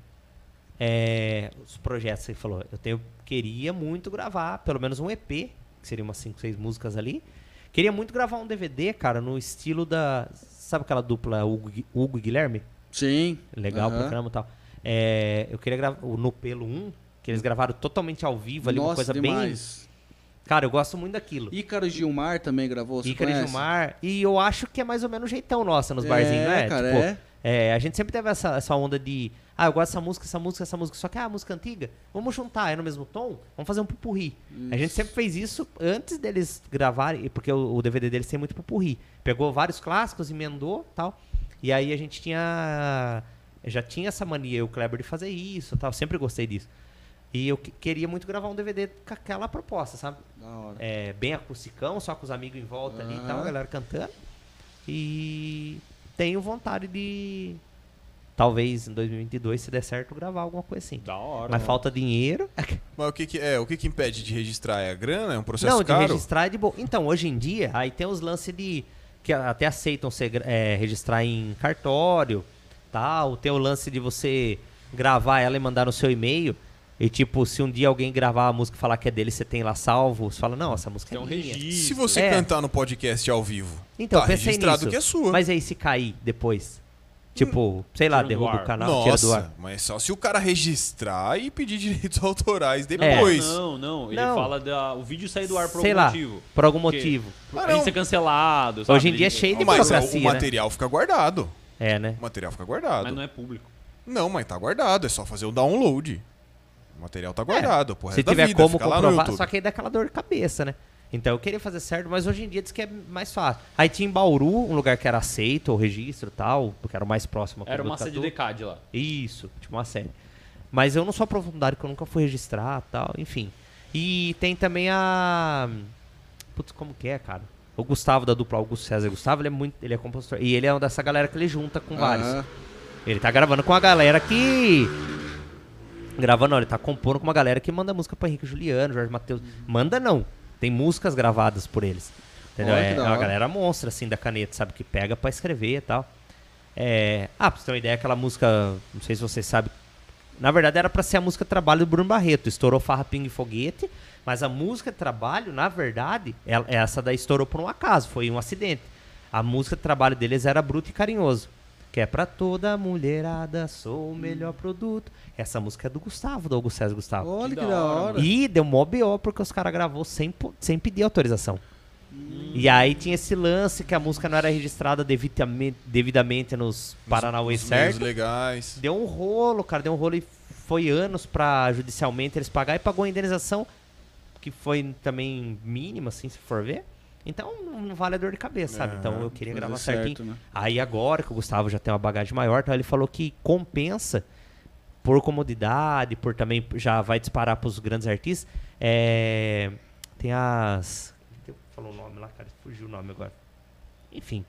os projetos, você falou, queria muito gravar pelo menos um EP, que seria umas 5, 6 músicas ali. Queria muito gravar um DVD, cara, no estilo da... Sabe aquela dupla Hugo e Guilherme? Sim. Legal Aham. pra caramba e tal. Eu queria gravar o No Pelo 1, que eles gravaram totalmente ao vivo ali, uma Nossa, coisa demais. Cara, eu gosto muito daquilo. Ícaro Gilmar também gravou, você Ícaro conhece? Gilmar. E eu acho que é mais ou menos o jeitão nosso nos barzinhos, não é? Cara, Tipo, a gente sempre teve essa onda de... Ah, eu gosto dessa música, essa música, essa música. Só que a música antiga, vamos juntar, é no mesmo tom? Vamos fazer um pupurri. A gente sempre fez isso antes deles gravarem, porque o DVD deles tem muito pupurri. Pegou vários clássicos, emendou e tal. E aí a gente já tinha essa mania, eu e o Kleber, de fazer isso tal. Sempre gostei disso. E eu queria muito gravar um DVD com aquela proposta, sabe? Da hora. Bem acusticão, só com os amigos em volta ali e tal, a Aham. galera cantando. E tenho vontade de, talvez em 2022, se der certo, gravar alguma coisa assim. Da hora. Mas falta dinheiro. Mas o que impede de registrar? É a grana? É um processo Não, de caro? registrar é de boa. Então, hoje em dia, aí tem os lances de... que até aceitam você registrar em cartório, tal. Tem o lance de você gravar ela e mandar no seu e-mail. E tipo, se um dia alguém gravar a música e falar que é dele, você tem lá salvo. Você fala, não, essa música Tem é um minha. registro. Se você cantar no podcast ao vivo, Então, tá eu pensei registrado nisso. que é sua. Mas aí se cair depois? Tipo, sei lá, Tira do derruba ar. o canal, tira do ar. Nossa, mas só se o cara registrar e pedir direitos autorais depois. Não. Ele Não. fala o vídeo sair do ar por Sei algum lá, motivo. por algum Porque motivo. Ah, A gente não. ser cancelado, sabe? Hoje em dia é cheio de Mas burocracia, o né? material fica guardado. É, né? O material fica guardado. Mas não é público. Não, mas tá guardado. É só fazer o download. O material tá guardado. Pro Se resto da tiver vida, como fica lá no comprovar, YouTube. só que aí dá aquela dor de cabeça, né? Então eu queria fazer certo, mas hoje em dia diz que é mais fácil. Aí tinha em Bauru, um lugar que era aceito, o registro e tal, porque era o mais próximo aqui Era do uma sede Botucatu. de CAD lá. Isso, tipo uma série. Mas eu não sou aprofundado, que eu nunca fui registrar e tal, enfim. E tem também Putz, como que é, cara? O Gustavo da dupla Augusto César Gustavo, ele é compositor. E ele é uma dessa galera que ele junta com vários. Aham. Ele tá gravando com a galera que... Gravando não, ele tá compondo com uma galera que manda música pra Henrique Juliano, Jorge Mateus. Manda não, tem músicas gravadas por eles. Entendeu? Olha que É da uma hora. galera monstra, assim, da caneta, sabe? Que pega pra escrever e tal. Pra você ter uma ideia, aquela música, não sei se vocês sabem, na verdade era pra ser a música de trabalho do Bruno Barreto. Estourou Farra, Pinga e Foguete, mas a música de trabalho, na verdade, essa daí estourou por um acaso, foi um acidente. A música de trabalho deles era Bruto e Carinhoso, que é pra toda mulherada, sou o melhor produto. Essa música é do Gustavo, do Augusto César Gustavo. Olha que da da hora, hora. E deu mó BO porque os caras gravou sem pedir autorização. E aí tinha esse lance que a música não era registrada devidamente nos Paranauê Os meios certo. legais. Deu um rolo, cara, deu um rolo e foi anos pra judicialmente eles pagar e pagou a indenização, que foi também mínima, assim, se for ver. Então não vale a dor de cabeça, sabe? Então eu queria Fazer gravar certo, certinho. né? Aí agora que o Gustavo já tem uma bagagem maior, então ele falou que compensa por comodidade, por também já vai disparar pros grandes artistas. Tem as... Falou o nome lá, cara, fugiu o nome agora. Enfim.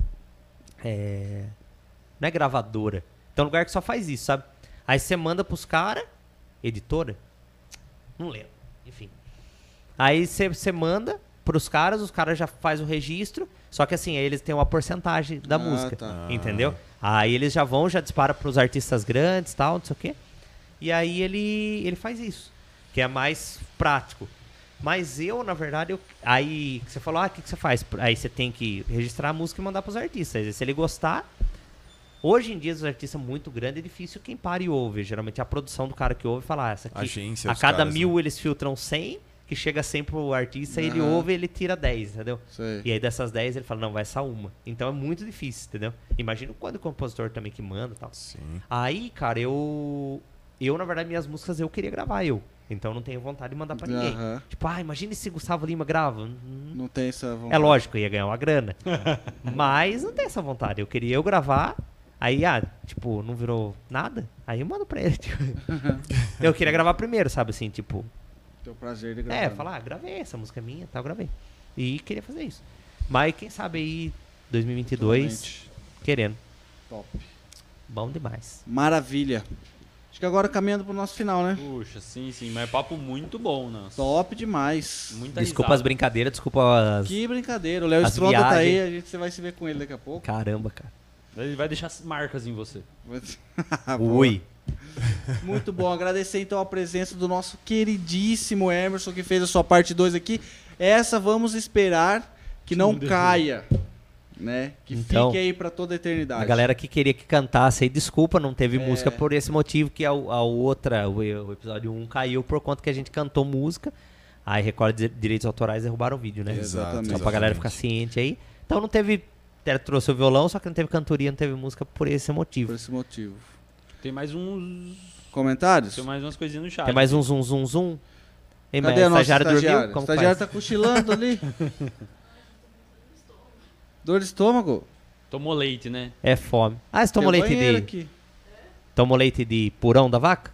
Não é gravadora. Tem um lugar que só faz isso, sabe? Aí você manda pros caras, editora? Não lembro. Enfim. Aí você manda pros caras, os caras já faz o registro, só que assim, aí eles têm uma porcentagem da música, tá. entendeu? Aí eles já dispara pros artistas grandes, tal, não sei o quê. E aí ele faz isso, que é mais prático. Mas eu, na verdade, aí você falou, o que você faz? Aí você tem que registrar a música e mandar pros artistas. Aí, se ele gostar, hoje em dia, os artistas muito grandes, é difícil quem para e ouve. Geralmente a produção do cara que ouve fala, essa aqui, Agência, a os cada caras, 1000 né? eles filtram 100, que chega 100 pro artista, ele Aham. ouve e ele tira 10, entendeu? Sei. E aí dessas 10 ele fala, não, vai essa uma. Então é muito difícil, entendeu? Imagina quando o compositor também que manda e tal. Sim. Aí, cara, eu na verdade, minhas músicas eu queria gravar, Então eu não tenho vontade de mandar pra ninguém. Aham. Tipo, imagina se Gustavo Lima grava. Não tem essa vontade. É lógico, eu ia ganhar uma grana. Mas não tem essa vontade. Eu queria gravar, aí, tipo, não virou nada. Aí eu mando pra ele. Tipo. Eu queria gravar primeiro, sabe assim, tipo... Tem o prazer de gravar. falar, gravei, essa música é minha, tal, gravei. E queria fazer isso. Mas quem sabe aí, 2022, Totalmente. querendo. Top. Bom demais. Maravilha. Acho que agora caminhando pro nosso final, né? Puxa, sim, mas é papo muito bom, né? Top demais. Muita Desculpa risada. as brincadeiras, desculpa as... Que brincadeira. O Léo As Stronda tá aí, viagens. você vai se ver com ele daqui a pouco. Caramba, cara. Ele vai deixar marcas em você. Ui. Muito bom. Agradecer então a presença do nosso queridíssimo Emerson, que fez a sua parte 2 aqui. Essa vamos esperar que não caia, né? Que Então, fique aí pra toda a eternidade. A galera que queria que cantasse aí, desculpa, não teve música por esse motivo, que o episódio 1 caiu por conta que a gente cantou música. Aí recolhe direitos autorais e derrubaram o vídeo, né? Exato, Só pra galera exatamente. ficar ciente aí. Então não teve... Trouxe o violão, só que não teve cantoria, não teve música por esse motivo. Por esse motivo. Tem mais uns. Comentários? Tem mais umas coisinhas no chat. Tem mais um zoom, zoom, zoom. Ei, mas Cadê a nossa estagiário estagiária? dormiu? O Como estagiário faz? tá cochilando ali. Dor de estômago? Tomou leite, né? É fome. Ah, você tomou Tem um leite banheiro de... aqui. Tomou leite de purão da vaca?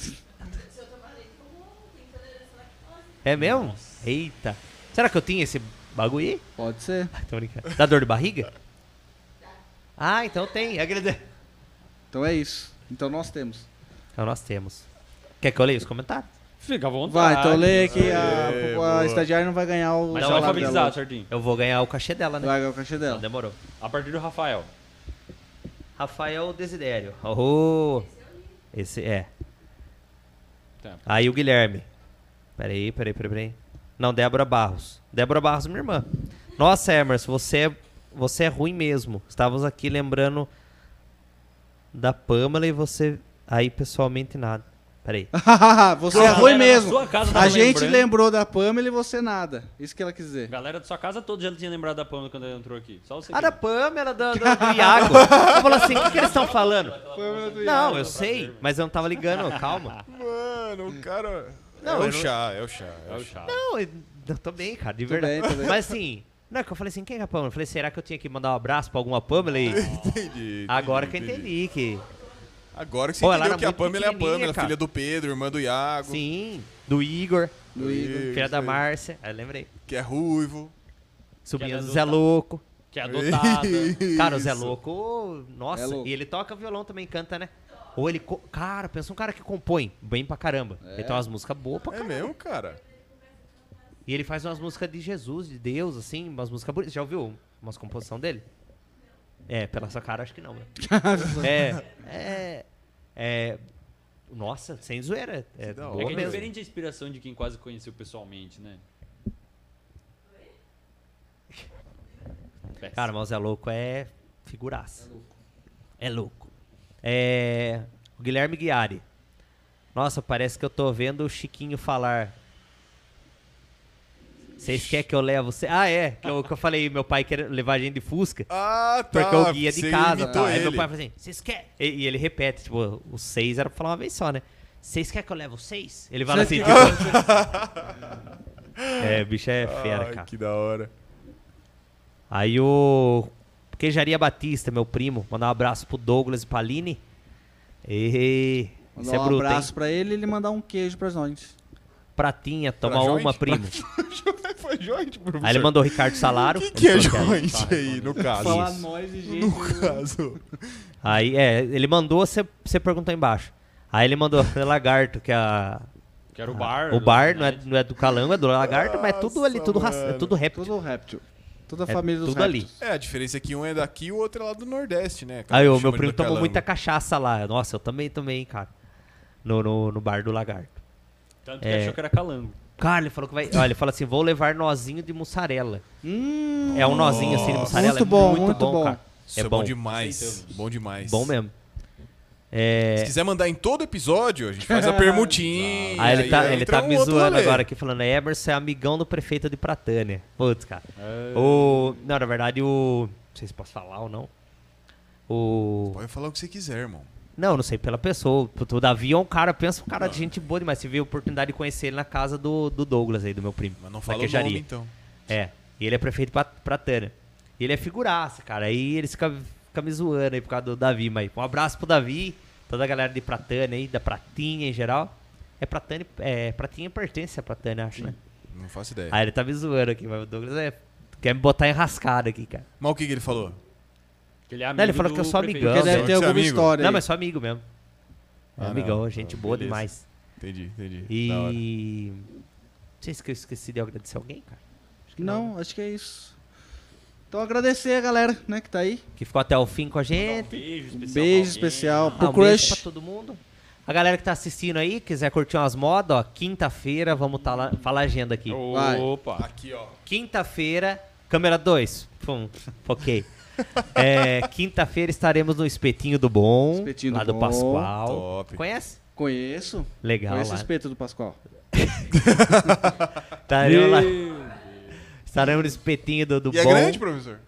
É mesmo? Eita. Será que eu tinha esse bagulho aí? Pode ser. Tô brincando. Dá dor de barriga? Ah, então tem. Então é isso. Então nós temos. Então nós temos. Quer que eu leia os comentários? Fica à vontade. Vai, então lê aqui. Aê, A boa. estagiária não vai ganhar o Mas Não, só salário alfabetizado, dela. certinho. Eu vou ganhar o cachê dela, né? Vai ganhar o cachê Não, dela. demorou. A partir do Rafael. Rafael Desidério. Oh, esse é. Tá. Aí o Guilherme. Peraí. Não, Débora Barros. Débora Barros, minha irmã. Nossa, Emerson, você é ruim mesmo. Estávamos aqui lembrando da Pamela e você... Aí, pessoalmente, nada. Peraí. Você é ruim galera na mesmo. sua casa tava A gente lembrando. lembrou da Pamela e você nada. Isso que ela quis dizer. Galera da sua casa toda já tinha lembrado da Pamela quando ela entrou aqui. Só você. A que da não. Pamela, do Iago. Eu falo assim, o que eles estão falando? Pamela do Não, Iago. eu sei, mas eu não tava ligando, calma. Mano, o cara... Não, é eu o não- chá, é o chá. É o chato. Não, eu tô bem, cara, de Tô verdade. bem, tô bem. Mas assim, não é que eu falei assim, quem é a Pamela? Eu falei, será que eu tinha que mandar um abraço pra alguma Pamela? E Entendi. agora que eu entendi que... Agora que você Pô, ela entendeu era que a muito Pamela é a pequenininha, Pamela, cara. filha do Pedro, irmã do Iago, Sim, do Igor, Do Igor. filha da isso aí. Márcia, aí eu lembrei. que é ruivo. Sobrinha Que do é Zé Louco. Que é adotada. Cara, o Zé Isso. Louco, nossa, É louco. e ele toca violão também, canta, né? Ou ele, cara, pensa um cara que compõe bem pra caramba. Ele tem umas músicas boas pra É caramba. mesmo, cara? E ele faz umas músicas de Jesus, de Deus, assim, umas músicas bonitas. Já ouviu umas composições dele? É, pela sua cara, acho que não, né? Nossa, sem zoeira. É da boa É que é mesmo. diferente a inspiração de quem quase conheceu pessoalmente, né? Cara, mas o Zé Louco é figuraça. É louco. O Guilherme Guiari. Nossa, parece que eu tô vendo o Chiquinho falar. Vocês querem que eu levo você? Ah, é. Que eu falei, meu pai quer levar a gente de Fusca. Ah, tá. Porque eu guia de você casa. imitou Tá? Aí meu ele. pai fala assim, vocês querem? E ele repete, tipo, os 6 era pra falar uma vez só, né? Vocês querem que eu levo os 6? Ele fala assim, tipo... bicho é fera, Ai, cara. que da hora. Aí o Queijaria Batista, meu primo, mandar um abraço pro Douglas e pra Aline. Esse Mandar é um bruto, abraço hein? pra ele e ele mandar um queijo pra nós. Pratinha, toma Pra uma, joint? primo. Foi joint, professor. Aí ele mandou o Ricardo Salaro. O que é ele falou que joint aí, no caso? Falar Isso. nós e gente. No caso. Aí, ele mandou, você perguntou embaixo. Aí ele mandou Lagarto, que é a... Que era o bar. O bar não é do Calango, é do Lagarto, mas é tudo ali, Nossa, é tudo réptil. Tudo réptil. Toda a É família dos tudo ali. répteis. É, a diferença é que um é daqui e o outro é lá do Nordeste, né? Aí o Chama meu de primo tomou Calango. muita cachaça lá. Nossa, eu também tomei, cara. No bar do Lagarto. Tanto que achou que era calango. Cara, ele falou que vai... Olha, ele falou assim, vou levar nozinho de mussarela. É um nozinho assim de mussarela. Muito é bom, muito bom, cara. Isso É é bom bom. demais. Aceitamos. Bom demais. Bom mesmo. Se quiser mandar em todo episódio, a gente faz a permutinha. Aí ele tá entra me um outro zoando rolê. agora aqui, falando, Emerson é amigão do prefeito de Pratânia. Putz, cara. É. Não, na verdade, não sei se posso falar ou não. Pode falar o que você quiser, irmão. Não sei pela pessoa. O Davi é um cara, pensa um cara de gente boa demais. Você viu a oportunidade de conhecer ele na casa do Douglas aí, do meu primo. Mas não na fala o queijaria. nome, então. É, e ele é prefeito de Pratânia. E ele é figuraça, cara. Aí eles ficam me zoando aí por causa do Davi. Mas um abraço pro Davi, toda a galera de Pratânia aí, da Pratinha em geral. Pratinha pertence a Pratânia, acho, né? Não faço ideia. Aí ele tá me zoando aqui, mas o Douglas quer me botar enrascada aqui, cara. Mas o que ele falou? Que ele é amigo Não, ele falou do que eu sou prefeito. amigão. Porque deve Não, ter você é alguma amigo? história Não, aí. mas sou amigo mesmo. É Ah, amigão, não. gente Ah, boa beleza. demais. Entendi. Da hora. E... Não sei se eu esqueci de agradecer alguém, cara. Acho que Não, acho que é isso. Então agradecer a galera, né, que tá aí. Que ficou até o fim com a Um gente. beijo especial. Beijo pra alguém. especial pro Um beijo Crush. pra todo mundo. A galera que tá assistindo aí, quiser curtir umas modas, ó, quinta-feira, vamos tá lá, fala a agenda aqui. Vai. Opa. Aqui, ó. Quinta-feira, câmera 2. Pum, foquei. Quinta-feira estaremos no Espetinho do Bom, Espetinho do lá do Bom. Pascoal. Top. Conhece? Conheço. Legal Conheço o lá. espeto do Pascoal. Estaremos lá. Estaremos no espetinho do E é bom. grande, professor?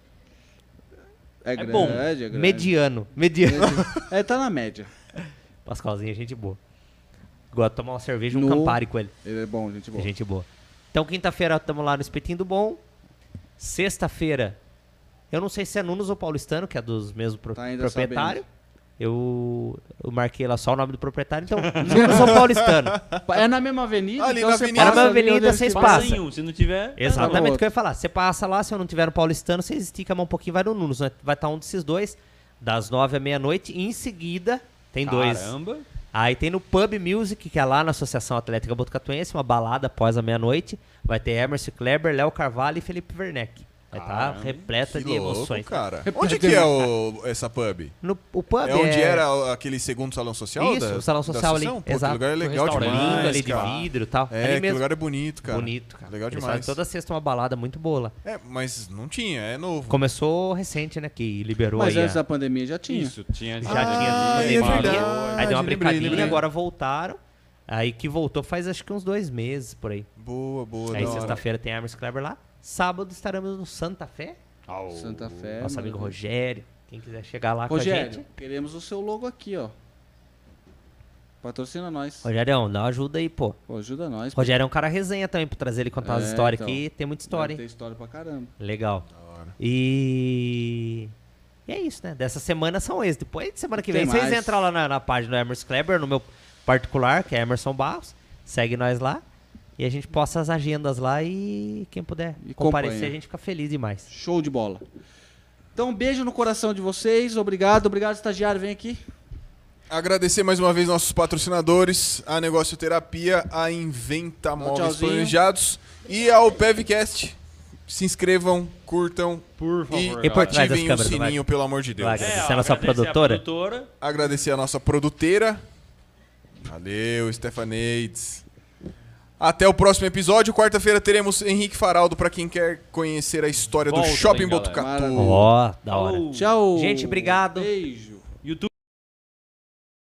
É bom. grande, é grande. Mediano. É, tá na média. Pascoalzinho, gente boa. Gosto de tomar uma cerveja e um No- Campari com ele. Ele é bom, gente boa. Gente boa. Então, quinta-feira estamos lá no Espetinho do Bom. Sexta-feira, eu não sei se é Nunes ou Paulistano, que é dos mesmos Tá ainda proprietários. Eu marquei lá só o nome do proprietário. Então, Nunes ou Paulistano. É na mesma avenida? Ali então na você avenida. passa É na ali avenida, onde eles vocês passam. Passa passa. em um, se não tiver... Exatamente no o que eu ia falar. Você passa lá, se eu não tiver no Paulistano, você estica a mão um pouquinho e vai no Nunes. Né? Vai estar um desses dois, das 9 à meia-noite. E em seguida, tem dois. Caramba. Aí tem no Pub Music, que é lá na Associação Atlética Botucatuense, uma balada após a meia-noite. Vai ter Emerson Kleber, Léo Carvalho e Felipe Werneck. Vai estar Caramba, repleta Que de louco, emoções. cara. Onde que é essa pub? O pub É onde era aquele segundo salão social? Isso, da- o salão da social ali. associação? Pô, Exato. aquele lugar é legal restaurante, demais, Lindo ali de cara. vidro e tal. É, ali aquele mesmo. lugar é bonito, cara. Bonito, cara. Legal Eles demais. fazem toda sexta uma balada muito boa lá. É, mas não tinha, é novo. Começou recente, né? Que liberou Mas aí. antes da pandemia já tinha. Isso, tinha... Já Ah, tinha é pandemia. verdade, Aí deu uma lembrei, brincadinha, lembrei. agora voltaram. Aí que voltou faz acho que uns 2 meses por aí. Boa, boa. Aí da hora. sexta-feira tem Emerson Kleber lá. Sábado estaremos no Santa Fé. Santa Fé. Nosso amigo Rogério. Quem quiser chegar lá com a Rogério, gente. queremos o seu logo aqui, ó. Patrocina nós. Rogério, dá uma ajuda aí, pô. Pô, ajuda nós. Rogério é um cara resenha também, pra trazer ele contar umas É, histórias então. aqui. Tem muita história, Tem hein? história pra caramba. Legal. Da hora. E é isso, né? Dessa semana são esses. Depois de semana que vem, Tem vocês mais. entram lá na página do Emerson Kleber, no meu particular, que é Emerson Barros. Segue nós lá. E a gente posta as agendas lá e quem puder E comparecer, acompanha. a gente fica feliz demais. Show de bola. Então, um beijo no coração de vocês. Obrigado, estagiário. Vem aqui. Agradecer mais uma vez nossos patrocinadores, a Negocioterapia, a Inventa Móveis tchauzinho. Planejados e ao PevCast. Se inscrevam, curtam Por favor. E por trás das ativem o câmeras, sininho, pelo amor de Deus. Vai, agradecer a nossa agradecer produtora. A produtora. Agradecer a nossa produteira. Valeu, Stefaneides. Até o próximo episódio. Quarta-feira teremos Henrique Faraldo para quem quer conhecer a história Volta, do Shopping hein, galera. Botucatu. Maravilha. Ó, da hora. Falou. Tchau. Gente, obrigado. Beijo.